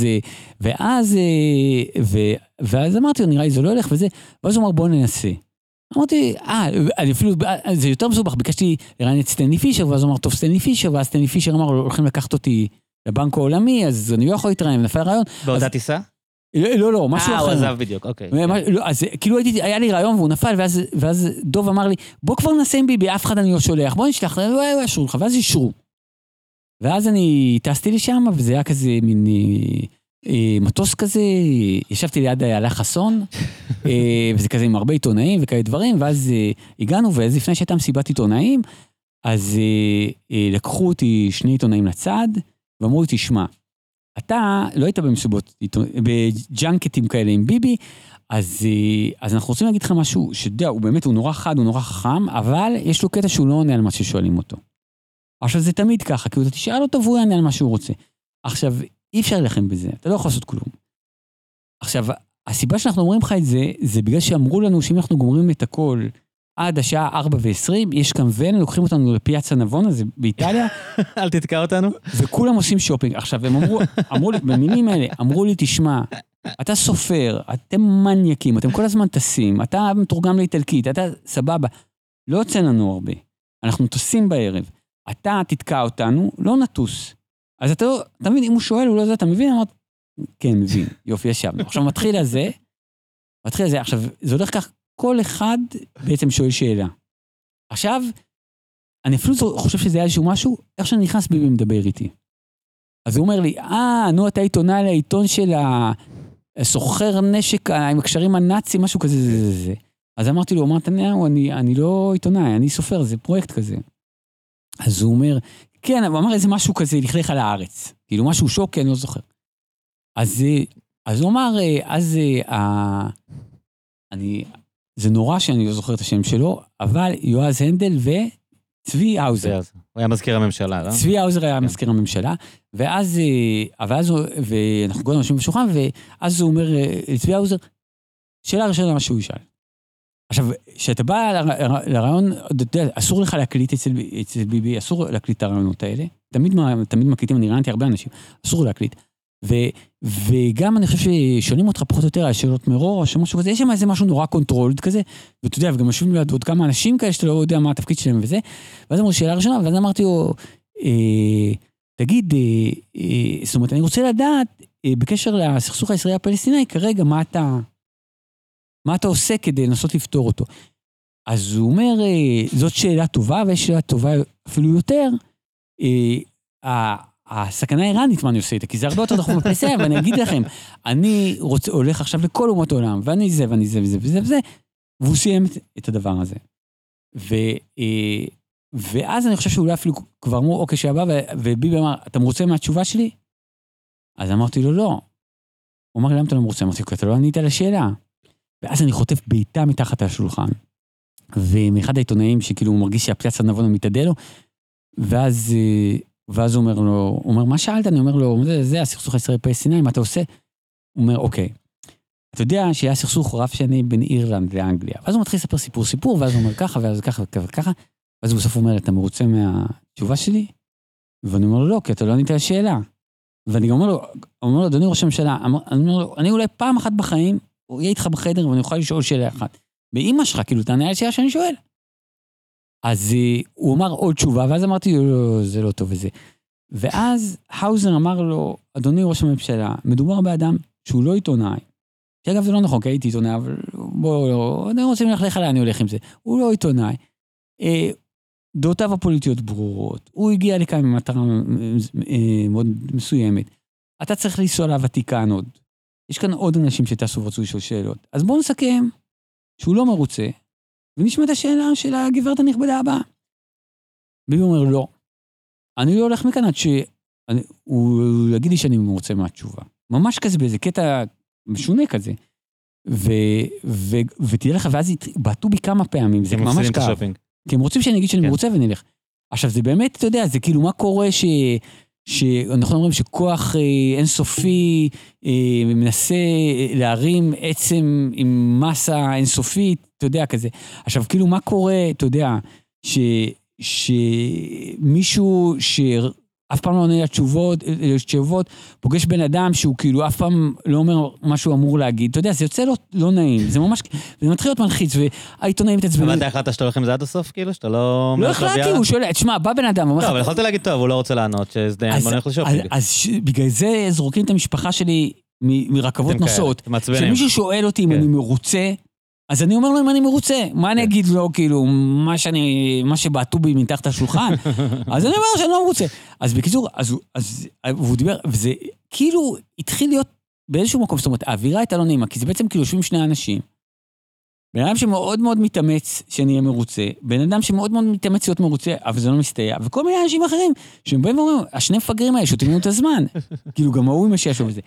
Speaker 2: ואז אמרתי, נראה לי זה לא הולך וזה, ואז הוא אמר בוא ננסה. אמרתי, אני אפילו, זה יותר מסובך, ביקשתי לראיין את סטנלי פישר, ואז הוא אמר, טוב סטנלי פישר, ואז סטנלי פישר אמר, הולכים לקחת אותי לבנק העולמי, אז אני לא יכול להתראיין, נפל רעיון.
Speaker 1: באותה טיסה?
Speaker 2: לא, משהו אחר.
Speaker 1: הוא עזב בדיוק, אוקיי.
Speaker 2: אז כאילו היה לי רעיון והוא נפל, ואז דוב אמר לי, בוא כבר נעשה עם ביבי, אף אחד אני לא שולח, בוא נשלח, הוא ישרו לך, ואז ישרו. ואז אני טסתי לשם, וזה היה כזה מין מטוס כזה, ישבתי ליד איילה חסון, וזה כזה עם הרבה עיתונאים וכאלה דברים, ואז הגענו, ואז לפני שהייתה מסיבת עיתונאים, אז לקחו אותי שני עיתונאים לצד, ואמרו לי, תשמע, אתה לא היית במסיבות, בג'אנקטים כאלה עם ביבי, אז אנחנו רוצים להגיד לך משהו, שדע, הוא באמת, הוא נורא חד, הוא נורא חכם, אבל יש לו קטע שהוא לא עונה על מה ששואלים אותו. עכשיו זה תמיד ככה, כי אתה תשאל אותו והוא יענה על מה שהוא רוצה. עכשיו, אי אפשר לכם בזה, אתה לא יכול לעשות כלום. עכשיו, הסיבה שאנחנו אומרים לך את זה, זה בגלל שאמרו לנו שאם אנחנו גומרים את הכל, עד השעה 4:20, יש כאן ון, לוקחים אותנו לפיאצה נבון, אז באיטליה.
Speaker 1: אל תתקע אותנו.
Speaker 2: וכולם עושים שופינג. עכשיו, הם אמרו לי, במילים האלה, אמרו לי, תשמע, אתה סופר, אתם מניאקים, אתם כל הזמן טסים, אתה מתורגם לאיטלקית, אתה סבבה. לא יוצא לנו הרבה. אנחנו טוסים בערב. אתה תתקע אותנו, לא נטוס. אז אתה מבין, אם הוא שואל, הוא לא יודע, אתה מבין? אמרת, כן, מבין. יופי, ישבנו. עכשיו, מתחיל הזה, עכשיו, זה הולך כך, כל אחד בעצם שואל שאלה. עכשיו, אני אפילו חושב שזה היה איזשהו משהו, איך שאני נכנס ביבי מדבר איתי. אז הוא אומר לי, נו, אתה עיתונאי לעיתון של הסוחר נשק עם הקשרים הנאצים, משהו כזה, זה. אז אמרתי לו, אני לא עיתונאי, אני סופר, זה פרויקט כזה. אז הוא אומר, כן, הוא אמר איזה משהו כזה, לכלך על הארץ. כאילו משהו שוק, אני לא זוכר. אז הוא אמר, זה נורא שאני לא זוכר את השם שלו, אבל יועז הנדל וצבי האוזר.
Speaker 1: הוא היה מזכיר הממשלה, לא?
Speaker 2: צבי האוזר היה מזכיר הממשלה, ואנחנו גודלים אנשים בשולחן, ואז הוא אומר לצבי האוזר, שאלה ראשונה מה שהוא ישאל. עכשיו, כשאתה בא לרעיון, אסור לך להקליט אצל ביבי, אסור להקליט את הרעיונות האלה, תמיד מקליטים, אני ראיינתי הרבה אנשים, אסור להקליט, וגם אני חושב ששואלים אותך פחות או יותר על שאלות מראש, או משהו כזה, יש שם איזה משהו נורא קונטרולד כזה, ואתה יודע, וגם יושבים ליד עוד כמה אנשים כאלה שאתה לא יודע מה התפקיד שלהם וזה, ואז אמרו שאלה ראשונה, ואז אמרתי לו, תגיד, זאת אומרת, אני רוצה לדעת, בקשר לסכסוך הישראלי הפלסטיני, כרגע מה אתה עושה כדי לנסות לפתור אותו? אז הוא אומר, זאת שאלה טובה, ויש שאלה טובה אפילו יותר, הסכנה האיראנית, מה אני עושה איתה? כי זה הרבה יותר דחוף בפלסטיני, ואני אגיד לכם, אני הולך עכשיו לכל אומות העולם, ואני זה, ואני זה, וזה, וזה, וזה, והוא סיים את הדבר הזה. ואז אני חושב שאולי אפילו כבר אמרו, אוקיי, שהבא, וביבי אמר, אתה מרוצה מהתשובה שלי? אז אמרתי לו, לא. הוא אמר לי, למה אתה לא מרוצה? אמרתי לו, אתה לא ענית על השאלה. ואז אני חוטף בעיטה מתחת השולחן, ומאחד העיתונאים שכאילו הוא מרגיש שהפצצה נבון מתעדה לו, ואז הוא אומר לו, הוא אומר, מה שאלת? אני אומר לו, זה הסכסוך הישראלי פלסטיני, מה אתה עושה? הוא אומר, אוקיי, אתה יודע שהיה סכסוך רב שני בין אירלנד לאנגליה, ואז הוא מתחיל לספר סיפור, ואז הוא אומר ככה, ואז ככה וככה, ואז הוא בסוף אומר, אתה מרוצה מהתשובה שלי? ואני אומר לו, לא, כי אתה לא ענית על השאלה. ואני גם אומר לו, אדוני ראש הממשלה, אני אולי פעם אחת בחיים, הוא יהיה איתך בחדר, ואני אוכל לשאול שאלה אחת. באמא שלך, כאילו, תענה על השאלה שאני שואל. אז הוא אמר עוד תשובה, ואז אמרתי, לא, זה לא טוב וזה. ואז האוזר אמר לו, אדוני ראש הממשלה, מדובר באדם שהוא לא עיתונאי. שאגב, זה לא נכון, כי הייתי עיתונאי, אבל בואו, אני רוצה ללכת לאן אני הולך עם זה. הוא לא עיתונאי. דעותיו הפוליטיות ברורות. הוא הגיע לכאן במטרה מאוד מסוימת. אתה צריך לנסוע לוותיקן עוד. יש כאן עוד אנשים שתעשו ורצו לשאול שאלות. אז בואו נסכם שהוא לא מרוצה, ונשמע את השאלה של הגברת הנכבדה הבאה. ביבי אומר, לא. אני לא הולך מכאן עד שהוא יגיד לי שאני מרוצה מהתשובה. ממש כזה, באיזה קטע משונה כזה. ותראה לך, ואז בעטו בי כמה פעמים, זה ממש כאב. כי הם רוצים שאני אגיד שאני מרוצה ונלך. עכשיו, זה באמת, אתה יודע, זה כאילו מה קורה שאנחנו אומרים שכוח אינסופי מנסה להרים עצם עם מסה אינסופית, אתה יודע, כזה. עכשיו, כאילו מה קורה, אתה יודע, שמישהו שאף פעם לא עונה לתשובות, פוגש בן אדם שהוא כאילו אף פעם לא אומר מה שהוא אמור להגיד, אתה יודע, זה יוצא לו לא נעים, זה ממש, זה מתחיל להיות מלחיץ, והעיתונאים מתעצבנים.
Speaker 1: אבל אתה החלטת שאתה הולך עם זה עד הסוף, כאילו, שאתה לא...
Speaker 2: לא החלטתי, הוא שואל, תשמע, בא בן אדם,
Speaker 1: לא, אבל יכולת להגיד טוב, הוא לא רוצה לענות, שזה די, בוא נלך לשופינג.
Speaker 2: אז בגלל זה זורקים את המשפחה שלי מרכבות נוסעות, שמישהו שואל אותי אם אני מרוצה, אז אני אומר לו אם אני מרוצה, מה אני אגיד לו, כאילו, מה שבעטו בי מתחת השולחן, אז אני אומר שאני לא מרוצה. אז בקיצור, אז הוא דיבר, וזה כאילו התחיל להיות באיזשהו מקום, זאת אומרת, האווירה הייתה לא נעימה, כי זה בעצם כאילו יושבים שני אנשים, בן אדם שמאוד מאוד מתאמץ שאני אהיה מרוצה, בן אדם שמאוד מאוד מתאמץ להיות מרוצה, אבל זה לא מסתייע, וכל מיני אנשים אחרים, שהם באים ואומרים, השני מפגרים האלה, שותים לנו את הזמן, כאילו גם ההוא עם השיישו וזה.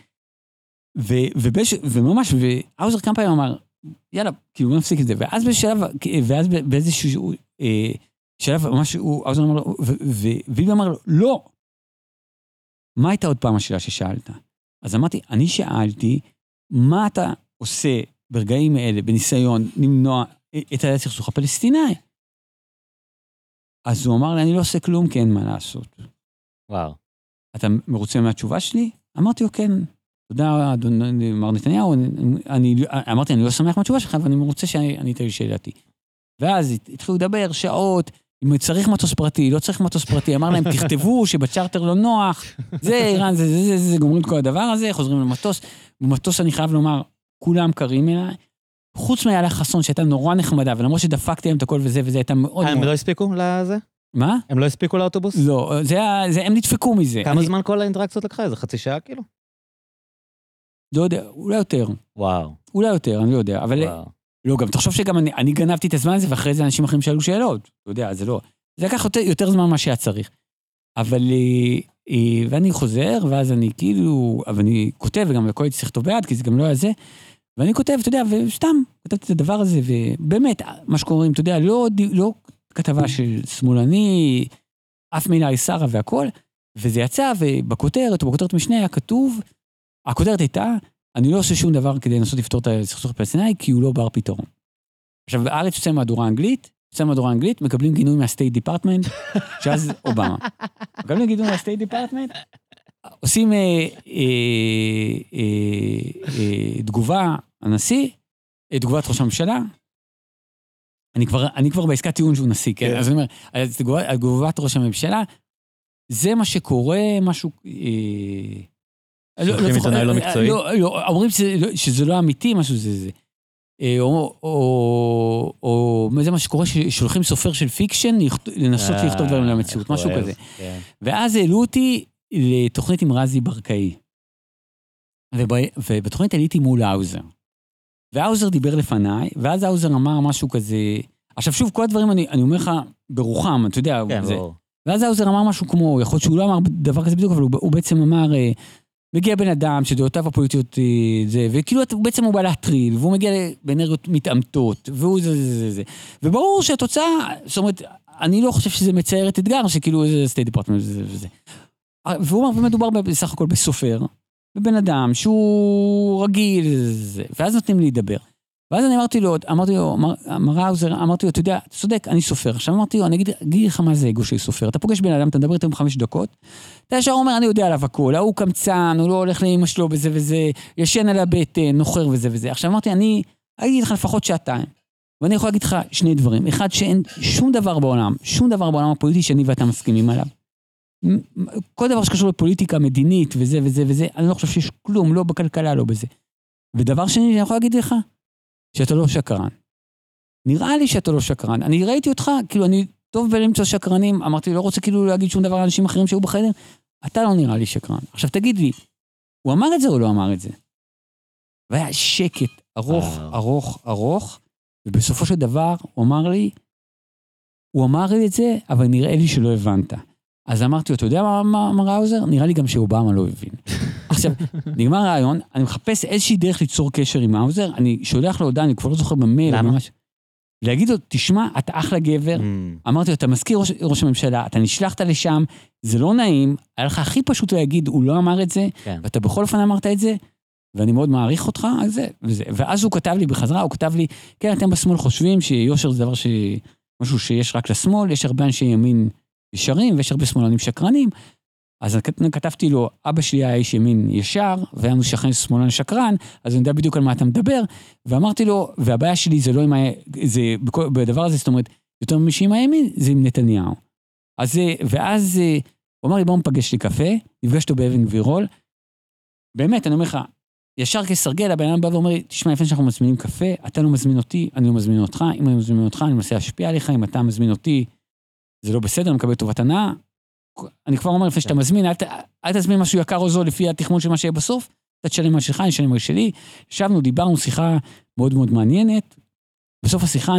Speaker 2: וממש, והאוזר כמה פעמים אמר, יאללה, כאילו בוא נפסיק את זה, ואז באיזשהו שלב, משהו, האוזר אמר לו, וביבי אמר לו, לא, מה הייתה עוד פעם השאלה ששאלת? אז אמרתי, אני שאלתי, מה אתה עושה ברגעים האלה, בניסיון למנוע את הסכסוך הפלסטיני? אז הוא אמר לי, אני לא עושה כלום, כי אין מה לעשות.
Speaker 1: וואו.
Speaker 2: אתה מרוצה מהתשובה שלי? אמרתי לו, כן. תודה, אדוני, מר נתניהו, אמרתי, אני לא שמח מהתשובה שלך, ואני רוצה שאני אתן לי שאלתי. ואז התחילו לדבר שעות, אם צריך מטוס פרטי, לא צריך מטוס פרטי, אמר להם, תכתבו שבצ'רטר לא נוח, זה איראן, זה, גומרים את כל הדבר הזה, חוזרים למטוס, במטוס אני חייב לומר, כולם קרים אליי, חוץ מאיילה חסון, שהייתה נורא נחמדה, ולמרות שדפקתי להם את הכל וזה הייתה מאוד...
Speaker 1: הם לא הספיקו לזה?
Speaker 2: מה?
Speaker 1: הם לא הספיקו לאוטובוס?
Speaker 2: לא, הם נדפקו מזה.
Speaker 1: כמה זמן כל האינטראקציות לקחה? איזה חצי שעה כאילו?
Speaker 2: לא יודע, אולי יותר.
Speaker 1: וואו.
Speaker 2: אולי יותר, אני לא יודע, אבל... לא, גם תחשוב שגם אני גנבתי את הזמן הזה, ואחרי זה אנשים אחרים שאלו שאלות. אתה יודע, זה לא... זה לקח יותר זמן מה שהיה צריך. אבל... ואני חוזר, ואז אני כאילו... אבל אני כותב, וגם לכל הייתי צריך לכתוב ביד, כי זה גם לא היה זה. ואני כותב, אתה יודע, וסתם כתבתי את הדבר הזה, ובאמת, מה שקוראים, אתה יודע, לא כתבה של שמאלני, אף מילה היא שרה והכל, וזה יצא, ובכותרת, או בכותרת משנה היה כתוב, הכותרת הייתה, אני לא עושה שום דבר כדי לנסות לפתור את הסכסוך הפלסטיני, כי הוא לא בר פתרון. עכשיו, בארץ יוצא מהדורה האנגלית, מקבלים גינוי מהסטייט דיפרטמנט, שאז אובמה. מקבלים גינוי מהסטייט דיפרטמנט, עושים תגובה, הנשיא, תגובת ראש הממשלה, אני כבר בעסקת טיעון שהוא נשיא, כן? אז אני אומר, תגובת ראש הממשלה, זה מה שקורה, משהו...
Speaker 1: שולחים עיתונאי לא מקצועי?
Speaker 2: לא, אומרים שזה לא אמיתי, משהו זה. או זה מה שקורה, ששולחים סופר של פיקשן, לנסות לכתוב דברים למציאות, משהו כזה. ואז העלו אותי לתוכנית עם רזי ברקאי. ובתוכנית עליתי מול האוזר. והאוזר דיבר לפניי, ואז האוזר אמר משהו כזה, עכשיו שוב, כל הדברים אני אומר לך ברוחם, אתה יודע, ואז האוזר אמר משהו כמו, יכול להיות שהוא לא אמר דבר כזה בדיוק, אבל הוא בעצם אמר, מגיע בן אדם שדעותיו הפוליטיות זה, וכאילו בעצם הוא בא להטריל, והוא מגיע באנרגיות מתאמתות, והוא זה. וברור שהתוצאה, זאת אומרת, אני לא חושב שזה מצייר את אתגר, שכאילו זה סטייט דיפרטמנט וזה. והוא אומר, ומדובר בסך הכל בסופר, בבן אדם שהוא רגיל, ואז נותנים לי לדבר. ואז אני אמרתי לו, מר האוזר, אמרתי לו, אתה יודע, אתה צודק, אני סופר. עכשיו אמרתי לו, אני אגיד לך מה זה אגו של סופר. אתה פוגש בן אדם, אתה מדבר איתו 5 דקות, אתה ישר אומר, אני יודע עליו הכל, הוא קמצן, הוא לא הולך לאמא שלו בזה וזה, ישן על הבטן, נוחר וזה. עכשיו אמרתי, אני אגיד לך לפחות 2 שעות, ואני יכול להגיד לך 2 דברים. אחד, שאין שום דבר בעולם הפוליטי שאני ואתה מסכימים עליו. כל דבר שקשור לפוליטיקה מדינית וזה, אני לא חושב שיש כלום, לא בכלכלה, לא בזה. ודבר שני, אני יכול להגיד לך, שאתה לא שקרן. נראה לי שאתה לא שקרן. אני ראיתי אותך, כאילו אני טוב בלמצוא שקרנים, אמרתי, לא רוצה כאילו להגיד שום דבר על אנשים אחרים שהיו בחדר, אתה לא נראה לי שקרן. עכשיו תגיד לי, הוא אמר את זה או לא אמר את זה? והיה שקט ארוך, ובסופו של דבר הוא אמר לי את זה, אבל נראה לי שלא הבנת. אז אמרתי, אתה יודע מה אמר האוזר? נראה לי גם שאובמה לא הבין. עכשיו, נגמר הרעיון, אני מחפש איזושהי דרך ליצור קשר עם האוזר, אני שולח לו הודעה, אני כבר לא זוכר במייל.
Speaker 1: למה?
Speaker 2: להגיד לו, תשמע, אתה אחלה גבר. אמרתי לו, אתה מזכיר ראש הממשלה, אתה נשלחת לשם, זה לא נעים, היה לך הכי פשוט להגיד, הוא לא אמר את זה, ואתה בכל אופן אמרת את זה, ואני מאוד מעריך אותך על זה, ואז הוא כתב לי בחזרה, הוא כתב לי, כן, אתם בשמאל חושבים שיושר זה דבר משהו שיש רק לשמאל, יש הרבה אנשי ימין ישרים, ויש הרבה שמאלנים שקרנים, אז כתבתי לו, אבא שלי היה איש ימין ישר, והיה משכן שמאלן שקרן, אז אני יודע בדיוק על מה אתה מדבר, ואמרתי לו, והבעיה שלי זה לא עם בדבר הזה, זאת אומרת, יותר ממי עם הימין, זה עם נתניהו. ואז הוא אמר לי, בואו נפגש לי קפה, נפגש אותו באבן גבירול, באמת, אני אומר לך, ישר כסרגל, הבן אדם בא ואומר לי, תשמע, לפני שאנחנו מזמינים קפה, אתה לא מזמין אותי, אני לא מזמין אותך, אם אני מזמין אותך, אני מנסה להשפיע עליך, אם אתה מזמין אותי, זה לא בסדר, אני מקבל טובת הנאה. אני כבר אומר, לפני שאתה מזמין, אל תזמין משהו יקר או זו לפי התכמון של מה שיהיה בסוף, אתה תשלם על שלך, אני אשלם על שלי. ישבנו, דיברנו, שיחה מאוד מאוד מעניינת. בסוף השיחה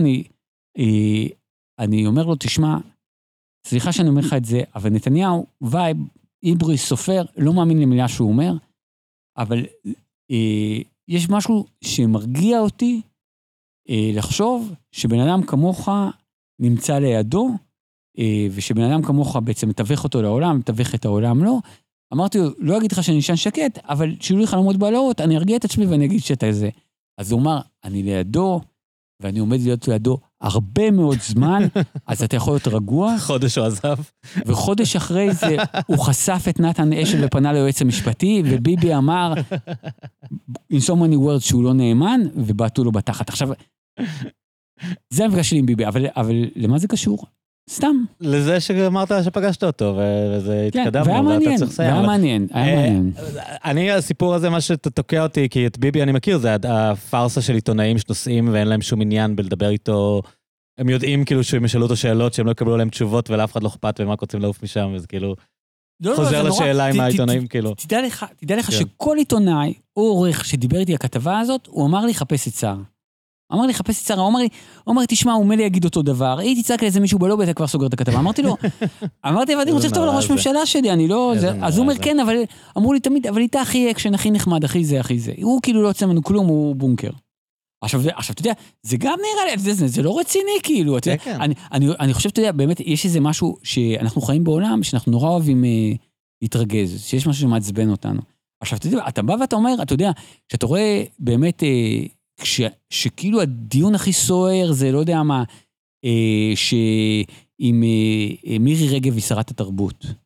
Speaker 2: אני אומר לו, תשמע, סליחה שאני אומר לך את זה, אבל נתניהו, וייב, עברי, סופר, לא מאמין למילה שהוא אומר, אבל יש משהו שמרגיע אותי לחשוב שבן אדם כמוך נמצא לידו, ושבן אדם כמוך בעצם מתווך אותו לעולם, מתווך את העולם לא. אמרתי לו, לא אגיד לך שאני נשען שקט, אבל שיהיו לי חלומות בעלאות, אני ארגיע את עצמי ואני אגיד שאתה זה. אז הוא אמר, אני לידו, ואני עומד להיות לידו הרבה מאוד זמן, אז אתה יכול להיות רגוע.
Speaker 1: חודש הוא עזב.
Speaker 2: וחודש אחרי זה, הוא חשף את נתן אשל ופנה ליועץ המשפטי, וביבי אמר, in so many words שהוא לא נאמן, ובעטו לו בתחת. עכשיו, זה המפגש שלי עם ביבי, אבל למה זה קשור? סתם.
Speaker 1: לזה שאמרת שפגשת אותו, וזה התקדמנו, ואתה צריך לסיים.
Speaker 2: והיה מעניין.
Speaker 1: אני, הסיפור הזה, מה שתוקע אותי, כי את ביבי אני מכיר, זה הפרסה של עיתונאים שנוסעים, ואין להם שום עניין בלדבר איתו, הם יודעים כאילו שהם ישאלו אותו שאלות, שהם לא יקבלו להם תשובות, ולאף אחד לא אכפת, והם רק רוצים לעוף משם, וזה כאילו, חוזר לשאלה עם העיתונאים, כאילו.
Speaker 2: תדע לך שכל עיתונאי, או עורך שדיבר איתי הכתבה הזאת, הוא אמר לי, חפש את שר. אמר לי, חפש את שרה, הוא אמר לי, תשמע, הוא מלי יגיד אותו דבר, הייתי צעק לאיזה מישהו בלובי, אתה כבר סוגר את הכתבה. אמרתי לו, אבל אני רוצה לכתוב לראש ממשלה שלי, אני לא, אז הוא אומר, כן, אבל אמרו לי תמיד, אבל איתה הכי אקשן, הכי נחמד, הכי זה. הוא כאילו לא יוצא ממנו כלום, הוא בונקר. עכשיו, אתה יודע, זה גם נראה לי, זה לא רציני, כאילו, אני חושב, אתה יודע, באמת, יש איזה משהו שאנחנו חיים בעולם, שאנחנו נורא אוהבים להתרגז, שיש משהו שמעצבן אותנו. עכשיו, אתה יודע, אתה בא ואתה אומר, אתה יודע, שאתה רואה באמת שכאילו הדיון הכי סוער זה לא יודע מה, שעם מירי רגב היא שרת התרבות.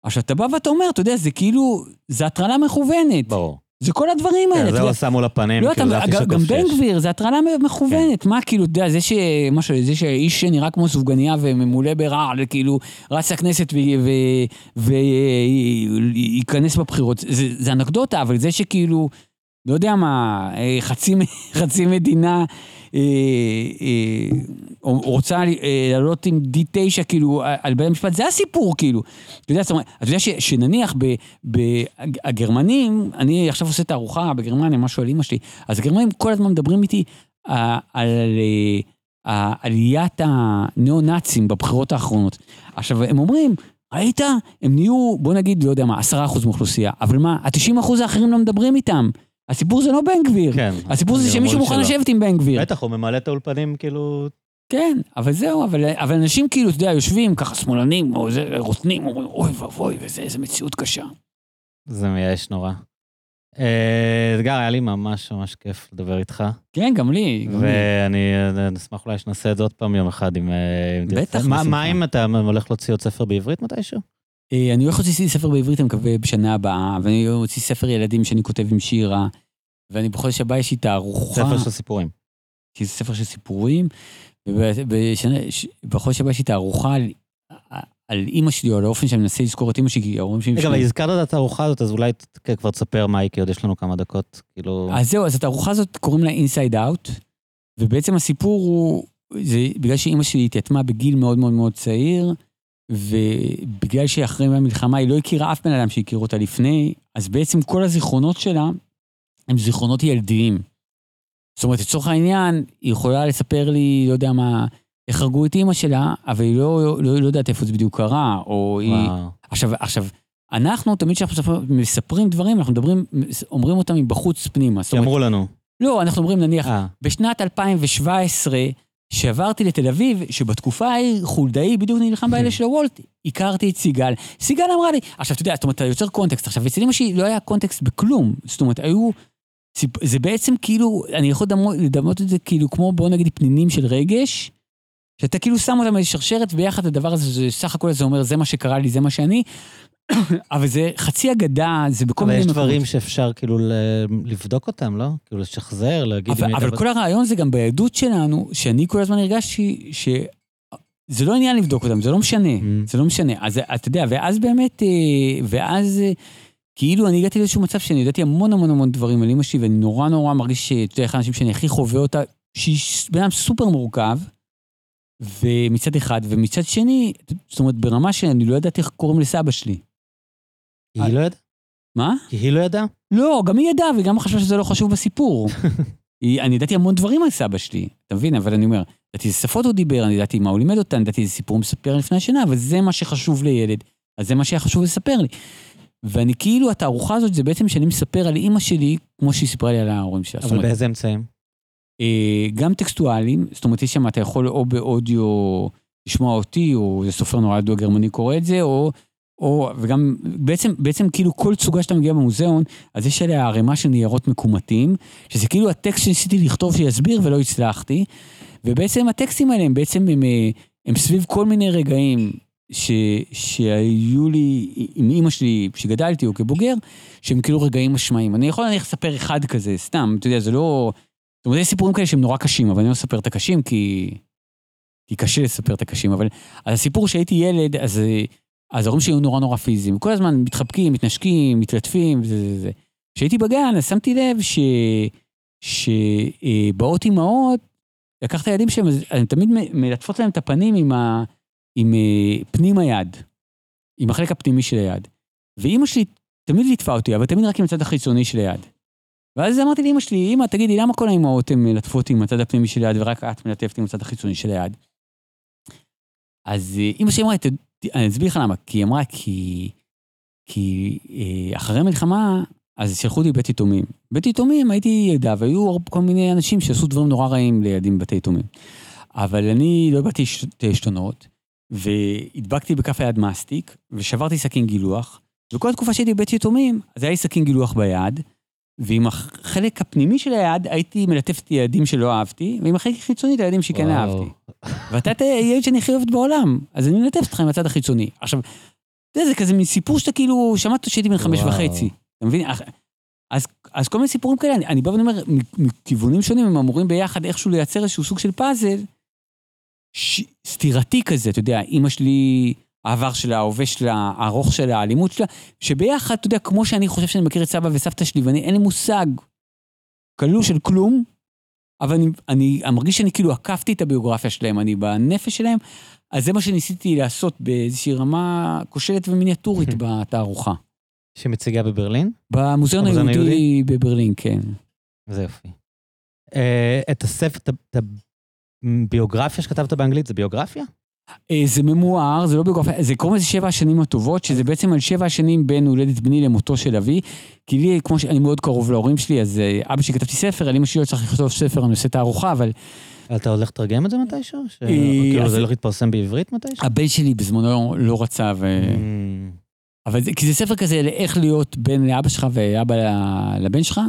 Speaker 2: עכשיו, אתה בא ואתה אומר, אתה יודע, זה כאילו, זה הטרלה מכוונת.
Speaker 1: ברור.
Speaker 2: זה כל הדברים האלה.
Speaker 1: זה הוא שמו לפנים,
Speaker 2: כאילו זה הטישק גם בן גביר, זה הטרלה מכוונת. מה, כאילו, אתה יודע, זה שהאיש נראה כמו סופגניה וממולא ברעל, כאילו, רץ לכנסת וייכנס בבחירות. זה אנקדוטה, אבל זה שכאילו, לא יודע מה, חצי מדינה רוצה לעלות עם D9 כאילו על בית המשפט, זה הסיפור כאילו. אתה יודע שנניח הגרמנים, אני עכשיו עושה את הארוחה בגרמניה, משהו על אמא שלי, אז הגרמנים כל הזמן מדברים איתי על עליית הנאו-נאצים בבחירות האחרונות. עכשיו הם אומרים, ראית? הם נהיו, בוא נגיד, לא יודע מה, 10% מאוכלוסייה, אבל מה, ה-90% האחרים לא מדברים איתם. הסיפור זה לא בן גביר.
Speaker 1: כן.
Speaker 2: הסיפור זה שמישהו מוכן לשבת עם בן גביר.
Speaker 1: בטח, הוא ממלא את האולפנים כאילו...
Speaker 2: כן, אבל זהו, אבל אנשים כאילו, אתה יודע, יושבים ככה שמאלנים, או רוטנים, אומרים, אוי ואבוי, איזה מציאות קשה.
Speaker 1: זה מייאש נורא. אתגר, היה לי ממש ממש כיף לדבר איתך.
Speaker 2: כן, גם לי.
Speaker 1: ואני אשמח אולי שנעשה את זה עוד פעם יום אחד עם...
Speaker 2: בטח.
Speaker 1: מה אם אתה הולך להוציא עוד ספר בעברית מתישהו?
Speaker 2: אני הולך להוציא ספר בעברית, אני מקווה בשנה הבאה, ואני הוציא ספר ילדים שאני כותב עם שירה, ואני בחודש הבא יש לי תערוכה.
Speaker 1: ספר של סיפורים.
Speaker 2: כי זה ספר של סיפורים, ובחודש הבא יש לי תערוכה על אמא שלי, או על האופן שאני מנסה לזכור את אמא שלי, כי ההורים שלי...
Speaker 1: רגע, אבל הזכרת את התערוכה הזאת, אז אולי כבר תספר מה היא, כי עוד יש לנו כמה דקות, כאילו...
Speaker 2: אז זהו, אז התערוכה הזאת קוראים לה Inside Out, ובעצם הסיפור הוא, זה בגלל שאמא שלי התייתמה בגיל מאוד מאוד מאוד צעיר, ובגלל שאחרי המלחמה היא לא הכירה אף בן אדם שהכיר אותה לפני, אז בעצם כל הזיכרונות שלה הם זיכרונות ילדיים. זאת אומרת, לצורך העניין, היא יכולה לספר לי, לא יודע מה, איך הרגו את אמא שלה, אבל היא לא יודעת איפה זה בדיוק קרה, או היא... עכשיו, אנחנו תמיד שאנחנו מספרים דברים, אנחנו אומרים אותם מבחוץ פנימה.
Speaker 1: אמרו לנו.
Speaker 2: לא, אנחנו אומרים נניח, בשנת 2017, שעברתי לתל אביב, שבתקופה ההיא חולדאי בדיוק נלחם באלה של הוולט, הכרתי את סיגל. סיגל אמרה לי, עכשיו אתה יודע, זאת אומרת, אתה יוצר קונטקסט, עכשיו אצל אמא שלי לא היה קונטקסט בכלום, זאת אומרת, זה בעצם כאילו, אני יכול לדמות את זה כאילו כמו בוא נגיד פנינים של רגש, שאתה כאילו שם אותם איזו שרשרת, ויחד הדבר הזה, סך הכל זה אומר, זה מה שקרה לי, זה מה שאני, אבל זה חצי אגדה, זה בכל מיני...
Speaker 1: אבל יש דברים שאפשר כאילו לבדוק אותם, לא? כאילו לשחזר, להגיד...
Speaker 2: אבל כל הרעיון זה גם ביהדות שלנו, שאני כל הזמן הרגשתי שזה לא עניין לבדוק אותם, זה לא משנה, זה לא משנה. אז אתה יודע, ואז באמת, ואז כאילו אני הגעתי לאיזשהו מצב שאני ידעתי המון המון המון דברים על אמא שלי, ואני נורא נורא מרגיש שאתה יודע, אחד האנשים שאני הכי חווה אותה, שהיא בן אדם סופר מורכב, ומצד אחד, ומצד שני, זאת אומרת, ברמה שאני לא ידעתי איך קוראים לסבא שלי.
Speaker 1: היא לא ידעה?
Speaker 2: מה?
Speaker 1: כי היא לא ידעה?
Speaker 2: לא, גם היא ידעה, וגם חשבה שזה לא חשוב בסיפור. אני ידעתי המון דברים על סבא שלי, אתה מבין? אבל אני אומר, ידעתי איזה שפות הוא דיבר, אני ידעתי מה הוא לימד אותה, אני ידעתי איזה סיפור מספר לפני השנה, אבל זה מה שחשוב לילד, אז זה מה שהיה חשוב לספר לי. ואני כאילו, התערוכה הזאת, זה בעצם שאני מספר על אמא שלי, כמו שהיא סיפרה לי על ההורים שלה.
Speaker 1: אבל באיזה אמצעים?
Speaker 2: גם טקסטואליים, זאת אומרת, יש שם, אתה יכול או באודיו לשמוע אותי, או זה סופר נורא ידוע גרמני קורא את זה, וגם, בעצם כאילו כל צוגה שאתה מגיע במוזיאון, אז יש עליה הרמה של ניירות מקומתים, שזה כאילו הטקסט שניסיתי לכתוב שיסביר ולא הצלחתי, ובעצם הטקסטים האלה הם בעצם, הם סביב כל מיני רגעים, שהיו לי עם אמא שלי, שגדלתי או כבוגר, שהם כאילו רגעים משמעיים. אני יכול לספר אחד כזה, סתם, אתה יודע, זה לא... זאת אומרת, יש סיפורים כאלה שהם נורא קשים, אבל אני לא אספר את הקשים, כי קשה לספר את הקשים, אבל הסיפור שהייתי ילד, אז ההורים שלי היו נורא נורא פיזיים, כל הזמן מתחבקים, מתנשקים, מתלטפים, וזה. כשהייתי בגן, אז שמתי לב שבאות אמהות, לקחת הילדים שלהם, אז אני תמיד מלטפות להם את הפנים עם פנים היד, עם החלק הפנימי של היד. ואמא שלי תמיד ליטפה אותי, אבל תמיד רק עם הצד החיצוני של היד. ואז אמרתי לאמא שלי, אמא, תגידי, למה כל האמהות הן מלטפות עם הצד הפנימי של היד, ורק את מלטפת עם הצד החיצוני של היד? אז אמא שלי אמרה, אני אסביר לך למה, כי היא אמרה, כי אחרי המלחמה, אז שלחו אותי בית יתומים. בית יתומים הייתי ילדה, והיו כל מיני אנשים שעשו דברים נורא רעים לילדים בבתי יתומים. אבל אני לא באתי שתונות, והדבקתי בכף היד מסטיק, ושברתי סכין גילוח, וכל התקופה שהייתי בבית יתומים, אז היה לי סכין גילוח ביד, ועם החלק הפנימי של היד, הייתי מלטף את הילדים שלא אהבתי, ועם החלק החיצוני את הילדים שכן אהבתי. ואתה ילד שאני הכי אוהבת בעולם, אז אני מלטף אותך עם הצד החיצוני. עכשיו, זה כזה מסיפור שאתה כאילו, שמעת שהייתי בן 5.5. אתה מבין? אז כל מיני סיפורים כאלה, אני בא ואומר, מכיוונים שונים, הם אמורים ביחד איכשהו לייצר איזשהו סוג של פאזל, סתירתי כזה, אתה יודע, אמא שלי, העבר שלה, ההווה שלה, הארוך שלה, האלימות שלה, שביחד, אתה יודע, כמו שאני חושב שאני מכיר את סבא וסבתא שלי, ואני אין לי מושג כלוא של כלום, אבל אני מרגיש שאני כאילו עקפתי את הביוגרפיה שלהם, אני בנפש שלהם, אז זה מה שניסיתי לעשות באיזושהי רמה כושלת ומיניאטורית בתערוכה.
Speaker 1: שמציגה בברלין?
Speaker 2: במוזיאון היהודי בברלין, כן.
Speaker 1: זה יופי. את הספר, את הביוגרפיה שכתבת באנגלית, זה ביוגרפיה?
Speaker 2: זה ממואר, זה לא ביוגרפיה, זה קוראים לזה 7 השנים הטובות, שזה בעצם על 7 השנים בין הולדת בני למותו של אבי, כי לי, כמו שאני מאוד קרוב להורים שלי, אז אבא שלי כתבתי ספר, על אמא שלי לא צריך לכתוב ספר, אני עושה תערוכה, אבל...
Speaker 1: אתה הולך לתרגם את זה מתישהו? כאילו זה הולך להתפרסם בעברית מתישהו?
Speaker 2: הבן שלי בזמנו לא רצה, אבל כי זה ספר כזה, איך להיות בן לאבא שלך ואבא לבן שלך,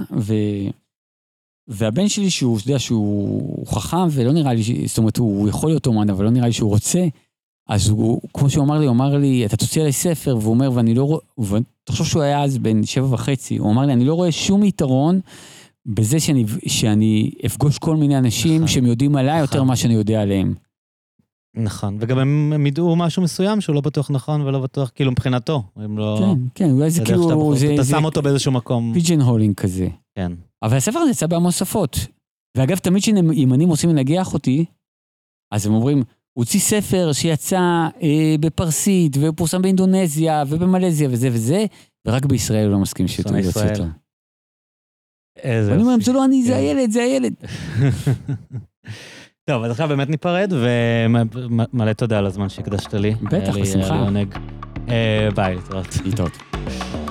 Speaker 2: והבן שלי שהוא, אתה יודע, שהוא חכם, ולא נראה לי, זאת אומרת, הוא יכול להיות אומן, אבל לא נראה לי שהוא רוצה, אז הוא, כמו שהוא אמר לי, אתה תוציא עליי ספר, והוא אומר, ואני לא רואה, תחשוב שהוא היה אז בן 7.5, הוא אמר לי, אני לא רואה שום יתרון, בזה שאני אפגוש כל מיני אנשים, שהם יודעים עליי יותר ממה שאני יודע עליהם.
Speaker 1: נכון, וגם הם ידעו משהו מסוים שהוא לא בטוח נכון ולא בטוח, כאילו מבחינתו, הם לא...
Speaker 2: כן, אולי זה כאילו...
Speaker 1: אתה שם אותו באיזשהו מקום...
Speaker 2: פיג'ן הולינג כזה.
Speaker 1: כן.
Speaker 2: אבל הספר הזה יצא בהמון שפות. ואגב, תמיד שימנים רוצים לנגח אותי, אז הם אומרים, הוא הוציא ספר שיצא בפרסית, ופורסם באינדונזיה, ובמלזיה, וזה, ורק בישראל הוא לא מסכים שהוא יוצא אותו. ואני אומר, זה לא אני, זה הילד, זה הילד.
Speaker 1: טוב, אז עכשיו באמת ניפרד, ומלא תודה על הזמן שהקדשת לי.
Speaker 2: בטח, בשמחה.
Speaker 1: ביי, להתראות.
Speaker 2: להתראות.